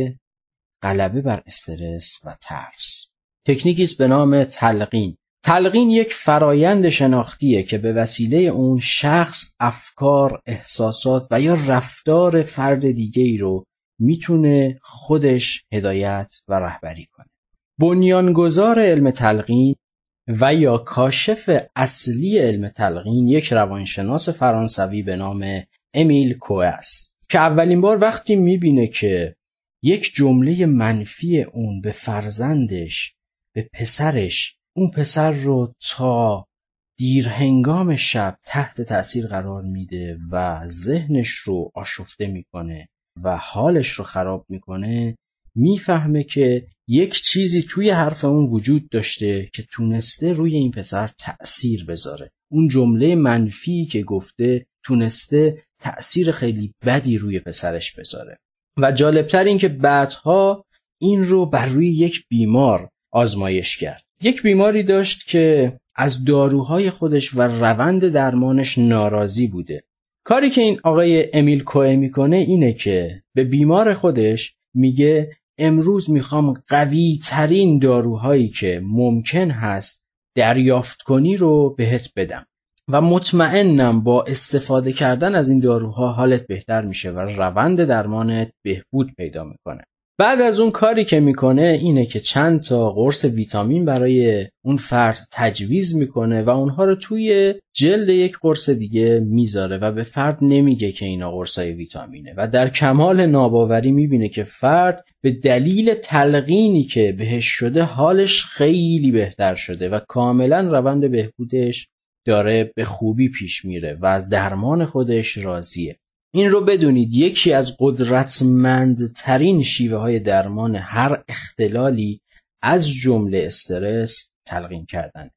غلبه بر استرس و ترس. تکنیکی است به نام تلقین. تلقین یک فرایند شناختیه که به وسیله اون شخص افکار، احساسات و یا رفتار فرد دیگه‌ای رو میتونه خودش هدایت و رهبری کنه. بنیانگذار علم تلقین و یا کاشف اصلی علم تلقین یک روانشناس فرانسوی به نام امیل کوه است که اولین بار وقتی میبینه که یک جمله منفی اون به فرزندش، به پسرش، اون پسر رو تا دیر هنگام شب تحت تأثیر قرار میده و ذهنش رو آشفته میکنه و حالش رو خراب میکنه، میفهمه که یک چیزی توی حرف اون وجود داشته که تونسته روی این پسر تأثیر بذاره. اون جمله منفی که گفته تونسته تأثیر خیلی بدی روی پسرش بذاره. و جالبتر این که بعدها این رو بر روی یک بیمار آزمایش کرد. یک بیماری داشت که از داروهای خودش و روند درمانش ناراضی بوده. کاری که این آقای امیل کوه میکنه اینه که به بیمار خودش میگه امروز میخوام قوی ترین داروهایی که ممکن هست دریافت کنی رو بهت بدم و مطمئنم با استفاده کردن از این داروها حالت بهتر میشه و روند درمانت بهبود پیدا میکنه. بعد از اون کاری که میکنه اینه که چند تا قرص ویتامین برای اون فرد تجویز میکنه و اونها رو توی جلد یک قرص دیگه میذاره و به فرد نمیگه که اینا قرصای ویتامینه و در کمال ناباوری میبینه که فرد به دلیل تلقینی که بهش شده حالش خیلی بهتر شده و کاملا روند بهبودش داره به خوبی پیش میره و از درمان خودش راضیه. این رو بدونید یکی از قدرتمندترین شیوه های درمان هر اختلالی از جمله استرس تلقین کردن.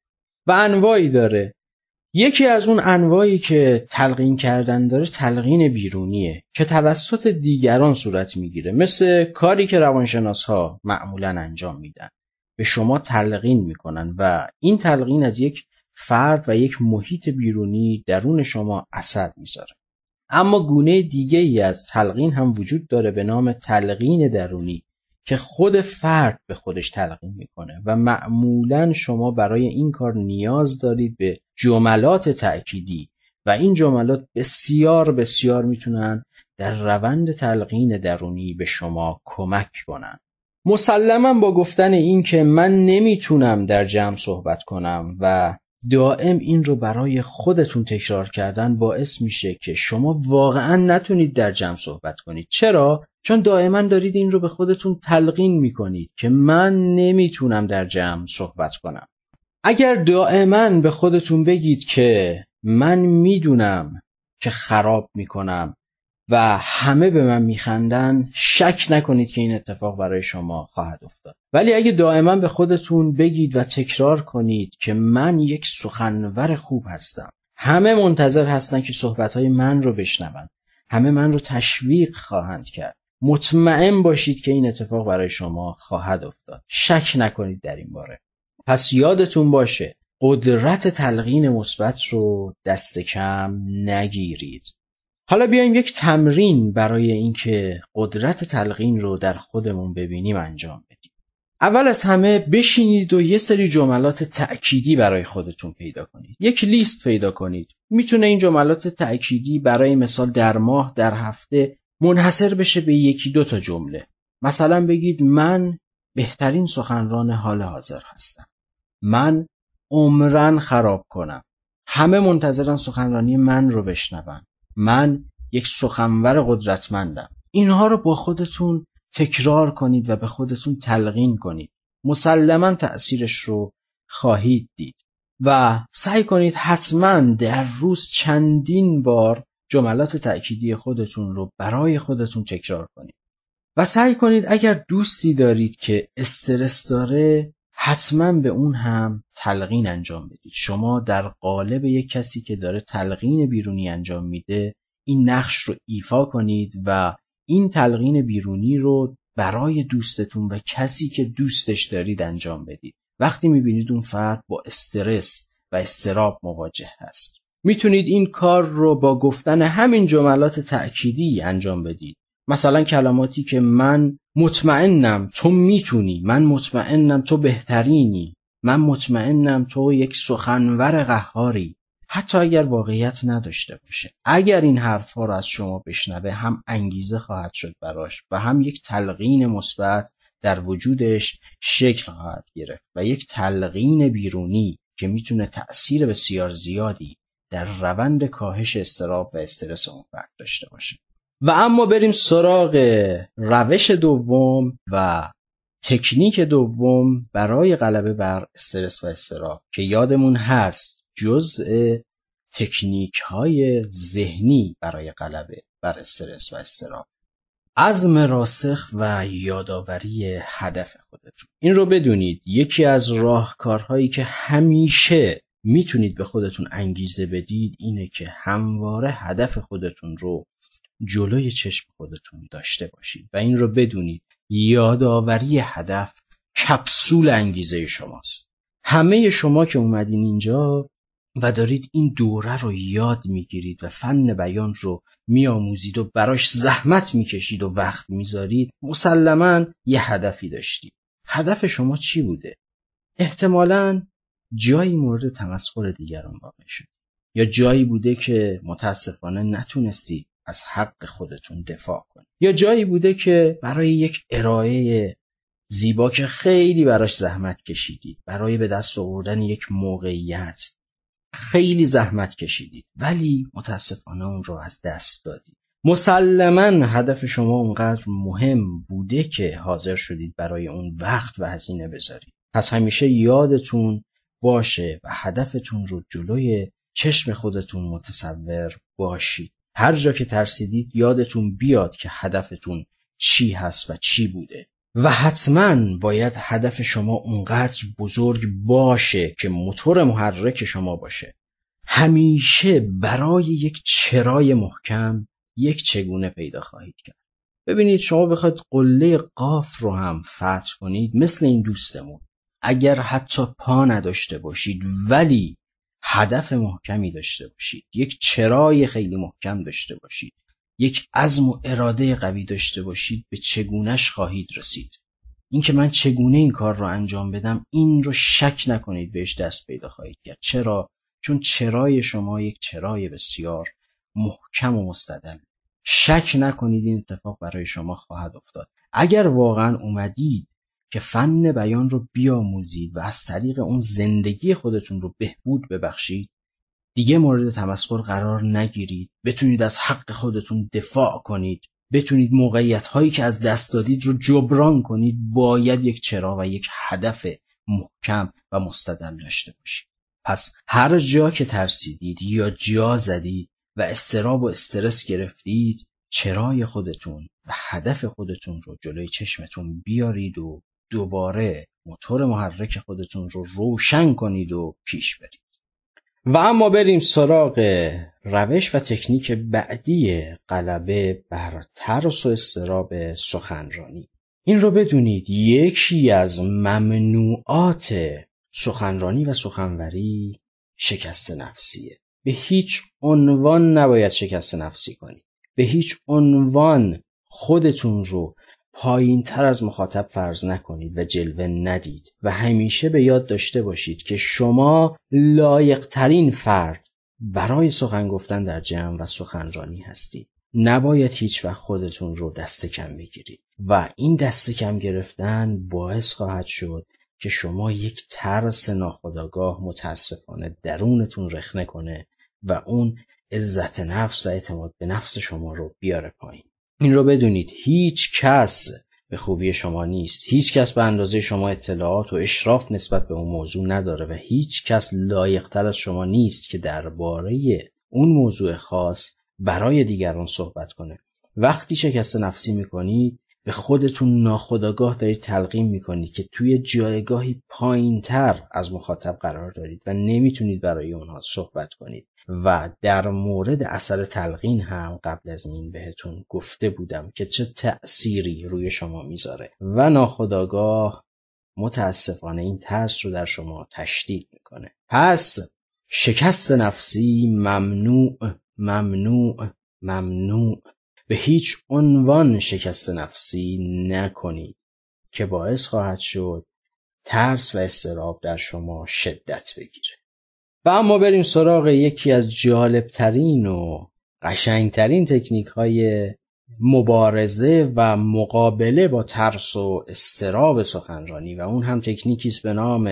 و انواعی داره. یکی از اون انواعی که تلقین کردن داره تلقین بیرونیه که توسط دیگران صورت میگیره، مثل کاری که روانشناس‌ها معمولاً انجام میدن، به شما تلقین میکنن و این تلقین از یک فرد و یک محیط بیرونی درون شما اثر میذاره. اما گونه دیگه ای از تلقین هم وجود داره به نام تلقین درونی که خود فرد به خودش تلقین میکنه و معمولاً شما برای این کار نیاز دارید به جملات تأکیدی و این جملات بسیار بسیار میتونن در روند تلقین درونی به شما کمک کنن. مسلماً با گفتن این که من نمیتونم در جمع صحبت کنم و دائم این رو برای خودتون تکرار کردن باعث میشه که شما واقعاً نتونید در جمع صحبت کنید. چرا؟ چون دائما دارید این رو به خودتون تلقین میکنید که من نمیتونم در جمع صحبت کنم. اگر دائما به خودتون بگید که من میدونم که خراب میکنم و همه به من میخندن، شک نکنید که این اتفاق برای شما خواهد افتاد. ولی اگه دائما به خودتون بگید و تکرار کنید که من یک سخنور خوب هستم، همه منتظر هستن که صحبتهای من رو بشنون، همه من رو تشویق خواهند کرد، مطمئن باشید که این اتفاق برای شما خواهد افتاد. شک نکنید در این باره. پس یادتون باشه قدرت تلقین مثبت رو دست کم نگیرید. حالا بیایم یک تمرین برای اینکه قدرت تلقین رو در خودمون ببینیم انجام بدیم. اول از همه بشینید و یه سری جملات تأکیدی برای خودتون پیدا کنید. یک لیست پیدا کنید. میتونه این جملات تأکیدی برای مثال در ماه، در هفته منحصر بشه به یکی دو تا جمله. مثلا بگید من بهترین سخنران حال حاضر هستم. من عمرن خراب کنم. همه منتظرن سخنرانی من رو بشنون. من یک سخنور قدرتمندم. اینها رو با خودتون تکرار کنید و به خودتون تلقین کنید. مسلماً تأثیرش رو خواهید دید و سعی کنید حتماً در روز چندین بار جملات تأکیدی خودتون رو برای خودتون تکرار کنید و سعی کنید اگر دوستی دارید که استرس داره حتما به اون هم تلقین انجام بدید. شما در قالب یک کسی که داره تلقین بیرونی انجام میده این نقش رو ایفا کنید و این تلقین بیرونی رو برای دوستتون و کسی که دوستش دارید انجام بدید. وقتی میبینید اون فرد با استرس و اضطراب مواجه هست، میتونید این کار رو با گفتن همین جملات تأکیدی انجام بدید. مثلا کلماتی که من مطمئنم تو میتونی، من مطمئنم تو بهترینی، من مطمئنم تو یک سخنور قهاری، حتی اگر واقعیت نداشته باشه. اگر این حرفا رو از شما بشنوه هم انگیزه خواهد شد براش و هم یک تلقین مثبت در وجودش شکل خواهد گرفت و یک تلقین بیرونی که میتونه تأثیر بسیار زیادی در روند کاهش اضطراب و استرس اون فرد داشته باشه. و اما بریم سراغ روش دوم و تکنیک دوم برای غلبه بر استرس و اضطراب که یادمون هست جزء تکنیک های ذهنی برای غلبه بر استرس و اضطراب. عزم راسخ و یادآوری هدف خودتون. این رو بدونید یکی از راهکارهایی که همیشه میتونید به خودتون انگیزه بدید اینه که همواره هدف خودتون رو جلوی چشم خودتون داشته باشید و این رو بدونید یادآوری هدف کپسول انگیزه شماست. همه شما که اومدین اینجا و دارید این دوره رو یاد میگیرید و فن بیان رو میآموزید و براش زحمت میکشید و وقت میذارید، مسلماً یه هدفی داشتید. هدف شما چی بوده؟ احتمالاً جایی مورد تمسخر دیگران واقع شد یا جایی بوده که متاسفانه نتونستید از حق خودتون دفاع کنید یا جایی بوده که برای یک ارائه زیبا که خیلی براش زحمت کشیدید، برای به دست آوردن یک موقعیت خیلی زحمت کشیدید ولی متاسفانه اون رو از دست دادید. مسلماً هدف شما اونقدر مهم بوده که حاضر شدید برای اون وقت و هزینه بذارید. پس همیشه یادتون باشه و هدفتون رو جلوی چشم خودتون متصور باشید. هر جا که ترسیدید یادتون بیاد که هدفتون چی هست و چی بوده و حتما باید هدف شما اونقدر بزرگ باشه که موتور محرک شما باشه. همیشه برای یک چرای محکم یک چگونه پیدا خواهید کرد. ببینید شما بخواید قله قاف رو هم فتح کنید، مثل این دوستمون، اگر حتی پا نداشته باشید ولی هدف محکمی داشته باشید، یک چرای خیلی محکم داشته باشید، یک عزم و اراده قوی داشته باشید، به چگونش خواهید رسید. این که من چگونه این کار رو انجام بدم، این رو شک نکنید بهش دست پیدا خواهید کرد. چرا؟ چون چرای شما یک چرای بسیار محکم و مستدل. شک نکنید این اتفاق برای شما خواهد افتاد. اگر واقعا اومدید که فن بیان رو بیاموزید و از طریق اون زندگی خودتون رو بهبود ببخشید، دیگه مورد تمسخر قرار نگیرید، بتونید از حق خودتون دفاع کنید، بتونید موقعیت هایی که از دست دادید رو جبران کنید، باید یک چرا و یک هدف محکم و مستدل داشته باشید. پس هر جا که ترسیدید یا جا زدید و اضطراب و استرس گرفتید، چرای خودتون و هدف خودتون رو جلوی چشمتون بیارید و دوباره موتور محرک خودتون رو روشن کنید و پیش برید. و اما بریم سراغ روش و تکنیک بعدی غلبه بر ترس و اضطراب سخنرانی. این رو بدونید یکی از ممنوعات سخنرانی و سخنوری شکست نفسیه. به هیچ عنوان نباید شکست نفسی کنید. به هیچ عنوان خودتون رو پایین تر از مخاطب فرض نکنید و جلوه ندید و همیشه به یاد داشته باشید که شما لایق ترین فرد برای سخن گفتن در جمع و سخنرانی هستید. نباید هیچ وقت خودتون رو دست کم بگیرید و این دست کم گرفتن باعث خواهد شد که شما یک ترس ناخودآگاه متاسفانه درونتون رخنه کنه و اون عزت نفس و اعتماد به نفس شما رو بیاره پایین. این رو بدونید هیچ کس به خوبی شما نیست، هیچ کس به اندازه شما اطلاعات و اشراف نسبت به اون موضوع نداره و هیچ کس لایق‌تر از شما نیست که درباره اون موضوع خاص برای دیگران صحبت کنه. وقتی شکست نفسی میکنید به خودتون ناخودآگاه دارید تلقین میکنید که توی جایگاهی پایین‌تر از مخاطب قرار دارید و نمیتونید برای اونها صحبت کنید. و در مورد اثر تلقین هم قبل از این بهتون گفته بودم که چه تأثیری روی شما میذاره و ناخودآگاه متاسفانه این ترس رو در شما تشدید میکنه. پس شکست نفسی ممنوع ممنوع ممنوع. به هیچ عنوان شکست نفسی نکنید که باعث خواهد شد ترس و اضطراب در شما شدت بگیره. و اما بریم سراغ یکی از جالبترین و قشنگترین تکنیک های مبارزه و مقابله با ترس و اضطراب سخنرانی و اون هم تکنیکی است به نام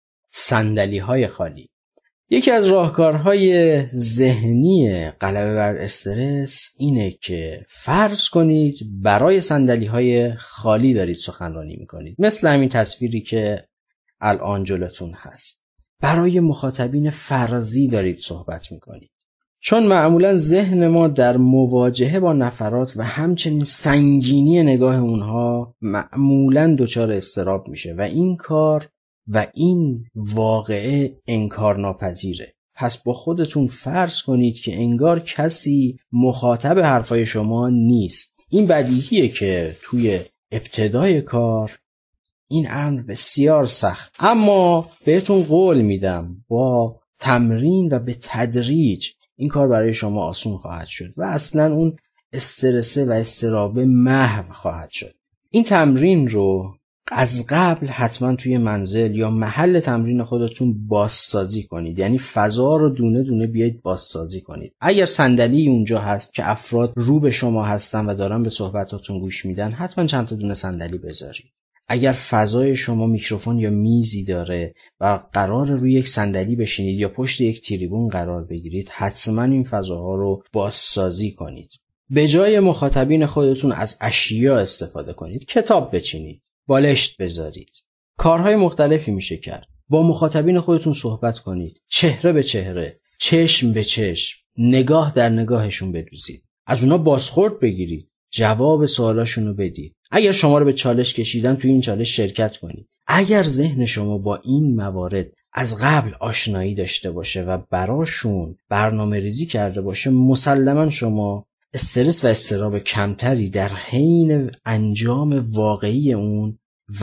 صندلی های خالی. یکی از راهکارهای ذهنی غلبه بر استرس اینه که فرض کنید برای صندلی های خالی دارید سخنرانی میکنید، مثل همین تصویری که الان جلوتون هست. برای مخاطبین فرضی دارید صحبت میکنید، چون معمولا ذهن ما در مواجهه با نفرات و همچنین سنگینی نگاه اونها معمولا دچار اضطراب میشه و این کار و این واقعه انکار ناپذیره. پس با خودتون فرض کنید که انگار کسی مخاطب حرفای شما نیست. این بدیهیه که توی ابتدای کار این امر بسیار سخت، اما بهتون قول میدم با تمرین و به تدریج این کار برای شما آسون خواهد شد و اصلا اون استرسه و اضطراب محو خواهد شد. این تمرین رو از قبل حتما توی منزل یا محل تمرین خودتون بازسازی کنید، یعنی فضا رو دونه دونه بیایید بازسازی کنید. اگر صندلی اونجا هست که افراد رو به شما هستن و دارن به صحبتاتون گوش میدن، حتما چند تا دونه صندلی بذارید. اگر فضای شما میکروفون یا میزی داره و قرار روی یک صندلی بشینید یا پشت یک تریبون قرار بگیرید، حتما این فضاها رو بازسازی کنید. به جای مخاطبین خودتون از اشیا استفاده کنید، کتاب بچینید، بالشت بذارید. کارهای مختلفی میشه کرد. با مخاطبین خودتون صحبت کنید، چهره به چهره، چشم به چشم، نگاه در نگاهشون بدوزید، از اونا بازخورد بگیرید. جواب سوالاشون رو بدید. اگر شما رو به چالش کشیدن توی این چالش شرکت کنید. اگر ذهن شما با این موارد از قبل آشنایی داشته باشه و براشون برنامه ریزی کرده باشه، مسلما شما استرس و اضطراب کمتری در حین انجام واقعی اون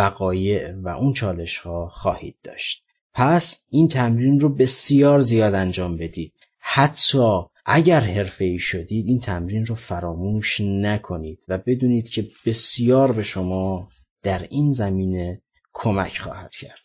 وقایع و اون چالش ها خواهید داشت. پس این تمرین رو بسیار زیاد انجام بدید. حتی اگر حرفه‌ای شدید این تمرین رو فراموش نکنید و بدونید که بسیار به شما در این زمینه کمک خواهد کرد.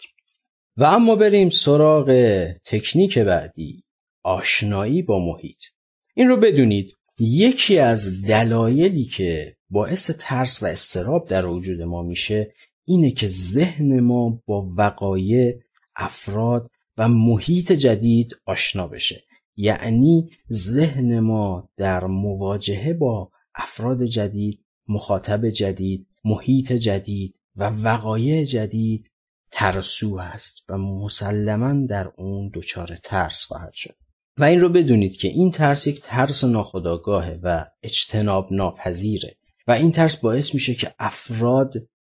و اما بریم سراغ تکنیک بعدی، آشنایی با محیط. این رو بدونید یکی از دلایلی که باعث ترس و اضطراب در وجود ما میشه اینه که ذهن ما با وقایع، افراد و محیط جدید آشنا بشه. یعنی ذهن ما در مواجهه با افراد جدید، مخاطب جدید، محیط جدید و وقایع جدید ترسو است و مسلماً در اون دچار ترس خواهد شد. و این رو بدونید که این ترس یک ترس ناخودآگاهه و اجتناب ناپذیره و این ترس باعث میشه که افراد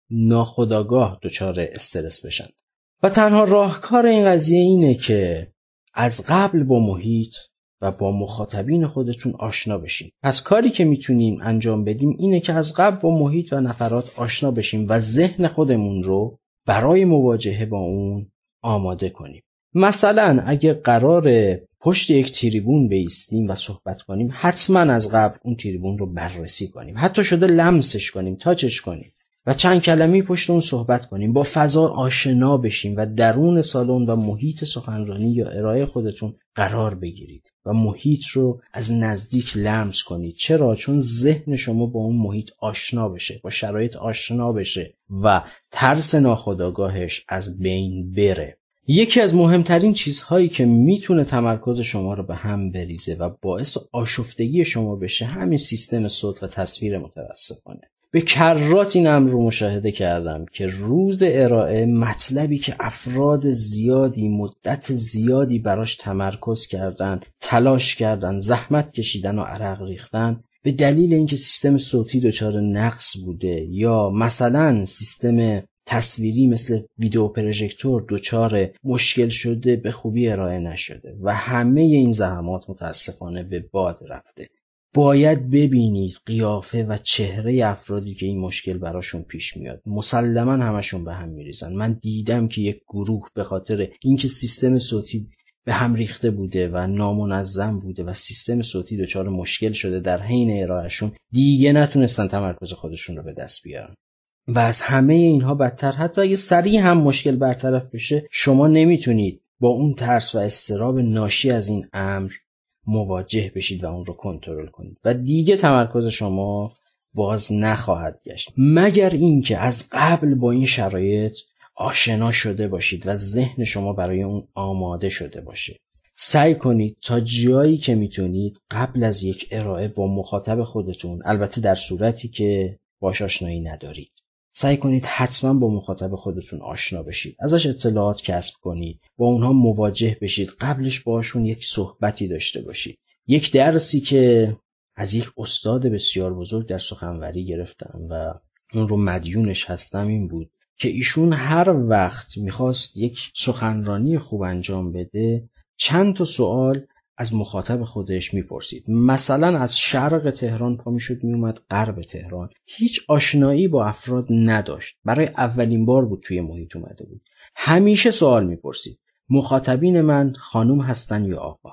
ناخودآگاه دچار استرس بشن. و تنها راهکار این قضیه اینه که از قبل با محیط و با مخاطبین خودتون آشنا بشین. پس کاری که میتونیم انجام بدیم اینه که از قبل با محیط و نفرات آشنا بشیم و ذهن خودمون رو برای مواجهه با اون آماده کنیم. مثلا اگه قراره پشت یک تریبون بایستیم و صحبت کنیم، حتما از قبل اون تریبون رو بررسی کنیم. حتی شده لمسش کنیم، تاچش کنیم و چند کلمه‌ای پشت اون صحبت کنیم. با فضا آشنا بشیم و درون سالن و محیط سخنرانی یا ارائه خودتون قرار بگیرید و محیط رو از نزدیک لمس کنید. چرا؟ چون ذهن شما با اون محیط آشنا بشه، با شرایط آشنا بشه و ترس ناخودآگاهش از بین بره. یکی از مهمترین چیزهایی که میتونه تمرکز شما رو به هم بریزه و باعث آشفتگی شما بشه همین سیستم صوت و تصویر متاسفانه. به کرات این امر رو مشاهده کردم که روز ارائه مطلبی که افراد زیادی مدت زیادی براش تمرکز کردن، تلاش کردن، زحمت کشیدن و عرق ریختن، به دلیل اینکه سیستم صوتی دچار نقص بوده یا مثلا سیستم تصویری مثل ویدیو پروژکتور دچار مشکل شده، به خوبی ارائه نشده و همه این زحمات متاسفانه به باد رفته. باید ببینید قیافه و چهره افرادی که این مشکل براشون پیش میاد. مسلماً همشون به هم میریزن. من دیدم که یک گروه به خاطر اینکه سیستم صوتی به هم ریخته بوده و نامنظم بوده و سیستم صوتی دچار مشکل شده، در حین ارائهشون دیگه نتونستن تمرکز خودشون رو به دست بیارن. و از همه اینها بدتر، حتی اگه سریع هم مشکل برطرف بشه، شما نمیتونید با اون ترس و اضطراب ناشی از این امر مواجه بشید و اون رو کنترل کنید و دیگه تمرکز شما باز نخواهد گشت، مگر اینکه از قبل با این شرایط آشنا شده باشید و ذهن شما برای اون آماده شده باشه. سعی کنید تا جایی که میتونید قبل از یک ارائه با مخاطب خودتون، البته در صورتی که باهاش آشنایی ندارید، سعی کنید حتما با مخاطب خودتون آشنا بشید، ازش اطلاعات کسب کنید، با اونها مواجه بشید، قبلش باشون یک صحبتی داشته باشید. یک درسی که از یک استاد بسیار بزرگ در سخنوری گرفتم و اون رو مدیونش هستم این بود که ایشون هر وقت میخواست یک سخنرانی خوب انجام بده چند تا سوال از مخاطب خودش میپرسید. مثلا از شرق تهران پا میشد میومد غرب تهران، هیچ آشنایی با افراد نداشت، برای اولین بار بود توی محیط اومده بود. همیشه سوال میپرسید مخاطبین من خانم هستن یا آقا؟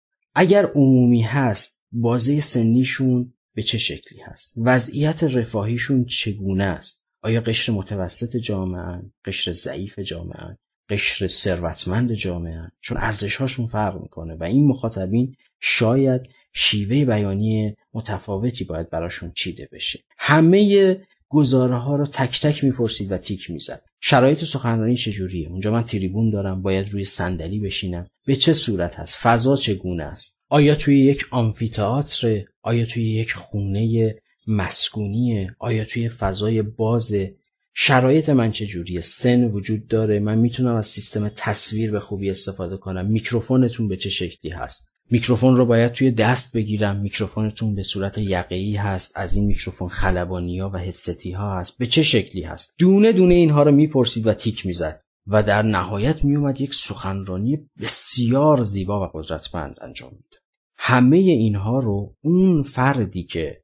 اگر عمومی هست بازه سنیشون به چه شکلی هست؟ وضعیت رفاهیشون چگونه است؟ آیا قشر متوسط جامعه، قشر ضعیف جامعه، قشر ثروتمند جامعه؟ چون ارزش‌هاشون فرق میکنه و این مخاطبین شاید شیوه بیانی متفاوتی باید براشون چیده بشه. همه گزاره ها رو تک تک میپرسید و تیک میزد. شرایط سخنرانی چجوریه؟ اونجا من تریبون دارم، باید روی صندلی بشینم، به چه صورت هست؟ فضا چگونه است؟ آیا توی یک آمفی‌تئاتر؟ آیا توی یک خونه مسکونیه؟ آیا توی فضای بازه؟ شرایط من چجوریه؟ سن وجود داره؟ من میتونم از سیستم تصویر به خوبی استفاده کنم؟ میکروفونتون به چه شکلی هست؟ میکروفون رو باید توی دست بگیرم، میکروفونتون به صورت یقه‌ای هست، از این میکروفون خلبانی‌ها و هدستی‌ها هست، به چه شکلی هست؟ دونه دونه اینها رو میپرسید و تیک میزد و در نهایت میومد یک سخنرانی بسیار زیبا و قدرتمند انجام میداد. همه اینها رو اون فردی که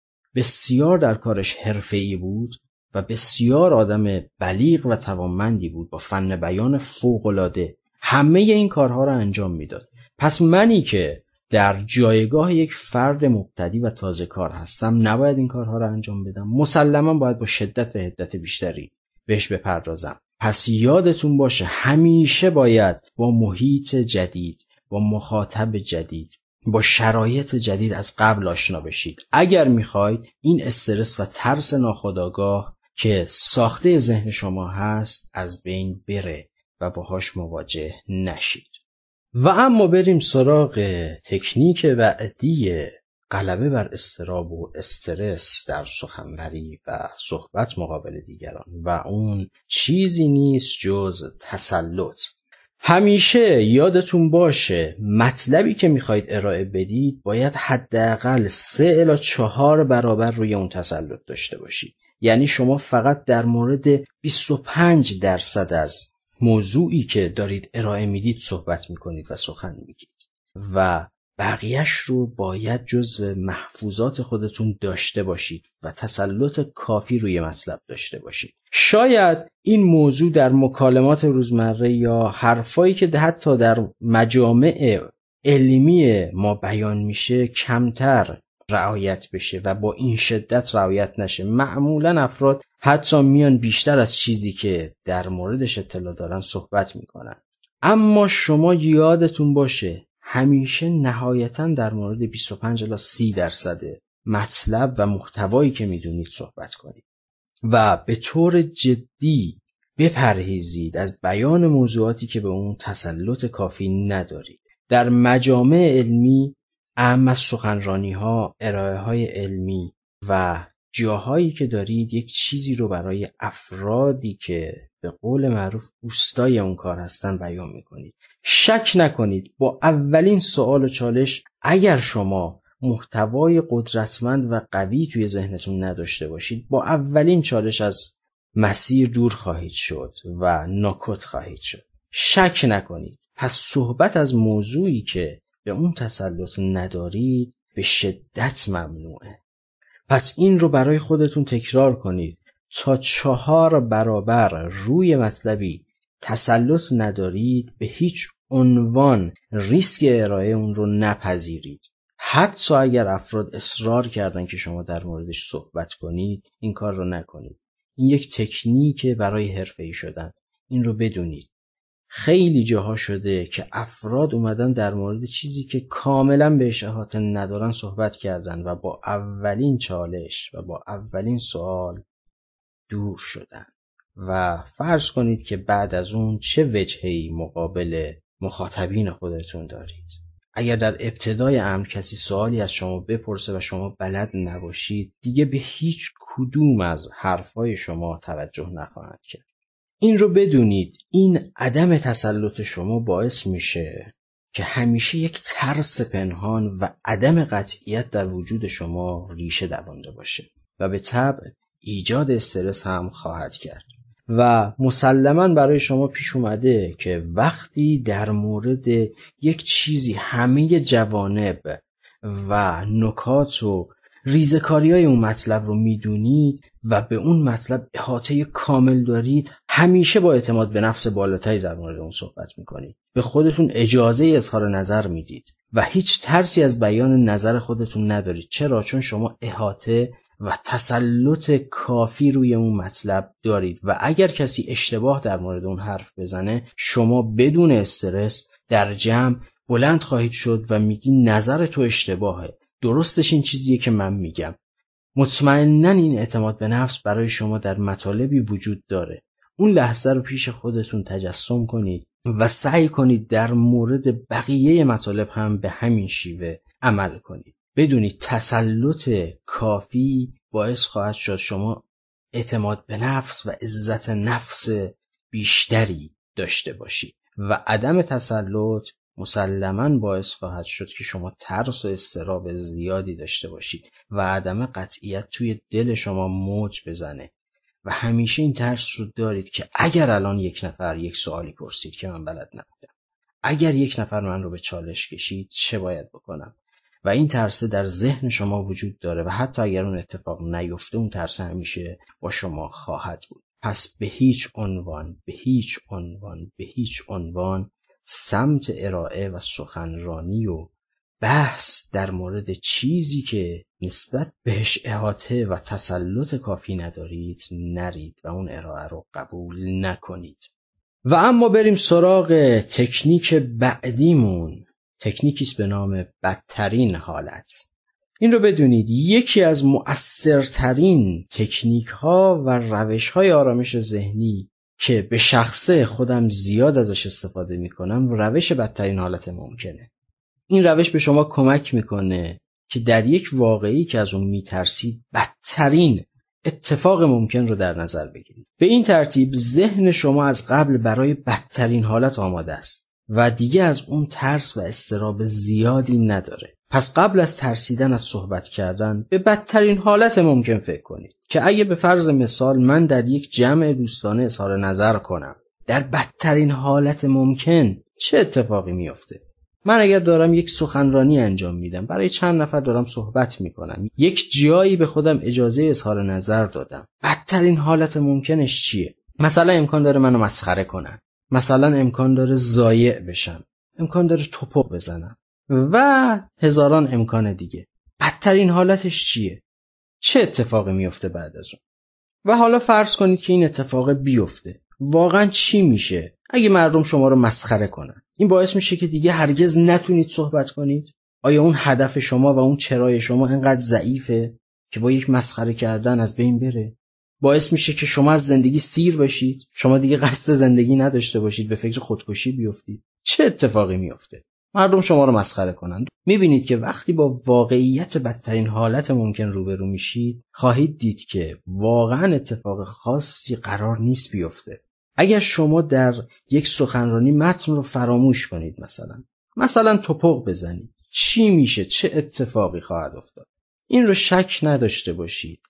بسیار در کارش حرفه‌ای بود و بسیار آدم بلیغ و توانمندی بود با فن بیان فوق‌العاده، همه این کارها رو انجام میداد. پس منی که در جایگاه یک فرد مبتدی و تازه کار هستم نباید این کارها رو انجام بدم؟ مسلما باید با شدت و حدت بیشتری بهش بپردازم. پس یادتون باشه همیشه باید با محیط جدید، با مخاطب جدید، با شرایط جدید از قبل آشنا بشید اگر میخواید این استرس و ترس ناخودآگاه که ساخته ذهن شما هست از بین بره و باهاش مواجه نشید. و اما بریم سراغ تکنیک بعدی غلبه بر اضطراب و استرس در سخنوری و صحبت مقابل دیگران و اون چیزی نیست جز تسلط. همیشه یادتون باشه مطلبی که میخواید ارائه بدید باید حداقل سه الی چهار برابر روی اون تسلط داشته باشید. یعنی شما فقط در مورد بیست و پنج درصد از موضوعی که دارید ارائه میدید صحبت میکنید و سخن میگید و بقیهش رو باید جزو محفوظات خودتون داشته باشید و تسلط کافی روی مطلب داشته باشید. شاید این موضوع در مکالمات روزمره یا حرفایی که حتی در مجامع علمی ما بیان میشه کمتر رعایت بشه و با این شدت رعایت نشه. معمولا افراد حتی میان بیشتر از چیزی که در موردش اطلاع دارن صحبت میکنن. اما شما یادتون باشه همیشه نهایتاً در مورد بیست و پنج الی سی درصد مطلب و محتوایی که میدونید صحبت کنید و به طور جدی بپرهیزید از بیان موضوعاتی که به اون تسلط کافی ندارید. در مجامع علمی اهم از سخنرانی‌ها، ارائه‌های علمی و جاهایی که دارید یک چیزی رو برای افرادی که به قول معروف اوستای اون کار هستن بیان میکنید. شک نکنید با اولین سوال و چالش اگر شما محتوای قدرتمند و قوی توی ذهنتون نداشته باشید با اولین چالش از مسیر دور خواهید شد و ناکوت خواهید شد. شک نکنید. پس صحبت از موضوعی که به اون تسلط ندارید به شدت ممنوعه. پس این رو برای خودتون تکرار کنید تا چهار برابر روی مطلبی تسلط ندارید به هیچ عنوان ریسک ارائه اون رو نپذیرید. حتی اگر افراد اصرار کردن که شما در موردش صحبت کنید این کار رو نکنید. این یک تکنیک برای حرفه‌ای شدن. این رو بدونید. خیلی جاها شده که افراد اومدن در مورد چیزی که کاملا بهش احاطه ندارن صحبت کردن و با اولین چالش و با اولین سوال دور شدن و فرض کنید که بعد از اون چه وجهی مقابل مخاطبین خودتون دارید. اگر در ابتدای امر کسی سوالی از شما بپرسه و شما بلد نباشید دیگه به هیچ کدوم از حرفای شما توجه نخواهند کرد. این رو بدونید. این عدم تسلط شما باعث میشه که همیشه یک ترس پنهان و عدم قطعیت در وجود شما ریشه دوانده باشه و به طبع ایجاد استرس هم خواهد کرد. و مسلماً برای شما پیش اومده که وقتی در مورد یک چیزی همه جوانب و نکات و ریزکاری‌های اون مطلب رو میدونید و به اون مطلب احاطه کامل دارید همیشه با اعتماد به نفس بالاتری در مورد اون صحبت میکنید. به خودتون اجازه اظهار نظر میدید و هیچ ترسی از بیان نظر خودتون ندارید. چرا؟ چون شما احاطه و تسلط کافی روی اون مطلب دارید و اگر کسی اشتباه در مورد اون حرف بزنه شما بدون استرس در جمع بلند خواهید شد و میگی نظر تو اشتباهه، درستش این چیزیه که من میگم. مطمئناً این اعتماد به نفس برای شما در مطالبی وجود داره. اون لحظه رو پیش خودتون تجسم کنید و سعی کنید در مورد بقیه مطالب هم به همین شیوه عمل کنید. بدونید تسلط کافی باعث خواهد شد شما اعتماد به نفس و عزت نفس بیشتری داشته باشید و عدم تسلط مسلماً باعث خواهد شد که شما ترس و اضطراب زیادی داشته باشید و عدم قطعیت توی دل شما موج بزنه و همیشه این ترس رو دارید که اگر الان یک نفر یک سوالی پرسید که من بلد نبودم، اگر یک نفر من رو به چالش کشید چه باید بکنم؟ و این ترس در ذهن شما وجود داره و حتی اگر اون اتفاق نیفته اون ترس همیشه با شما خواهد بود. پس به هیچ عنوان به هیچ عنوان به هیچ عنوان سمت ارائه و سخنرانی و بحث در مورد چیزی که نسبت بهش احاطه و تسلط کافی ندارید نرید و اون ارائه رو قبول نکنید. و اما بریم سراغ تکنیک بعدیمون. تکنیکیست به نام بدترین حالت. این رو بدونید یکی از مؤثرترین تکنیک ها و روش های آرامش ذهنی که به شخصه خودم زیاد ازش استفاده میکنم روش بدترین حالت ممکنه. این روش به شما کمک میکنه که در یک واقعی که از اون میترسید بدترین اتفاق ممکن رو در نظر بگیرید. به این ترتیب ذهن شما از قبل برای بدترین حالت آماده است و دیگه از اون ترس و اضطراب زیادی نداره. پس قبل از ترسیدن از صحبت کردن به بدترین حالت ممکن فکر کنید که اگه به فرض مثال من در یک جمع دوستانه اظهار نظر کنم، در بدترین حالت ممکن چه اتفاقی میفته؟ من اگر دارم یک سخنرانی انجام میدم، برای چند نفر دارم صحبت میکنم، یک جایی به خودم اجازه اظهار نظر دادم، بدترین حالت ممکنش چیه؟ مثلا امکان داره منو مسخره کنن، مثلا امکان داره ضایع بشم، امکان داره توپق بزنم و هزاران امکان دیگه. بدترین حالتش چیه؟ چه اتفاقی میفته بعد از اون؟ و حالا فرض کنید که این اتفاق بیفته. واقعا چی میشه اگه مردم شما رو مسخره کنن؟ این باعث میشه که دیگه هرگز نتونید صحبت کنید؟ آیا اون هدف شما و اون چرای شما انقدر ضعیفه که با یک مسخره کردن از بین بره؟ باعث میشه که شما از زندگی سیر بشید، شما دیگه قصد زندگی نداشته باشید، به فکر خودکشی بیفتید؟ چه اتفاقی میفته؟ مردم شما رو مسخره کنند. میبینید که وقتی با واقعیت بدترین حالت ممکن روبرو میشید، خواهید دید که واقعا اتفاق خاصی قرار نیست بیفته. اگر شما در یک سخنرانی متن رو فراموش کنید، مثلا مثلا توپق بزنید، چی میشه؟ چه اتفاقی خواهد افتاد؟ این رو شک نداشته باشید.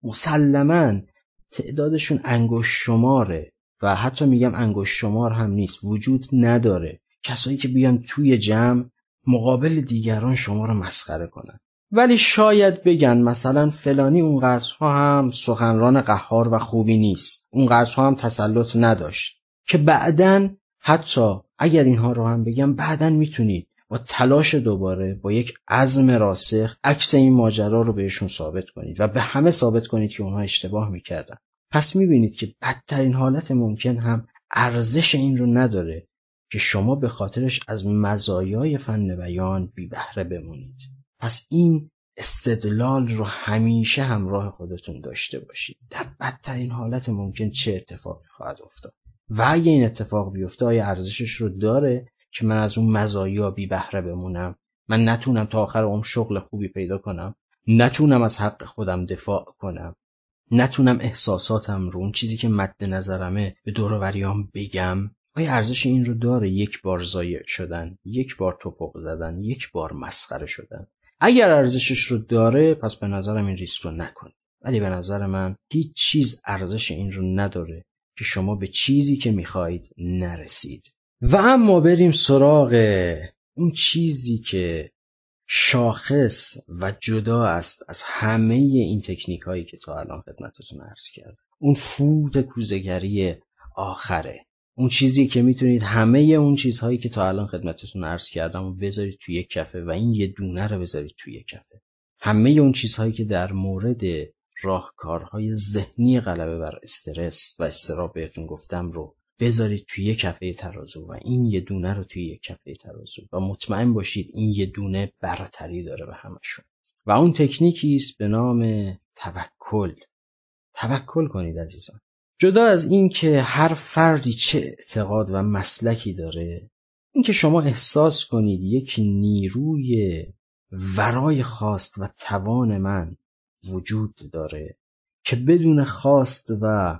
مسلماً تعدادشون انگشت شماره و حتی میگم انگشت شمار هم نیست، وجود نداره کسایی که بیان توی جمع مقابل دیگران شما رو مسخره کنن. ولی شاید بگن مثلا فلانی اونقدرها هم سخنران قهار و خوبی نیست، اونقدرها هم تسلط نداشت، که بعدن حتی اگر اینها رو هم بگم بعدن میتونید با تلاش دوباره با یک عزم راسخ عکس این ماجرا رو بهشون ثابت کنید و به همه ثابت کنید که اونها اشتباه میکردن. پس میبینید که بدترین حالت ممکن هم ارزش این رو نداره که شما به خاطرش از مزایای فن بیان بی بهره بمونید. پس این استدلال رو همیشه همراه خودتون داشته باشید. در بدترین حالت ممکن چه اتفاقی خواهد افتاد و اگه این اتفاق بیفته آیا ارزشش رو داره که من از اون مزایا بی بهره بمونم؟ من نتونم تا آخر عمر شغل خوبی پیدا کنم، نتونم از حق خودم دفاع کنم، نتونم احساساتم رو، اون چیزی که مد نظرمه، به دور و بریام بگم؟ آیا ارزش این رو داره یک بار ضایع شدن، یک بار توپق زدن، یک بار مسخره شدن؟ اگر ارزشش رو داره پس به نظرم این ریسک رو نکنید. ولی به نظر من هیچ چیز ارزش این رو نداره که شما به چیزی که میخواید نرسید. و اما بریم سراغ اون چیزی که شاخص و جدا است از همه این تکنیک هایی که تا الان خدمتتون عرض کردم. اون فوت کوزه‌گری آخره، اون چیزی که میتونید همه اون چیزهایی که تا الان خدمتتون عرض کردم رو بذارید توی یک کفه و این یه دونه رو بذارید توی یک کفه. همه اون چیزهایی که در مورد راهکارهای ذهنی غلبه بر استرس و اضطراب بهتون گفتم رو بذارید توی یک کفه ترازو و این یه دونه رو توی یک کفه ترازو و مطمئن باشید این یه دونه برتری داره به همشون. و اون تکنیکی است به نام توکل. توکل کنید عزیزان. جدا از این که هر فردی چه اعتقاد و مسلکی داره، این که شما احساس کنید یک نیروی ورای خواست و توان من وجود داره که بدون خواست و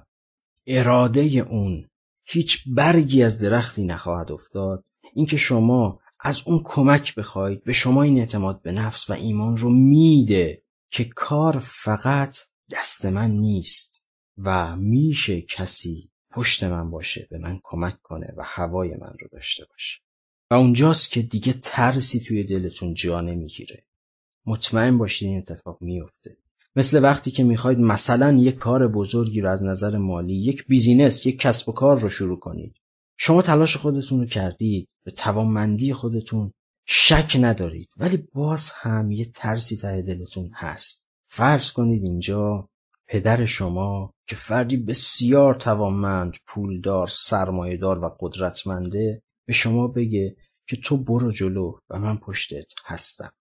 اراده اون هیچ برگی از درختی نخواهد افتاد، این که شما از اون کمک بخواید، به شما این اعتماد به نفس و ایمان رو میده که کار فقط دست من نیست و میشه کسی پشت من باشه، به من کمک کنه و هوای من رو داشته باشه. و اونجاست که دیگه ترسی توی دلتون جا نمیگیره. مطمئن باشید این اتفاق میفته. مثل وقتی که میخواید مثلا یک کار بزرگی رو از نظر مالی، یک بیزینس، یک کسب و کار رو شروع کنید. شما تلاش خودتون رو کردید، به توانمندی خودتون شک ندارید، ولی باز هم یه ترسی ته دلتون هست. فرض کنید اینجا پدر شما که فردی بسیار توانمند، پولدار، سرمایه‌دار و قدرتمنده به شما بگه که تو برو جلو و من پشتت هستم.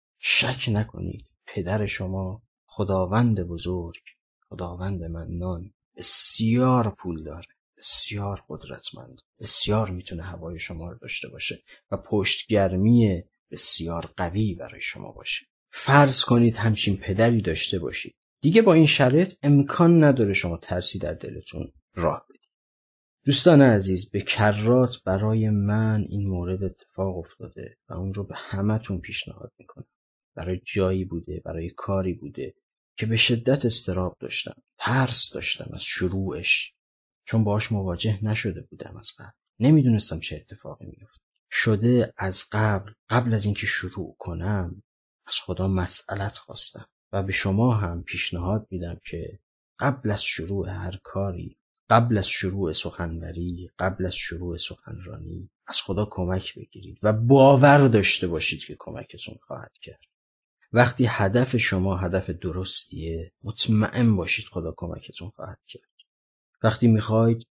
شک نکنید پدر شما خداوند بزرگ، خداوند منان، بسیار پول داره، بسیار قدرتمند، بسیار میتونه هوای شما رو داشته باشه و پشتگرمی بسیار قوی برای شما باشه. فرض کنید همچین پدری داشته باشید. دیگه با این شرایط امکان نداره شما ترسی در دلتون راه بدید. دوستان عزیز، به کرات برای من این مورد اتفاق افتاده و اون رو به همتون پیشنهاد میکنم. برای جایی بوده، برای کاری بوده که به شدت اضطراب داشتم، ترس داشتم از شروعش، چون باهاش مواجه نشده بودم از قبل. نمیدونستم چه اتفاقی میفته. شده از قبل قبل از اینکه شروع کنم از خدا مسئلت خواستم و به شما هم پیشنهاد میدم که قبل از شروع هر کاری، قبل از شروع سخنوری، قبل از شروع سخنرانی از خدا کمک بگیرید و باور داشته باشید که کمکتون خواهد کرد. وقتی هدف شما هدف درستیه، مطمئن باشید خدا کمکتون خواهد کرد. وقتی میخواید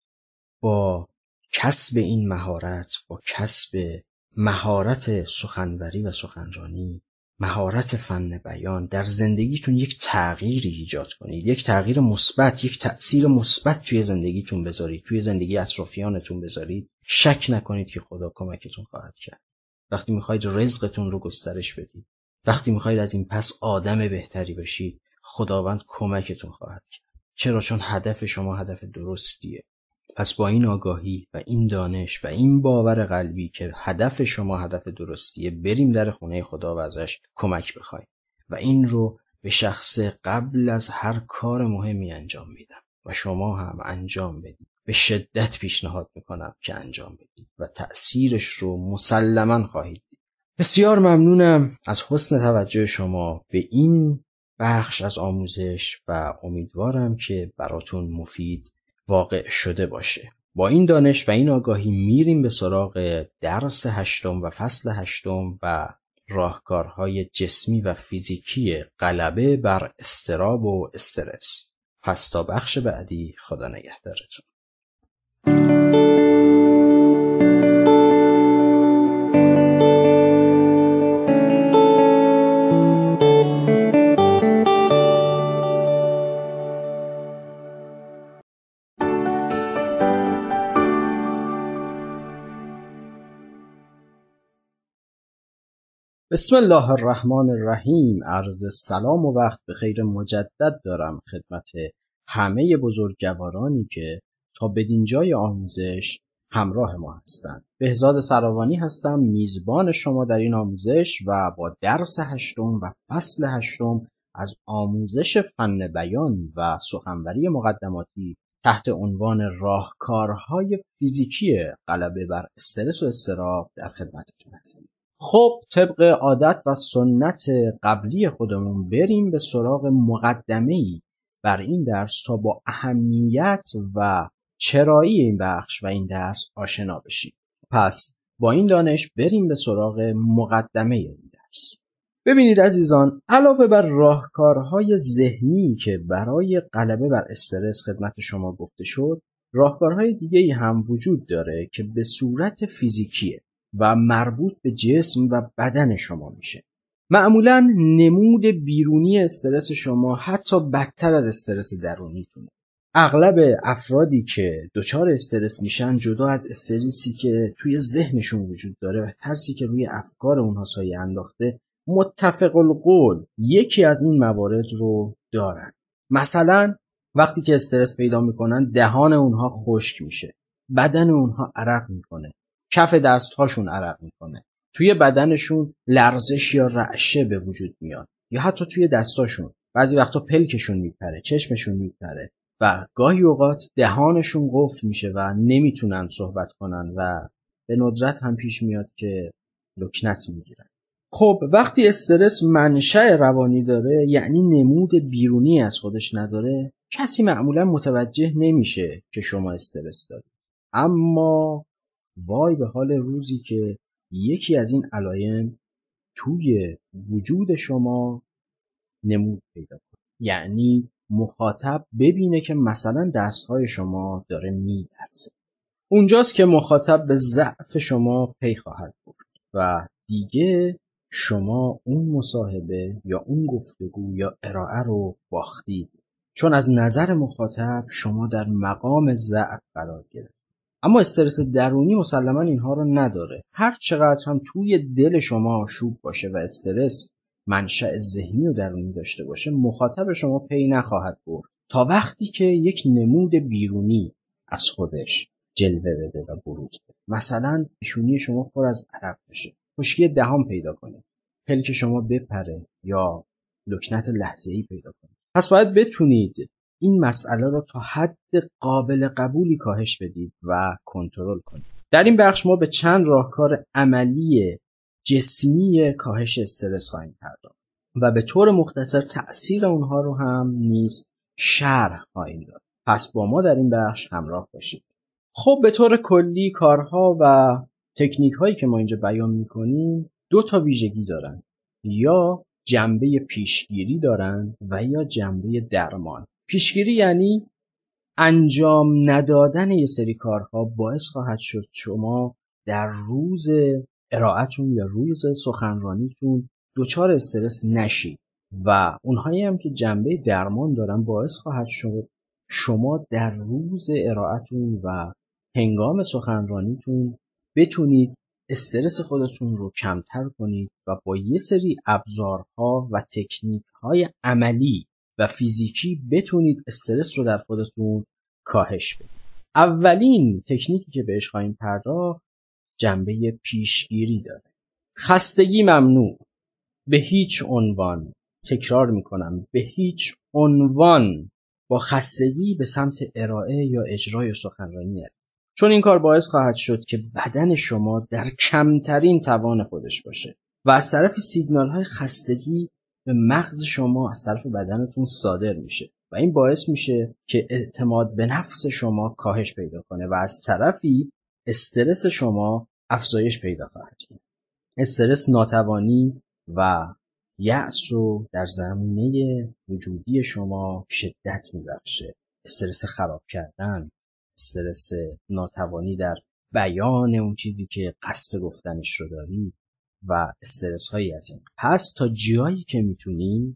با کسب این مهارت، با کسب مهارت سخنوری و سخنرانی، مهارت فن بیان در زندگیتون یک تغییری ایجاد کنید، یک تغییر مثبت، یک تأثیر مثبت توی زندگیتون بذارید، توی زندگی اطرافیانتون بذارید، شک نکنید که خدا کمکتون خواهد کرد. وقتی میخواید رزقتون رو گسترش بدید، وقتی میخواید از این پس آدم بهتری بشید، خداوند کمکتون خواهد کرد. چرا؟ چون هدف شما هدف درستیه. پس با این آگاهی و این دانش و این باور قلبی که هدف شما هدف درستیه، بریم در خونه خدا و ازش کمک بخوایم و این رو به شخص قبل از هر کار مهمی انجام میدم و شما هم انجام بدید. به شدت پیشنهاد میکنم که انجام بدید و تأثیرش رو مسلماً خواهید دید. بسیار ممنونم از حسن توجه شما به این بخش از آموزش و امیدوارم که براتون مفید واقع شده باشه. با این دانش و این آگاهی میریم به سراغ درس هشتم و فصل هشتم و راهکارهای جسمی و فیزیکی غلبه بر اضطراب و استرس. پس تا بخش بعدی، خدا نگهدارتون. بسم الله الرحمن الرحیم. عرض سلام و وقت بخیر مجدد دارم خدمت همه بزرگوارانی که تا بدین جای آموزش همراه ما هستند. بهزاد سراوانی هستم، میزبان شما در این آموزش و با درس هشتم و فصل هشتم از آموزش فن بیان و سخنوری مقدماتی تحت عنوان راهکارهای فیزیکی غلبه بر استرس و اضطراب در خدمتتون هستیم. خب طبق عادت و سنت قبلی خودمون بریم به سراغ مقدمه‌ای بر این درس تا با اهمیت و چرایی این بخش و این درس آشنا بشیم. پس با این دانش بریم به سراغ مقدمه این درس. ببینید عزیزان، علاوه بر راهکارهای ذهنی که برای غلبه بر استرس خدمت شما گفته شد، راهکارهای دیگه‌ای هم وجود داره که به صورت فیزیکیه و مربوط به جسم و بدن شما میشه. معمولاً نمود بیرونی استرس شما حتی بدتر از استرس درونیتونه. اغلب افرادی که دچار استرس میشن، جدا از استرسی که توی ذهنشون وجود داره و ترسی که روی افکار اونها سایه انداخته، متفق القول یکی از این موارد رو دارن. مثلا وقتی که استرس پیدا میکنن، دهان اونها خشک میشه، بدن اونها عرق میکنه، کف دستهاشون عرق میکنه، توی بدنشون لرزش یا رعشه به وجود میاد یا حتی توی دستاشون. بعضی وقتا پلکشون میپره، چشمشون میپره و گاهی اوقات دهانشون قفل میشه و نمیتونن صحبت کنن و به ندرت هم پیش میاد که لکنت میگیرن. خب وقتی استرس منشأ روانی داره، یعنی نمود بیرونی از خودش نداره، کسی معمولا متوجه نمیشه که شما استرس دارید. اما وای به حال روزی که یکی از این علائم توی وجود شما نمود پیدا کنه، یعنی مخاطب ببینه که مثلا دستهای شما داره میلرزه. اونجاست که مخاطب به ضعف شما پی خواهد برد و دیگه شما اون مصاحبه یا اون گفتگو یا ارائه رو باختید، چون از نظر مخاطب شما در مقام ضعف قرار گرفت. اما استرس درونی مسلما اینها رو نداره. هر چقدر هم توی دل شما آشوب باشه و استرس منشأ ذهنی و درونی داشته باشه، مخاطب شما پی نخواهد برد تا وقتی که یک نمود بیرونی از خودش جلوه بده و بروز بده. مثلا پیشونی شما پر از عرق بشه، خشکی دهان پیدا کنه، پلک شما بپره یا لکنت لحظه‌ای پیدا کنه. پس باید بتونید این مسئله رو تا حد قابل قبولی کاهش بدید و کنترل کنید. در این بخش ما به چند راهکار عملی جسمی کاهش استرس خواهیم پرداخت و به طور مختصر تأثیر اونها رو هم نیز شرح خواهیم داد. پس با ما در این بخش همراه باشید. خب به طور کلی کارها و تکنیک هایی که ما اینجا بیان میکنیم دو تا ویژگی دارن، یا جنبه پیشگیری دارن و یا جنبه درمان. پیشگیری یعنی انجام ندادن یه سری کارها باعث خواهد شد شما در روز ارائه‌تون یا روز سخنرانیتون دچار استرس نشید، و اونهایی هم که جنبه درمان دارن باعث خواهد شد شما در روز ارائه‌تون و هنگام سخنرانیتون بتونید استرس خودتون رو کمتر کنید و با یه سری ابزارها و تکنیک‌های عملی و فیزیکی بتونید استرس رو در خودتون کاهش بدید. اولین تکنیکی که بهش خواهیم پرداخت جنبه پیشگیری داره. خستگی ممنوع، به هیچ عنوان، تکرار میکنم، به هیچ عنوان با خستگی به سمت ارائه یا اجرای سخنرانی نرید، چون این کار باعث خواهد شد که بدن شما در کمترین توان خودش باشه و از طرف سیگنال های خستگی به مغز شما از طرف بدنتون صادر میشه و این باعث میشه که اعتماد به نفس شما کاهش پیدا کنه و از طرفی استرس شما افزایش پیدا خواهد کرد. استرس ناتوانی و یأس رو در زمینه وجودی شما شدت میبخشه. استرس خراب کردن، استرس ناتوانی در بیان اون چیزی که قصد گفتنش رو داری و استرس هایی از این. پس تا جایی که میتونیم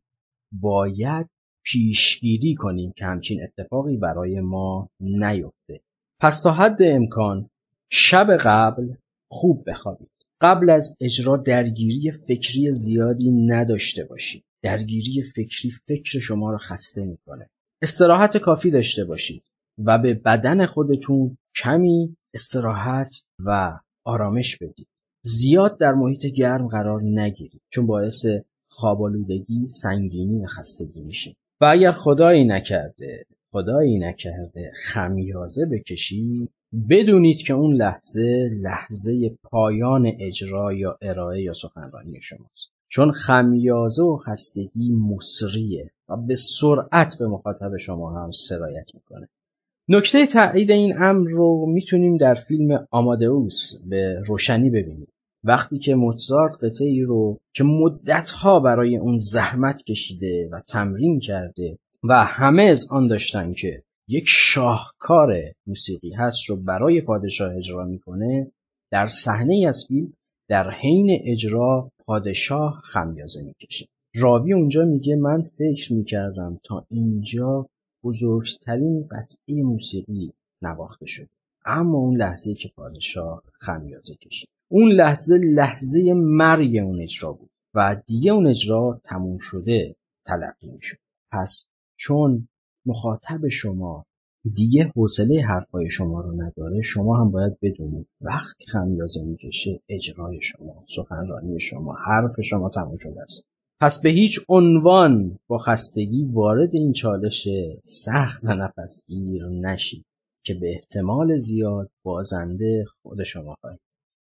باید پیشگیری کنیم که همچین اتفاقی برای ما نیفته. پس تا حد امکان شب قبل خوب بخوابید. قبل از اجرا درگیری فکری زیادی نداشته باشید. درگیری فکری فکر شما رو خسته میکنه. استراحت کافی داشته باشید و به بدن خودتون کمی استراحت و آرامش بدید. زیاد در محیط گرم قرار نگیرید، چون باعث خواب‌آلودگی، سنگینی و خستگی میشه. و اگر خدایی نکرده خدایی نکرده خمیازه بکشید، بدونید که اون لحظه لحظه پایان اجرا یا ارائه یا سخنرانی شماست، چون خمیازه و خستگی مصریه و به سرعت به مخاطب شما هم سرایت میکنه. نکته تایید این امر رو میتونیم در فیلم آمادئوس به روشنی ببینیم. وقتی که موزارت قطعه‌ای رو که مدتها برای اون زحمت کشیده و تمرین کرده و همه از آن داشتن که یک شاهکار موسیقی هست رو برای پادشاه اجرا میکنه، در صحنه‌ای از فیلم در حین اجرا پادشاه خمیازه میکشه. راوی اونجا میگه من فکر میکردم تا اینجا بزرگترین قطعه موسیقی نواخته شد، اما اون لحظه‌ای که پادشاه خمیازه کشید، اون لحظه لحظه مرگ اون اجرا بود و دیگه اون اجرا تموم شده تلقی میشد. پس چون مخاطب شما دیگه حوصله حرفای شما رو نداره، شما هم باید بدونید وقتی خمیازه میکشه اجرای شما، سخنرانی شما، حرف شما تموم شده است. پس به هیچ عنوان با خستگی وارد این چالش سخت و نفسگیر نشید که به احتمال زیاد بازنده خود شما خواهید.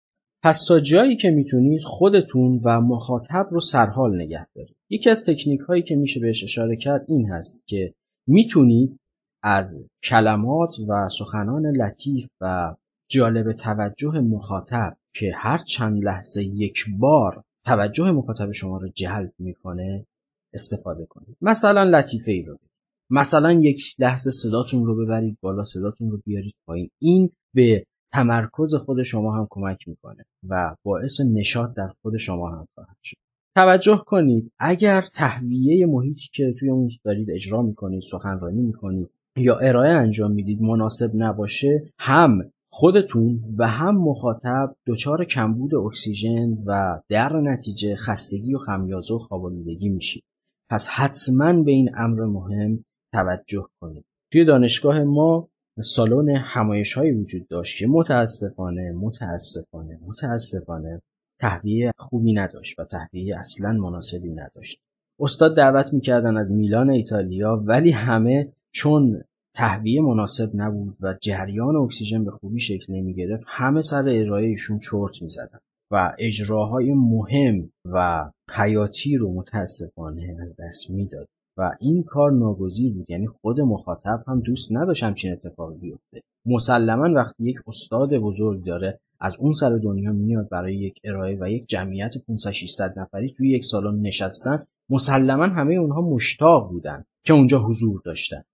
پس تا جایی که میتونید خودتون و مخاطب رو سرحال نگه دارید. یکی از تکنیک هایی که میشه بهش اشاره کرد این هست که میتونید از کلمات و سخنان لطیف و جالب توجه مخاطب که هر چند لحظه یک بار توجه مخاطب شما رو جلب میکنه استفاده کنید. مثلا لطیفه ای رو بید. مثلا یک لحظه صداتون رو ببرید بالا، صداتون رو بیارید پایین. این به تمرکز خود شما هم کمک میکنه و باعث نشاط در خود شما هم خواهد شد. توجه کنید اگر تهویه محیطی که توی اون دارید اجرا میکنید، سخنرانی میکنید یا ارائه انجام میدید مناسب نباشه، هم خودتون و هم مخاطب دچار کمبود اکسیژن و در نتیجه خستگی و خمیازه و خواب‌آلودگی میشید. پس حتما به این امر مهم توجه کنید. توی دانشگاه ما سالن همایش هایی وجود داشت که متاسفانه متاسفانه متاسفانه تهویه خوبی نداشت و تهویه اصلا مناسبی نداشت. استاد دعوت میکردن از میلان ایتالیا، ولی همه چون تهویه مناسب نبود و جریان اکسیژن به خوبی شکل نمیگرفت، همه سر ارائهشون چرت میزدن و اجراهای مهم و حیاتی رو متاسفانه از دست میداد و این کار ناگزیر بود. یعنی خود مخاطب هم دوست نداشت همچین اتفاقی بیفته. مسلما وقتی یک استاد بزرگ داره از اون سر دنیا میاد برای یک ارائه و یک جمعیت پانصد ششصد نفری توی یک سالن نشستن، مسلما همه اونها مشتاق بودن که اونجا حضور داشتن،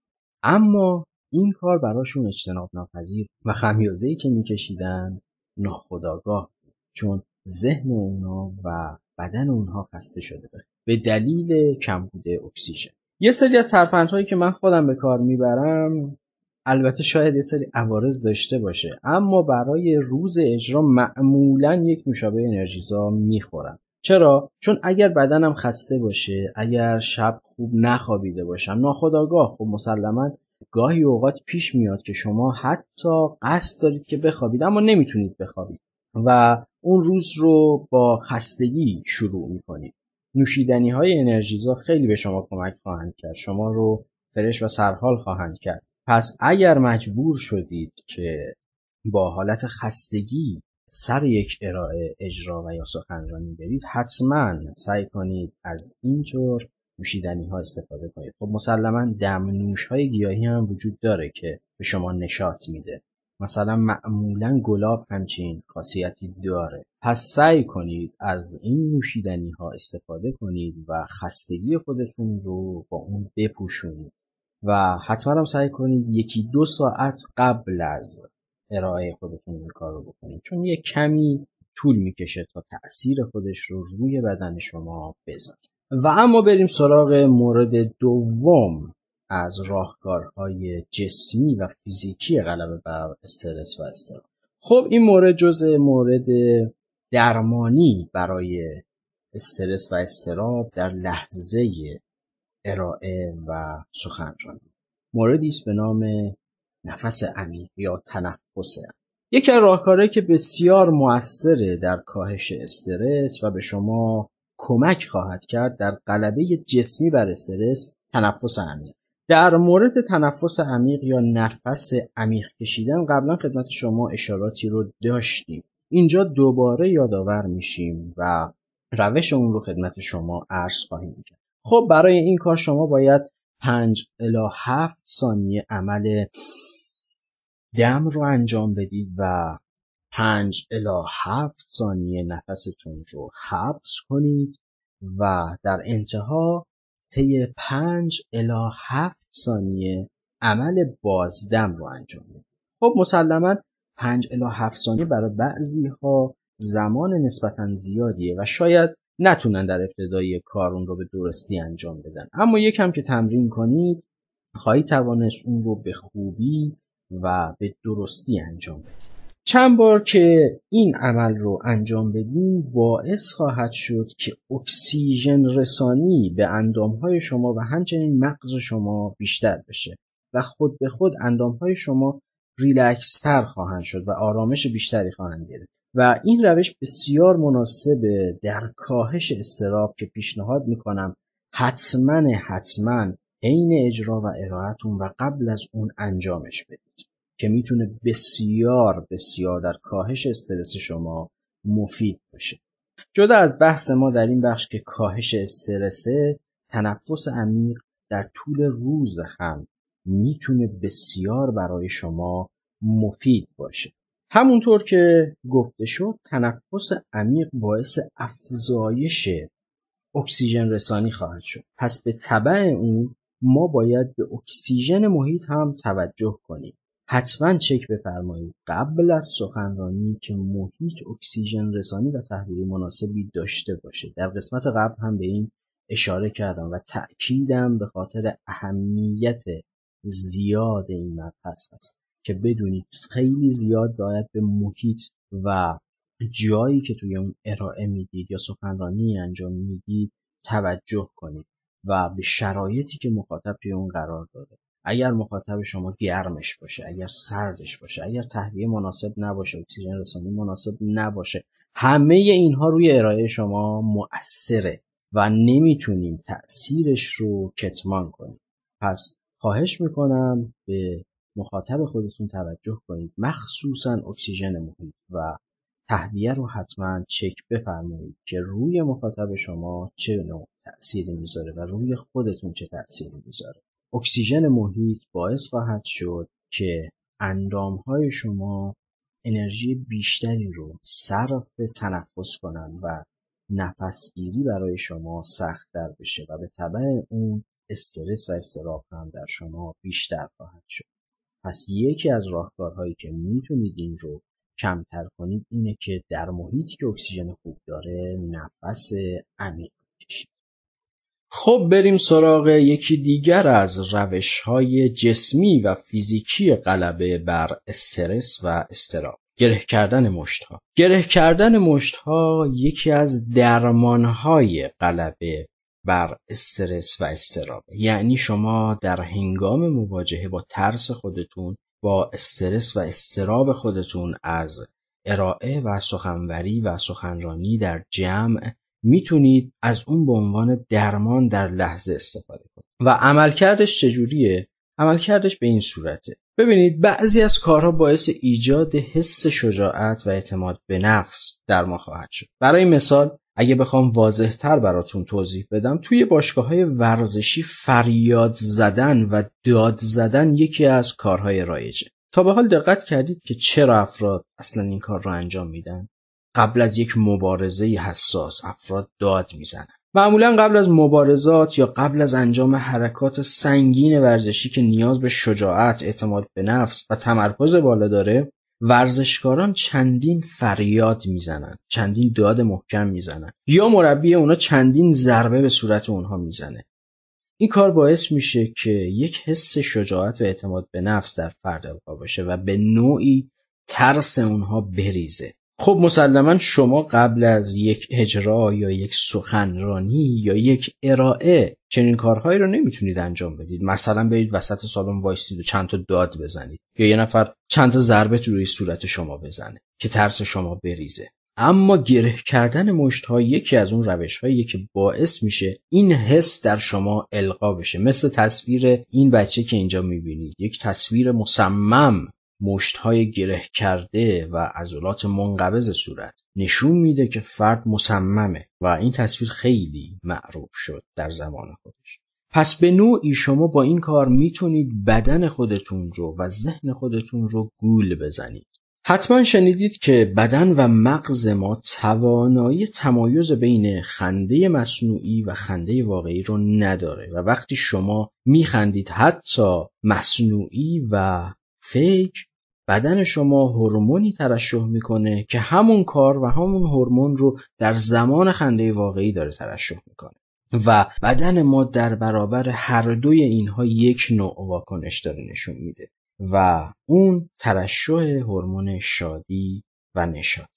اما این کار براشون اجتناب ناپذیر و خمیازه‌ای که میکشیدن ناخودآگاه بود، چون ذهن اونها و بدن اونها خسته شده بود به دلیل کمبود اکسیژن. یه سری از ترفندهایی که من خودم به کار میبرم البته شاید یه سری عوارض داشته باشه، اما برای روز اجرا معمولا یک نوشابه انرژیزا میخورم. چرا؟ چون اگر بدنم خسته باشه، اگر شب خوب نخوابیده باشم، ناخودآگاه خب مسلما گاهی اوقات پیش میاد که شما حتی قصد دارید که بخوابید اما نمیتونید بخوابید و اون روز رو با خستگی شروع میکنید. نوشیدنی های انرژیزا خیلی به شما کمک خواهند کرد، شما رو فرش و سرحال خواهند کرد. پس اگر مجبور شدید که با حالت خستگی سر یک ارائه اجرا و یا سخنرانی برید، حتما سعی کنید از اینطور نوشیدنی ها استفاده کنید. خب مسلما دمنوش های گیاهی هم وجود داره که به شما نشاط میده، مثلا معمولا گلاب همچین خاصیتی داره. پس سعی کنید از این نوشیدنی ها استفاده کنید و خستگی خودتون رو با اون بپوشونید و حتما هم سعی کنید یکی دو ساعت قبل از ارائه خودتون این کار رو بکنید، چون یک کمی طول میکشه تا تأثیر خودش رو روی بدن شما بذاره. و اما بریم سراغ مورد دوم از راهکارهای جسمی و فیزیکی غلبه بر استرس و اضطراب. خب این مورد جزء مورد درمانی برای استرس و اضطراب در لحظه ارائه و سخنرانی. موردی است به نام نفس عمیق یا تنفس عمیق. یکی از راهکارهایی که بسیار مؤثره در کاهش استرس و به شما کمک خواهد کرد در غلبه جسمی بر استرس تنفس عمیق. در مورد تنفس عمیق یا نفس عمیق کشیدن قبلا خدمت شما اشاراتی رو داشتیم. اینجا دوباره یادآور میشیم و روش اون رو خدمت شما عرض خواهیم کرد. خب برای این کار شما باید پنج الی هفت ثانیه عمل دم رو انجام بدید و پنج الی هفت ثانیه نفستون رو حبس کنید و در انتها طی پنج الی هفت ثانیه عمل بازدم رو انجام بدید. خب مسلماً پنج الی هفت ثانیه برای بعضی ها زمان نسبتاً زیادیه و شاید نتونن در ابتدای کار اون رو به درستی انجام بدن، اما یکم که تمرین کنید خواهید توانست اون رو به خوبی و به درستی انجام بدید. چند بار که این عمل رو انجام بدید باعث خواهد شد که اکسیژن رسانی به اندامهای شما و همچنین مغز شما بیشتر بشه و خود به خود اندامهای شما ریلکس تر خواهند شد و آرامش بیشتری خواهند گرفت و این روش بسیار مناسبه در کاهش اضطراب که پیشنهاد میکنم حتما حتما عین اجرا و ارائه‌تون و قبل از اون انجامش بدید که میتونه بسیار بسیار در کاهش استرس شما مفید باشه. جدا از بحث ما در این بخش که کاهش استرسه، تنفس عمیق در طول روز هم میتونه بسیار برای شما مفید باشه. همونطور که گفته شد تنفس عمیق باعث افزایش اکسیژن رسانی خواهد شد. پس به تبع اون ما باید به اکسیژن محیط هم توجه کنیم. حتما چک بفرمایید قبل از سخنرانی که محیط اکسیژن رسانی و تهویه مناسبی داشته باشه. در قسمت قبل هم به این اشاره کردم و تأکیدم به خاطر اهمیت زیاد این مبحث هست که بدونید خیلی زیاد باید به محیط و جایی که توی اون ارائه میدید یا سخنرانی انجام میدید توجه کنید و به شرایطی که مخاطب توی اون قرار داره. اگر مخاطب شما گرمش باشه، اگر سردش باشه، اگر تهویه مناسب نباشه، اکسیژن رسانی مناسب نباشه، همه اینها روی ارائه شما مؤثره و نمیتونیم تأثیرش رو کتمان کنیم. پس خواهش میکنم به مخاطب خودتون توجه کنید، مخصوصا اکسیژن محیط و تهویه رو حتما چک بفرمایید که روی مخاطب شما چه نوع تأثیری میذاره و روی خودتون چه تأثیری میذاره. اکسیژن محیط باعث خواهد شد که اندامهای شما انرژی بیشتری رو صرف تنفس کنن و نفسگیری برای شما سخت‌تر بشه و به تبع اون استرس و اضطراب هم در شما بیشتر خواهد شد. پس یکی از راهکارهایی که میتونید این رو کمتر کنید اینه که در محیطی که اکسیژن خوب داره نفس عمیق بکشید. خب بریم سراغ یکی دیگر از روش‌های جسمی و فیزیکی غلبه بر استرس و اضطراب. گره کردن مشت‌ها. گره کردن مشت‌ها یکی از درمان‌های غلبه بر استرس و اضطراب. یعنی شما در هنگام مواجهه با ترس خودتون، با استرس و اضطراب خودتون از ارائه و سخنوری و سخنرانی در جمع میتونید از اون به عنوان درمان در لحظه استفاده کنید. و عملکردش چجوریه؟ عملکردش به این صورته. ببینید بعضی از کارها باعث ایجاد حس شجاعت و اعتماد به نفس در ما خواهد شد. برای مثال اگه بخوام واضح‌تر براتون توضیح بدم، توی باشگاه‌های ورزشی فریاد زدن و داد زدن یکی از کارهای رایجه. تا به حال دقت کردید که چرا افراد اصلا این کار رو انجام میدن؟ قبل از یک مبارزه حساس افراد داد میزنن. معمولا قبل از مبارزات یا قبل از انجام حرکات سنگین ورزشی که نیاز به شجاعت، اعتماد به نفس و تمرکز بالا داره، ورزشکاران چندین فریاد میزنن، چندین داد محکم میزنن یا مربی اونا چندین ضربه به صورت اونها میزنه. این کار باعث میشه که یک حس شجاعت و اعتماد به نفس در فرد القا بشه و به نوعی ترس اونها بریزه. خب مسلما شما قبل از یک اجرا یا یک سخنرانی یا یک ارائه چنین کارهایی رو نمیتونید انجام بدید. مثلا برید وسط سالن وایسید و چند تا داد بزنید یا یه نفر چند تا ضربه روی صورت شما بزنه که ترس شما بریزه. اما گره کردن مشت‌ها یکی از اون روش‌هایی که باعث میشه این حس در شما القا بشه. مثل تصویر این بچه که اینجا میبینید، یک تصویر مصمم، مشت‌های گره کرده و عضلات منقبض صورت نشون میده که فرد مصممه و این تصویر خیلی معروف شد در زمان خودش. پس به نوعی شما با این کار میتونید بدن خودتون رو و ذهن خودتون رو گول بزنید. حتما شنیدید که بدن و مغز ما توانایی تمایز بین خنده مصنوعی و خنده واقعی رو نداره و وقتی شما میخندید حتی مصنوعی و فیک، بدن شما هورمونی ترشح میکنه که همون کار و همون هورمون رو در زمان خنده واقعی داره ترشح میکنه و بدن ما در برابر هر دوی اینها یک نوع واکنش داره نشون میده و اون ترشح هورمون شادی و نشاط.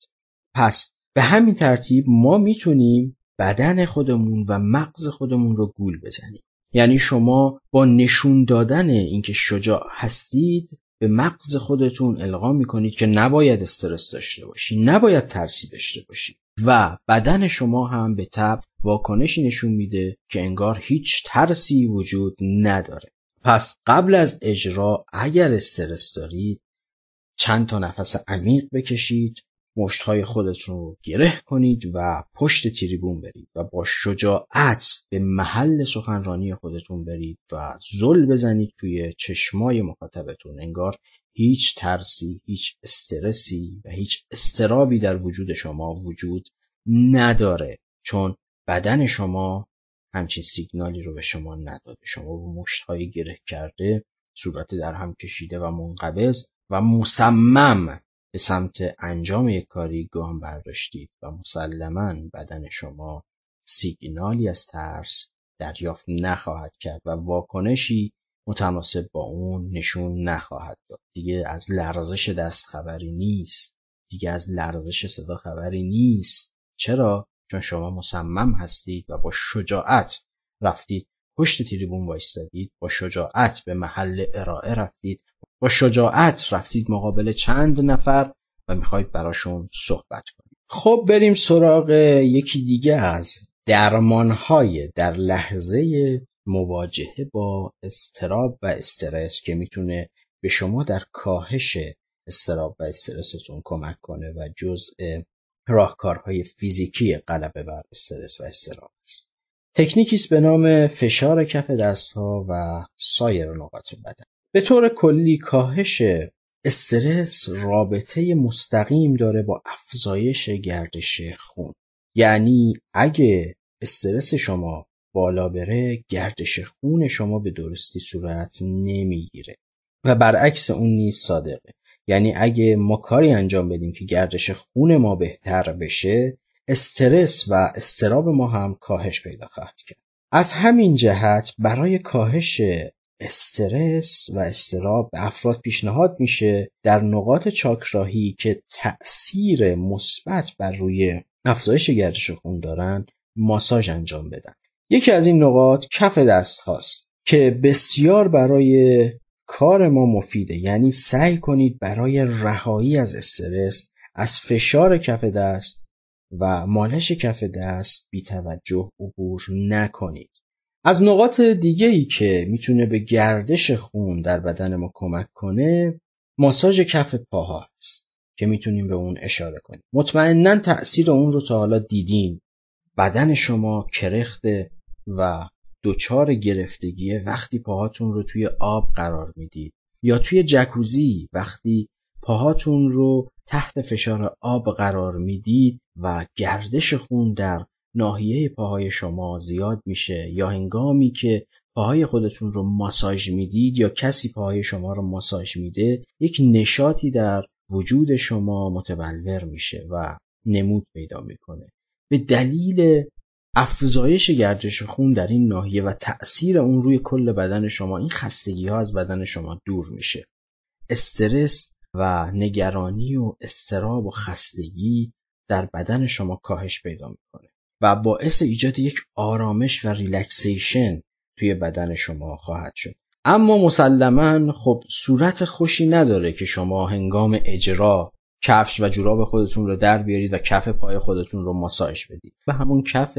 پس به همین ترتیب ما میتونیم بدن خودمون و مغز خودمون رو گول بزنیم. یعنی شما با نشون دادن اینکه شجاع هستید به مغز خودتون القا میکنید که نباید استرس داشته باشی، نباید ترسی داشته باشی و بدن شما هم به تبع واکنشی نشون میده که انگار هیچ ترسی وجود نداره. پس قبل از اجرا اگر استرس دارید چند تا نفس عمیق بکشید، مشت‌های خودتون رو گره کنید و پشت تریبون برید و با شجاعت به محل سخنرانی خودتون برید و زل بزنید توی چشمای مخاطبتون، انگار هیچ ترسی، هیچ استرسی و هیچ اضطرابی در وجود شما وجود نداره، چون بدن شما همچین سیگنالی رو به شما نداده. شما با مشت‌های گره کرده، صورت در هم کشیده و منقبض و مصمم به سمت انجام یک کاری گام برداشتید و مسلماً بدن شما سیگنالی از ترس دریافت نخواهد کرد و واکنشی متناسب با اون نشون نخواهد داد. دیگه از لرزش دست خبری نیست، دیگه از لرزش صدا خبری نیست. چرا؟ چون شما مصمم هستید و با شجاعت رفتید پشت تریبون وایستادید، با شجاعت به محل ارائه رفتید، با شجاعت رفتید مقابل چند نفر و میخواید براشون صحبت کنید. خب بریم سراغ یکی دیگه از درمانهای در لحظه مواجهه با اضطراب و استرس که میتونه به شما در کاهش اضطراب و استرستون کمک کنه و جزء راهکارهای فیزیکی غلبه بر استرس و اضطراب است. تکنیکی است به نام فشار کف دستها و سایر نقاط بدن. به طور کلی کاهش استرس رابطه مستقیم داره با افزایش گردش خون. یعنی اگه استرس شما بالا بره، گردش خون شما به درستی صورت نمیگیره و برعکس اون نیز صادقه. یعنی اگه ما کاری انجام بدیم که گردش خون ما بهتر بشه، استرس و اضطراب ما هم کاهش پیدا خواهد کرد. از همین جهت برای کاهش استرس و اضطراب به افراد پیشنهاد میشه در نقاط چاکراهی که تأثیر مثبت بر روی افزایش گردش خون دارن ماساژ انجام بدن. یکی از این نقاط کف دست هاست که بسیار برای کار ما مفیده. یعنی سعی کنید برای رهایی از استرس از فشار کف دست و مالش کف دست بی توجه عبور نکنید. از نقاط دیگه‌ای که میتونه به گردش خون در بدن ما کمک کنه ماساژ کف پاها هست که میتونیم به اون اشاره کنیم. مطمئناً تأثیر اون رو تا حالا دیدین. بدن شما کرخته و دچار گرفتگیه وقتی پاهاتون رو توی آب قرار میدید یا توی جکوزی وقتی پاهاتون رو تحت فشار آب قرار میدید و گردش خون در ناحیه پاهای شما زیاد میشه، یا هنگامی که پاهای خودتون رو ماساژ میدید یا کسی پاهای شما رو ماساژ میده، یک نشاطی در وجود شما متبلور میشه و نمود پیدا میکنه به دلیل افزایش گردش خون در این ناحیه و تأثیر اون روی کل بدن شما. این خستگی ها از بدن شما دور میشه. استرس و نگرانی و اضطراب و خستگی در بدن شما کاهش پیدا میکنه و باعث ایجاد یک آرامش و ریلکسیشن توی بدن شما خواهد شد. اما مسلماً خب صورت خوشی نداره که شما هنگام اجرا کفش و جوراب خودتون رو در بیارید و کف پای خودتون رو ماساژ بدید. و همون کف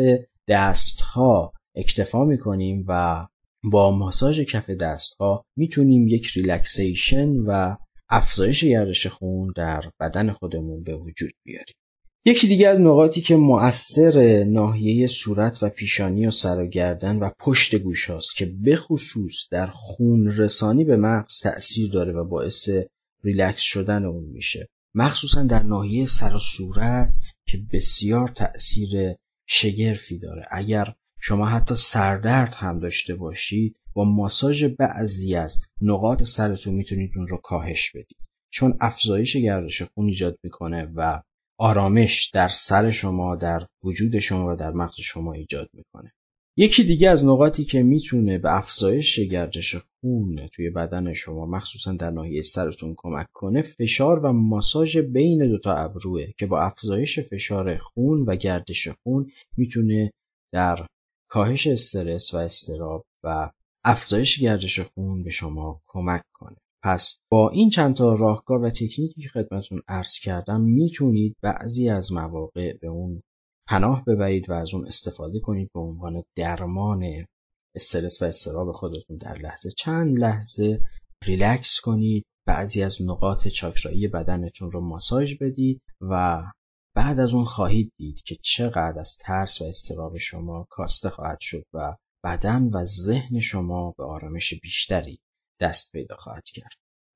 دست‌ها اکتفا می‌کنیم و با ماساژ کف دست‌ها میتونیم یک ریلکسیشن و افزایش گردش خون در بدن خودمون به وجود بیاریم. یکی دیگه از نقاطی که مؤثر ناحیه صورت و پیشانی و سر و گردن و پشت گوش هاست که به خصوص در خون رسانی به مغز تأثیر داره و باعث ریلکس شدن اون میشه، مخصوصا در ناحیه سر و صورت که بسیار تأثیر شگرفی داره. اگر شما حتی سردرد هم داشته باشید با ماساژ بعضی از نقاط سرتون میتونید اون رو کاهش بدید، چون افزایش گردش خون ایجاد میکنه و آرامش در سر شما، در وجود شما و در مغز شما ایجاد میکنه. یکی دیگه از نقاطی که میتونه به افزایش گردش خون توی بدن شما مخصوصا در ناحیه سرتون کمک کنه فشار و ماساژ بین دوتا ابروه که با افزایش فشار خون و گردش خون میتونه در کاهش استرس و اضطراب و افزایش گردش خون به شما کمک کنه. پس با این چند تا راهکار و تکنیکی که خدمتتون عرض کردم میتونید بعضی از مواقع به اون پناه ببرید و از اون استفاده کنید به عنوان درمان استرس و اضطراب خودتون در لحظه. چند لحظه ریلکس کنید، بعضی از نقاط چاکرایی بدنتون رو ماساژ بدید و بعد از اون خواهید دید که چقدر از ترس و اضطراب شما کاسته خواهد شد و بدن و ذهن شما به آرامش بیشتری دست پیدا خواهد کرد.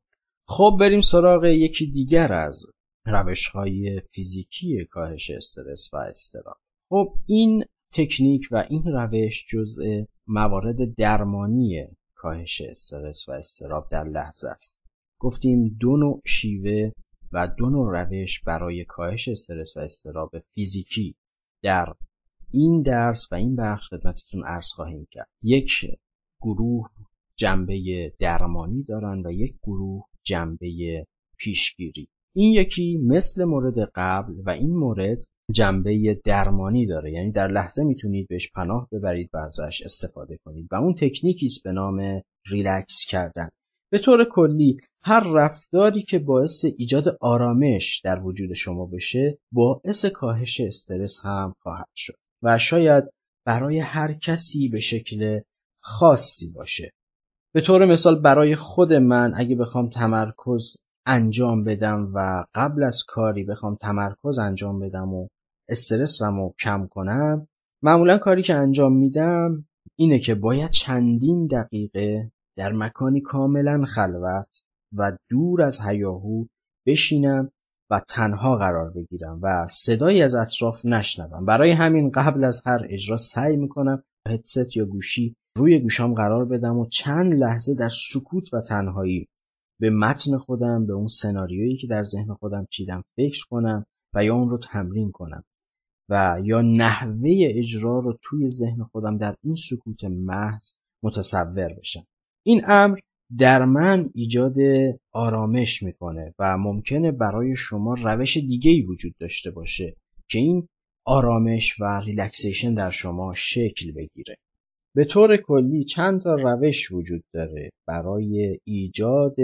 خب بریم سراغ یکی دیگر از روش‌های فیزیکی کاهش استرس و اضطراب. خب این تکنیک و این روش جزء موارد درمانی کاهش استرس و اضطراب در لحظه است. گفتیم دو نوع شیوه و دو نوع روش برای کاهش استرس و اضطراب فیزیکی در این درس و این بخش خدمتتون عرض خواهیم کرد. یک گروه جنبه درمانی دارن و یک گروه جنبه پیشگیری. این یکی مثل مورد قبل و این مورد جنبه درمانی داره، یعنی در لحظه میتونید بهش پناه ببرید و ازش استفاده کنید و اون تکنیکی است به نام ریلکس کردن. به طور کلی هر رفتاری که باعث ایجاد آرامش در وجود شما بشه باعث کاهش استرس هم خواهد شد و شاید برای هر کسی به شکل خاصی باشه. به طور مثال برای خود من اگه بخوام تمرکز انجام بدم و قبل از کاری بخوام تمرکز انجام بدم و استرس رو کم کنم، معمولا کاری که انجام میدم اینه که باید چندین دقیقه در مکانی کاملا خلوت و دور از هیاهو بشینم و تنها قرار بگیرم و صدایی از اطراف نشنوم. برای همین قبل از هر اجرا سعی میکنم هدست یا گوشی روی گوشام قرار بدم و چند لحظه در سکوت و تنهایی به متن خودم، به اون سناریویی که در ذهن خودم چیدم فکر کنم و یا اون رو تمرین کنم و یا نحوه اجرا رو توی ذهن خودم در این سکوت محض متصور بشم. این امر در من ایجاد آرامش میکنه و ممکنه برای شما روش دیگه‌ای وجود داشته باشه که این آرامش و ریلکسیشن در شما شکل بگیره. به طور کلی چند تا روش وجود داره برای ایجاد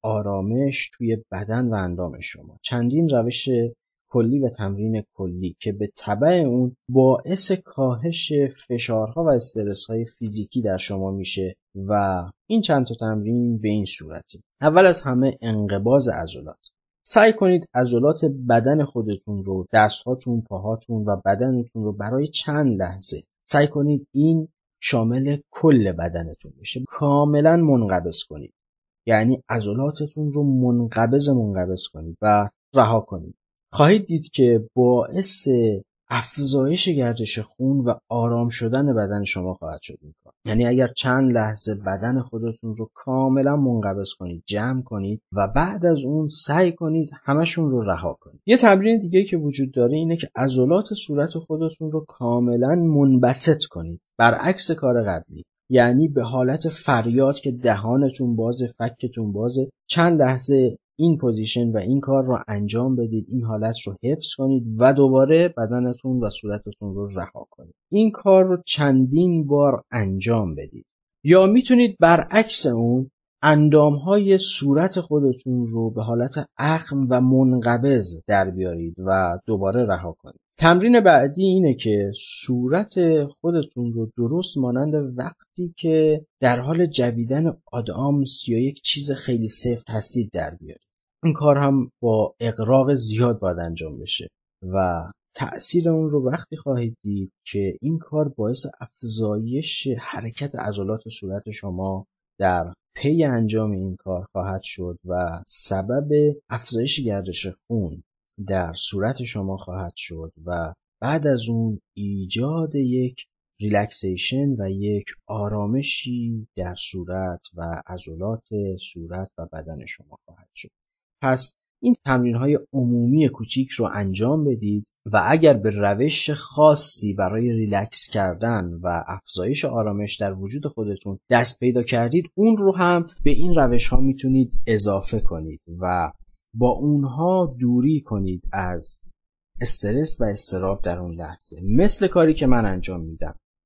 آرامش توی بدن و اندام شما. چندین روش کلی و تمرین کلی که به تبع اون باعث کاهش فشارها و استرس‌های فیزیکی در شما میشه و این چند تا تمرین به این صورتی. اول از همه انقباض عضلات. سعی کنید عضلات بدن خودتون رو، دست‌هاتون، پاهاتون و بدنتون رو برای چند لحظه سعی کنید این شامل کل بدنتون بشه. کاملا منقبض کنید. یعنی عضلاتتون رو منقبض منقبض کنید و رها کنید. خواهید دید که باعث افزایش گردش خون و آرام شدن بدن شما خواهد شد این کار. یعنی اگر چند لحظه بدن خودتون رو کاملا منقبض کنید، جمع کنید و بعد از اون سعی کنید همشون رو رها کنید. یه تمرین دیگه که وجود داره اینه که عضلات صورت خودتون رو کاملا منبسط کنید، برعکس کار قبلی. یعنی به حالت فریاد که دهانتون بازه، فکتون بازه، چند لحظه این پوزیشن و این کار رو انجام بدید، این حالت رو حفظ کنید و دوباره بدنتون و صورتتون رو رها کنید. این کار رو چندین بار انجام بدید. یا میتونید برعکس اون اندامهای صورت خودتون رو به حالت اخم و منقبض در بیارید و دوباره رها کنید. تمرین بعدی اینه که صورت خودتون رو درست مانند وقتی که در حال جویدن آدامس یا یک چیز خیلی سفت هستید در بیارید. این کار هم با اغراق زیاد باید انجام بشه و تأثیر اون رو وقتی خواهید دید که این کار باعث افزایش حرکت عضلات صورت شما در پی انجام این کار خواهد شد و سبب افزایش گردش خون در صورت شما خواهد شد و بعد از اون ایجاد یک ریلکسیشن و یک آرامشی در صورت و عضلات صورت و بدن شما خواهد شد. پس این تمرین‌های عمومی کوچیک رو انجام بدید و اگر به روش خاصی برای ریلکس کردن و افزایش آرامش در وجود خودتون دست پیدا کردید، اون رو هم به این روش‌ها میتونید اضافه کنید و با اونها دوری کنید از استرس و اضطراب در اون لحظه. مثل کاری که من انجام میدم.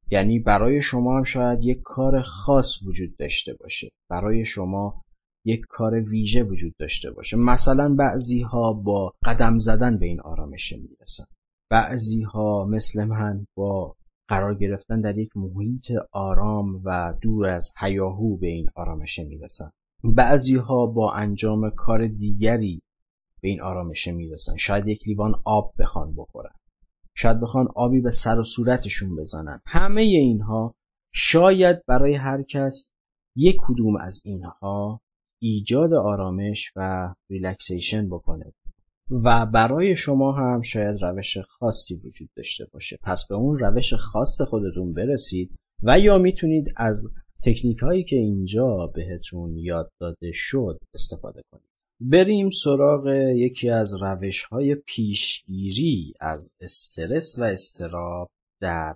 یعنی برای شما هم شاید یک کار خاص وجود داشته باشه، برای شما یک کار ویژه وجود داشته باشه. مثلا بعضی ها با قدم زدن به این آرامش میرسن، بعضی ها مثل من با قرار گرفتن در یک محیط آرام و دور از هیاهو به این آرامش میرسن، بعضی ها با انجام کار دیگری به این آرامش میرسن. شاید یک لیوان آب بخوان بخورن، شاید بخوان آبی به سر و صورتشون بزنن. همه اینها شاید برای هر کس یک کدوم از اینها ایجاد آرامش و ریلکسیشن بکنه و برای شما هم شاید روش خاصی وجود داشته باشه. پس به اون روش خاص خودتون برسید و یا میتونید از تکنیک هایی که اینجا بهتون یاد داده شد استفاده کنید. بریم سراغ یکی از روش‌های پیشگیری از استرس و اضطراب در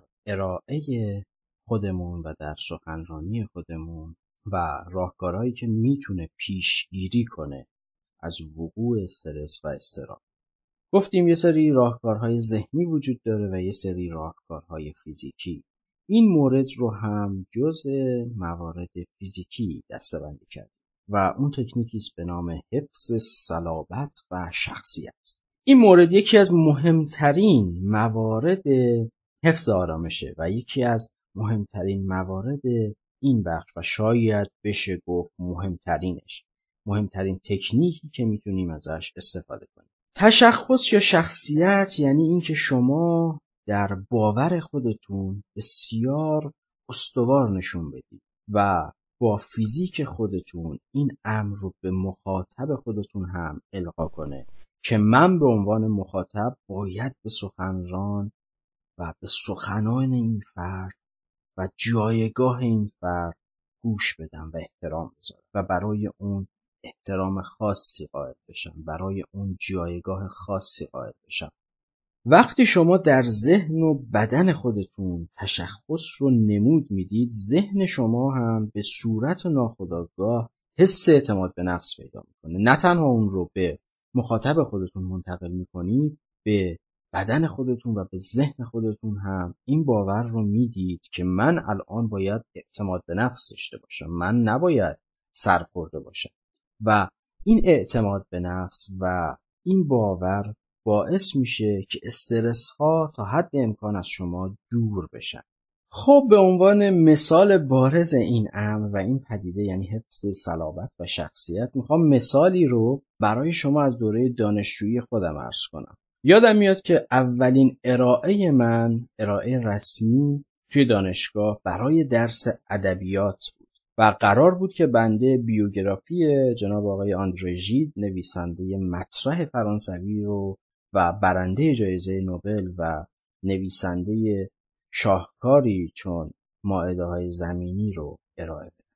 ارائه خودمون و در سخنرانی خودمون و راهکارهایی که میتونه پیشگیری کنه از وقوع استرس و اضطراب. گفتیم یه سری راهکارهای ذهنی وجود داره و یه سری راهکارهای فیزیکی. این مورد رو هم جزء موارد فیزیکی دسته‌بندی کرد و اون تکنیکی است به نام حفظ صلابت و شخصیت. این مورد یکی از مهمترین موارد حفظ آرامشه و یکی از مهمترین موارد این بخش و شاید بشه گفت مهمترینش، مهمترین تکنیکی که میتونیم ازش استفاده کنیم. تشخص یا شخصیت یعنی اینکه شما در باور خودتون بسیار استوار نشون بدید و با فیزیک خودتون این امر رو به مخاطب خودتون هم القا کنه که من به عنوان مخاطب باید به سخنران و به سخنان این فرد و جایگاه این فرد گوش بدم و احترام بذارم و برای اون احترام خاصی قائل بشم، برای اون جایگاه خاصی قائل بشم. وقتی شما در ذهن و بدن خودتون تشخص رو نمود میدید، ذهن شما هم به صورت ناخودآگاه حس اعتماد به نفس پیدا میکنه. نه تنها اون رو به مخاطب خودتون منتقل میکنید، به بدن خودتون و به ذهن خودتون هم این باور رو میدید که من الان باید اعتماد به نفس داشته باشم، من نباید سرخورده باشم. و این اعتماد به نفس و این باور باعث میشه که استرس ها تا حد امکان از شما دور بشن. خب به عنوان مثال بارز این امر و این پدیده یعنی حفظ صلابت و شخصیت میخوام مثالی رو برای شما از دوره دانشجویی خودم عرض کنم. یادم میاد که اولین ارائه من، ارائه رسمی توی دانشگاه برای درس ادبیات بود و قرار بود که بنده بیوگرافی جناب آقای آندره ژید، نویسنده مطرح فرانسوی رو و برنده جایزه نوبل و نویسنده شاهکاری چون مائده های زمینی رو ارائه بدم.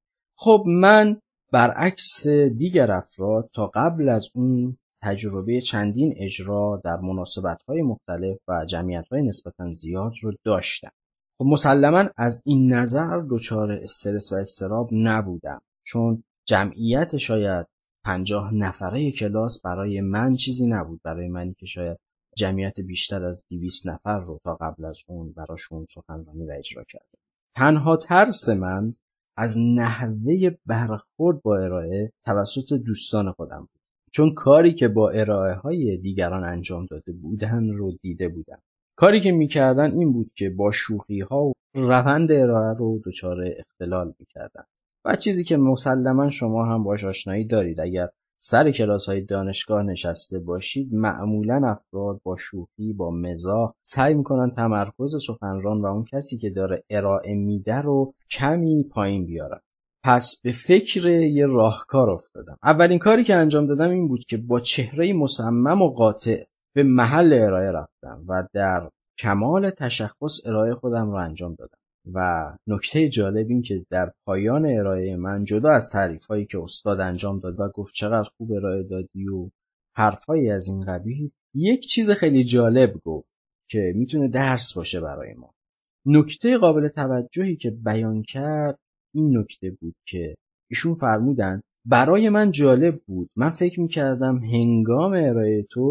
خب من برعکس دیگر افراد تا قبل از اون تجربه چندین اجرا در مناسبت‌های مختلف و جمعیت‌های نسبتاً زیاد رو داشتم. خب مسلماً از این نظر دچار استرس و اضطراب نبودم، چون جمعیت شاید پنجاه نفره کلاس برای من چیزی نبود، برای منی که شاید جمعیت بیشتر از دویست نفر رو تا قبل از اون براشون سخنرانی و اجرا کردم. تنها ترس من از نحوه برخورد با ارائه توسط دوستان خودم بود، چون کاری که با ارائه های دیگران انجام داده بودن رو دیده بودم. کاری که میکردن این بود که با شوخی ها و روند ارائه رو دچار اختلال میکردن و چیزی که مسلما شما هم باش آشنایی دارید. اگر سر کلاس های دانشگاه نشسته باشید، معمولا افراد با شوخی، با مزاح سعی میکنن تمرکز سخنران و اون کسی که داره ارائه میده رو کمی پایین بیارن. پس به فکر یه راهکار افتادم. اولین کاری که انجام دادم این بود که با چهره مصمم و قاطع به محل ارائه رفتم و در کمال تشخص ارائه خودم رو انجام دادم. و نکته جالب این که در پایان ارائه من، جدا از تعریف‌هایی که استاد انجام داد و گفت چقدر خوب ارائه دادی و حرفایی از این قبیل، یک چیز خیلی جالب گفت که میتونه درس باشه برای ما. نکته قابل توجهی که بیان کرد این نکته بود که ایشون فرمودن برای من جالب بود، من فکر میکردم هنگام ارائه تو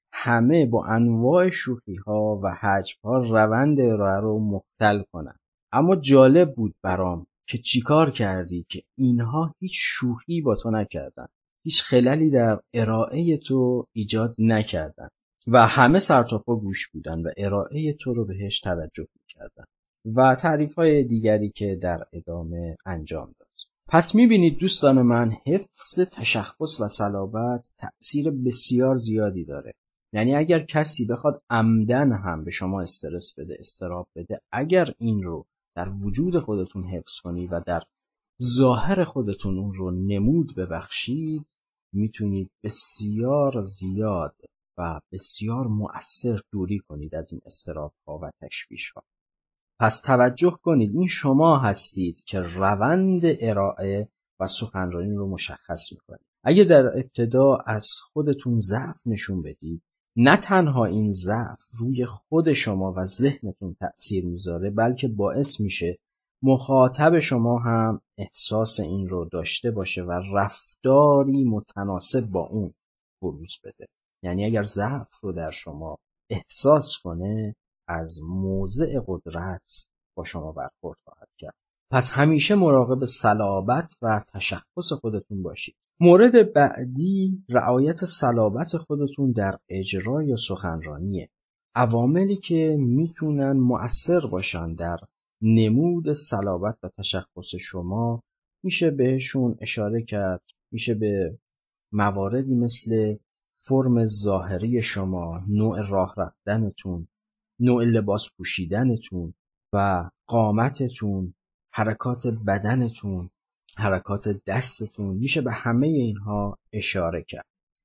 همه با انواع شوخی ها و حجم ها روند ارائه رو مختل کنن. اما جالب بود برام که چیکار کردی که اینها هیچ شوخی با تو نکردن، هیچ خللی در ارائه تو ایجاد نکردن و همه سرتاپا گوش بودن و ارائه تو رو بهش توجه میکردن و تعریف های دیگری که در ادامه انجام داد. پس میبینید دوستان من، حفظ تشخص و صلابت تأثیر بسیار زیادی داره. یعنی اگر کسی بخواد عمدن هم به شما استرس بده، استراب بده، اگر این رو در وجود خودتون حفظ کنی و در ظاهر خودتون اون رو نمود ببخشید، میتونید بسیار زیاد و بسیار مؤثر دوری کنید از این استراب ها و تشویش ها. پس توجه کنید، این شما هستید که روند ارائه و سخنرانی رو مشخص میکنید. اگه در ابتدا از خودتون ضعف نشون بدید، نه تنها این ضعف روی خود شما و ذهنتون تأثیر میذاره، بلکه باعث میشه مخاطب شما هم احساس این رو داشته باشه و رفتاری متناسب با اون بروز بده. یعنی اگر ضعف رو در شما احساس کنه، از موضع قدرت با شما برخورد خواهد کرد. پس همیشه مراقب صلابت و تشخص خودتون باشید. مورد بعدی رعایت صلابت خودتون در اجرا یا سخنرانیه. عواملی که میتونن مؤثر باشن در نمود صلابت و تشخص شما، میشه بهشون اشاره کرد. میشه به مواردی مثل فرم ظاهری شما، نوع راه رفتنتون، نوع لباس پوشیدنتون و قامتتون، حرکات بدنتون، حرکات دستتون، میشه به همه اینها اشاره کرد.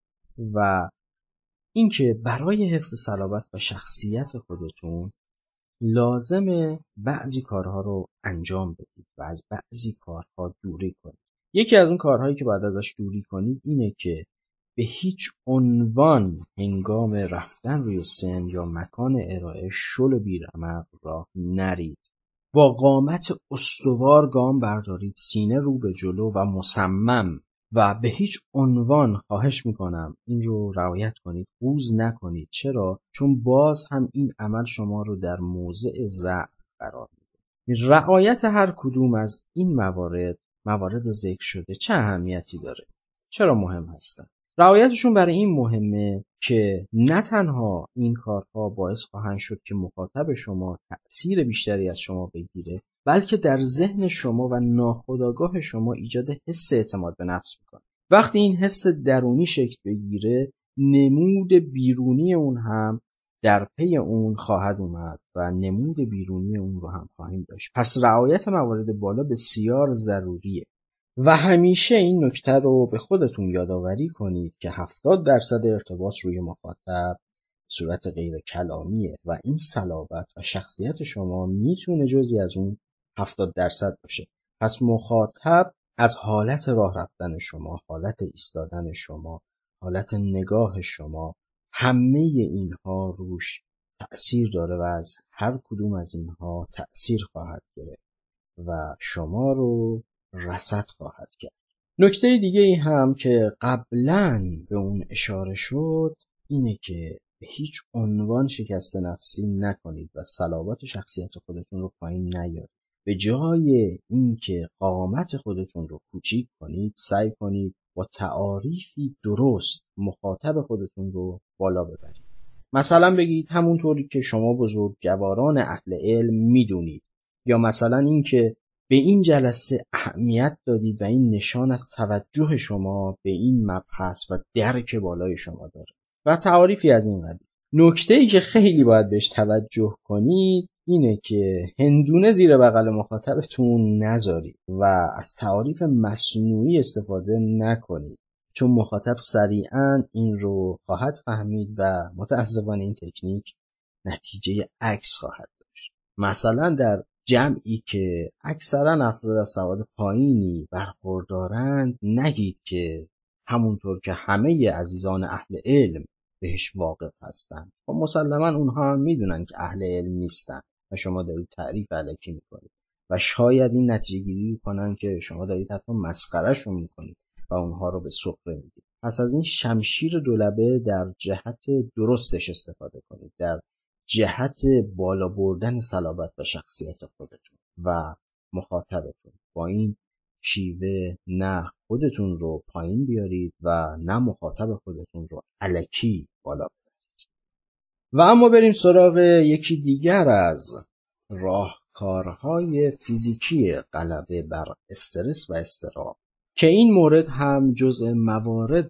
و اینکه برای حفظ صلابت و شخصیت خودتون لازمه بعضی کارها رو انجام بدید و از بعضی کارها دوری کنید. یکی از اون کارهایی که باید ازش دوری کنید اینه که به هیچ عنوان هنگام رفتن روی سن یا مکان ارائه شل و بی‌رمق راه نرید. با قامت استوار گام بردارید، سینه رو به جلو و مصمم، و به هیچ عنوان خواهش میکنم این رو رعایت کنید، قوز نکنید. چرا؟ چون باز هم این عمل شما رو در موضع ضعف قرار میده. رعایت هر کدوم از این موارد موارد ذکر شده چه اهمیتی داره؟ چرا مهم هستن؟ رعایتشون برای این مهمه که نه تنها این کارها باعث خواهند شد که مخاطب شما تأثیر بیشتری از شما بگیره، بلکه در ذهن شما و ناخودآگاه شما ایجاد حس اعتماد به نفس میکنه. وقتی این حس درونی شکل بگیره، نمود بیرونی اون هم در پی اون خواهد اومد و نمود بیرونی اون رو هم خواهیم داشت. پس رعایت موارد بالا بسیار ضروریه و همیشه این نکته رو به خودتون یادآوری کنید که هفتاد درصد ارتباط روی مخاطب صورت غیر کلامیه و این صلابت و شخصیت شما میتونه جزئی از اون هفتاد درصد باشه. پس مخاطب از حالت راه رفتن شما، حالت ایستادن شما، حالت نگاه شما، همه اینها روش تأثیر داره و از هر کدوم از اینها تأثیر خواهد گرفت و شما رو رصد خواهد کرد. نکته دیگه ای هم که قبلاً به اون اشاره شد اینه که به هیچ عنوان شکست نفسی نکنید و صلابت شخصیت خودتون رو پایین نیارید. به جای اینکه قامت خودتون رو کوچیک کنید، سعی کنید با تعاریفی درست مخاطب خودتون رو بالا ببرید. مثلا بگید همونطوری که شما بزرگواران اهل علم میدونید، یا مثلا اینکه به این جلسه اهمیت دادید و این نشان از توجه شما به این مبحث و درک بالای شما داره و تعاریفی از این قبیل. نکته‌ای که خیلی باید بهش توجه کنید اینه که هندونه زیر بغل مخاطبتون نذارید و از تعاریف مصنوعی استفاده نکنید، چون مخاطب سریعاً این رو خواهد فهمید و متأسفانه این تکنیک نتیجه عکس خواهد داشت. مثلا در جمعی که اکثرا افراد از سواد پایینی برخوردارند، نگید که همونطور که همه عزیزان اهل علم بهش واقف هستند. و مسلما اونها هم میدونن که اهل علم نیستن و شما دارید تعریف الکی میکنید و شاید این نتیجه گیری کنن که شما دارید حتی مسخرهشون میکنید و اونها رو به سخره میگید. پس از این شمشیر دولبه در جهت درستش استفاده کنید، در جهت بالا بردن صلابت و شخصیت خودتون و مخاطبتون. با این شیوه نه خودتون رو پایین بیارید و نه مخاطب خودتون رو الکی بالا ببرید. و اما بریم سراغ یکی دیگر از راهکارهای فیزیکی غلبه بر استرس و اضطراب که این مورد هم جزء موارد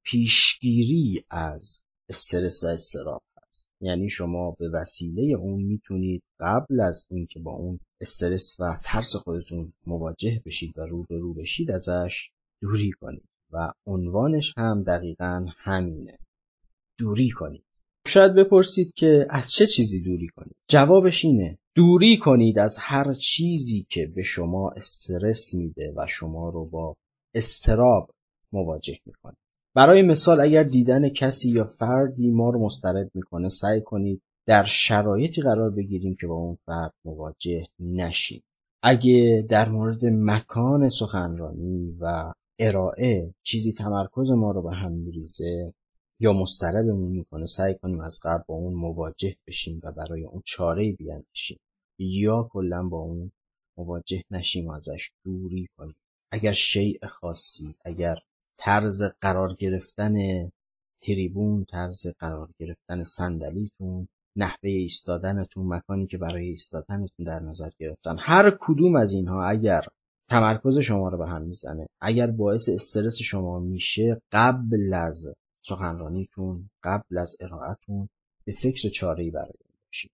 پیشگیری از استرس و اضطراب هست. یعنی شما به وسیله اون میتونید قبل از اینکه با اون استرس و ترس خودتون مواجه بشید و رو به رو بشید ازش دوری کنید و عنوانش هم دقیقاً همینه، دوری کنید. شاید بپرسید که از چه چیزی دوری کنید؟ جوابش اینه دوری کنید از هر چیزی که به شما استرس میده و شما رو با اضطراب مواجه میکنه. برای مثال اگر دیدن کسی یا فردی ما رو مضطرب میکنه، سعی کنید در شرایطی قرار بگیریم که با اون فرد مواجه نشیم. اگه در مورد مکان سخنرانی و ارائه چیزی تمرکز ما رو به هم میریزه یا مضطربمون میکنه، سعی کنیم از قبل با اون مواجه بشیم و برای اون چاره‌ای بیاندیشیم یا کلا با اون مواجه نشیم و ازش دوری کنیم. اگر شیء خاصی، اگر طرز قرار گرفتن تریبون، طرز قرار گرفتن صندلیتون، نحوه ایستادنتون، مکانی که برای ایستادنتون در نظر گرفتن، هر کدوم از اینها اگر تمرکز شما رو به هم میزنه، اگر باعث استرس شما میشه، قبل از سخنرانیتون، قبل از ارائهتون به فکر چاره‌ای برای این باشید.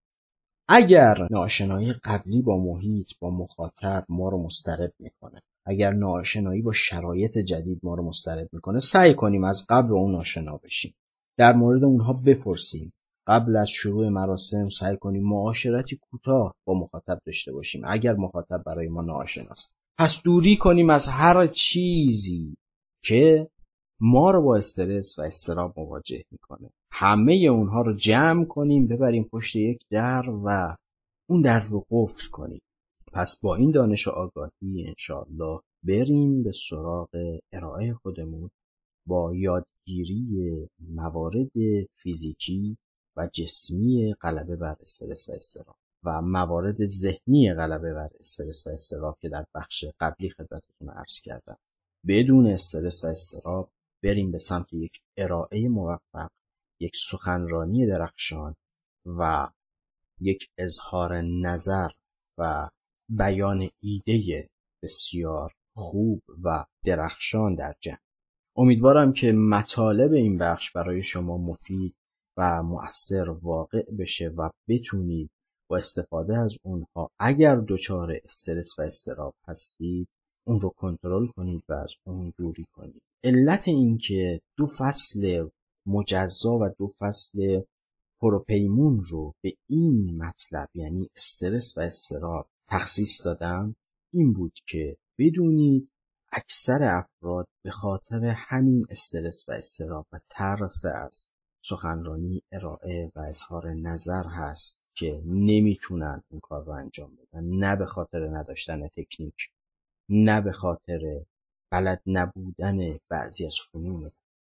اگر ناآشنایی قبلی با محیط، با مخاطب ما رو مضطرب میکنه، اگر ناآشنایی با شرایط جدید ما رو مضطرب میکنه، سعی کنیم از قبل با اون آشنا بشیم، در مورد اونها بپرسیم. قبل از شروع مراسم سعی کنیم معاشرتی کوتاه با مخاطب داشته باشیم اگر مخاطب برای ما ناآشناست. پس دوری کنیم از هر چیزی که ما رو با استرس و اضطراب مواجه میکنه. همه اونها رو جمع کنیم، ببریم پشت یک در و اون در رو قفل کنیم. پس با این دانش و آگاهی انشاءالله بریم به سراغ ارائه خودمون با یادگیری موارد فیزیکی و جسمی غلبه بر استرس و اضطراب و موارد ذهنی غلبه بر استرس و اضطراب که در بخش قبلی خدمتتون عرض کردم. بدون استرس و اضطراب بریم به سمت یک ارائه موفق، یک سخنرانی درخشان و یک اظهار نظر و بیان ایده بسیار خوب و درخشان در جمع. امیدوارم که مطالب این بخش برای شما مفید و مؤثر واقع بشه و بتونید با استفاده از اونها اگر دچار استرس و اضطراب هستید اون رو کنترل کنید و از اون دوری کنید. علت این که دو فصل مجزا و دو فصل پروپیمون رو به این مطلب یعنی استرس و اضطراب تخصیص دادم این بود که بدونید اکثر افراد به خاطر همین استرس و اضطراب و ترس از سخنرانی، ارائه و اظهار نظر هست که نمیتونن اون کار رو انجام بدن، نه به خاطر نداشتن تکنیک، نه به خاطر بلد نبودن بعضی از فنون،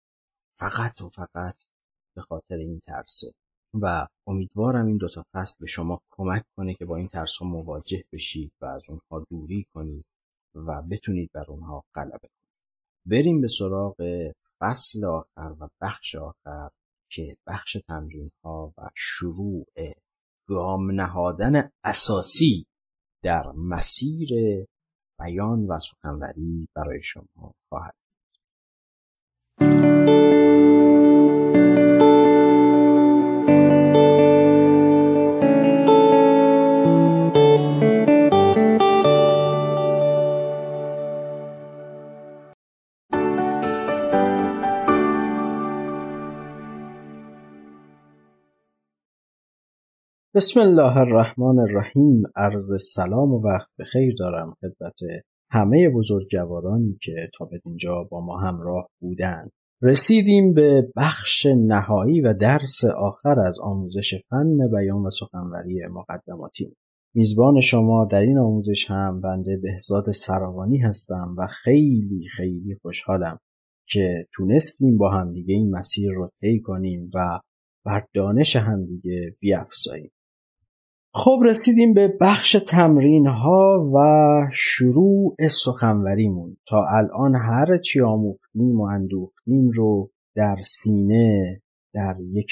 فقط و فقط به خاطر این ترسه. و امیدوارم این دوتا فصل به شما کمک کنه که با این ترس ها مواجه بشید و از اونها دوری کنید و بتونید بر اونها غلبه کنید. بریم به سراغ فصل آخر و بخش آخر که بخش تمرین ها و شروع گام نهادن اساسی در مسیر بیان و سخنوری برای شما خواهد. بسم الله الرحمن الرحیم. عرض سلام و وقت بخیر دارم خدمت همه بزرگوارانی که تا به اینجا با ما همراه بودند. رسیدیم به بخش نهایی و درس آخر از آموزش فن بیان و سخنوری مقدماتی. میزبان شما در این آموزش هم بنده بهزاد سراوانی هستم و خیلی خیلی خوشحالم که تونستیم با همدیگه این مسیر رو طی کنیم و بر دانش همدیگه بیفزاییم. خب رسیدیم به بخش تمرین ها و شروع سخنوریمون. تا الان هر چی آموختیم و اندوختیم رو در سینه در یک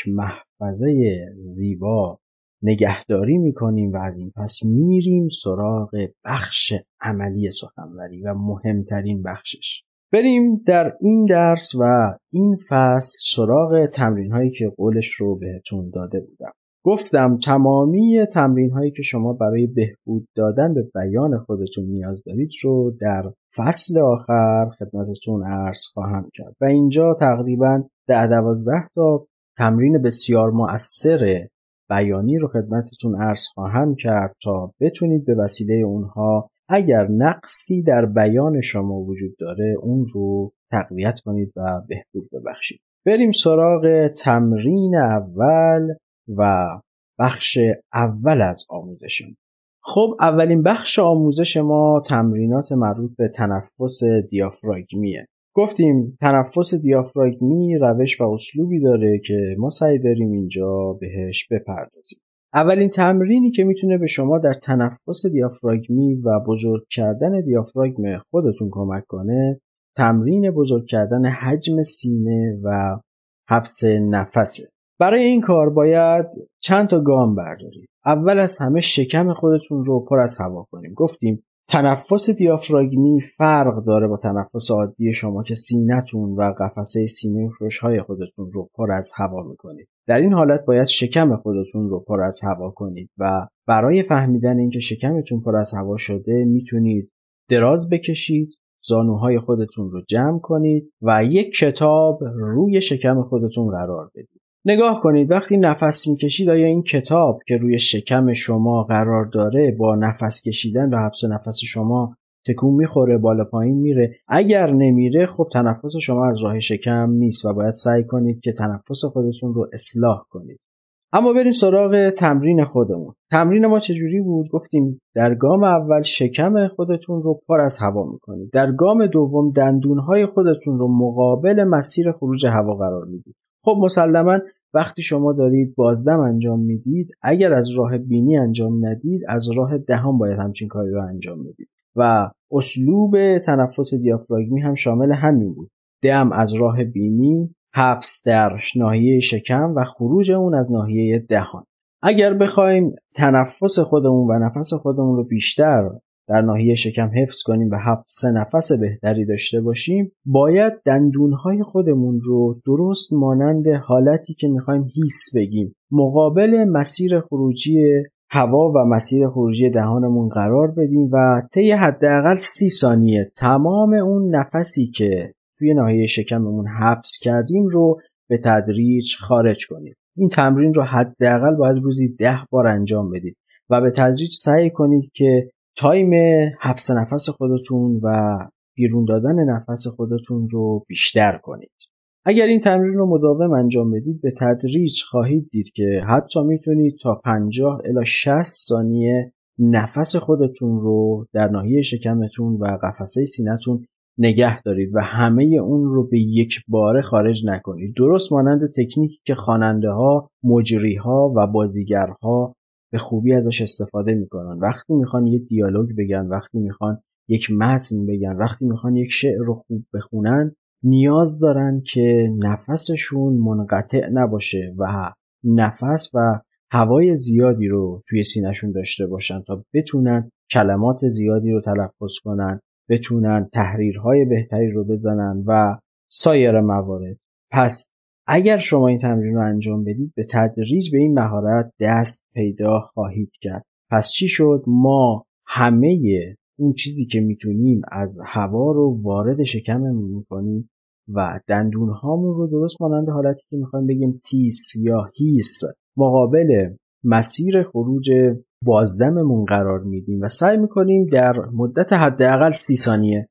محفظه زیبا نگهداری میکنیم و از این پس میریم سراغ بخش عملی سخنوری و مهمترین بخشش. بریم در این درس و این فصل سراغ تمرین هایی که قولش رو بهتون داده بودم. گفتم تمامی تمرین هایی که شما برای بهبود دادن به بیان خودتون نیاز دارید رو در فصل آخر خدمتتون عرض خواهم کرد و اینجا تقریباً ده دوازده تا تمرین بسیار مؤثر بیانی رو خدمتتون عرض خواهم کرد تا بتونید به وسیله اونها اگر نقصی در بیان شما وجود داره اون رو تقویت کنید و بهبود ببخشید. بریم سراغ تمرین اول و بخش اول از آموزشمون. خب اولین بخش آموزش ما تمرینات مربوط به تنفس دیافراگمیه. گفتیم تنفس دیافراگمی روش و اسلوبی داره که ما سعی داریم اینجا بهش بپردازیم. اولین تمرینی که میتونه به شما در تنفس دیافراگمی و بزرگ کردن دیافراگم خودتون کمک کنه تمرین بزرگ کردن حجم سینه و حبس نفسه. برای این کار باید چند تا گام بردارید. اول از همه شکم خودتون رو پر از هوا کنیم. گفتیم تنفس دیافراگمی فرق داره با تنفس عادی شما که سینه‌تون و قفسه سینه فروش‌های خودتون رو پر از هوا میکنید. در این حالت باید شکم خودتون رو پر از هوا کنید و برای فهمیدن اینکه شکمتون پر از هوا شده میتونید دراز بکشید، زانوهای خودتون رو جمع کنید و یک کتاب روی شکم خودتون قرار بدید. نگاه کنید وقتی نفس میکشید آیا این کتاب که روی شکم شما قرار داره با نفس کشیدن و حبس نفس شما تکون میخوره، بالا پایین میره؟ اگر نمیره خب تنفس شما از راه شکم نیست و باید سعی کنید که تنفس خودتون رو اصلاح کنید. اما بریم سراغ تمرین خودمون. تمرین ما چجوری بود؟ گفتیم در گام اول شکم خودتون رو پر از هوا میکنید. در گام دوم دندونهای خودتون رو مقابل مسیر خروج هوا قرار میدید. خب مسلماً وقتی شما دارید بازدم انجام میدید اگر از راه بینی انجام ندید از راه دهان باید همچین کاری رو انجام بدید و اسلوب تنفس دیافراگمی هم شامل همین بود. دم از راه بینی، حبس در ناحیه شکم و خروج اون از ناحیه دهان. اگر بخوایم تنفس خودمون و نفس خودمون رو بیشتر در ناحیه شکم حفظ کنیم و حبس نفس بهتری داشته باشیم باید دندونهای خودمون رو درست مانند حالتی که میخوایم هیس بگیم مقابل مسیر خروجی هوا و مسیر خروجی دهانمون قرار بدیم و طی حداقل سی ثانیه تمام اون نفسی که توی ناحیه شکممون حبس کردیم رو به تدریج خارج کنیم. این تمرین رو حداقل باید روزی ده بار انجام بدید و به تدریج سعی کنید که تایم حبس نفس خودتون و بیرون دادن نفس خودتون رو بیشتر کنید. اگر این تمرین رو مداوم انجام بدید به تدریج خواهید دید که حتی میتونید تا پنجاه الی شصت ثانیه نفس خودتون رو در ناحیه شکمتون و قفسه سینه‌تون نگه دارید و همه اون رو به یک باره خارج نکنید. درست مانند تکنیکی که خواننده ها، مجری ها و بازیگرها به خوبی ازش استفاده میکنن. وقتی میخوان یک دیالوگ بگن، وقتی میخوان یک متن بگن، وقتی میخوان یک شعر رو خوب بخونن نیاز دارن که نفسشون منقطع نباشه و نفس و هوای زیادی رو توی سینه‌شون داشته باشن تا بتونن کلمات زیادی رو تلفظ کنن، بتونن تحریرهای بهتری رو بزنن و سایر موارد. پس اگر شما این تمرین رو انجام بدید به تدریج به این مهارت دست پیدا خواهید کرد. پس چی شد؟ ما همه اون چیزی که میتونیم از هوا رو وارد شکممون میکنیم و دندونهامون رو درست مانند حالتی که میخوایم بگیم تیس یا هیس مقابل مسیر خروج بازدممون قرار میدیم و سعی میکنیم در مدت حداقل سی ثانیه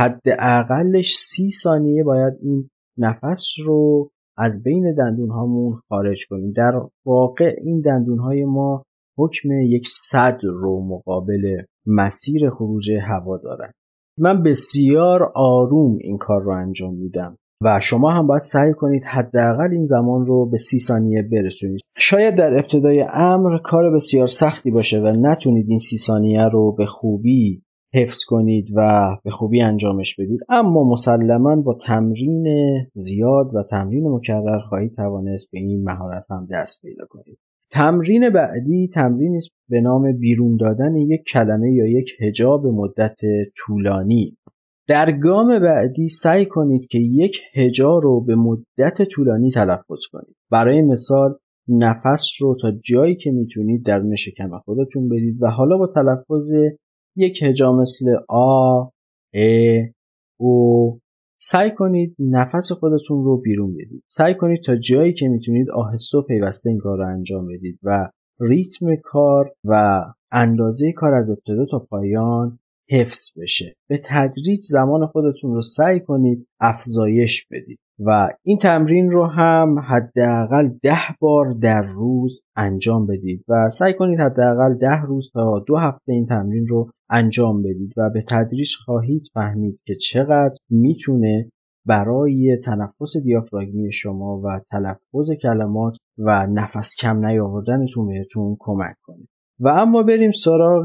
حداقلش سی ثانیه باید این نفس رو از بین دندونهامون خارج کنیم. در واقع این دندونهای ما حکم یک سد رو مقابل مسیر خروج هوا دارن. من بسیار آروم این کار رو انجام میدم و شما هم باید سعی کنید حداقل این زمان رو به سی ثانیه برسونید. شاید در ابتدای امر کار بسیار سختی باشه و نتونید این سی ثانیه رو به خوبی حفظ کنید و به خوبی انجامش بدید، اما مسلماً با تمرین زیاد و تمرین مکرر خواهید توانست به این مهارت هم دست پیدا کنید. تمرین بعدی تمرینی است به نام بیرون دادن یک کلمه یا یک هجا به مدت طولانی. در گام بعدی سعی کنید که یک هجا رو به مدت طولانی تلفظ کنید. برای مثال نفس رو تا جایی که میتونید درون شکم خودتون بدید و حالا با تلفظ یک هجا مثل آ، ا، او سعی کنید نفس خودتون رو بیرون بدید. سعی کنید تا جایی که میتونید آهسته و پیوسته این کار رو انجام بدید و ریتم کار و اندازه کار از ابتدا تا پایان حفظ بشه. به تدریج زمان خودتون رو سعی کنید افزایش بدید و این تمرین رو هم حداقل ده بار در روز انجام بدید و سعی کنید حداقل ده روز تا دو هفته این تمرین رو انجام بدید و به تدریج خواهید فهمید که چقدر میتونه برای تنفس دیافراگمی شما و تلفظ کلمات و نفس کم نیاوردنتون بهتون کمک کنه. و اما بریم سراغ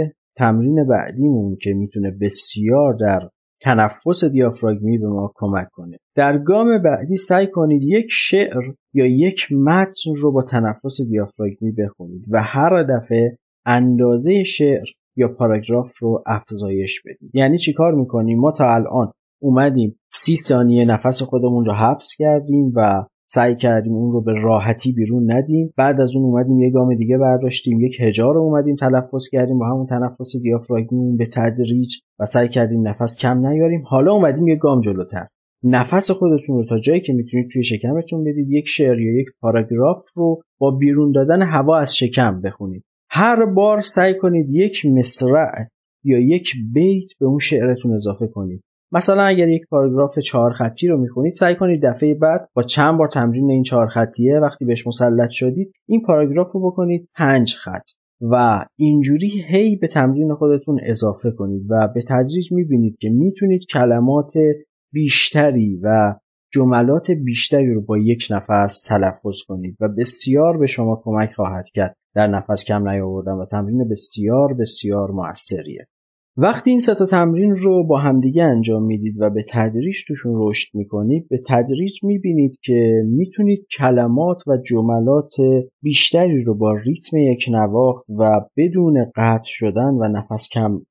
تمرین بعدیمون که میتونه بسیار در تنفس دیافراگمی به ما کمک کنه. در گام بعدی سعی کنید یک شعر یا یک متن رو با تنفس دیافراگمی بخونید و هر دفعه اندازه شعر یا پاراگراف رو افزایش بدید. یعنی چی کار میکنیم؟ ما تا الان اومدیم سی ثانیه نفس خودمون رو حبس کردیم و سعی کردیم اون رو به راحتی بیرون ندیم. بعد از اون اومدیم یه گام دیگه برداشتیم، یک هجا رو اومدیم تلفظ کردیم با همون تنفس دیافراگمی به تدریج و سعی کردیم نفس کم نیاریم. حالا اومدیم یه گام جلوتر، نفس خودتون رو تا جایی که میتونید توی شکمتون بدید. یک شعر یا یک پاراگراف رو با بیرون دادن هوا از شکم بخونید. هر بار سعی کنید یک مصرع یا یک بیت به اون شعرتون اضافه کنید. مثلا اگر یک پاراگراف چهار خطی رو میخونید، سعی کنید دفعه بعد با چند بار تمرین این چهار خطیه وقتی بهش مسلط شدید این پاراگراف رو بکنید پنج خط و اینجوری هی به تمرین خودتون اضافه کنید و به تدریج میبینید که میتونید کلمات بیشتری و جملات بیشتری رو با یک نفس تلفظ کنید و بسیار به شما کمک خواهد کرد در نفس کم نیاوردن و تمرین بسیار بسیار موثریه. وقتی این سه تا تمرین رو با همدیگه انجام میدید و به تدریج توشون رشد میکنید، به تدریج میبینید که میتونید کلمات و جملات بیشتری رو با ریتم یک نواخت و بدون قطع شدن و نفس کم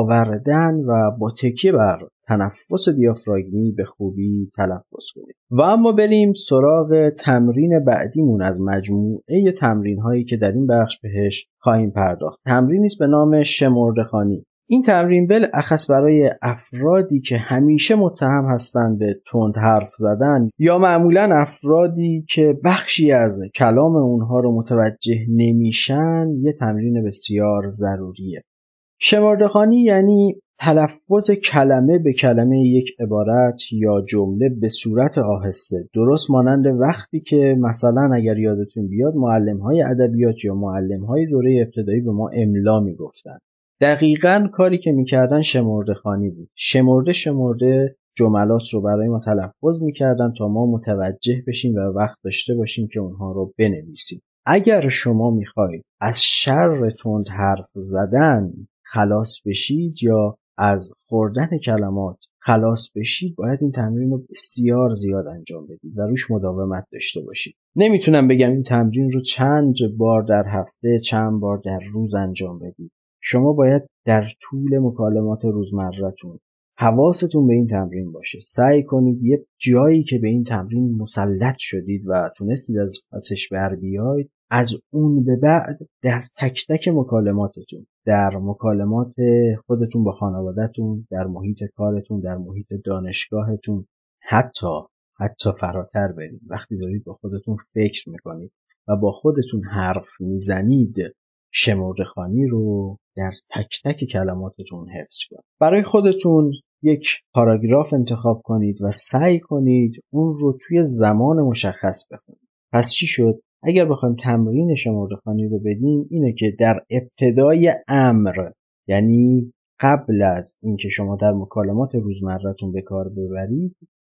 آوردن و با تکیه بر تنفس دیافراگمی به خوبی تلفظ کنید. و اما بریم سراغ تمرین بعدیمون از مجموعه تمرین هایی که در این بخش بهش خواهیم پرداخت. تمرینی است به نام شمرده‌خوانی. این تمرین بالاخص برای افرادی که همیشه متهم هستند به تند حرف زدن یا معمولا افرادی که بخشی از کلام اونها رو متوجه نمیشن یه تمرین بسیار ضروریه. شمرده‌خوانی یعنی تلفظ کلمه به کلمه یک عبارت یا جمله به صورت آهسته، درست مانند وقتی که مثلا اگر یادتون بیاد معلم‌های ادبیات یا معلم‌های دوره ابتدایی به ما املا میگفتن. دقیقاً کاری که میکردن شمرده‌خوانی بود. شمرده شمرده جملات رو برای ما تلفظ میکردن تا ما متوجه بشیم و وقت داشته باشیم که اونها رو بنویسیم. اگر شما میخواید از شر تند حرف زدن خلاص بشید یا از خوردن کلمات خلاص بشید، باید این تمرین رو بسیار زیاد انجام بدید و روش مداومت داشته باشید. نمیتونم بگم این تمرین رو چند بار در هفته، چند بار در روز انجام بدید. شما باید در طول مکالمات روزمره‌تون حواستون به این تمرین باشه. سعی کنید یه جایی که به این تمرین مسلط شدید و تونستید از پسش بر بیاید، از اون به بعد در تک تک مکالماتتون، در مکالمات خودتون با خانواده‌تون، در محیط کارتون، در محیط دانشگاهتون، حتی حتی فراتر برید. وقتی دارید با خودتون فکر میکنید و با خودتون حرف میزنید، شمرده‌خوانی رو در تک تک کلماتتون حفظ کنید. برای خودتون یک پاراگراف انتخاب کنید و سعی کنید اون رو توی زمان مشخص بخونید. پس چی شد؟ اگر بخوایم تمرین شمرده‌خوانی رو بدیم، اینه که در ابتدای امر، یعنی قبل از اینکه شما در مکالمات روزمره‌تون به کار ببرید،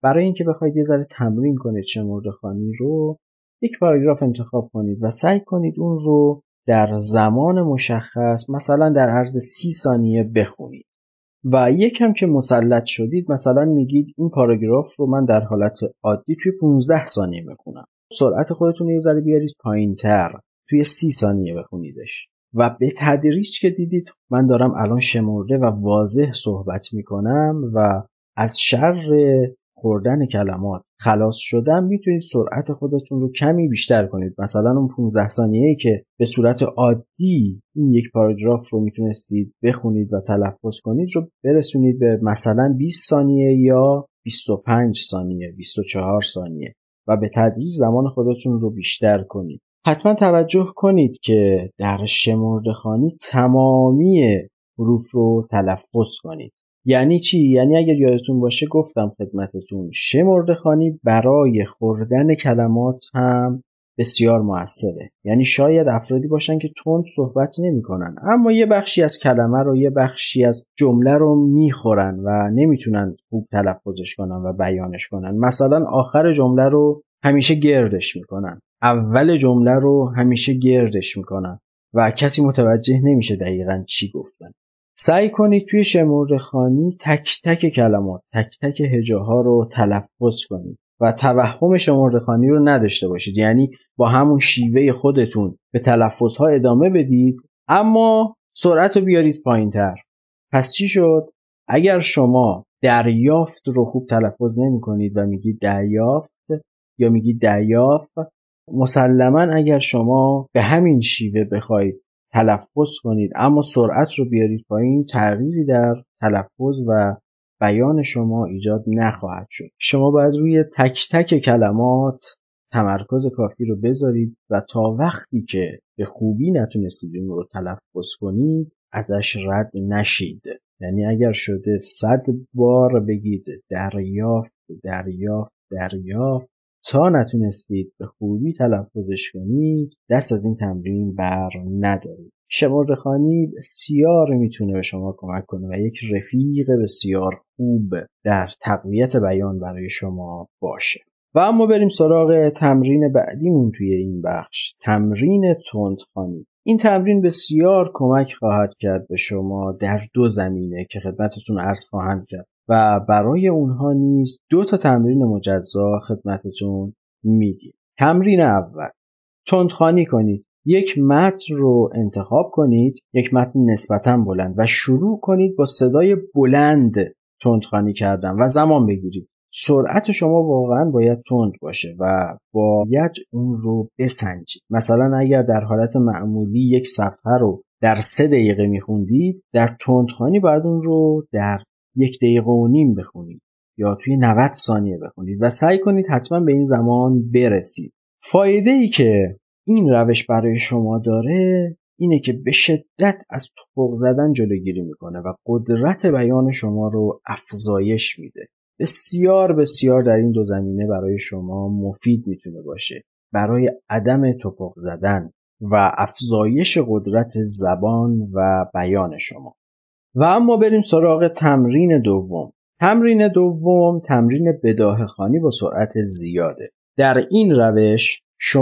برای اینکه بخواید یه ذره تمرین کنید شمرده‌خوانی رو، یک پاراگراف انتخاب کنید و سعی کنید اون رو در زمان مشخص، مثلا در عرض سی ثانیه بخونید و یکم که مسلط شدید مثلا میگید این پاراگراف رو من در حالت عادی توی پانزده ثانیه بخونم. سرعت خودتون رو یه ذره بیارید پایین‌تر، توی سی ثانیه بخونیدش و به تدریج که دیدید من دارم الان شمرده و واضح صحبت میکنم و از شر خوردن کلمات خلاص شدم، میتونید سرعت خودتون رو کمی بیشتر کنید. مثلا اون پانزده ثانیه‌ای که به صورت عادی این یک پاراگراف رو میتونستید بخونید و تلفظ کنید رو برسونید به مثلا بیست ثانیه یا بیست و پنج ثانیه، بیست و چهار ثانیه و به تدریج زمان خودتون رو بیشتر کنید. حتما توجه کنید که در شمرده‌خوانی تمامی حروف رو تلفظ کنید. یعنی چی؟ یعنی اگر یادتون باشه گفتم خدمتتون شمرده‌خوانی برای خوردن کلمات هم بسیار موثره. یعنی شاید افرادی باشن که تند صحبت نمی‌کنن اما یه بخشی از کلمه رو، یه بخشی از جمله رو میخورن و نمیتونن خوب تلفظش کنن و بیانش کنن. مثلا آخر جمله رو همیشه گردش میکنن، اول جمله رو همیشه گردش میکنن و کسی متوجه نمیشه دقیقاً چی گفتن. سعی کنید توی شمرده‌خوانی تک تک کلمات، تک تک هجاها رو تلفظ کنید و توهم شمرده‌خوانی رو نداشته باشید. یعنی با همون شیوه خودتون به تلفظها ادامه بدید اما سرعت رو بیارید پایین‌تر. پس چی شد؟ اگر شما دریافت رو خوب تلفظ نمی کنید و میگید دریافت یا میگید دریافت، مسلماً اگر شما به همین شیوه بخواید تلفظ کنید اما سرعت رو بیارید پایین، تغییری در تلفظ و بیان شما ایجاد نخواهد شد. شما باید روی تک تک کلمات تمرکز کافی رو بذارید و تا وقتی که به خوبی نتونستید اون رو تلفظ کنید ازش رد نشید. یعنی اگر شده صد بار بگید دریافت دریافت دریافت تا نتونستید به خوبی تلفظش کنید، دست از این تمرین بر ندارید. شمرده‌خوانی بسیار میتونه به شما کمک کنه و یک رفیق بسیار خوب در تقویت بیان برای شما باشه. و اما بریم سراغ تمرین بعدیمون توی این بخش، تمرین تندخوانی. این تمرین بسیار کمک خواهد کرد به شما در دو زمینه که خدمتتون عرض خواهم کرد و برای اونها نیز دو تا تمرین مجزا خدمتتون میگیم. تمرین اول، تندخوانی کنید. یک متن رو انتخاب کنید، یک متن نسبتاً بلند و شروع کنید با صدای بلند تندخوانی کردن و زمان بگیرید. سرعت شما واقعاً باید تند باشه و باید اون رو بسنجید. مثلا اگر در حالت معمولی یک صفحه رو در سه دقیقه میخوندید، در تندخوانی باید اون رو در یک دقیقه و نیم بخونید یا توی نود ثانیه بخونید و سعی کنید حتما به این زمان برسید. فایده ای که این روش برای شما داره اینه که به شدت از توپق زدن جلوگیری میکنه و قدرت بیان شما رو افزایش میده. بسیار بسیار در این دو زمینه برای شما مفید میتونه باشه، برای عدم توپق زدن و افزایش قدرت زبان و بیان شما. و اما بریم سراغ تمرین دوم. تمرین دوم تمرین بداهه‌خوانی با سرعت زیاده. در این روش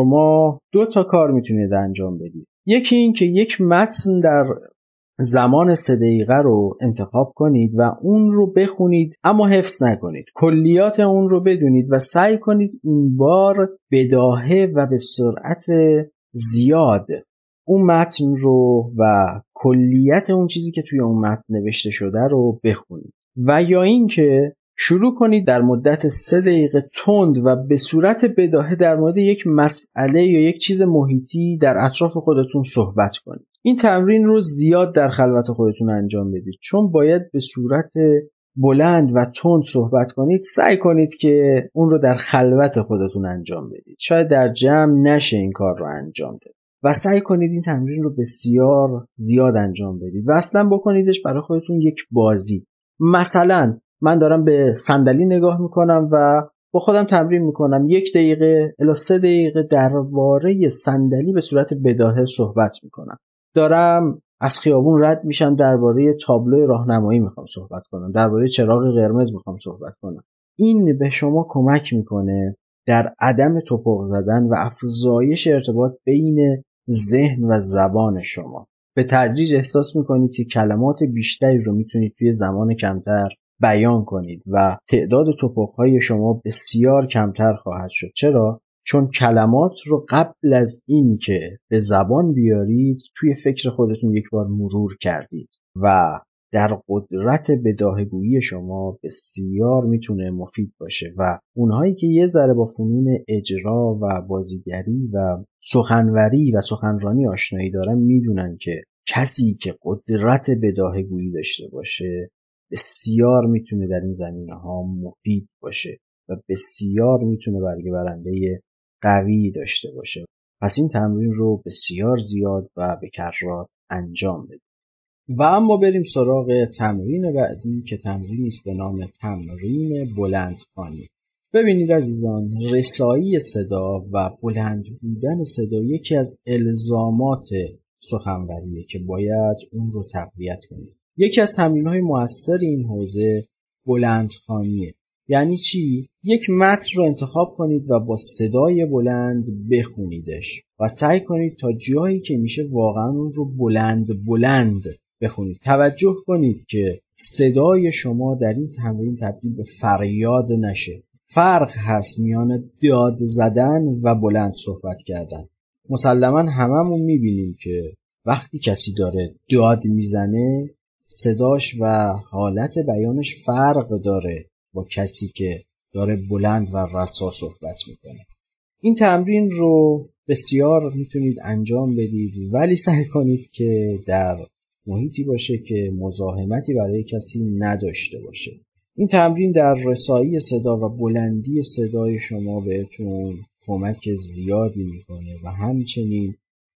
شما دو تا کار میتونید انجام بدید. یکی این که یک متن در زمان سه دقیقه رو انتخاب کنید و اون رو بخونید اما حفظ نکنید. کلیات اون رو بدونید و سعی کنید این بار بداهه و به سرعت زیاد اون متن رو و کلیت اون چیزی که توی اون متن نوشته شده رو بخونید. و یا اینکه شروع کنید در مدت سه دقیقه تند و به صورت بداهه در مورد یک مسئله یا یک چیز محیطی در اطراف خودتون صحبت کنید. این تمرین رو زیاد در خلوت خودتون انجام بدید، چون باید به صورت بلند و تند صحبت کنید. سعی کنید که اون رو در خلوت خودتون انجام بدید. شاید در جمع نشه این کار رو انجام داد. و سعی کنید این تمرین رو بسیار زیاد انجام بدید و اصلا بکنیدش برای خودتون یک بازی. مثلا من دارم به صندلی نگاه میکنم و با خودم تمرین میکنم یک دقیقه الی سه دقیقه درباره صندلی به صورت بداهه صحبت میکنم. دارم از خیابون رد میشم، درباره تابلو راهنمایی میخوام صحبت کنم، درباره چراغ قرمز میخوام صحبت کنم. این به شما کمک میکنه در عدم توپق زدن و افزایش ارتباط بین ذهن و زبان شما. به تدریج احساس میکنید که کلمات بیشتری رو میتونید توی زمان کمتر بیان کنید و تعداد توپق‌های شما بسیار کمتر خواهد شد. چرا؟ چون کلمات رو قبل از این که به زبان بیارید توی فکر خودتون یک بار مرور کردید و در قدرت بداهه‌گویی شما بسیار میتونه مفید باشه و اونهایی که یه ذره با فنون اجرا و بازیگری و سخنوری و سخنرانی آشنایی دارن میدونن که کسی که قدرت بداهه‌گویی داشته باشه بسیار میتونه در این زمینه‌ها مفید باشه و بسیار میتونه برگه برنده قوی داشته باشه. پس این تمرین رو بسیار زیاد و به کرات انجام بدید. و اما بریم سراغ تمرین بعدی که تمرینی است به نام تمرین بلندخوانی. ببینید عزیزان، رسایی صدا و بلند بودن صدا یکی از الزامات سخنوریه که باید اون رو تقویت کنید. یکی از تمرین‌های مؤثر این حوزه بلندخوانیه. یعنی چی؟ یک متن رو انتخاب کنید و با صدای بلند بخونیدش و سعی کنید تا جایی که میشه واقعا اون رو بلند بلند بخونید. توجه کنید که صدای شما در این تمرین تبدیل به فریاد نشه. فرق هست میان داد زدن و بلند صحبت کردن. مسلماً هممون میبینیم که وقتی کسی داره داد میزنه صداش و حالت بیانش فرق داره با کسی که داره بلند و رسا صحبت میکنه. این تمرین رو بسیار میتونید انجام بدید، ولی سعی کنید که در محیطی باشه که مزاحمتی برای کسی نداشته باشه. این تمرین در رسایی صدا و بلندی صدای شما بهتون کمک زیادی میکنه و همچنین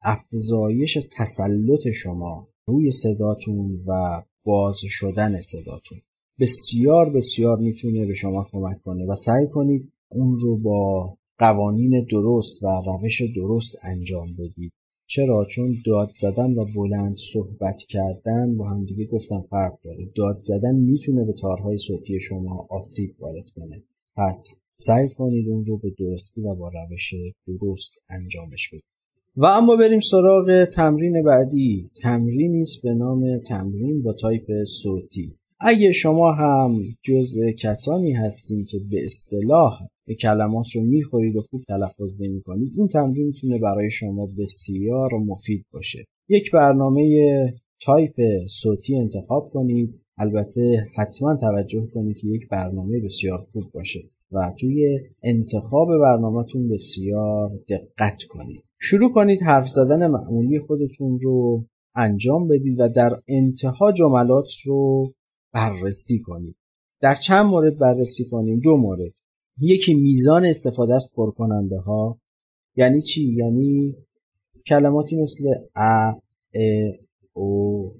افزایش تسلط شما روی صداتون و باز شدن صداتون بسیار بسیار میتونه به شما کمک کنه و سعی کنید اون رو با قوانین درست و روش درست انجام بدید. چرا؟ چون داد زدن و بلند صحبت کردن با هم دیگه گفتم فرق داره. داد زدن میتونه به تارهای صوتی شما آسیب وارد کنه. پس سعی کنید اون رو به درستی و با روش درست انجامش بدید. و اما بریم سراغ تمرین بعدی. تمرینی است به نام تمرین با تایپ صوتی. اگه شما هم جزء کسانی هستین که به اصطلاح به کلمات رو میخورید و خوب تلفظ نمی‌کنید، این تمرین میتونه برای شما بسیار مفید باشه. یک برنامه تایپ صوتی انتخاب کنید. البته حتما توجه کنید که یک برنامه بسیار خوب باشه و توی انتخاب برنامه‌تون بسیار دقت کنید. شروع کنید حرف زدن معمولی خودتون رو انجام بدید و در انتها جملات رو بررسی کنید. در چند مورد بررسی کنیم؟ دو مورد. یکی میزان استفاده از پرکننده ها. یعنی چی؟ یعنی کلماتی مثل ا، ا، او،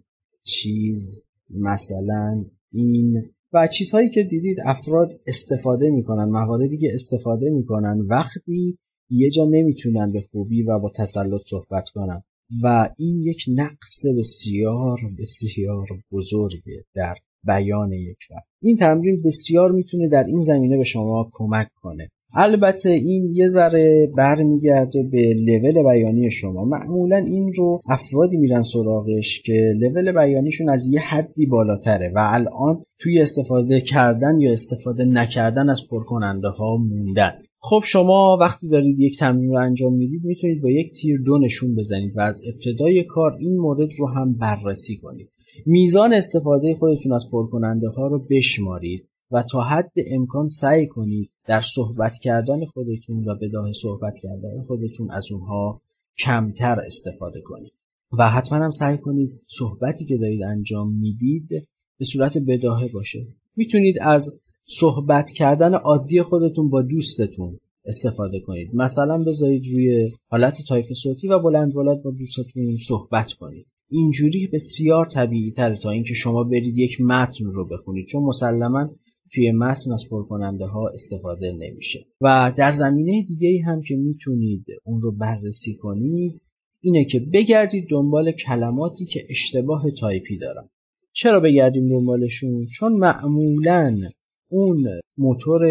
چیز، مثلا، این و چیزهایی که دیدید افراد استفاده میکنن، مواردی که استفاده میکنن وقتی یه جا نمیتونن به خوبی و با تسلط صحبت کنن و این یک نقص بسیار بسیار بزرگه در بیان یک فرد. این تمرین بسیار میتونه در این زمینه به شما کمک کنه. البته این یه ذره برمیگرده به لول بیانی شما. معمولا این رو افرادی میرن سراغش که لول بیانیشون از یه حدی بالاتره و الان توی استفاده کردن یا استفاده نکردن از پرکننده ها موندن. خب شما وقتی دارید یک تمرین رو انجام میدید میتونید با یک تیر دو نشون بزنید و از ابتدای کار این مورد رو هم بررسی کنید. میزان استفاده خودتون از پرکننده ها رو بشمارید و تا حد امکان سعی کنید در صحبت کردن خودتون و بداهه صحبت کردن خودتون از اونها کمتر استفاده کنید و حتما هم سعی کنید صحبتی که دارید انجام میدید به صورت بداهه باشه. میتونید از صحبت کردن عادی خودتون با دوستتون استفاده کنید. مثلا بذارید روی حالت تایپ صوتی و بلند بلند با دوستتون صحبت کنید. اینجوری بسیار طبیعی تره تا اینکه شما برید یک متن رو بخونید، چون مسلماً توی متن از پرکننده ها استفاده نمیشه. و در زمینه دیگه هم که میتونید اون رو بررسی کنید اینه که بگردید دنبال کلماتی که اشتباه تایپی دارن. چرا بگردیم دنبالشون؟ چون معمولاً اون موتور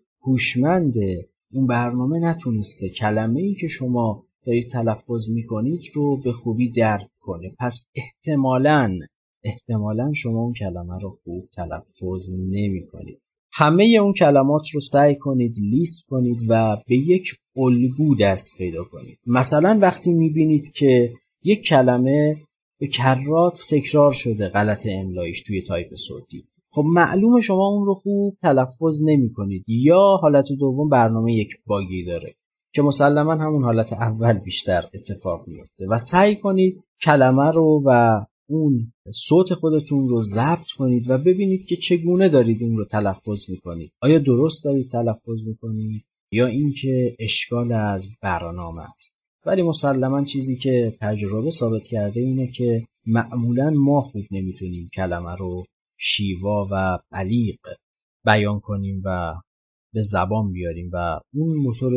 هوشمند اون برنامه نتونسته کلمه‌ای که شما دارید تلفظ میکنید رو به خوبی درک کنه. پس احتمالاً احتمالاً شما اون کلمه رو خوب تلفظ نمی کنید. همه اون کلمات رو سعی کنید لیست کنید و به یک الگو دست پیدا کنید. مثلا وقتی میبینید که یک کلمه به کرات تکرار شده غلط املایش توی تایپ صوتی، خب معلومه شما اون رو خوب تلفظ نمی کنید، یا حالت دوم برنامه یک باگی داره که مسلما همون حالت اول بیشتر اتفاق میفته و سعی کنید کلمه رو و اون صوت خودتون رو ضبط کنید و ببینید که چگونه دارید اون رو تلفظ میکنید. آیا درست دارید تلفظ میکنید یا اینکه اشکال از برنامه است؟ ولی مسلما چیزی که تجربه ثابت کرده اینه که معمولا ما خوب نمیتونیم کلمه رو شیوا و بلیغ بیان کنیم و به زبان بیاریم و اون موتور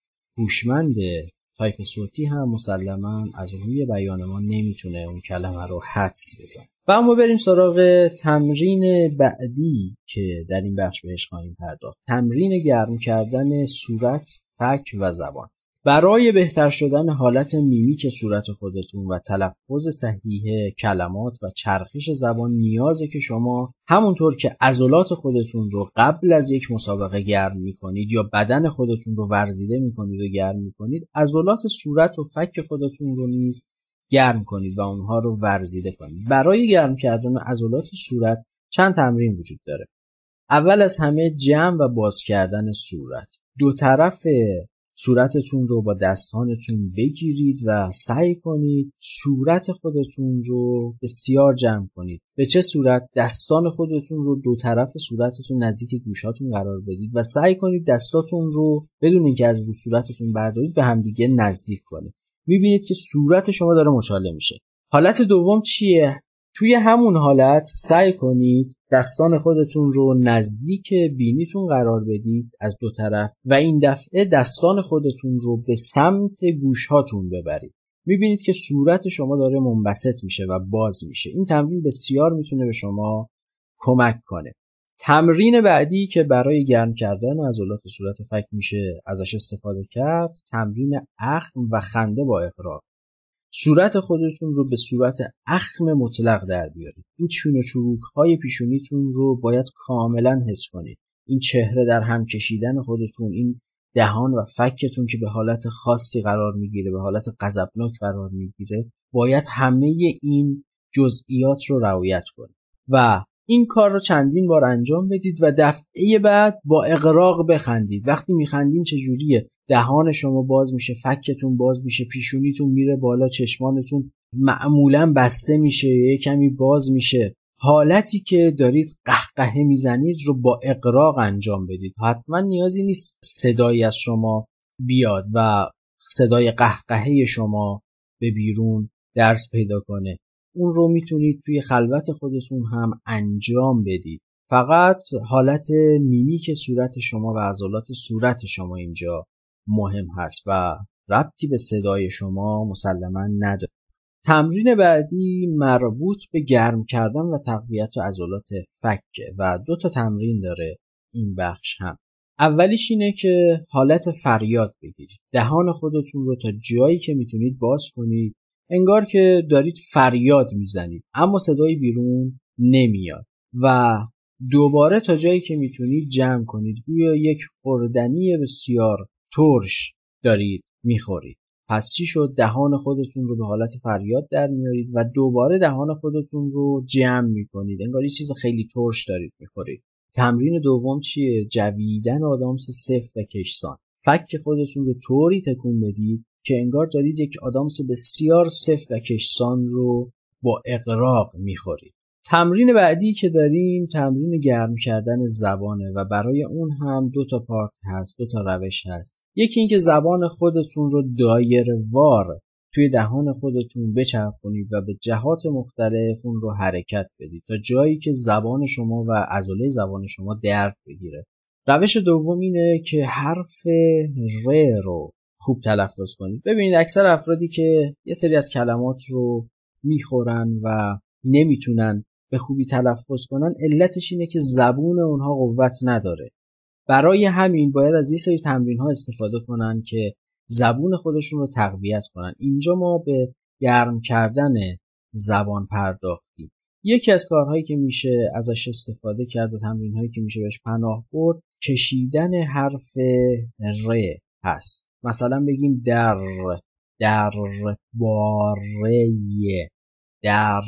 هوشمند تایپ صوتی هم مسلما از روی بیان ما نمیتونه اون کلمه رو حدس بزنه. و اما بریم سراغ تمرین بعدی که در این بخش بهش خواهیم پرداخت. تمرین گرم کردن صورت، فک و زبان. برای بهتر شدن حالت میمیک صورت خودتون و تلفظ صحیح کلمات و چرخش زبان نیازه که شما همونطور که عضلات خودتون رو قبل از یک مسابقه گرم میکنید یا بدن خودتون رو ورزیده میکنید و گرم میکنید، عضلات صورت و فک خودتون رو نیز گرم کنید و اونها رو ورزیده کنید. برای گرم کردن عضلات صورت چند تمرین وجود داره. اول از همه جمع و باز کردن صورت. دو طرف صورتتون رو با دستانتون بگیرید و سعی کنید صورت خودتون رو بسیار جمع کنید. به چه صورت؟ دستان خودتون رو دو طرف صورتتون نزدیک گوشاتون قرار بدید و سعی کنید دستاتون رو بدون اینکه از رو صورتتون بردارید به همدیگه نزدیک کنید. میبینید که صورت شما داره مچاله میشه. حالت دوم چیه؟ توی همون حالت سعی کنید دستان خودتون رو نزدیک بینیتون قرار بدید از دو طرف و این دفعه دستان خودتون رو به سمت گوشهاتون ببرید. میبینید که صورت شما داره منبسط میشه و باز میشه. این تمرین بسیار میتونه به شما کمک کنه. تمرین بعدی که برای گرم کردن عضلات صورت و فک میشه ازش استفاده کرد، تمرین اخم و خنده با اغراق. صورت خودتون رو به صورت اخم مطلق در بیارید. این چون و چروک های پیشونیتون رو باید کاملا حس کنید. این چهره در هم کشیدن خودتون، این دهان و فکتون که به حالت خاصی قرار میگیره، به حالت غضبناک قرار میگیره، باید همه این جزئیات رو رعایت کنید و این کار رو چندین بار انجام بدید و دفعه بعد با اغراق بخندید. وقتی میخندین چجوریه؟ دهان شما باز میشه، فکتون باز میشه، پیشونیتون میره بالا، چشمانتون معمولا بسته میشه، یه کمی باز میشه. حالتی که دارید قهقهه میزنید رو با اغراق انجام بدید. حتما نیازی نیست صدایی از شما بیاد و صدای قهقهه شما به بیرون درس پیدا کنه. اون رو میتونید توی خلوت خودتون هم انجام بدید. فقط حالت میمیک صورت شما و عضلات صورت شما اینجا مهم هست و ربطی به صدای شما مسلما نداره. تمرین بعدی مربوط به گرم کردن و تقویت عضلات فکه و دو تا تمرین داره این بخش هم. اولیش اینه که حالت فریاد بگیرید. دهان خودتون رو تا جایی که میتونید باز کنید، انگار که دارید فریاد میزنید اما صدای بیرون نمیاد و دوباره تا جایی که میتونید جمع کنید، گویا یک خوردنی بسیار ترش دارید میخورید. پس چی شد؟ دهان خودتون رو به حالت فریاد در میارید و دوباره دهان خودتون رو جمع میکنید، انگار یه چیز خیلی ترش دارید میخورید. تمرین دوم چیه؟ جویدن آدامس سفت و کشسان. فک خودتون رو طوری تکون بدید که انگار دارید یک آدامس بسیار سفت و کشسان رو با اغراق میخورید. تمرین بعدی که داریم تمرین گرم کردن زبانه و برای اون هم دو تا پارت هست، دو تا روش هست. یکی این که زبان خودتون رو دایره وار توی دهان خودتون بچرخونید و به جهات مختلف اون رو حرکت بدید تا جایی که زبان شما و عضله زبان شما درد بگیره. روش دوم اینه که حرف ر رو خوب تلفظ کنید. ببینید اکثر افرادی که یه سری از کلمات رو میخورن و نمیتونن به خوبی تلفظ کنن علتش اینه که زبون اونها قوت نداره. برای همین باید از یه سری تمرین ها استفاده کنن که زبون خودشون رو تقویت کنن. اینجا ما به گرم کردن زبان پرداختیم. یکی از کارهایی که میشه ازش استفاده کرد و تمرین هایی که میشه بهش پناه برد کشیدن حرف ر هست. مثلا بگیم در در باره در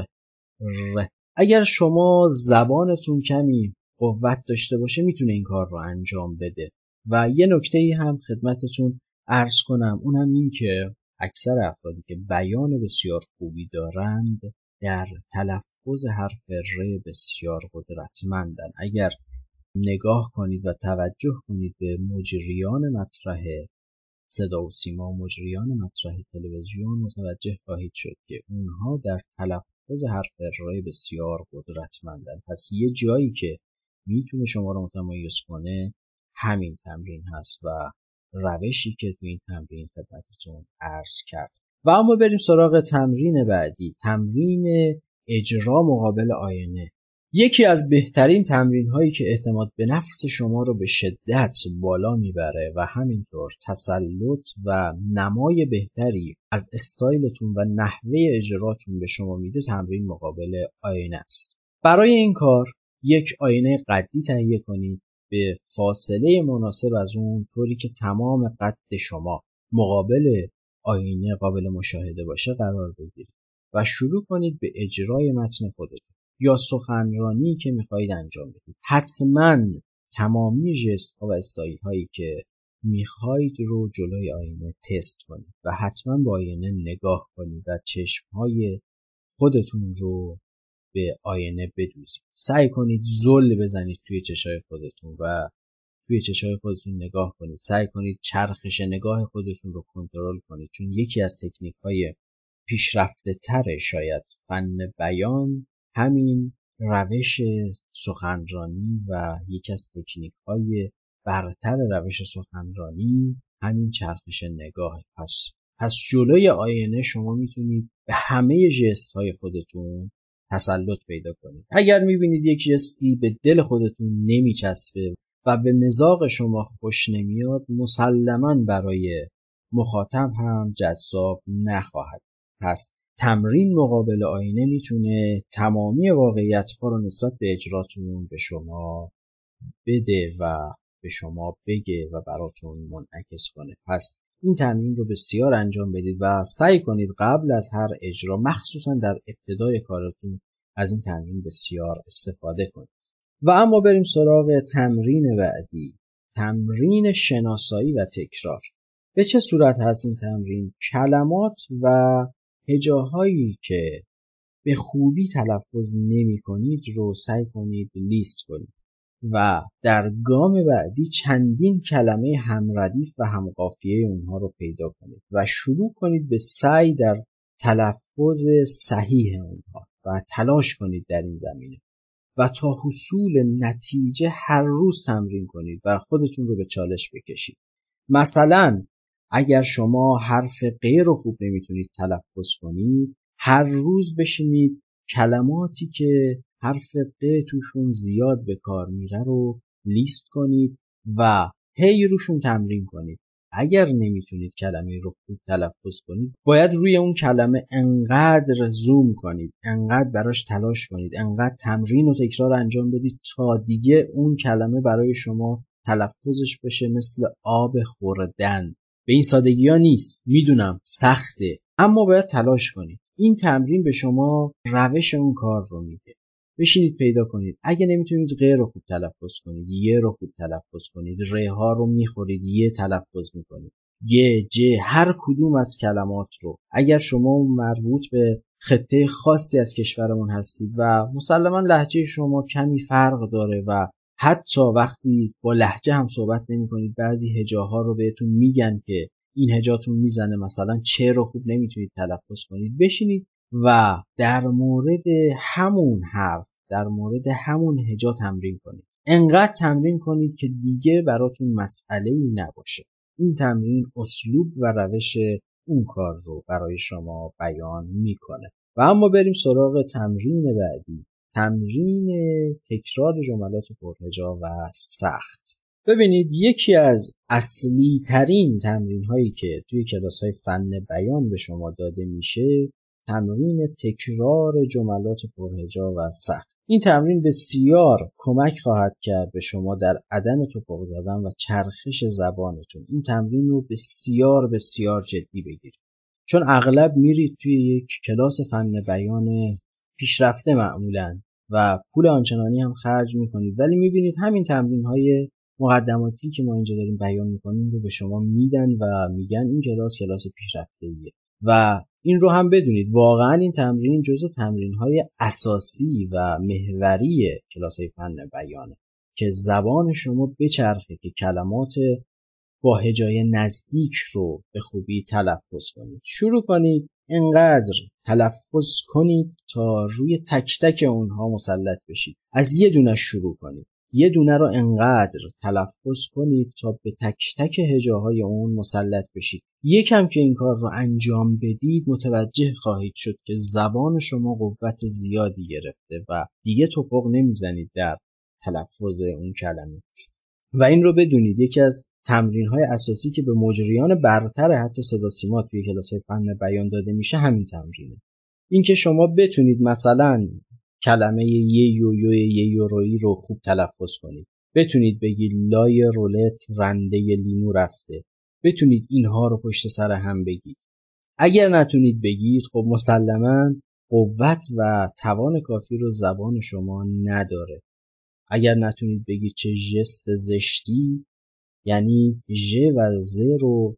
ر. اگر شما زبانتون کمی قوت داشته باشه میتونه این کار رو انجام بده. و یه نکته‌ای هم خدمتتون عرض کنم، اونم این که اکثر افرادی که بیان بسیار خوبی دارند در تلفظ حرف ر بسیار قدرتمندن. اگر نگاه کنید و توجه کنید به مجریان مطرح صدا و سیما، مجریان مطرح تلویزیون، متوجه خواهید شد که اونها در تلفظ حرف ر بسیار قدرتمندن. پس یه جایی که میتونه شما رو متمایز کنه همین تمرین هست و روشی که تو این تمرین خدمتتون عرض کرد. و اما بریم سراغ تمرین بعدی، تمرین اجرا مقابل آینه. یکی از بهترین تمرین هایی که اعتماد به نفس شما رو به شدت بالا میبره و همینطور تسلط و نمای بهتری از استایلتون و نحوه اجراتون به شما میده تمرین مقابل آینه است. برای این کار یک آینه قدی تهیه کنید به فاصله مناسب از اون، طوری که تمام قد شما مقابل آینه قابل مشاهده باشه قرار بگیرید و شروع کنید به اجرای متن خودتون یا سخنرانی که میخواهید انجام بدید. حتما تمامی ژست ها و استایل هایی که میخواهید رو جلوی آینه تست کنید و حتما با آینه نگاه کنید و چشم های خودتون رو به آینه بدوزید. سعی کنید زل بزنید توی چشای خودتون و توی چشای خودتون نگاه کنید. سعی کنید چرخش نگاه خودتون رو کنترل کنید، چون یکی از تکنیک های پیشرفته تر شاید فن بیان همین روش سخنرانی و یکی از تکنیک های برتر روش سخنرانی همین چرخش نگاه. پس پس جلوی آینه شما میتونید به همه ژست های خودتون تسلط پیدا کنید. اگر میبینید یک ژستی به دل خودتون نمیچسبه و به مذاق شما خوش نمیاد، مسلماً برای مخاطب هم جذاب نخواهد. پس تمرین مقابل آینه میتونه تمامی واقعیت ها رو نسبت به اجراتون به شما بده و به شما بگه و براتون منعکس کنه. پس این تمرین رو بسیار انجام بدید و سعی کنید قبل از هر اجرا، مخصوصا در ابتدای کارتون، از این تمرین بسیار استفاده کنید. و اما بریم سراغ تمرین بعدی، تمرین شناسایی و تکرار. به چه صورت هست این تمرین؟ کلمات و هجاهایی که به خوبی تلفظ نمی کنید رو سعی کنید لیست کنید و در گام بعدی چندین کلمه همردیف و همقافیه اونها رو پیدا کنید و شروع کنید به سعی در تلفظ صحیح اونها و تلاش کنید در این زمینه و تا حصول نتیجه هر روز تمرین کنید و خودتون رو به چالش بکشید. مثلا اگر شما حرف ق رو خوب نمیتونید تلفظ کنید، هر روز بشینید کلماتی که حرف ق توشون زیاد به کار میره رو لیست کنید و هی روشون تمرین کنید. اگر نمیتونید کلمه رو خوب تلفظ کنید، باید روی اون کلمه انقدر زوم کنید، انقدر براش تلاش کنید، انقدر تمرین و تکرار انجام بدید تا دیگه اون کلمه برای شما تلفظش بشه مثل آب خوردن. به این سادگی ها نیست، میدونم سخته، اما باید تلاش کنید. این تمرین به شما روش اون کار رو میده. بشینید پیدا کنید. اگه نمیتونید غیر رو خوب تلفظ کنید، یه رو خوب تلفظ کنید، ره ها رو میخورید، یه تلفظ میکنید، یه جه، هر کدوم از کلمات رو. اگر شما مربوط به خطه خاصی از کشورمون هستید و مسلما لهجه شما کمی فرق داره و حتی وقتی با لهجه هم صحبت نمی کنید بعضی هجاها رو بهتون میگن که این هجاتون میزنه، مثلا چه رو خوب نمیتونید تلفظ کنید، بشینید و در مورد همون حرف، در مورد همون هجا تمرین کنید. انقدر تمرین کنید که دیگه براتون مسئله‌ای نباشه. این تمرین اسلوب و روش اون کار رو برای شما بیان میکنه. و اما بریم سراغ تمرین بعدی، تمرین تکرار جملات پرهجا و سخت. ببینید یکی از اصلی ترین تمرین هایی که توی کلاس های فن بیان به شما داده میشه تمرین تکرار جملات پرهجا و سخت. این تمرین بسیار کمک خواهد کرد به شما در عدم توپق زدن و چرخش زبانتون. این تمرین رو بسیار بسیار جدی بگیرید، چون اغلب میرید توی یک کلاس فن بیان پیشرفته معمولاً و پول آنچنانی هم خرج میکنید، ولی میبینید همین تمرین های مقدماتی که ما اینجا داریم بیان میکنیم رو به شما میدن و میگن این کلاس کلاس پیشرفته‌ایه و این رو هم بدونید واقعا این تمرین جزو تمرین های اساسی و محوری کلاس های فن بیانه که زبان شما بچرخه، که کلمات با هجای نزدیک رو به خوبی تلفظ کنید. شروع کنید انقدر تلفظ کنید تا روی تک تک اونها مسلط بشید. از یه دونه شروع کنید، یه دونه رو انقدر تلفظ کنید تا به تک تک هجاهای اون مسلط بشید. یکم که این کار رو انجام بدید متوجه خواهید شد که زبان شما قوت زیادی گرفته و دیگه توپق نمیزنید در تلفظ اون کلمه. و این رو بدونید یکی از تمرین‌های اساسی که به مجریان برتر حتی صدا سیما توی کلاس‌های فن بیان داده میشه همین تمرینه. این که شما بتونید مثلا کلمه یه یو یو یه یو روی رو خوب تلفظ کنید، بتونید بگید لای رولت رنده لیمو رفته، بتونید اینها رو پشت سر هم بگید. اگر نتونید بگید خب مسلماً قوت و توان کافی رو زبان شما نداره. اگر نتونید بگید چه ژست زشتی، یعنی ژ و ز رو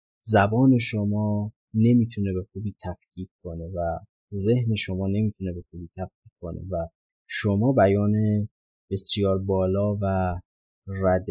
زبان شما نمیتونه به خوبی تفکیک کنه و ذهن شما نمیتونه به خوبی تفکیک کنه و شما بیان بسیار بالا و رد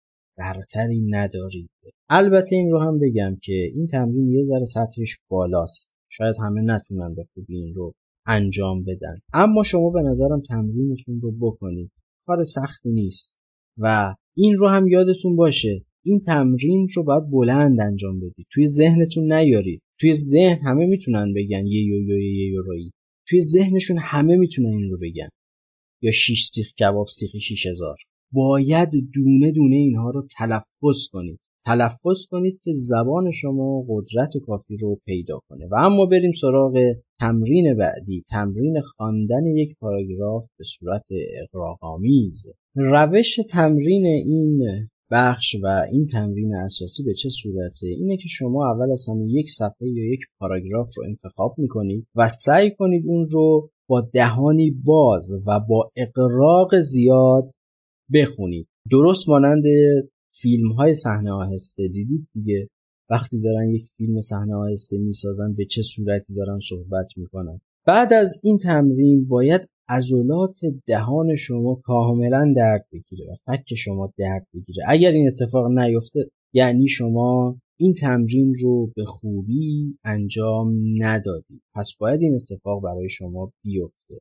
برتری ندارید. البته این رو هم بگم که این تمرین یه ذره سطحش بالاست، شاید همه نتونن به خوبی این رو انجام بدن، اما شما به نظرم تمرینتون رو بکنید، کار سختی نیست. و این رو هم یادتون باشه این تمرین رو باید بلند انجام بدید، توی ذهنتون نیارید. توی ذهن همه میتونن بگن یه یو یو یه یو روی، توی ذهنشون همه میتونن این رو بگن، یا شیش سیخ کباب سیخی شیش هزار. باید دونه دونه اینها رو تلفظ کنید تلفظ کنید که زبان شما قدرت کافی رو پیدا کنه. و اما بریم سراغ تمرین بعدی، تمرین خواندن یک پاراگراف به صورت اغراق‌آمیز. روش تمرین این بخش و این تمرین اساسی به چه صورته؟ اینه که شما اول از همه یک صفحه یا یک پاراگراف رو انتخاب میکنید و سعی کنید اون رو با دهانی باز و با اغراق زیاد بخونید. درست مانند فیلم های صحنه آهسته دیدید دیگه، وقتی دارن یک فیلم صحنه آهسته میسازن به چه صورتی دارن صحبت میکنن. بعد از این تمرین باید عضلات دهان شما کاملا درد بگیره و فک شما درد بگیره. اگر این اتفاق نیفته یعنی شما این تمرین رو به خوبی انجام ندادید، پس باید این اتفاق برای شما بیفته.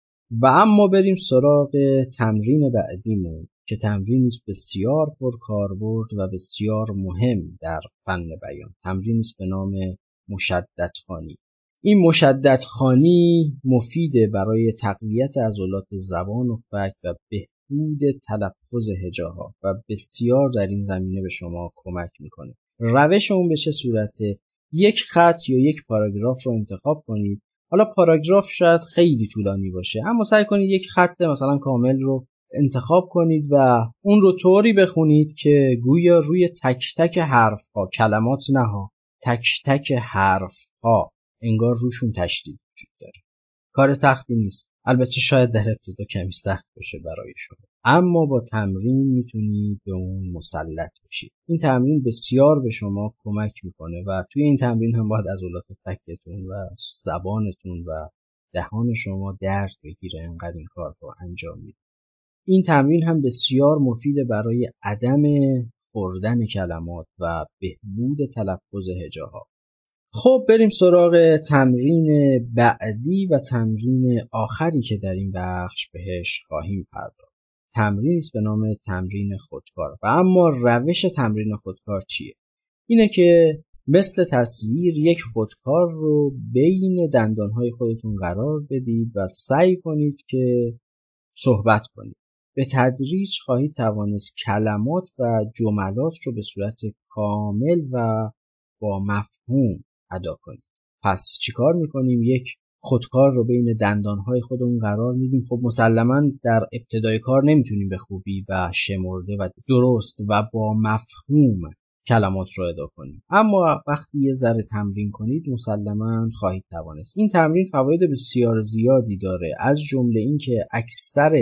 و اما بریم سراغ تمرین بعدیمون که تمرینی است بسیار پرکاربرد و بسیار مهم در فن بیان. تمرینی است به نام مشددخوانی. این مشددخوانی مفیده برای تقویت عضلات زبان و فک و بهبود تلفظ هجاها و بسیار در این زمینه به شما کمک میکنه. روش اون به چه صورته؟ یک خط یا یک پاراگراف رو انتخاب کنید. حالا پاراگراف شاید خیلی طولانی باشه، اما سعی کنید یک خط مثلا کامل رو انتخاب کنید و اون رو طوری بخونید که گویا روی تک تک حرف ها، کلمات نه ها، تک تک حرف ها انگار روشون تشدید وجود داره. کار سختی نیست، البته شاید در ابتدا کمی سخت باشه برای شما، اما با تمرین میتونید به اون مسلط بشید. این تمرین بسیار به شما کمک میکنه و توی این تمرین هم باید عضلات فکتون و زبانتون و دهان شما درد بگیره انقدر این کار رو انجام میدید. این تمرین هم بسیار مفیده برای عدم خوردن کلمات و بهبود تلفظ هجاها. خب بریم سراغ تمرین بعدی و تمرین آخری که در این بخش بهش خواهیم پرداخت. تمرینی است به نام تمرین خودکار. و اما روش تمرین خودکار چیه؟ اینه که مثل تصویر یک خودکار رو بین دندانهای خودتون قرار بدید و سعی کنید که صحبت کنید. به تدریج خواهید توانست کلمات و جملات رو به صورت کامل و با مفهوم ادا کنید. پس چیکار میکنیم؟ یک خودکار رو بین دندانهای خودمون قرار میدیم. خب مسلماً در ابتدای کار نمیتونیم به خوبی و شمرده و درست و با مفهوم کلمات رو ادا کنیم، اما وقتی یه ذره تمرین کنید مسلماً خواهید توانست. این تمرین فواید بسیار زیادی داره، از جمله این که اکثر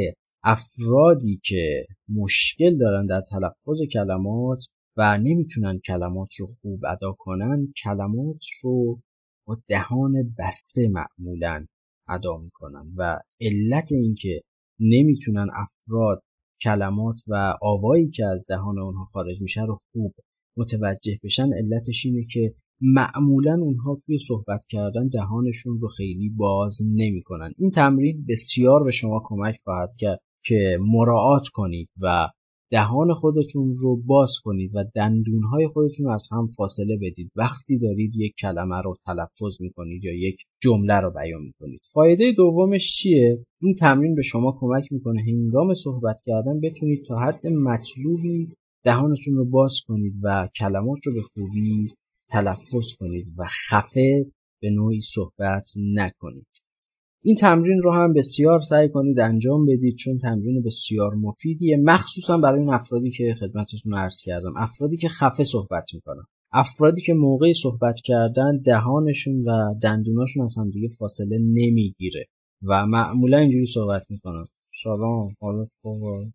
افرادی که مشکل دارن در تلفظ کلمات و نمیتونن کلمات رو خوب ادا کنن، کلمات رو با دهان بسته معمولاً ادا میکنن و علت این که نمیتونن افراد کلمات و آوایی که از دهان اونها خارج میشه رو خوب متوجه بشن، علتش اینه که معمولاً اونها توی صحبت کردن دهانشون رو خیلی باز نمیکنن. این تمرین بسیار به شما کمک خواهد کرد که مراعات کنید و دهان خودتون رو باز کنید و دندونهای خودتون رو از هم فاصله بدید وقتی دارید یک کلمه رو تلفظ میکنید یا یک جمله رو بیان میکنید. فایده دومش چیه؟ این تمرین به شما کمک میکنه هنگام صحبت کردن بتونید تا حد مطلوبی دهانتون رو باز کنید و کلمات رو به خوبی تلفظ کنید و خفه به نوعی صحبت نکنید. این تمرین رو هم بسیار سعی کنید انجام بدید چون تمرین بسیار مفیدیه، مخصوصا برای این افرادی که خدمتتون عرض کردم، افرادی که خفه صحبت میکنن، افرادی که موقع صحبت کردن دهانشون و دندوناشون از هم دیگه فاصله نمیگیره و معمولا اینجوری صحبت میکنن: سلام، حالت خوبه؟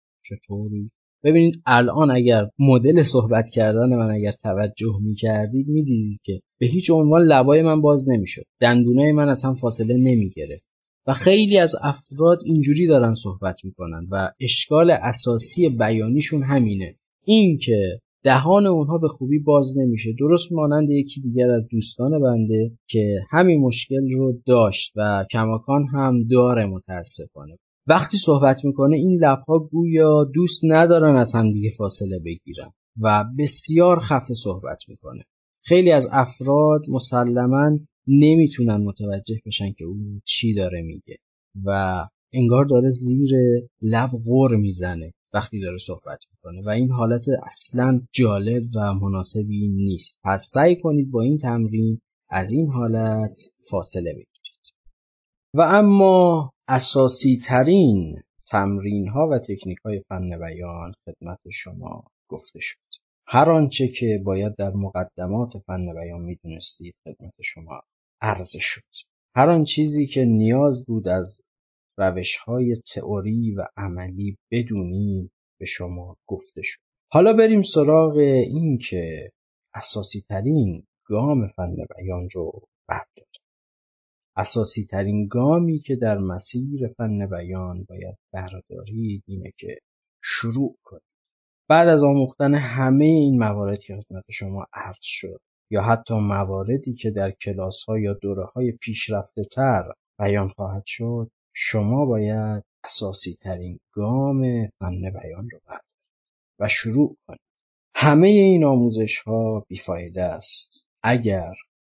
چطوری؟ ببینید الان اگر مدل صحبت کردن من اگر توجه میکردید میدیدید که به هیچ عنوان لبای من باز نمیشد، دندونای من از هم فاصله نمیگیره و خیلی از افراد اینجوری دارن صحبت میکنن و اشکال اساسی بیانیشون همینه، این که دهان اونها به خوبی باز نمیشه. درست مانند یکی دیگر از دوستان بنده که همین مشکل رو داشت و کماکان هم داره متاسفانه. وقتی صحبت میکنه این لبها گویا دوست ندارن از هم دیگه فاصله بگیرن و بسیار خفه صحبت میکنه. خیلی از افراد مسلماً نمیتونن متوجه بشن که اون چی داره میگه و انگار داره زیر لب غر میزنه وقتی داره صحبت میکنه و این حالت اصلاً جالب و مناسبی نیست. پس سعی کنید با این تمرین از این حالت فاصله بگیرید. و اما اساسی ترین تمرین ها و تکنیک های فن بیان خدمت شما گفته شد. هر آنچه که باید در مقدمات فن بیان میدونستید خدمت شما عرض شد. هر آن چیزی که نیاز بود از روش های تئوری و عملی بدونید به شما گفته شد. حالا بریم سراغ این که اساسی ترین گام فن بیان رو برداریم. اساسی ترین گامی که در مسیر فن بیان باید بردارید اینه که شروع کنید. بعد از آموختن همه این موارد که خدمت شما عرض شد یا حتی مواردی که در کلاس‌ها یا دوره‌های پیشرفته‌تر بیان خواهد شد، شما باید اساسی ترین گام فن بیان رو بردارید و شروع کنید. همه این آموزش‌ها بیفایده است اگر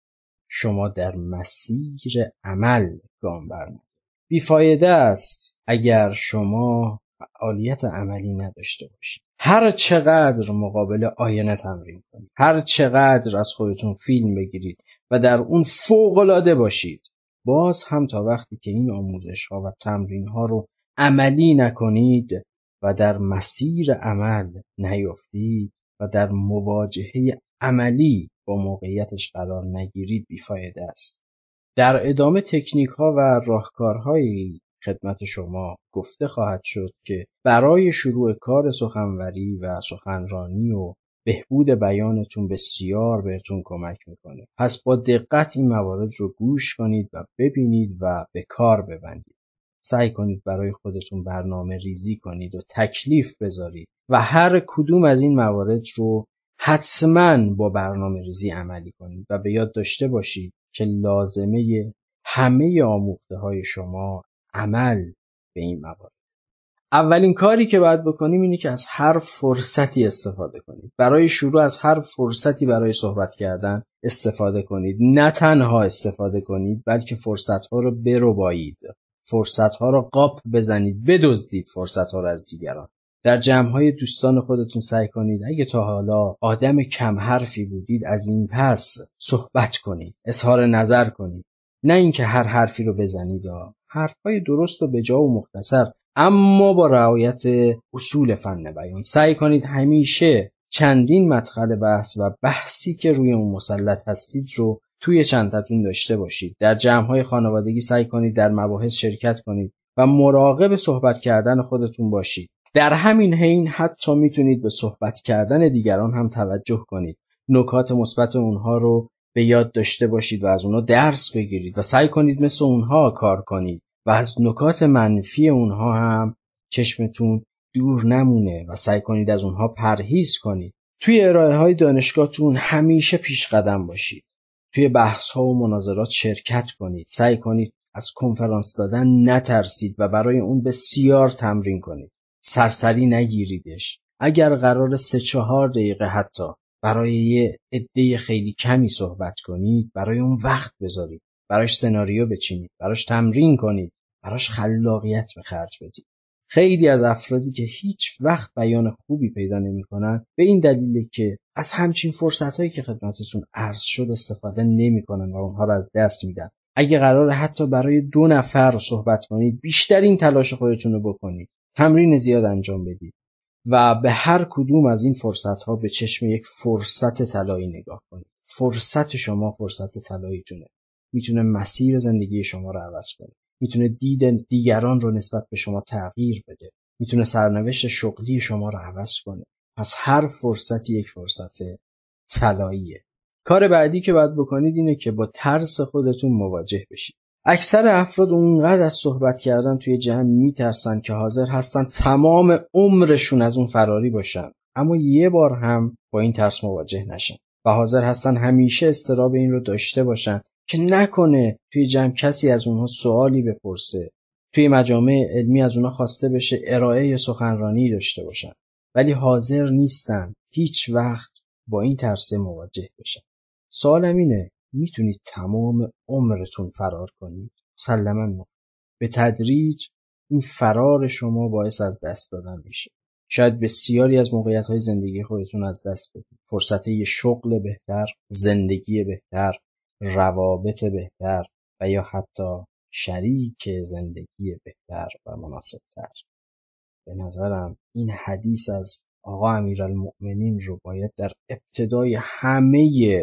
شما در مسیر عمل گام برنهید. بیفایده است اگر شما فعالیت عملی نداشته باشید. هر چقدر مقابل آینه تمرین کنید، هر چقدر از خودتون فیلم بگیرید و در اون فوق‌العاده باشید، باز هم تا وقتی که این آموزش‌ها و تمرین‌ها رو عملی نکنید و در مسیر عمل نیفتید و در مواجهه عملی با موقعیتش قرار نگیرید بیفایده است. در ادامه تکنیک ها و راهکارهایی خدمت شما گفته خواهد شد که برای شروع کار سخنوری و سخنرانی و بهبود بیانتون بسیار بهتون کمک میکنه. پس با دقت این موارد رو گوش کنید و ببینید و به کار ببندید. سعی کنید برای خودتون برنامه ریزی کنید و تکلیف بذارید و هر کدوم از این موارد رو حتما با برنامه ریزی عملی کنید و به یاد داشته باشید که لازمه همه آموخته های شما عمل به این موارد. اولین کاری که باید بکنیم اینه که از هر فرصتی استفاده کنید. برای شروع از هر فرصتی برای صحبت کردن استفاده کنید. نه تنها استفاده کنید بلکه فرصت‌ها رو بربایید. فرصت‌ها رو قاپ بزنید، بدزدید فرصت‌ها رو از دیگران. در جمع‌های دوستان خودتون سعی کنید اگه تا حالا آدم کم حرفی بودید از این پس صحبت کنید، اظهار نظر کنید. نه اینکه هر حرفی رو بزنید. حرفای درست و به جا و مختصر، اما با رعایت اصول فن بیان. سعی کنید همیشه چندین مدخل بحث و بحثی که روی اون مسلط هستید رو توی چندتون داشته باشید. در جمع‌های خانوادگی سعی کنید در مباحث شرکت کنید و مراقب صحبت کردن خودتون باشید. در همین حین حتی میتونید به صحبت کردن دیگران هم توجه کنید. نکات مثبت اونها رو به یاد داشته باشید و از اونها درس بگیرید و سعی کنید مثل اونها کار کنید و از نکات منفی اونها هم چشمتون دور نمونه و سعی کنید از اونها پرهیز کنید. توی ارائه های دانشگاهتون همیشه پیش قدم باشید. توی بحث ها و مناظرات شرکت کنید. سعی کنید از کنفرانس دادن نترسید و برای اون بسیار تمرین کنید. سرسری نگیریدش. اگر قرار سه چهار دقیقه حتی برای یه عده خیلی کمی صحبت کنید، برای اون وقت بذارید. براش سناریو بچینید، براش تمرین کنید، براش خلاقیت به خرج بدید. خیلی از افرادی که هیچ وقت بیان خوبی پیدا نمی‌کنن به این دلیله که از همچین فرصتایی که خدمتتون عرض شد استفاده نمی‌کنن و اونها رو از دست میدن. اگه قراره حتی برای دو نفر صحبت کنید، بیشترین تلاش خودتون رو بکنید. تمرین زیاد انجام بدید و به هر کدوم از این فرصت‌ها به چشم یک فرصت طلایی نگاه کنید. فرصت شما فرصت طلاییتونه. میتونه مسیر زندگی شما رو عوض کنه. میتونه دید دیگران رو نسبت به شما تغییر بده. میتونه سرنوشت شغلی شما رو عوض کنه. پس هر فرصتی یک فرصت طلاییه. کار بعدی که باید بکنید اینه که با ترس خودتون مواجه بشید. اکثر افراد اونقدر از صحبت کردن توی جمع میترسن که حاضر هستن تمام عمرشون از اون فراری باشن، اما یه بار هم با این ترس مواجه نشن و حاضر هستن همیشه اضطراب این رو داشته باشن که نکنه توی جمع کسی از اونها سوالی بپرسه، توی مجامع علمی از اونها خواسته بشه ارائه یا سخنرانی داشته باشن، ولی حاضر نیستن هیچ وقت با این ترس مواجه بشن. سوالم اینه، میتونید تمام عمرتون فرار کنید؟ مسلماً نه. به تدریج این فرار شما باعث از دست دادن میشه. شاید بسیاری از موقعیت‌های زندگی خودتون از دست بدید. فرصت یه شغل بهتر، زندگی بهتر، روابط بهتر و یا حتی شریک زندگی بهتر و مناسبتر. به نظرم این حدیث از آقا امیرالمؤمنین رو باید در ابتدای همه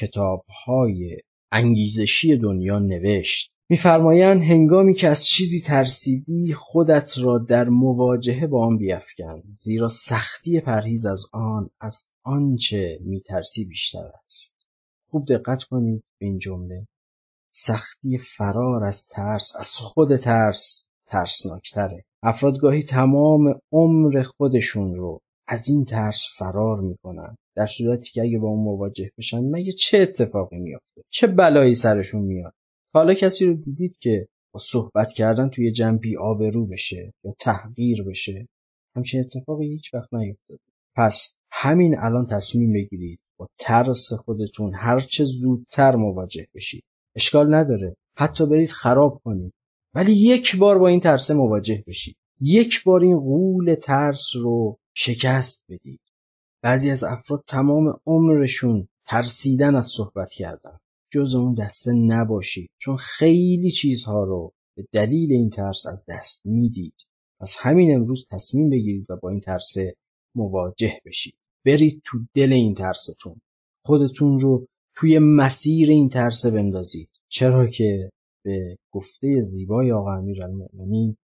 کتاب‌های انگیزشی دنیا نوشت. می‌فرمایند هنگامی که از چیزی ترسیدی خودت را در مواجهه با آن بیفکن، زیرا سختی پرهیز از آن از آنچه می‌ترسی بیشتر است. خوب دقت کنید به این جمله. سختی فرار از ترس از خود ترس ترسناکتره. افراد گاهی تمام عمر خودشون رو از این ترس فرار میکنن، در صورتی که اگه با اون مواجه بشن مگه چه اتفاقی میافته؟ چه بلایی سرشون میاد؟ حالا کسی رو دیدید که با صحبت کردن توی جمع بی آبرو بشه یا تحقیر بشه؟ همچین اتفاقی هیچ وقت نیفتاده. پس همین الان تصمیم بگیرید با ترس خودتون هر چه زودتر مواجه بشید. اشکال نداره حتی برید خراب کنید، ولی یک بار با این ترس مواجه بشید. یک بار این غول ترس رو شکست بدید. بعضی از افراد تمام عمرشون ترسیدن از صحبت کردن. جز اون دسته نباشید، چون خیلی چیزها رو به دلیل این ترس از دست میدید. پس همین امروز تصمیم بگیرید و با این ترس مواجه بشید. برید تو دل این ترستون. خودتون رو توی مسیر این ترس بندازید. چرا که به گفته زیبای آقا امیرالمؤمنین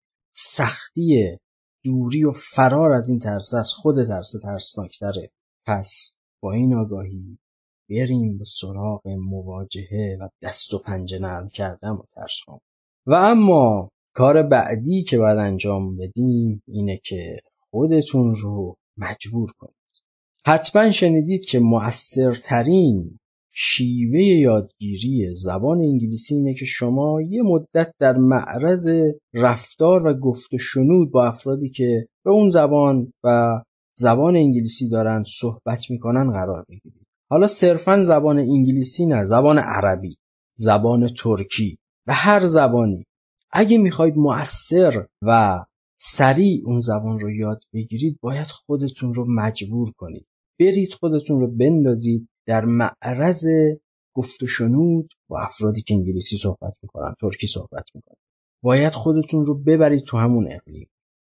سختی دوری و فرار از این ترس از خود ترس ترسناکتره. پس با این آگاهی بریم به سراغ مواجهه و دست و پنجه نرم کردن و ترس ها. و اما کار بعدی که باید انجام بدیم اینه که خودتون رو مجبور کنید. حتما شنیدید که مؤثرترین شیوه یادگیری زبان انگلیسی اینه که شما یه مدت در معرض رفتار و گفت و شنود با افرادی که به اون زبان و زبان انگلیسی دارن صحبت میکنن قرار بگیرید. حالا صرفاً زبان انگلیسی نه، زبان عربی، زبان ترکی و هر زبانی. اگه میخواید مؤثر و سریع اون زبان رو یاد بگیرید باید خودتون رو مجبور کنید. برید خودتون رو بندازید در معرض گفت و شنود با افرادی که انگلیسی صحبت میکنن، ترکی صحبت میکنن. باید خودتون رو ببرید تو همون اقلیم.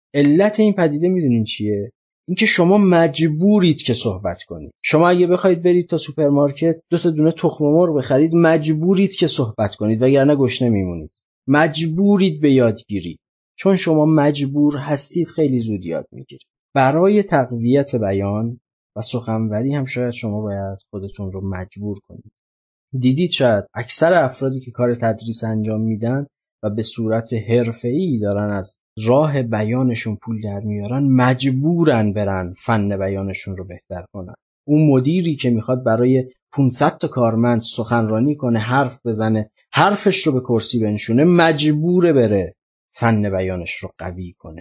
علت این پدیده میدونین چیه؟ اینکه شما مجبورید که صحبت کنید. شما اگه بخواید برید تا سوپرمارکت دو تا دونه تخم مرغ بخرید، مجبورید که صحبت کنید وگرنه گشنه میمونید. مجبورید به یادگیری. چون شما مجبور هستید خیلی زود یاد میگیرید. برای تقویت بیان و سخنوری هم شاید شما باید خودتون رو مجبور کنید. دیدید شاید اکثر افرادی که کار تدریس انجام میدن و به صورت حرفه‌ای دارن از راه بیانشون پول در میارن، مجبورن برن فن بیانشون رو بهتر کنن. اون مدیری که میخواد برای پانصد تا کارمند سخنرانی کنه، حرف بزنه، حرفش رو به کرسی بنشونه، مجبوره بره فن بیانش رو قوی کنه.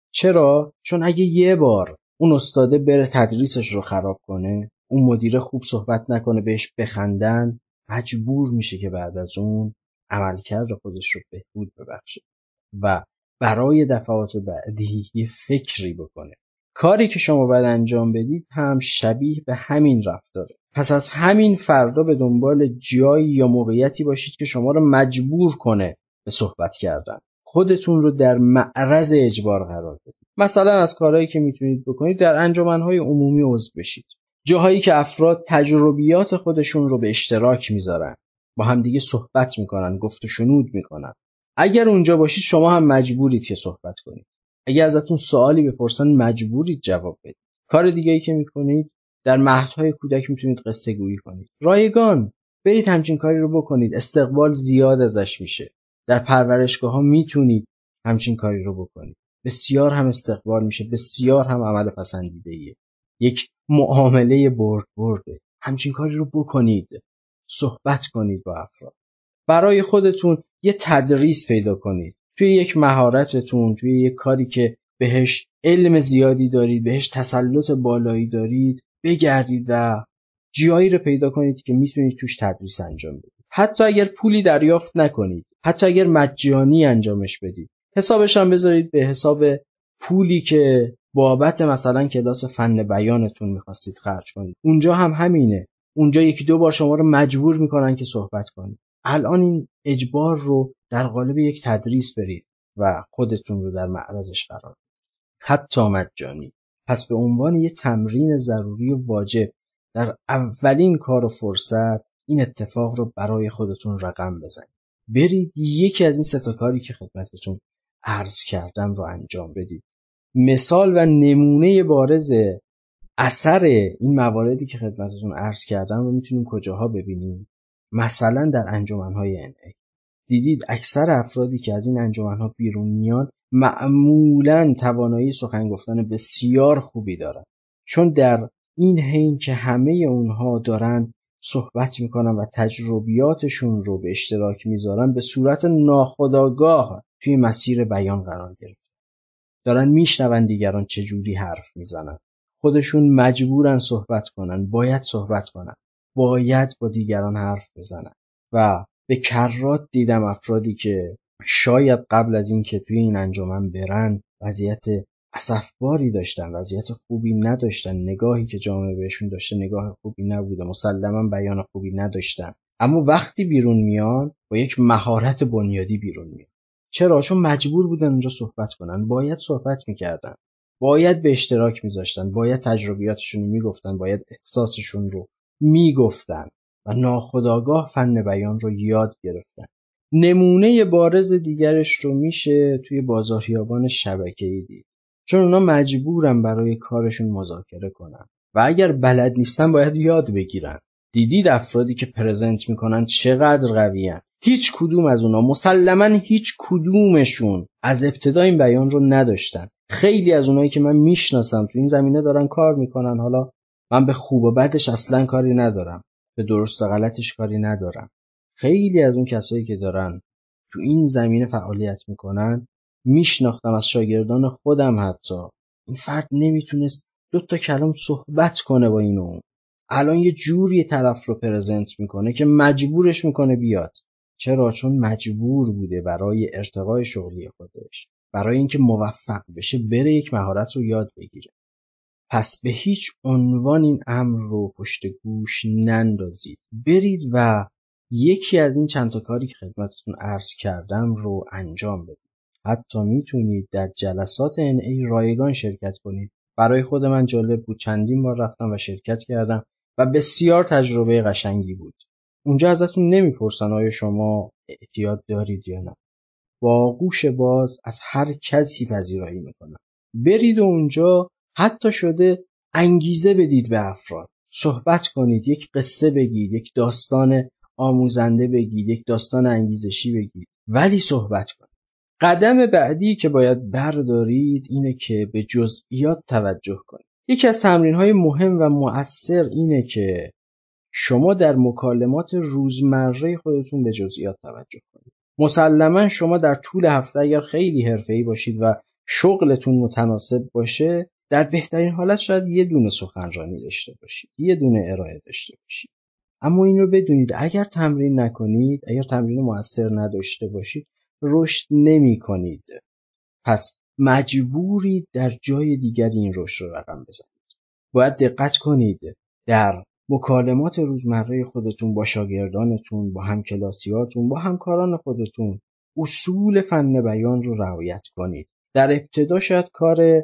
چرا؟ چون اگه یه بار اون استاده بره تدریسش رو خراب کنه، اون مدیر خوب صحبت نکنه، بهش بخندن، مجبور میشه که بعد از اون عملکرد خودش رو بهبود ببخشه و برای دفعات بعدی یه فکری بکنه. کاری که شما باید انجام بدید هم شبیه به همین رفتاره. پس از همین فردا به دنبال جایی یا موقعیتی باشید که شما رو مجبور کنه به صحبت کردن. خودتون رو در معرض اجبار قرار بدید. مثلا از کارهایی که میتونید بکنید، در انجمنهای عمومی عضو بشید. جاهایی که افراد تجربیات خودشون رو به اشتراک میذارن، با هم دیگه صحبت میکنن، گفت و شنود میکنن. اگر اونجا باشید شما هم مجبورید که صحبت کنید. اگر ازتون سوالی بپرسن مجبورید جواب بدید. کار دیگه‌ای که میکنید، در مهدهای کودک میتونید قصه گویی کنید. رایگان برید همچین کاری رو بکنید. استقبال زیاد ازش میشه. در پرورشگاه ها میتونید همچین کاری رو بکنید. بسیار هم استقبال میشه، بسیار هم عمل پسندیده‌ایه. یک معامله برد برده. همچین کاری رو بکنید. صحبت کنید با افراد. برای خودتون یه تدریس پیدا کنید. توی یک مهارتتون، توی یک کاری که بهش علم زیادی دارید، بهش تسلط بالایی دارید، بگردید و جایی رو پیدا کنید که میتونید توش تدریس انجام بدید. حتی اگر پولی دریافت نکنید، حتی اگر مجانی انجامش بدید، حسابش هم بذارید به حساب پولی که بابت مثلا کلاس فن بیانتون میخواستید خرج کنید. اونجا هم همینه. اونجا یکی دو بار شما رو مجبور میکنن که صحبت کنید. الان این اجبار رو در قالب یک تدریس برید و خودتون رو در معرضش قرار بدید. حتی مجانی. پس به عنوان یک تمرین ضروری و واجب در اولین کار و فرصت این اتفاق رو برای خودتون رقم بزنید. برید یکی از این سه تا کاری که خدمتتون عرض کردم رو انجام بدید. مثال و نمونه بارز اثر این مواردی که خدمتتون عرض کردم رو میتونیم کجاها ببینیم؟ مثلا در انجمنهای ان ای. دیدید اکثر افرادی که از این انجمنها بیرون میان معمولاً توانایی سخن گفتن بسیار خوبی دارن، چون در این حین که همه اونها دارن صحبت میکنن و تجربیاتشون رو به اشتراک میذارن، به صورت ناخودآگاه توی مسیر بیان قرار گرفتن. دارن میشنون دیگران چجوری حرف میزنن، خودشون مجبورن صحبت کنن، باید صحبت کنن، باید با دیگران حرف بزنن. و به کرات دیدم افرادی که شاید قبل از این که توی این انجمن برن وضعیت اسفباری داشتن، وضعیت خوبی نداشتن، نگاهی که جامعه بهشون داشته نگاه خوبی نبوده، مسلماً بیان خوبی نداشتن، اما وقتی بیرون میان با یک مهارت بنیادی بیرون میان. چرا؟ چون مجبور بودن اونجا صحبت کنن، باید صحبت میکردن، باید به اشتراک میذاشتن، باید تجربیاتشون رو میگفتن، باید احساسشون رو میگفتن و ناخودآگاه فن بیان رو یاد گرفتن. نمونه بارز دیگرش رو میشه توی بازاریابان شبکه‌ای دید. چون اونا مجبورن برای کارشون مذاکره کنن و اگر بلد نیستن باید یاد بگیرن. دیدید افرادی که پرزنت میکنن چقدر قویان؟ هیچ کدوم از اونا، مسلماً هیچ کدومشون از ابتدا این بیان رو نداشتن. خیلی از اونایی که من میشناسم تو این زمینه دارن کار میکنن. حالا من به خوب و بدش اصلا کاری ندارم، به درست و غلطش کاری ندارم. خیلی از اون کسایی که دارن تو این زمینه فعالیت میکنن میشناختم از شاگردان خودم، حتی این فرد نمیتونست دو تا کلام صحبت کنه با این و اون. الان یه جوری طرف رو پرزنت میکنه که مجبورش میکنه بیاد. چرا؟ چون مجبور بوده برای ارتقای شغلی خودش، برای اینکه موفق بشه بره یک مهارت رو یاد بگیره. پس به هیچ عنوان این امر رو پشت گوش نندازید. برید و یکی از این چند تا کاری که خدمتتون عرض کردم رو انجام بدید. حتی میتونید در جلسات ان ای رایگان شرکت کنید. برای خود من جالب بود، چندین بار رفتم و شرکت کردم و بسیار تجربه قشنگی بود. اونجا ازتون نمیپرسن آیا شما اعتیاد دارید یا نه. با گوش باز از هر کسی پذیرایی میکنن. برید و اونجا حتی شده انگیزه بدید به افراد، صحبت کنید، یک قصه بگید، یک داستان آموزنده بگید، یک داستان انگیزشی بگید، ولی صحبت کنید. قدم بعدی که باید بردارید اینه که به جزئیات توجه کنید. یکی از تمرین‌های مهم و مؤثر اینه که شما در مکالمات روزمره خودتون به جزئیات توجه کنید. مسلماً شما در طول هفته اگر خیلی حرفه‌ای باشید و شغلتون متناسب باشه، در بهترین حالت شاید یه دونه سخنرانی داشته باشید، یه دونه ارائه داشته باشید. اما این رو بدونید اگر تمرین نکنید، اگر تمرین مؤثر نداشته باشید، رشد نمی کنید. پس مجبورید در جای دیگر این رشد رو رقم بزنید. باید دقت کنید در مکالمات روزمره خودتون با شاگردانتون، با همکلاسیاتون، با همکاران خودتون اصول فن بیان رو رعایت کنید. در ابتدا شاید کار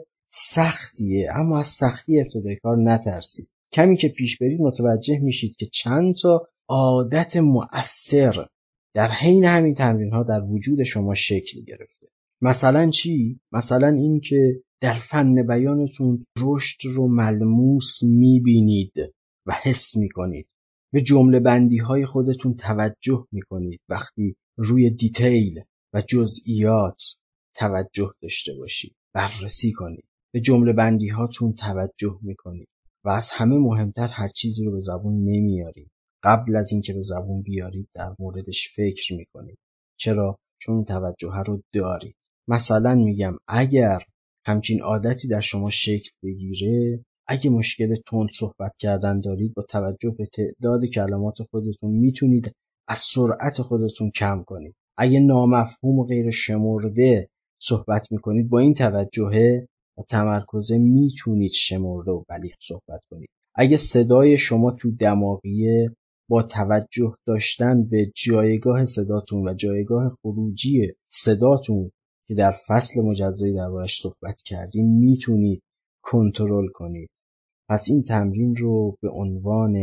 سختیه، اما از سختی ابتدای کار نترسید. کمی که پیش برید متوجه میشید که چند تا عادت مؤثر در حین همین تمرین‌ها در وجود شما شکل گرفته. مثلا چی؟ مثلا این که در فن بیانتون رشد رو ملموس میبینید و حس میکنید. به جمله بندی های خودتون توجه میکنید. وقتی روی دیتیل و جزئیات توجه داشته باشید، بررسی کنید، به جمله بندی هاتون توجه میکنید و از همه مهمتر هر چیزی رو به زبون نمیارید. قبل از اینکه به زبون بیارید در موردش فکر میکنید. چرا؟ چون توجه رو دارید. مثلا میگم اگر همچین عادتی در شما شکل بگیره، اگه مشکل تند صحبت کردن دارید، با توجه به تعداد کلمات خودتون میتونید از سرعت خودتون کم کنید. اگه نامفهوم و غیر شمرده صحبت میکنید، با این توجه و تمرکزه میتونید شمرده و بلیغ صحبت کنید. اگه صدای شما تو دماغیه، با توجه داشتن به جایگاه صداتون و جایگاه خروجی صداتون که در فصل مجزایی دربارش صحبت کردیم میتونید کنترل کنید. پس این تمرین رو به عنوان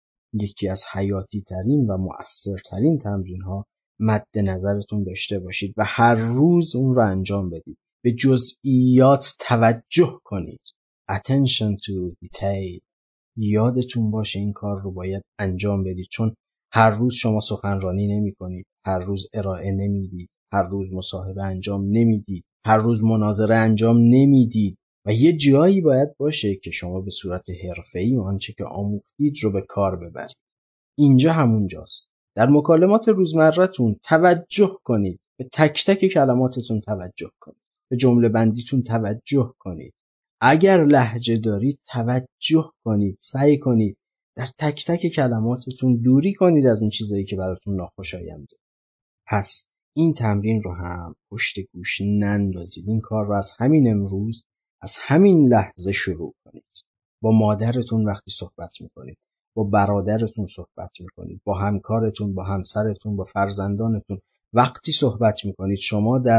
یکی از حیاتی ترین و مؤثر ترین تمرین ها مد نظرتون داشته باشید و هر روز اون رو انجام بدید. به جزئیات توجه کنید. Attention to detail. یادتون باشه این کار رو باید انجام بدید، چون هر روز شما سخنرانی نمی کنید، هر روز ارائه نمیدید، هر روز مصاحبه انجام نمیدید، هر روز مناظره انجام نمیدید و یه جایی باید باشه که شما به صورت حرفه‌ای آنچه که آموختید رو به کار ببرید. اینجا همونجاست. در مکالمات روزمره‌تون توجه کنید، به تک تک کلماتتون توجه کنید، به جمله بندیتون توجه کنید. اگر لهجه دارید توجه کنید، سعی کنید در تک تک کلماتتون دوری کنید از اون چیزایی که براتون ناخوشاینده. پس این تمرین رو هم پشت گوش نندازید. این کار رو از همین امروز، از همین لحظه شروع کنید. با مادرتون وقتی صحبت میکنید، با برادرتون صحبت میکنید، با همکارتون، با همسرتون، با فرزندانتون وقتی صحبت میکنید، شما در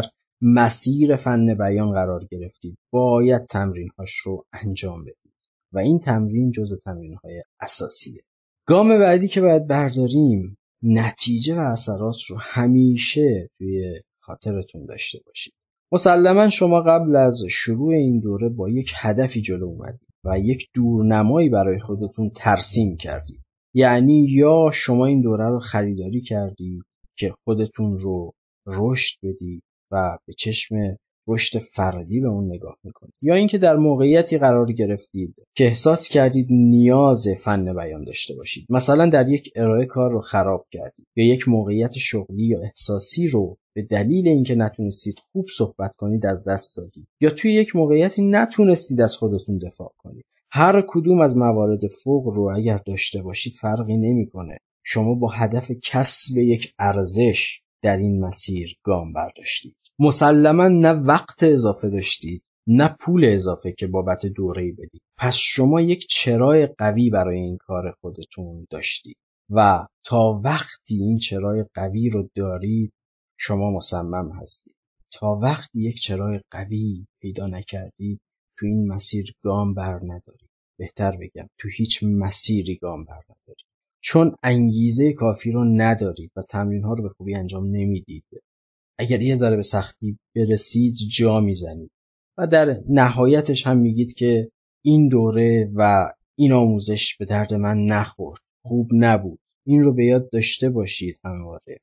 مسیر فن بیان قرار گرفتید. باید تمرین‌هاش رو انجام بدید و این تمرین جزء تمرین‌های اساسیه. گام بعدی که باید برداریم، نتیجه و اثرات رو همیشه توی خاطرتون داشته باشید. مسلماً شما قبل از شروع این دوره با یک هدفی جلو اومدید و یک دورنمایی برای خودتون ترسیم کردید. یعنی یا شما این دوره رو خریداری کردید که خودتون رو رشد بدید و به چشم رشد فردی به اون نگاه میکنید، یا اینکه در موقعیتی قرار گرفتید که احساس کردید نیاز فن بیان داشته باشید. مثلا در یک ارائه کار رو خراب کردید، یا یک موقعیت شغلی یا احساسی رو به دلیل اینکه نتونستید خوب صحبت کنید از دست دادید، یا توی یک موقعیتی نتونستید از خودتون دفاع کنید. هر کدوم از موارد فوق رو اگر داشته باشید فرقی نمیکنه. شما با هدف کسب یک ارزش در این مسیر گام برداشتید. مسلماً نه وقت اضافه داشتید، نه پول اضافه که بابت دوره‌ای بدید. پس شما یک چرای قوی برای این کار خودتون داشتید و تا وقتی این چرای قوی رو دارید شما مصمم هستید. تا وقتی یک چرای قوی پیدا نکردید تو این مسیر گام بر ندارید. بهتر بگم تو هیچ مسیری گام بر ندارید، چون انگیزه کافی رو ندارید و تمرین ها رو به خوبی انجام نمیدید. اگر یه ذره به سختی برسید جا میزنید و در نهایتش هم میگید که این دوره و این آموزش به درد من نخورد، خوب نبود. این رو به یاد داشته باشید همواره.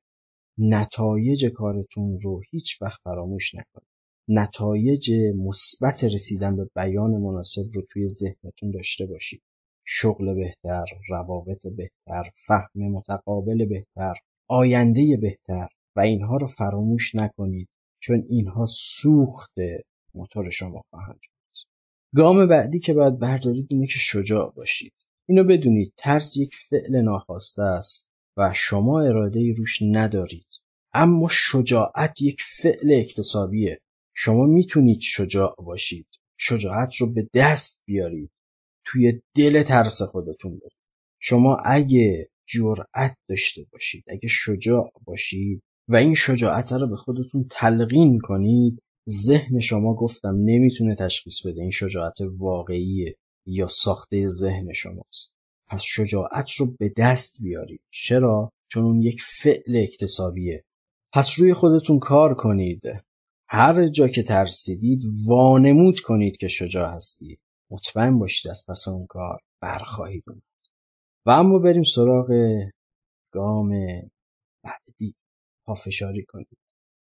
نتایج کارتون رو هیچ وقت فراموش نکنید. نتایج مثبت رسیدن به بیان مناسب رو توی ذهنتون داشته باشید. شغل بهتر، روابط بهتر، فهم متقابل بهتر، آینده بهتر و اینها رو فراموش نکنید، چون اینها سوخت موتور شما خواهند بود. گام بعدی که باید بردارید اینه که شجاع باشید. اینو بدونید ترس یک فعل ناخواسته است و شما اراده‌ای روش ندارید، اما شجاعت یک فعل اکتسابیه. شما میتونید شجاع باشید، شجاعت رو به دست بیارید، توی دل ترس خودتون برید. شما اگه جرأت داشته باشید، اگه شجاع باشید و این شجاعت رو به خودتون تلقین کنید، ذهن شما گفتم نمیتونه تشخیص بده این شجاعت واقعیه یا ساخته ذهن شماست. پس شجاعت رو به دست بیارید. چرا؟ چون اون یک فعل اکتسابیه. پس روی خودتون کار کنید. هر جا که ترسیدید وانمود کنید که شجاع هستید. مطمئن باشید از پس اون کار برخواهید اومد. و اما بریم سراغ گام بعدی. پافشاری کنید.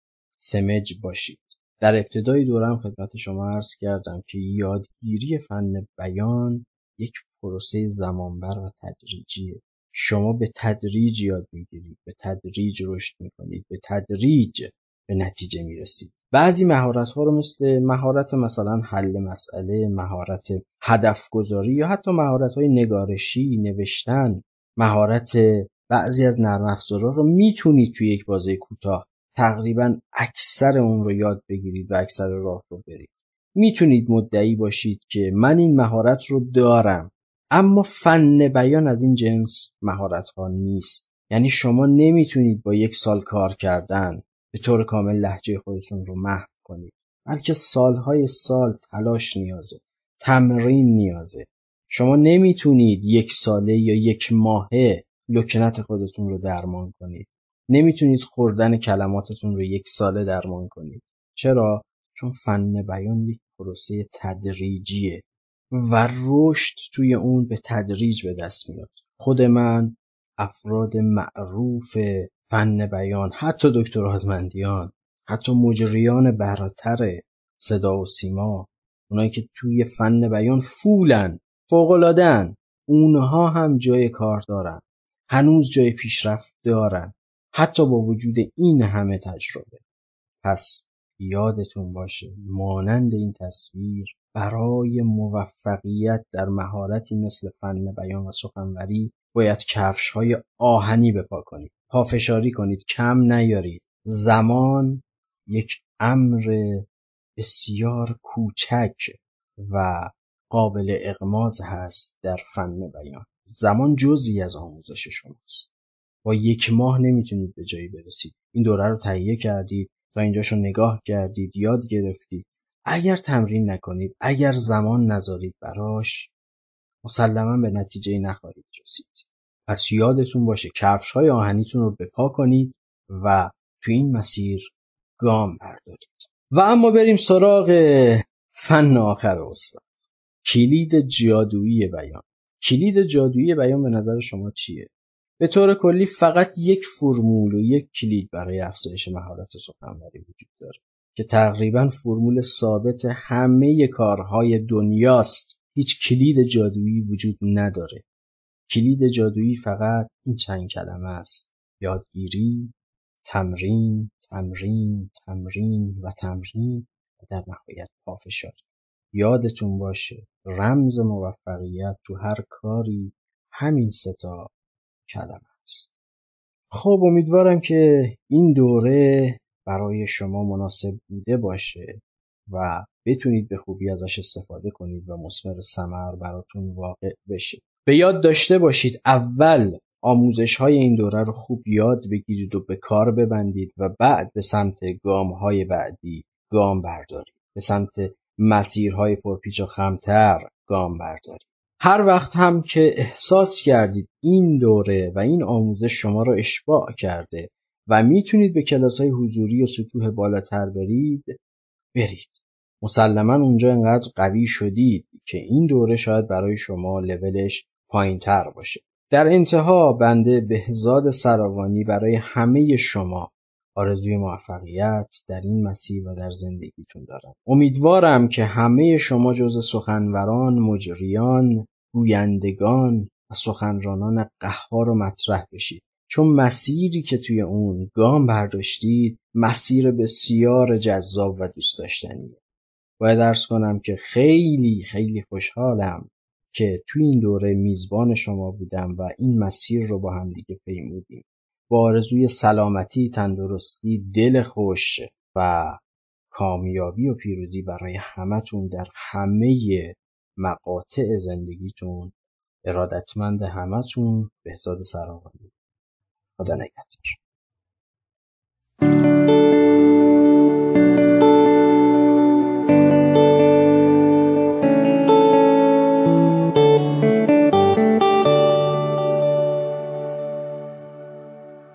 سمج باشید. در ابتدای دورم خدمت شما عرض کردم که یادگیری فن بیان یک پروسه زمانبر و تدریجیه. شما به تدریج یاد میگیرید، به تدریج رشد میکنید، به تدریج به نتیجه میرسید. بعضی مهارت‌ها رو مثل مهارت مثلا حل مسئله، مهارت هدف گذاری یا حتی مهارت‌های نگارشی، نوشتن، مهارت بعضی از نرم افزارها رو میتونید توی یک بازه کوتاه تقریبا اکثر اون رو یاد بگیرید و اکثر راه رو برید. میتونید مدعی باشید که من این مهارت رو دارم، اما فن بیان از این جنس مهارت‌ها نیست. یعنی شما نمیتونید با یک سال کار کردن به طور کامل لهجه خودتون رو محو کنید، بلکه سالهای سال تلاش نیازه، تمرین نیازه. شما نمیتونید یک ساله یا یک ماهه لکنت خودتون رو درمان کنید. نمیتونید خوردن کلماتتون رو یک ساله درمان کنید. چرا؟ چون فن بیان یک پروسه تدریجیه و رشد توی اون به تدریج به دست میاد. خود من، افراد معروف فن بیان، حتی دکتر آزمندیان، حتی مجریان برتر صدا و سیما، اونایی که توی فن بیان فولن، فوق‌العاده‌ان، اونها هم جای کار دارن، هنوز جای پیشرفت دارن، حتی با وجود این همه تجربه. پس یادتون باشه مانند این تصویر برای موفقیت در مهارتی مثل فن بیان و سخنوری باید کفش‌های آهنی بپا کنید، پافشاری کنید، کم نیارید. زمان یک امر بسیار کوچک و قابل اغماض هست در فن بیان. زمان جزئی از آموزش شماست. با یک ماه نمیتونید به جایی برسید. این دوره رو تهیه کردید، تا اینجاشو نگاه کردید، یاد گرفتید. اگر تمرین نکنید، اگر زمان نذارید براش، مسلماً به نتیجه نخواهید رسید. پس یادتون باشه کفش‌های آهنیتون رو بپا کنید و تو این مسیر گام بردارید. و اما بریم سراغ فن آخر استاد. کلید جادویی بیان. کلید جادویی بیان به نظر شما چیه؟ به طور کلی فقط یک فرمول و یک کلید برای افزایش مهارت سخنوری وجود داره که تقریباً فرمول ثابت همه کارهای دنیاست. هیچ کلید جادویی وجود نداره. کلید جادویی فقط این چند کلمه است: یادگیری، تمرین، تمرین، تمرین و تمرین و در نهایت پافشاری. یادتون باشه رمز موفقیت تو هر کاری همین سه تا کلمه است. خب امیدوارم که این دوره برای شما مناسب بوده باشه و بتونید به خوبی ازش استفاده کنید و مثمر ثمر براتون واقع بشه. به یاد داشته باشید اول آموزش‌های این دوره رو خوب یاد بگیرید و به کار ببندید و بعد به سمت گام‌های بعدی گام بردارید. به سمت مسیرهای پرپیچ و خم‌تر گام بردارید. هر وقت هم که احساس کردید این دوره و این آموزش شما رو اشباع کرده و میتونید به کلاس‌های حضوری و سطوح بالاتر برید، برید. مسلماً اونجا انقدر قوی شدید که این دوره شاید برای شما لولش پایین‌تر باشه. در انتها بنده بهزاد سراوانی برای همه شما آرزوی موفقیت در این مسیر و در زندگیتون دارم. امیدوارم که همه شما جز سخنوران، مجریان، گویندگان و سخنرانان قهار و مطرح بشید، چون مسیری که توی اون گام برداشتید مسیر بسیار جذاب و دوست داشتنیه. باید عرض کنم که خیلی خیلی خوشحالم که توی این دوره میزبان شما بودم و این مسیر رو با هم دیگه پیمودیم. با آرزوی سلامتی، تندرستی، دل خوش و کامیابی و پیروزی برای همتون در همه مقاطع زندگیتون. ارادتمند همتون، بهزاد سراوانی. خدا نگهدار.